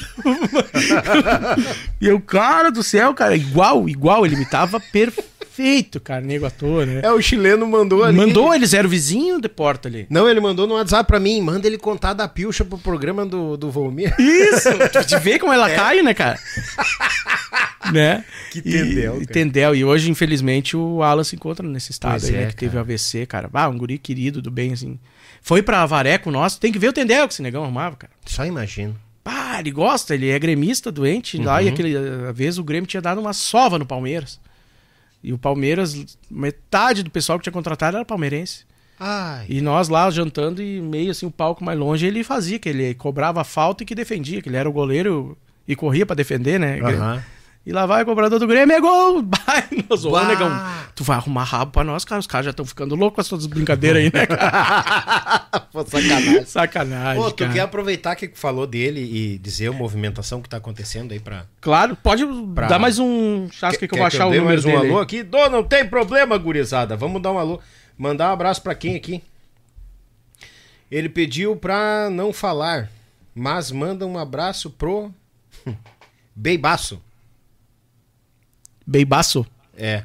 E eu, cara do céu, cara, igual, ele imitava perfeito, cara, nego à toa, né?
O chileno mandou ali.
Eles eram vizinho de porta ali.
Não, ele mandou no WhatsApp pra mim, manda ele contar da pilcha pro programa do Volmir.
Isso, tu vê como ela cai, né, cara? Né?
Que tendel,
Tendel. E hoje, infelizmente, o Alan se encontra nesse estado aí, né, que teve AVC, cara. Um guri querido, do bem, assim. Foi pra Avaré com nós, tem que ver o Tendel que esse negão arrumava, cara.
Só imagino.
Ele gosta, ele é gremista, doente lá, e às vezes o Grêmio tinha dado uma sova no Palmeiras. E o Palmeiras, metade do pessoal que tinha contratado era palmeirense. E nós lá jantando e meio assim, o palco mais longe, ele fazia, que ele cobrava falta e que defendia, que ele era o goleiro e corria pra defender, né? E lá vai o cobrador do Grêmio, é gol! Negão, tu vai arrumar rabo pra nós, cara. Os caras já estão ficando loucos com as suas brincadeiras aí, né, cara?
Pô, sacanagem.
Sacanagem.
Pô, tu quer aproveitar que falou dele e dizer a movimentação que tá acontecendo aí pra.
Claro, pode dar mais um chasque que eu vou achar o número
mais um
dele.
Alô aqui? Não tem problema, gurizada. Vamos dar um alô. Mandar um abraço pra quem aqui? Ele pediu pra não falar, mas manda um abraço pro Beibaço.
Beibaço?
É.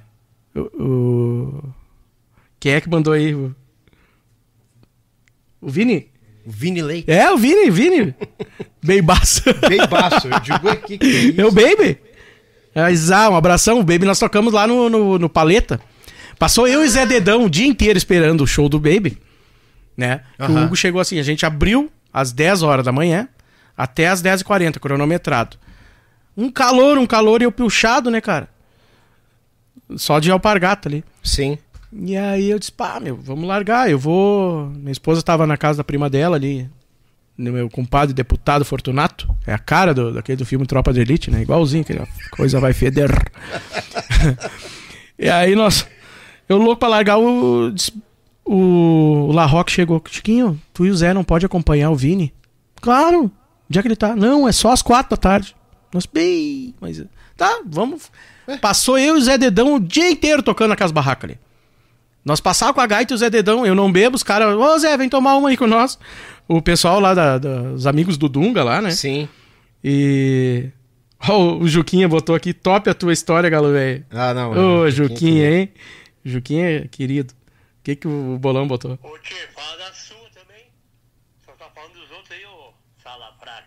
Quem é que mandou aí? O Vini?
O Vini Leite.
O Vini. Beibaço.
Beibaço, eu digo aqui que é isso.
É o Baby. Um abração, o Baby, nós tocamos lá no Paleta. Passou eu e Zé Dedão o dia inteiro esperando o show do Baby, né? O Hugo chegou assim, a gente abriu às 10 horas da manhã até às 10h40, cronometrado. Um calor e eu pilchado, né, cara? Só de alpargata ali.
Sim.
E aí eu disse, vamos largar, eu vou... Minha esposa tava na casa da prima dela ali, meu compadre deputado Fortunato, é a cara daquele do filme Tropa de Elite, né? Igualzinho, aquela coisa vai feder. E aí eu louco pra largar, o La Roque chegou, Chiquinho, tu e o Zé não pode acompanhar o Vini? Claro, onde é que ele tá? Não, é só às 4h. Nós, mas tá, vamos... Passou eu e o Zé Dedão o dia inteiro tocando naquelas barracas ali. Nós passávamos com a gaita e o Zé Dedão, eu não bebo, os caras, ô Zé, vem tomar uma aí com nós. O pessoal lá dos amigos do Dunga lá, né?
Sim.
E... o Juquinha botou aqui, top a tua história, galo velho.
Não.
Ô, Juquinha, hein? Juquinha é querido. O que o Bolão botou?
Ô, tio, fala da sua também. Só tá falando dos outros aí, ô salafrário.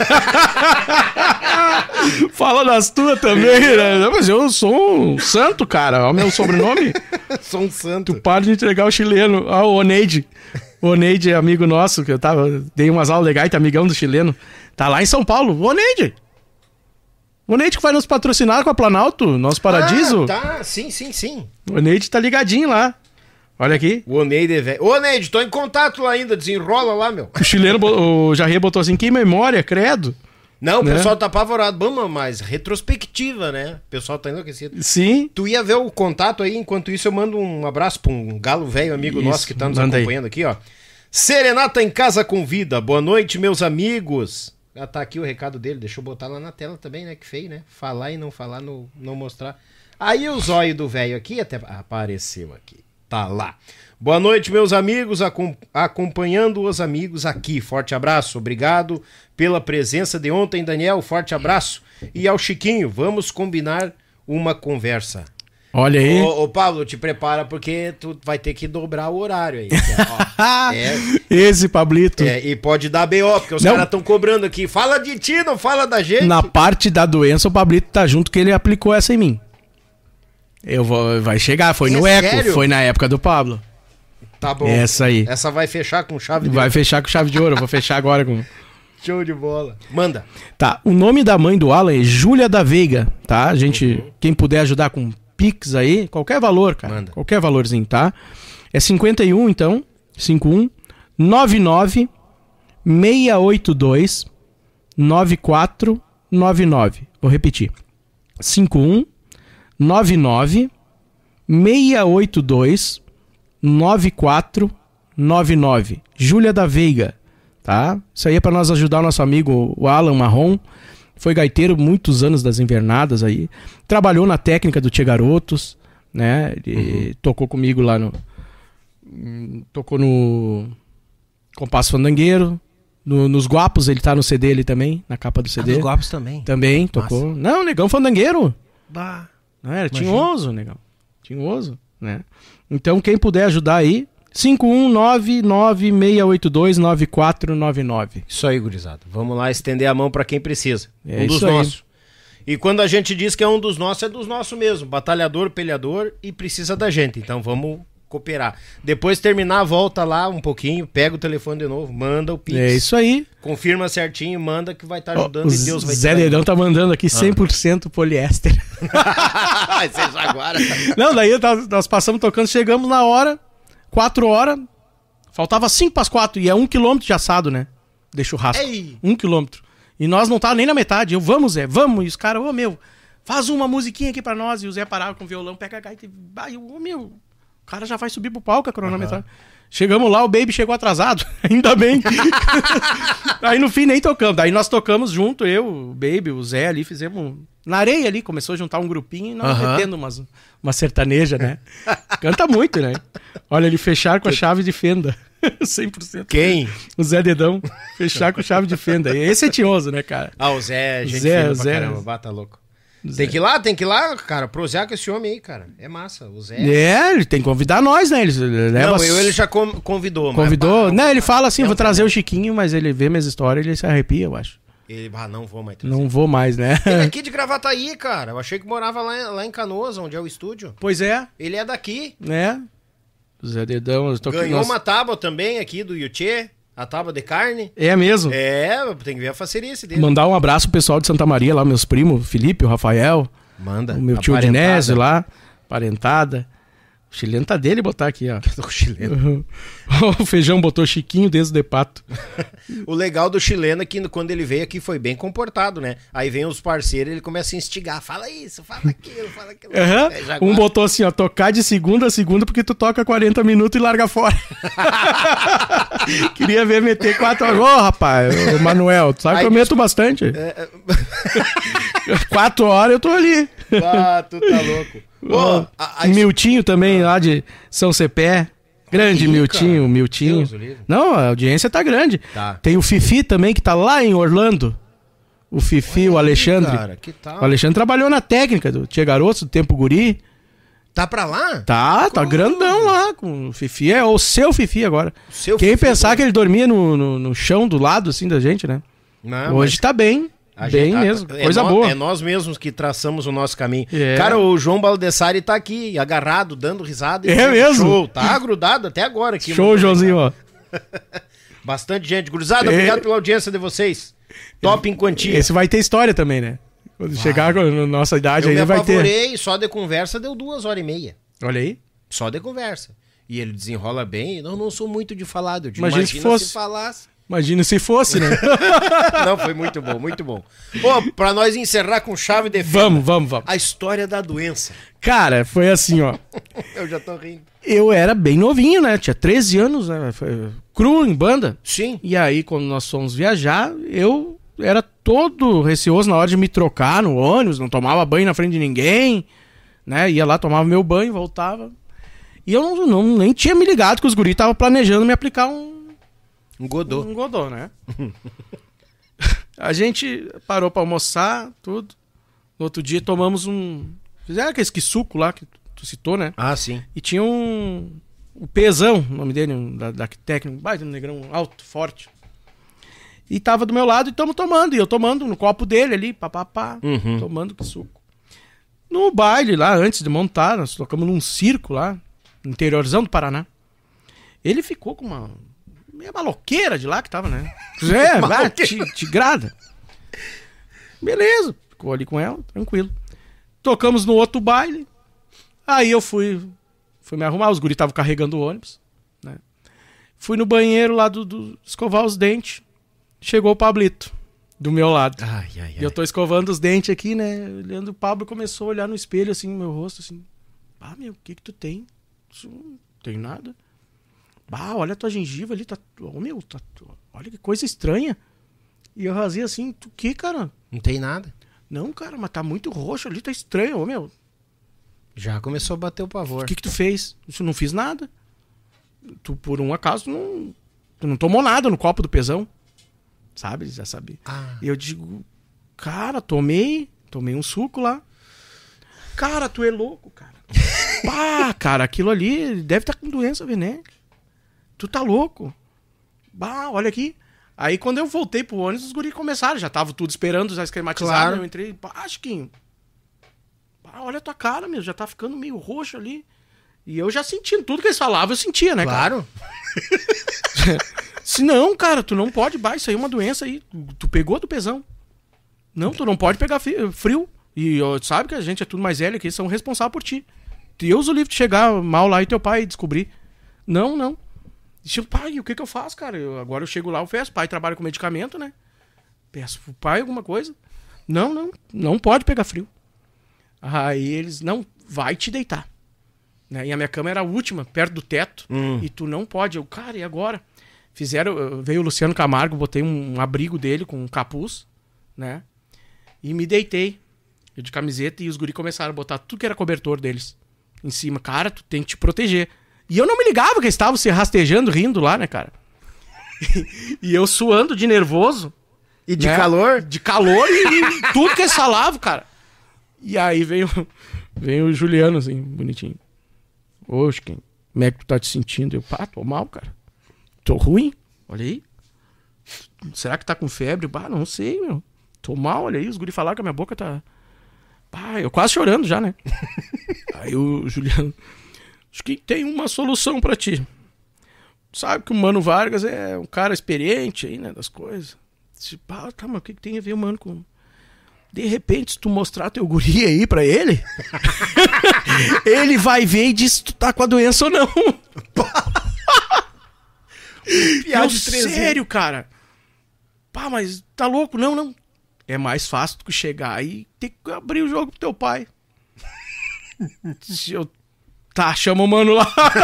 Fala das tuas também, né? Não, mas eu sou um santo, cara. Olha o meu sobrenome.
Sou um santo.
Tu para de entregar o chileno. O Oneide. O Oneide é amigo nosso, que eu dei umas aulas legais, tá amigão do chileno. Tá lá em São Paulo. O Oneide. O Oneide que vai nos patrocinar com a Planalto, nosso paradiso.
Tá, sim.
O Oneide tá ligadinho lá. Olha aqui.
O Oneide é velho. Ô, Oneide, tô em contato lá ainda, desenrola lá, meu.
O chileno, o Jarré botou assim, que memória, credo.
Não, o pessoal tá apavorado. Vamos, mas retrospectiva, né? O pessoal tá enlouquecido.
Sim.
Tu ia ver o contato aí, enquanto isso eu mando um abraço pra um galo velho amigo nosso que tá nos acompanhando aqui, ó. Serenata em Casa Convida. Boa noite, meus amigos. tá aqui o recado dele, deixa eu botar lá na tela também, né? Que feio, né? Falar e não falar, não mostrar. Aí o zóio do velho aqui até apareceu aqui. Tá lá. Boa noite, meus amigos, acompanhando os amigos aqui. Forte abraço, obrigado pela presença de ontem, Daniel. Forte abraço. E ao Chiquinho, vamos combinar uma conversa.
Olha aí.
Ô Pablo, te prepara porque tu vai ter que dobrar o horário aí.
Esse Pablito.
E pode dar BO, porque os caras estão cobrando aqui. Fala de ti, não fala da gente.
Na parte da doença, o Pablito tá junto que ele aplicou essa em mim. Vai chegar, foi no Eco,
sério?
foi na época do Pablo.
Tá bom.
Essa aí.
Essa vai fechar com chave de
Vai
ouro.
fechar com chave de ouro, eu vou fechar agora com...
Show de bola. Manda.
Tá, o nome da mãe do Alan é Júlia da Veiga, tá? A gente, quem puder ajudar com Pix aí, qualquer valor, cara.
Manda.
Qualquer valorzinho, tá? É 51, então, 51 99 682 9499. Vou repetir. 51 99 682 9499. Júlia da Veiga, tá? Isso aí é para nós ajudar o nosso amigo o Alan Marrom. Foi gaiteiro muitos anos das invernadas aí. Trabalhou na técnica do Tchê Garotos, né? Ele tocou comigo lá no... Tocou no Compasso Fandangueiro. Nos Guapos, ele tá no CD ali também, na capa do CD.
Nos Guapos também.
Também, tocou. Não, Negão Fandangueiro.
Bah.
Não era tinhoso, Negão. Tinhoso, né? Então, quem puder ajudar aí, 51996829499.
Isso aí, gurizada. Vamos lá estender a mão pra quem precisa.
É
um dos
isso aí.
nossos. E quando a gente diz que é um dos nossos, é dos nossos mesmo. Batalhador, peleador e precisa da gente. Então vamos cooperar. Depois terminar, volta lá um pouquinho, pega o telefone de novo, manda o Pix.
É isso aí.
Confirma certinho, manda que vai estar ajudando
O
e Deus vai
Zé Dedão tá mandando aqui 100% poliéster.
Vai ser agora.
Não, daí nós passamos tocando, chegamos na hora, 4 horas, faltava 5 para as 4 e é 1 quilômetro de assado, né? De churrasco.
Ei!
1 quilômetro. E nós não tava nem na metade. Eu, vamos, Zé, vamos. E os caras, meu, faz uma musiquinha aqui pra nós. E o Zé parava com o violão, pega a gaita e... meu, o cara já vai subir pro palco a cronometragem. Chegamos lá, o Baby chegou atrasado. Ainda bem. Aí no fim nem tocamos. Daí nós tocamos junto, eu, o Baby, o Zé ali, fizemos... Na areia ali, começou a juntar um grupinho e nós metendo uma sertaneja, né? Canta muito, né? Olha, ele fechar com a chave de fenda. 100%.
Quem?
O Zé Dedão. Fechar com chave de fenda. Esse é tinhoso, né, cara?
Ah, o Zé, gente
Zé,
fina
o
pra
Zé.
caramba, bata louco.
Zé.
Tem que ir lá, cara, prosear com esse homem aí, cara. É massa, o Zé.
É, ele tem que convidar nós, né? Ele leva...
Não, ele já convidou.
Convidou?
Mas,
Não, ele fala assim,
não,
vou trazer o Chiquinho, mas ele vê minhas histórias e ele se arrepia, eu acho.
Ele, não vou mais trazer.
Não vou mais, né?
Ele é aqui de Gravataí, cara. Eu achei que morava lá em Canoas, onde é o estúdio.
Pois é,
Ele é daqui.
né? Zé Dedão... eu tô aqui,
Ganhou
nós-
uma tábua também aqui do Yuchê. A tábua de carne.
É mesmo?
É, tem que ver a facerice dele.
Mandar um abraço pro pessoal de Santa Maria lá, meus primos, o Felipe, o Rafael,
Manda.
o meu tio Dinésio lá, parentada. O chileno tá dele botar aqui, ó.
Do chileno.
O Feijão botou Chiquinho desde de pato.
O legal do chileno é que quando ele veio aqui foi bem comportado, né? Aí vem os parceiros e ele começa a instigar. Fala isso, fala aquilo, fala aquilo.
Aham.
É, já
Um
gosta.
botou assim, ó, tocar de segunda a segunda porque tu toca 40 minutos e larga fora. Queria ver meter 4 horas. Ô, rapaz, ô, Manuel, tu sabe
Aí
que eu meto bastante. 4 horas eu tô ali.
Ah, tu tá louco. Ô,
Miltinho também, lá de São Cepé. Grande
Ih,
Miltinho,
cara.
Miltinho.
Deus o livre.
Não, a audiência tá grande.
Tá.
Tem o Fifi também, que tá lá em Orlando. O Fifi, o Alexandre.
Cara, que tal?
O Alexandre trabalhou na técnica do Tchê Garotos, do Tempo Guri.
Tá pra lá?
Tá grandão lá com o Fifi. É o seu Fifi agora.
Seu
Quem
Fifi
pensar
agora.
que ele dormia no chão do lado, assim, da gente, né?
Não,
Hoje tá bem.
a
Bem
gente-
mesmo. Coisa boa.
É nós mesmos que traçamos o nosso caminho.
É.
Cara, o João Baldessari tá aqui, agarrado, dando risada. e
É
dizendo,
mesmo?
Show, tá grudado até agora aqui.
Show,
mano.
Joãozinho, ó.
Bastante gente. Gurizada,
É.
obrigado pela audiência de vocês. Top em quantia.
Esse vai ter história também, né? Quando chegar na nossa idade
Eu
aí,
me
ele vai ter.
apavorei, só de conversa deu 2h30.
Olha aí.
Só de conversa. E ele desenrola bem. Não sou muito de falar. Eu digo,
Imagina se fosse.
falasse.
Imagina se fosse, né?
Não, foi muito bom, muito bom. Pô, pra nós encerrar com chave de fenda,
Vamos.
a história da doença.
Cara, foi assim, ó.
Eu já tô rindo.
Eu era bem novinho, né? Tinha 13 anos, né? Foi cru em banda.
Sim.
E aí, quando nós fomos viajar, eu era todo receoso na hora de me trocar no ônibus, não tomava banho na frente de ninguém, né? Ia lá, tomava meu banho, voltava. E eu nem tinha me ligado que os guris estavam planejando me aplicar um
Godô.
Um Godô, né? A gente parou pra almoçar, tudo. No outro dia tomamos fizeram aquele suco lá que tu citou, né?
Ah, sim.
E tinha o Pezão, o nome dele, da técnica, baita, um negrão alto, forte. E tava do meu lado e tamo tomando. E eu tomando no copo dele ali, papapá, tomando que suco. No baile lá, antes de montar, nós tocamos num circo lá, no interiorzão do Paraná. Ele ficou com uma meia maloqueira de lá que tava, né? Vai, tigrada. Beleza, ficou ali com ela, tranquilo. Tocamos no outro baile. Aí eu fui me arrumar, os guris estavam carregando o ônibus, né? Fui no banheiro lá do escovar os dentes. Chegou o Pablito, do meu lado.
Ai.
E eu tô escovando os dentes aqui, né? Olhando, o Pablo começou a olhar no espelho, assim, no meu rosto, assim. Ah, meu, o que tu tem? Isso não tem nada. Bah, olha a tua gengiva ali, tá... Oh, meu, tá... Olha que coisa estranha. E eu rasei assim, tu que, cara?
Não tem nada.
Não, cara, mas tá muito roxo ali, tá estranho, ô, meu.
Já começou a bater o pavor.
O que tu fez? Isso não fiz nada. Tu, por um acaso, tu não tomou nada no copo do Pezão. Sabe? Já sabia. E eu digo, cara, tomei um suco lá. Cara, tu é louco, cara. Pá, cara, aquilo ali deve estar com doença venérea. Tu tá louco. Bah, olha aqui. Aí quando eu voltei pro ônibus, os guris começaram. Já tava tudo esperando, já esquematizado.
Claro.
Eu entrei, pá, Chiquinho. Pá, olha a tua cara, meu. Já tá ficando meio roxo ali. E eu já sentindo tudo que eles falavam, eu sentia, né, cara?
Claro.
Se não, cara, tu não pode, isso aí é uma doença aí. Tu pegou do Pezão. Não, tu não pode pegar frio. E sabe que a gente é tudo mais velho aqui, são responsáveis por ti. Deus o livre de chegar mal lá e teu pai descobrir. Não. Tipo, pai, o que eu faço, cara? Agora eu chego lá, eu peço. Pai trabalha com medicamento, né? Peço pro pai alguma coisa. Não pode pegar frio. Aí eles, não, vai te deitar. Né? E a minha cama era a última, perto do teto. E tu não pode. Eu, cara, e agora? Veio o Luciano Camargo, botei um abrigo dele com um capuz, né? E me deitei. Eu de camiseta e os guri começaram a botar tudo que era cobertor deles em cima. Cara, tu tem que te proteger. E eu não me ligava que eles estavam se rastejando, rindo lá, né, cara? E eu suando de nervoso.
E de
né?
calor?
De calor e tudo que eles falavam, cara. E aí veio o Juliano, assim, bonitinho. Ô, Chiquinho, como é que tu tá te sentindo? Eu, tô mal, cara. Tô ruim, olha aí. Será que tá com febre? Não sei, meu. Tô mal, olha aí. Os guri falaram que a minha boca tá... eu quase chorando já, né? Aí o Juliano... Acho que tem uma solução pra ti. Sabe que o Mano Vargas é um cara experiente aí, né? Das coisas. Tipo, tá, mas o que tem a ver o Mano com... De repente, se tu mostrar teu guri aí pra ele... ele vai ver e diz se tu tá com a doença ou não.
Piada de 3
sério, cara. Mas tá louco? Não. É mais fácil do que chegar e ter que abrir o jogo pro teu pai. Tá, chama o mano lá.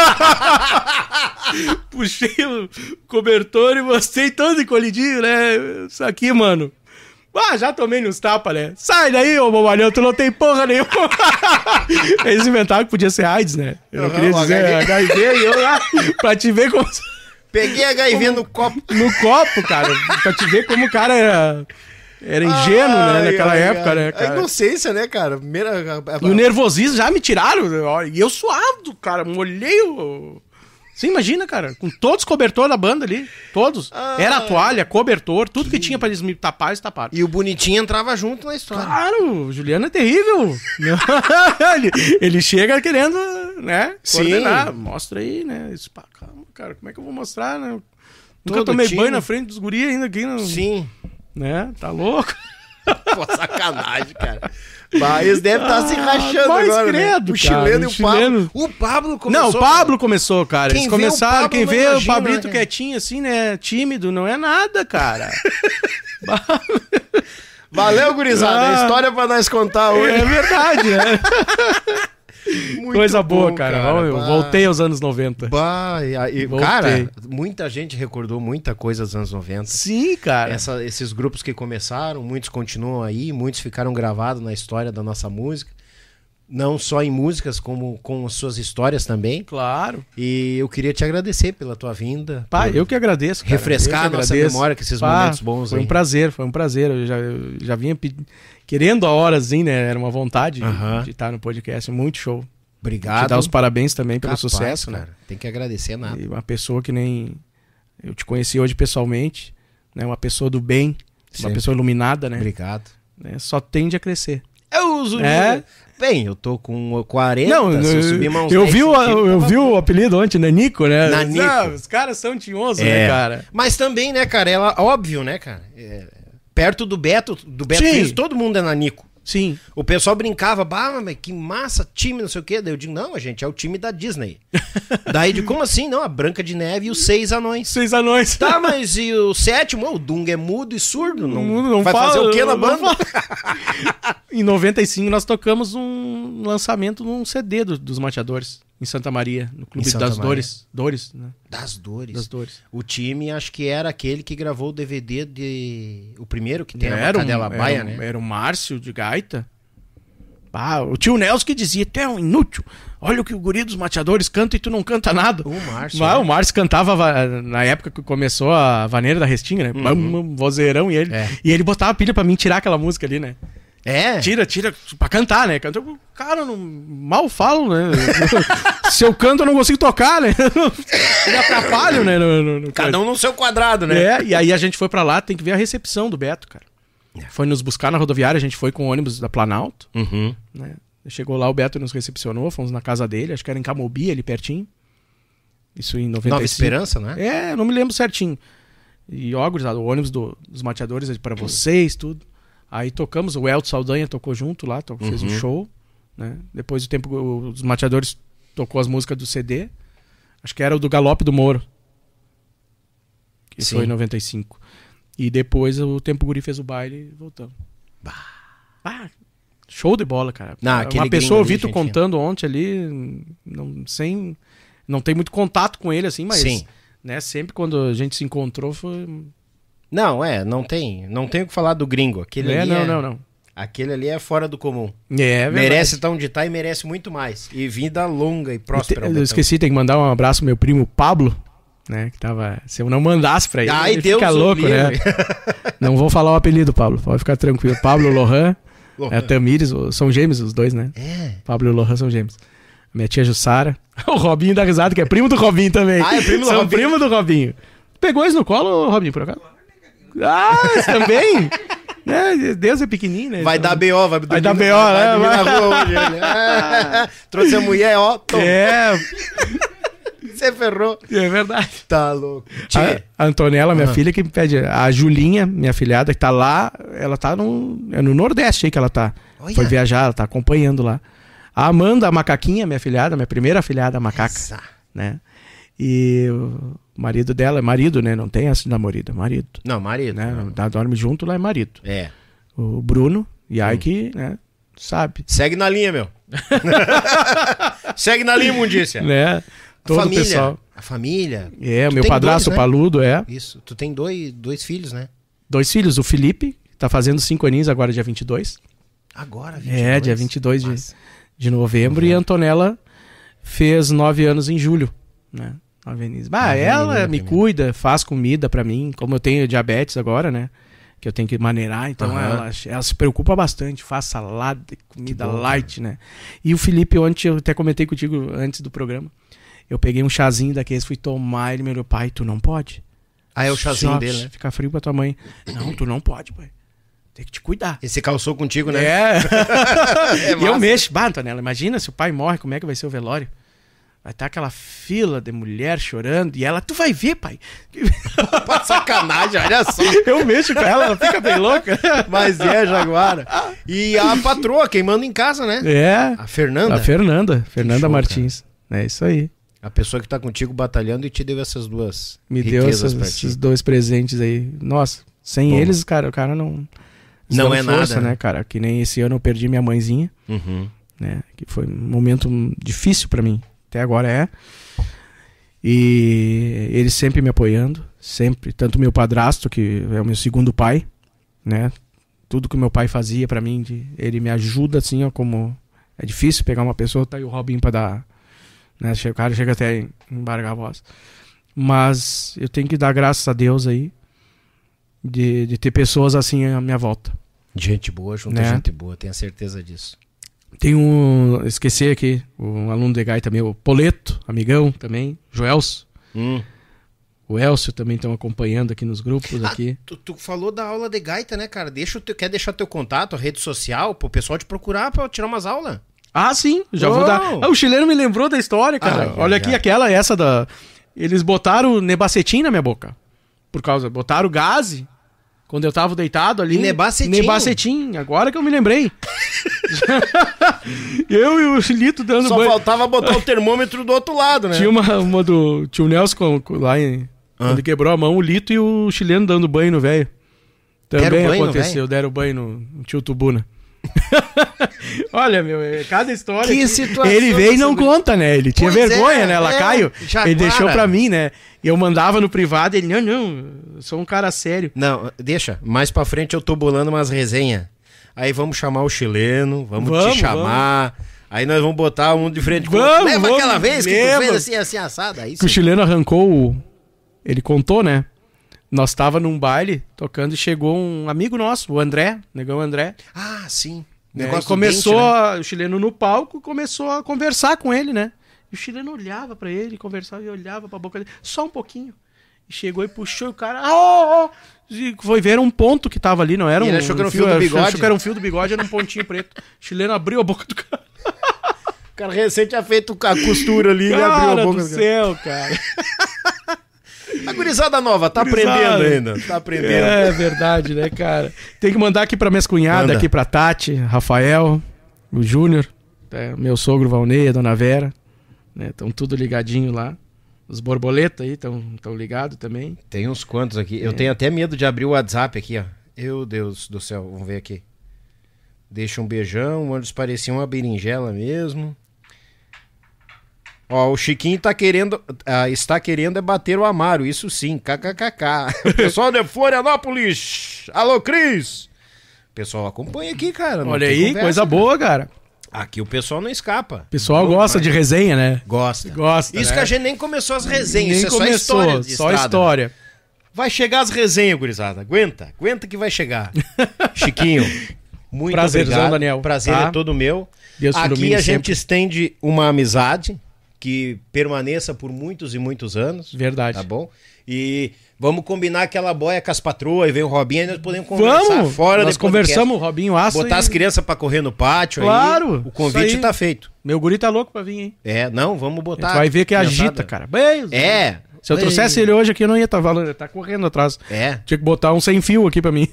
Puxei o cobertor e mostrei todo encolhidinho, né? Isso aqui, mano. Já tomei nos tapas, né? Sai daí, ô bobalhão, tu não tem porra nenhuma. Eles inventaram que podia ser AIDS, né? Eu não queria dizer HIV e eu lá, pra te ver como...
Peguei HIV no copo.
No copo, cara. Pra te ver como o cara era ingênuo, né? Naquela época, né, cara?
A inocência, né, cara?
E o nervosismo já me tiraram. E eu suado, cara. Molhei o... Você imagina, cara? Com todos os cobertores da banda ali. Todos. Era toalha, cobertor, tudo que tinha pra eles me tapar, eles taparam.
E o bonitinho entrava junto na história.
Claro, o Juliano é terrível. Ele chega querendo, né? Coordenar.
Sim.
Mostra aí, né? Isso, calma, cara. Como é que eu vou mostrar, né? Nunca tomei banho na frente dos guris ainda aqui.
Sim.
Né? Tá louco?
Pô, sacanagem, cara. Eles devem estar se rachando
mas
agora,
credo,
né? O
cara,
chileno e o
chileno.
Pablo. O Pablo começou.
Não, o Pablo começou, cara. Eles começaram. Quem vê o Pablito
né?
quietinho assim, né? Tímido, não é nada, cara.
Valeu, gurizada. É história pra nós contar hoje.
É verdade, né?
Muito
Coisa boa,
bom,
cara.
cara.
Eu
Bah.
voltei aos anos 90.
Bah,
Voltei.
cara, muita gente recordou muita coisa dos anos 90.
Sim, cara.
Esses grupos que começaram, muitos continuam aí, muitos ficaram gravados na história da nossa música. Não só em músicas, como com suas histórias também.
Claro.
E eu queria te agradecer pela tua vinda.
Pá,
por
eu que agradeço, cara.
refrescar
Eu que
a nossa
agradeço.
memória com esses
Pá,
momentos bons
foi
aí.
um prazer. Eu já vinha querendo a hora, assim, né? Era uma vontade de estar no podcast. Muito show.
Obrigado.
Te dar os parabéns também pelo
Capaz,
sucesso, né?
cara. Tem que agradecer nada.
E uma pessoa que nem... Eu te conheci hoje pessoalmente, né? Uma pessoa do bem, uma
Sempre.
pessoa iluminada, né?
Obrigado.
Né? Só tende a crescer.
Eu uso...
É.
Bem, eu tô com 40,
Não,
se eu subir mais uns
eu
10
vi,
centímetros,
eu
tá
vi
bom.
o apelido ontem, Nanico, né?
Nanico.
Não, os caras são tinhosos,
É.
né, cara?
Mas também, né, cara, ela, óbvio, né, cara, perto do Beto
Sim.
Friso, todo mundo é nanico.
Sim.
O pessoal brincava, bah, mas que massa, time, não sei o quê. Daí eu digo, não, gente, é o time da Disney. Daí de como assim? Não, a Branca de Neve e os 6 anões.
6 anões.
Tá, mas e o 7º? O Dung é mudo e surdo.
Não
vai
fala,
fazer o quê na
não
banda?
Em 95 nós tocamos um lançamento num CD dos Mateadores, em Santa Maria, no Clube
Em Santa
das
Maria.
Dores. Dores, né?
Das Dores.
Das Dores.
O time, acho que era aquele que gravou o DVD de... O primeiro que tem a
Era
Cadela Baia, né?
Era o Márcio de gaita. Ah, o tio Nelson que dizia, tu é um inútil, olha o que o guri dos Mateadores canta e tu não canta nada.
O Márcio.
Mas
né?
o Márcio cantava na época que começou a Vaneira da Restinga, né? Vozeirão e ele.
É.
E ele botava pilha pra mim tirar aquela música ali, né?
É?
Tira, pra cantar, né? Canta, cara, não, mal falo, né? Se eu canto, eu não consigo tocar, né? Me atrapalho, né?
Cada um no seu quadrado, né?
É, e aí a gente foi pra lá, tem que ver a recepção do Beto, cara. Foi nos buscar na rodoviária, a gente foi com o ônibus da Planalto,
Uhum.
né? Chegou lá, o Beto nos recepcionou, fomos na casa dele, acho que era em Camobi, ali pertinho. Isso em 95.
Nova Esperança, né?
É, não me lembro certinho. E ó, gurizada, o ônibus dos Mateadores é pra vocês, tudo. Aí tocamos, o Elton Saldanha tocou junto lá, fez um show, né? Depois do tempo, os Mateadores tocou as músicas do CD. Acho que era o do Galope do Moro. Que
Sim.
foi em 95. E depois o Tempo Guri fez o baile e voltamos. Ah, show de bola, cara.
Não, aquele
uma pessoa,
gringo
eu
ali,
vi tu
gente
contando ontem ali, não tem muito contato com ele assim, mas
Sim.
né, sempre quando a gente se encontrou foi...
Não, não tem o que falar do gringo. Aquele ali
não.
Aquele ali é fora do comum.
É verdade.
Merece estar onde tá e merece muito mais. E vida longa e próspera. ao
Eu
Betão.
esqueci, tem que mandar um abraço pro meu primo Pablo, né, que tava... Se eu não mandasse pra ele,
Ai,
ele
Deus
fica
o
louco, né?
livre.
Não vou falar o apelido, Pablo, pode ficar tranquilo. Pablo Lohan,
Lohan.
é Tamires, são gêmeos os dois, né?
É.
Pablo e o Lohan são gêmeos. Minha tia Jussara. O Robinho da risada, que é primo do Robinho também.
Ah, é primo do
São
Robinho.
primo do Robinho. Pegou eles no colo, Robinho, por acaso? Ah, eles também? É, Deus é pequenininho, né?
Vai
Então-
dar B.O., vai
dar
dormir-
BO, né?
dormir na
Vai.
rua hoje. Ele. Trouxe a mulher, ó. Toma.
É,
Você ferrou.
é verdade.
Tá louco. Tchê.
A Antonella, minha filha, que me pede. A Julinha, minha filhada, que tá lá, ela tá no Nordeste aí que ela tá.
Olha.
Foi viajar, ela tá acompanhando lá. A Amanda, a macaquinha, minha filhada, minha primeira filhada, a macaca,
Essa.
né? E o marido dela é marido, né? Não tem essa namorada, é marido.
Não, marido.
Né?
Não.
Dorme junto, lá é marido.
É.
O Bruno, e aí que, né? Sabe.
Segue na linha, meu. Segue na linha, imundícia.
Né? Todo
Família.
o pessoal.
A família.
É,
Tu
meu
tem
padrasto
dois, né?
Paludo, é.
Isso. Tu tem dois filhos, né?
2 filhos, o Felipe, tá fazendo 5 aninhos agora, dia 22.
Agora,
É, dia 22
Massa.
de novembro. E a Antonella fez 9 anos em julho, né? 9 aninhos. Bah, ela
menina
me
também.
cuida, faz comida pra mim. Como eu tenho diabetes agora, né? Que eu tenho que maneirar, então
Aham.
ela se preocupa bastante, faz salada, comida
bom,
light, né? E o Felipe, ontem, eu até comentei contigo antes do programa, eu peguei um chazinho daqueles, fui tomar, ele me olhou, pai, tu não pode.
Ah, é o chazinho
Só
dele, né?
Ficar frio pra tua mãe. Não, tu não pode, pai. Tem que te cuidar.
Esse calçou contigo, né?
É.
É
E eu
massa.
mexo. Bah, Antonella, imagina se o pai morre, como é que vai ser o velório? Vai estar aquela fila de mulher chorando e ela, tu vai ver, pai.
Sacanagem, olha só.
Eu mexo com ela fica bem louca.
Mas é, Jaguara. E a patroa, quem manda em casa, né?
É.
A Fernanda.
A Fernanda
show,
Martins. É isso aí.
A pessoa que tá contigo batalhando e te deu essas duas
Me deu
riquezas pra
esses
ti.
2 presentes aí. Nossa, sem
Bom.
eles, cara, o cara não...
Não
dão
é nada,
né, cara? Que nem esse ano eu perdi minha mãezinha,
Uhum.
né? Que foi um momento difícil para mim. Até agora é. E ele sempre me apoiando, sempre. Tanto meu padrasto, que é o meu segundo pai, né? Tudo que meu pai fazia para mim, ele me ajuda, assim, ó, como... É difícil pegar uma pessoa, tá aí o Robinho pra dar... Né? O cara chega até a embargar a voz. Mas eu tenho que dar graças a Deus aí de ter pessoas assim à minha volta.
Gente boa junto a gente boa, tenho certeza disso.
Tem um... Esqueci aqui, um aluno de gaita meu, Poleto, amigão também, Joelso. O Elcio também estão acompanhando aqui nos grupos. Aqui.
Tu falou da aula de gaita, né, cara? Quer deixar teu contato, a rede social, pro pessoal te procurar pra tirar umas aulas?
Ah, sim, já vou dar. O chileno me lembrou da história, cara. Olha aqui, essa da... Eles botaram nebacetim na minha boca. Botaram gaze quando eu tava deitado ali. Nebacetim, agora que eu me lembrei. Eu e o Chilito dando
Só
banho.
Só faltava botar o termômetro do outro lado, né?
Tinha uma do tio Nelson lá em... Quando quebrou a mão, o Lito e o chileno dando banho no velho. Também aconteceu, deram banho no tio Tubuna. Olha, meu, cada história.
Que situação.
Ele veio e não conta, né? Ele tinha vergonha, né? Lacaio. Ele deixou pra mim, né? E eu mandava no privado, ele, não, eu sou um cara sério.
Não, deixa. Mais pra frente eu tô bolando umas resenhas. Aí vamos chamar o chileno, vamos te chamar. Aí nós vamos botar um de frente com o outro. Lembra aquela vez que tu fez assim assada? Aí
que o chileno arrancou Ele contou, né? Nós tava num baile tocando e chegou um amigo nosso, o André, negão André.
Ah, sim.
Né? Começou dente, né? O chileno no palco começou a conversar com ele, né? E o chileno olhava pra ele, conversava e olhava pra boca dele, só um pouquinho. E chegou e puxou o cara. E foi ver um ponto que tava ali, não era
ele achou que era um fio do bigode.
Achou que era um fio do bigode, era um pontinho preto. O chileno abriu a boca do cara.
O cara recente tinha feito a costura ali,
cara,
ele abriu a boca
do céu, cara.
A gurizada nova, tá aprendendo ainda. Tá aprendendo.
É verdade, né, cara? Tem que mandar aqui pra minhas cunhadas, aqui pra Tati, Rafael, o Júnior, meu sogro Valnei, a Dona Vera, né? Estão tudo ligadinho lá. Os borboletas aí estão ligados também.
Tem uns quantos aqui. Eu tenho até medo de abrir o WhatsApp aqui, ó. Meu Deus do céu, vamos ver aqui. Deixa um beijão, onde parecia uma berinjela mesmo. Ó, o Chiquinho está querendo é bater o Amaro, isso sim, kkkk. O pessoal de Florianópolis, alô Cris. O pessoal acompanha aqui, cara.
Olha aí, conversa, coisa boa, cara.
Aqui o pessoal não escapa.
O pessoal gosta de resenha, né?
Gosta.
Isso,
né? Que a gente nem começou as resenhas,
nem
isso
começou,
é só história.
Só história.
Vai chegar as resenhas, gurizada. Aguenta que vai chegar. Chiquinho, muito
prazerzão,
obrigado.
Daniel.
Prazer é todo meu.
Deus
aqui a gente
sempre
estende uma amizade que permaneça por muitos e muitos anos.
Verdade.
Tá bom? E vamos combinar aquela boia com as patroas, e vem o Robinho, aí nós podemos conversar fora.
Nós conversamos, o Robinho Aço.
Botar as crianças pra correr no pátio.
Claro.
Aí, o convite tá feito.
Meu guri tá louco pra vir, hein?
Não, vamos botar.
Tu vai ver que agita, cara. Se eu trouxesse ele hoje aqui, eu não ia estar falando, ele tá correndo atrás. Tinha que botar um sem fio aqui pra mim.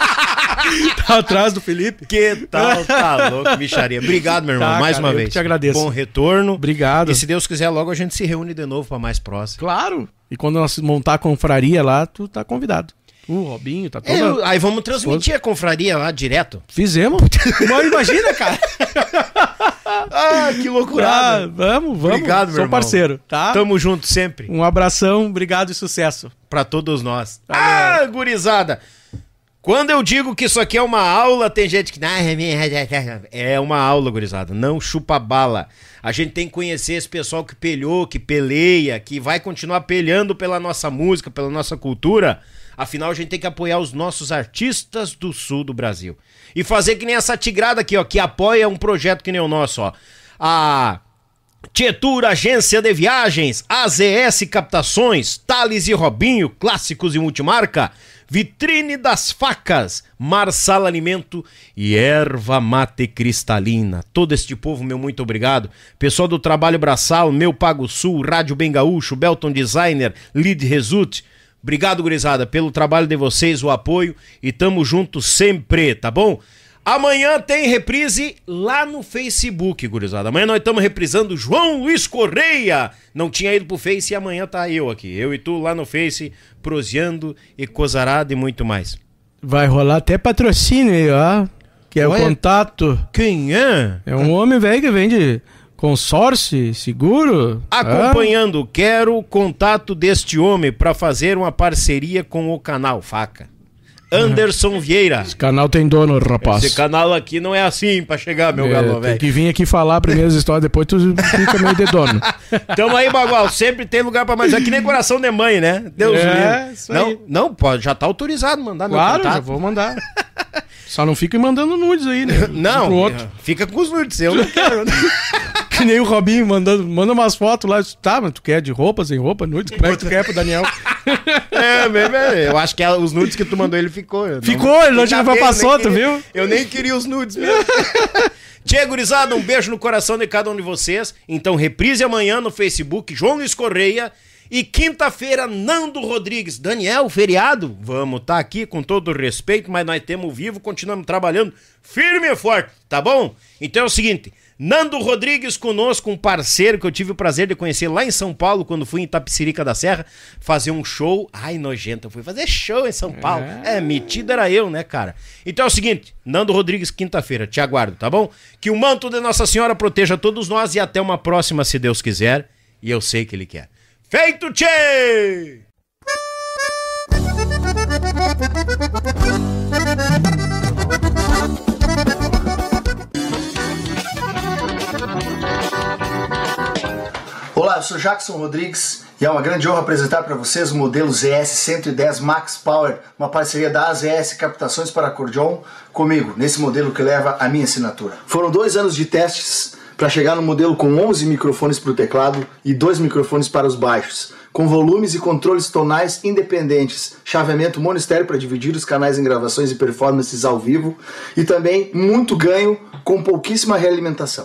Tá atrás do Felipe.
Que tal? Tá louco, bicharia. Obrigado, meu irmão, mais uma vez.
Eu te agradeço.
Bom retorno.
Obrigado.
E se Deus quiser, logo a gente se reúne de novo pra mais próximo.
Claro. E quando nós montar a confraria lá, tu tá convidado. O Robinho, tá todo...
Aí vamos transmitir a confraria lá direto.
Fizemos. Mas imagina, cara.
Que loucura.
Vamos.
Obrigado, meu
Sou
irmão.
Parceiro, tá?
Tamo junto sempre.
Um abração, obrigado e sucesso.
Pra todos nós. Gurizada. Quando eu digo que isso aqui é uma aula, tem gente que... É uma aula, gurizada. Não chupa bala. A gente tem que conhecer esse pessoal que pelhou, que peleia, que vai continuar pelhando pela nossa música, pela nossa cultura. Afinal, a gente tem que apoiar os nossos artistas do sul do Brasil. E fazer que nem essa tigrada aqui, ó, que apoia um projeto que nem o nosso, ó. A Tietur Agência de Viagens, AZS Captações, Thales e Robinho, Clássicos e Multimarca, Vitrine das Facas, Marsala Alimento e Erva Mate Cristalina. Todo este povo, meu muito obrigado. Pessoal do Trabalho Braçal, Meu Pago Sul, Rádio Bem Gaúcho, Belton Designer, Lead Result. Obrigado, gurizada, pelo trabalho de vocês, o apoio, e tamo junto sempre, tá bom? Amanhã tem reprise lá no Facebook, gurizada. Amanhã nós estamos reprisando João Luiz Correia. Não tinha ido pro Face e amanhã tá eu aqui. Eu e tu lá no Face, proseando e cozarada e muito mais.
Vai rolar até patrocínio aí, ó. que é
Ué?
o contato.
Quem é?
É um homem velho que vende consórcio, seguro.
Acompanhando, quero o contato deste homem para fazer uma parceria com o canal Faca. Anderson Vieira.
Esse canal tem dono, rapaz.
Esse canal aqui não é assim pra chegar, meu galão,
Tem
velho.
que vir aqui falar primeiro as histórias, depois tu fica meio de dono.
Tamo aí, Bagual. Sempre tem lugar pra mais. É que nem coração de mãe, né? Deus livre.
Isso aí.
Não, pode, já tá autorizado mandar meu
Claro,
contato.
já vou mandar. Só não fica mandando nudes aí, né?
Não,
Pro outro.
fica com os nudes, eu não quero.
Que nem o Robinho manda umas fotos lá. Tá, mas tu quer de roupa, sem roupa, nudes? Como é que tu quer pro Daniel?
Eu acho que os nudes que tu mandou ele ficou.
Ficou, ele não tinha pra passar, tu viu?
Eu nem queria os nudes mesmo. Tchê, gurizada, um beijo no coração de cada um de vocês. Então reprise amanhã no Facebook, João Luiz Correia. E quinta-feira, Nando Rodrigues. Daniel, feriado? Vamos tá aqui com todo o respeito, mas nós temos vivo, continuamos trabalhando firme e forte, tá bom? Então é o seguinte, Nando Rodrigues conosco, um parceiro que eu tive o prazer de conhecer lá em São Paulo, quando fui em Itapecerica da Serra, fazer um show. Ai, nojento, eu fui fazer show em São Paulo. Metido era eu, né, cara? Então é o seguinte, Nando Rodrigues, quinta-feira, te aguardo, tá bom? Que o manto de Nossa Senhora proteja todos nós e até uma próxima, se Deus quiser. E eu sei que Ele quer. Feito, tchê!
Olá, eu sou Jackson Rodrigues e é uma grande honra apresentar para vocês o modelo ZS 110 Max Power, uma parceria da AZS Captações para Acordeon, comigo, nesse modelo que leva a minha assinatura. Foram 2 anos de testes para chegar no modelo com 11 microfones para o teclado e 2 microfones para os baixos, com volumes e controles tonais independentes, chaveamento mono-estéreo para dividir os canais em gravações e performances ao vivo e também muito ganho com pouquíssima realimentação.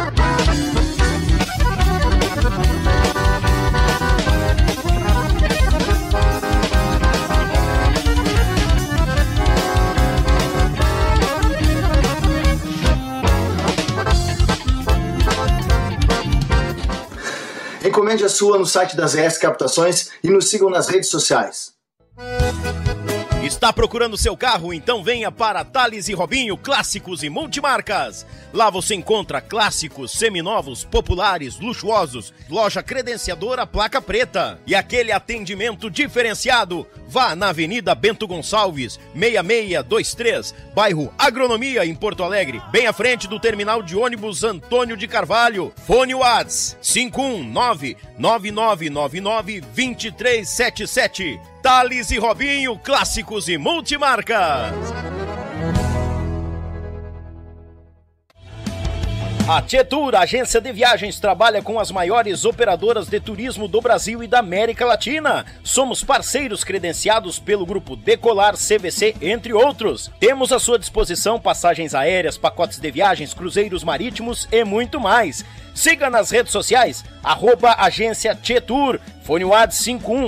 Encomende a sua no site das ZS Captações e nos sigam nas redes sociais.
Está procurando seu carro? Então venha para Thales e Robinho Clássicos e Multimarcas. Lá você encontra clássicos, seminovos, populares, luxuosos, loja credenciadora placa preta e aquele atendimento diferenciado. Vá na Avenida Bento Gonçalves, 6623, bairro Agronomia, em Porto Alegre, bem à frente do terminal de ônibus Antônio de Carvalho. Fone Whats 519-9999-2377. Thales e Robinho, Clássicos e Multimarcas. A Tietur, agência de viagens, trabalha com as maiores operadoras de turismo do Brasil e da América Latina. Somos parceiros credenciados pelo grupo Decolar, CVC, entre outros. Temos à sua disposição passagens aéreas, pacotes de viagens, cruzeiros marítimos e muito mais. Siga nas redes sociais, @agência Tietur, fone WhatsApp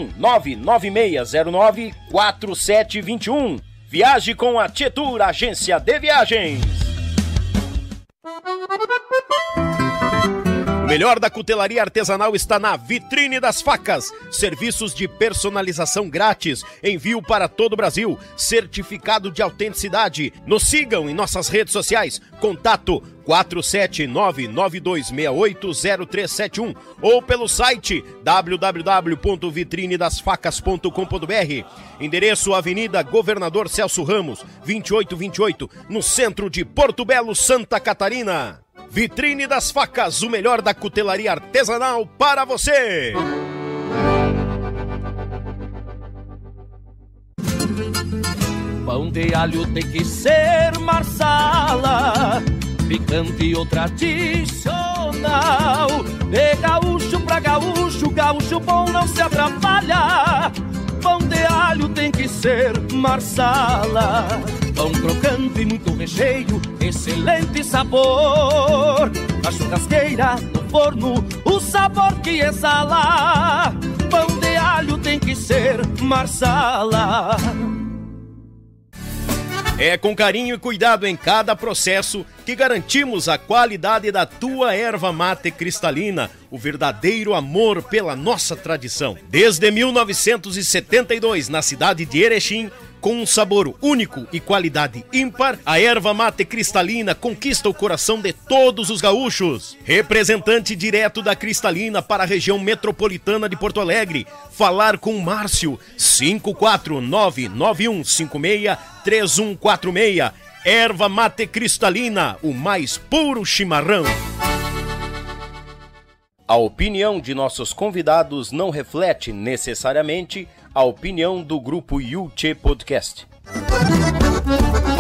51996094721. Viaje com a Tietur, agência de viagens. O melhor da cutelaria artesanal está na Vitrine das Facas. Serviços de personalização grátis, envio para todo o Brasil, certificado de autenticidade. Nos sigam em nossas redes sociais. Contato 47992680371 ou pelo site www.vitrinedasfacas.com.br. Endereço Avenida Governador Celso Ramos, 2828, no centro de Porto Belo, Santa Catarina. Vitrine das Facas, o melhor da cutelaria artesanal para você.
Pão de alho tem que ser marsala, picante ou tradicional. De gaúcho pra gaúcho, gaúcho bom não se atrapalha. Pão de alho tem que ser marsala. Pão crocante e muito recheio, excelente sabor. Na churrasqueira, no forno, o sabor que exala. Pão de alho tem que ser marsala.
É com carinho e cuidado em cada processo que garantimos a qualidade da tua erva mate cristalina, o verdadeiro amor pela nossa tradição. Desde 1972, na cidade de Erechim, com um sabor único e qualidade ímpar, a erva mate cristalina conquista o coração de todos os gaúchos. Representante direto da Cristalina para a região metropolitana de Porto Alegre. Falar com Márcio, 54991563146. Erva mate cristalina, o mais puro chimarrão. A opinião de nossos convidados não reflete necessariamente a opinião do Grupo Yuchê Podcast.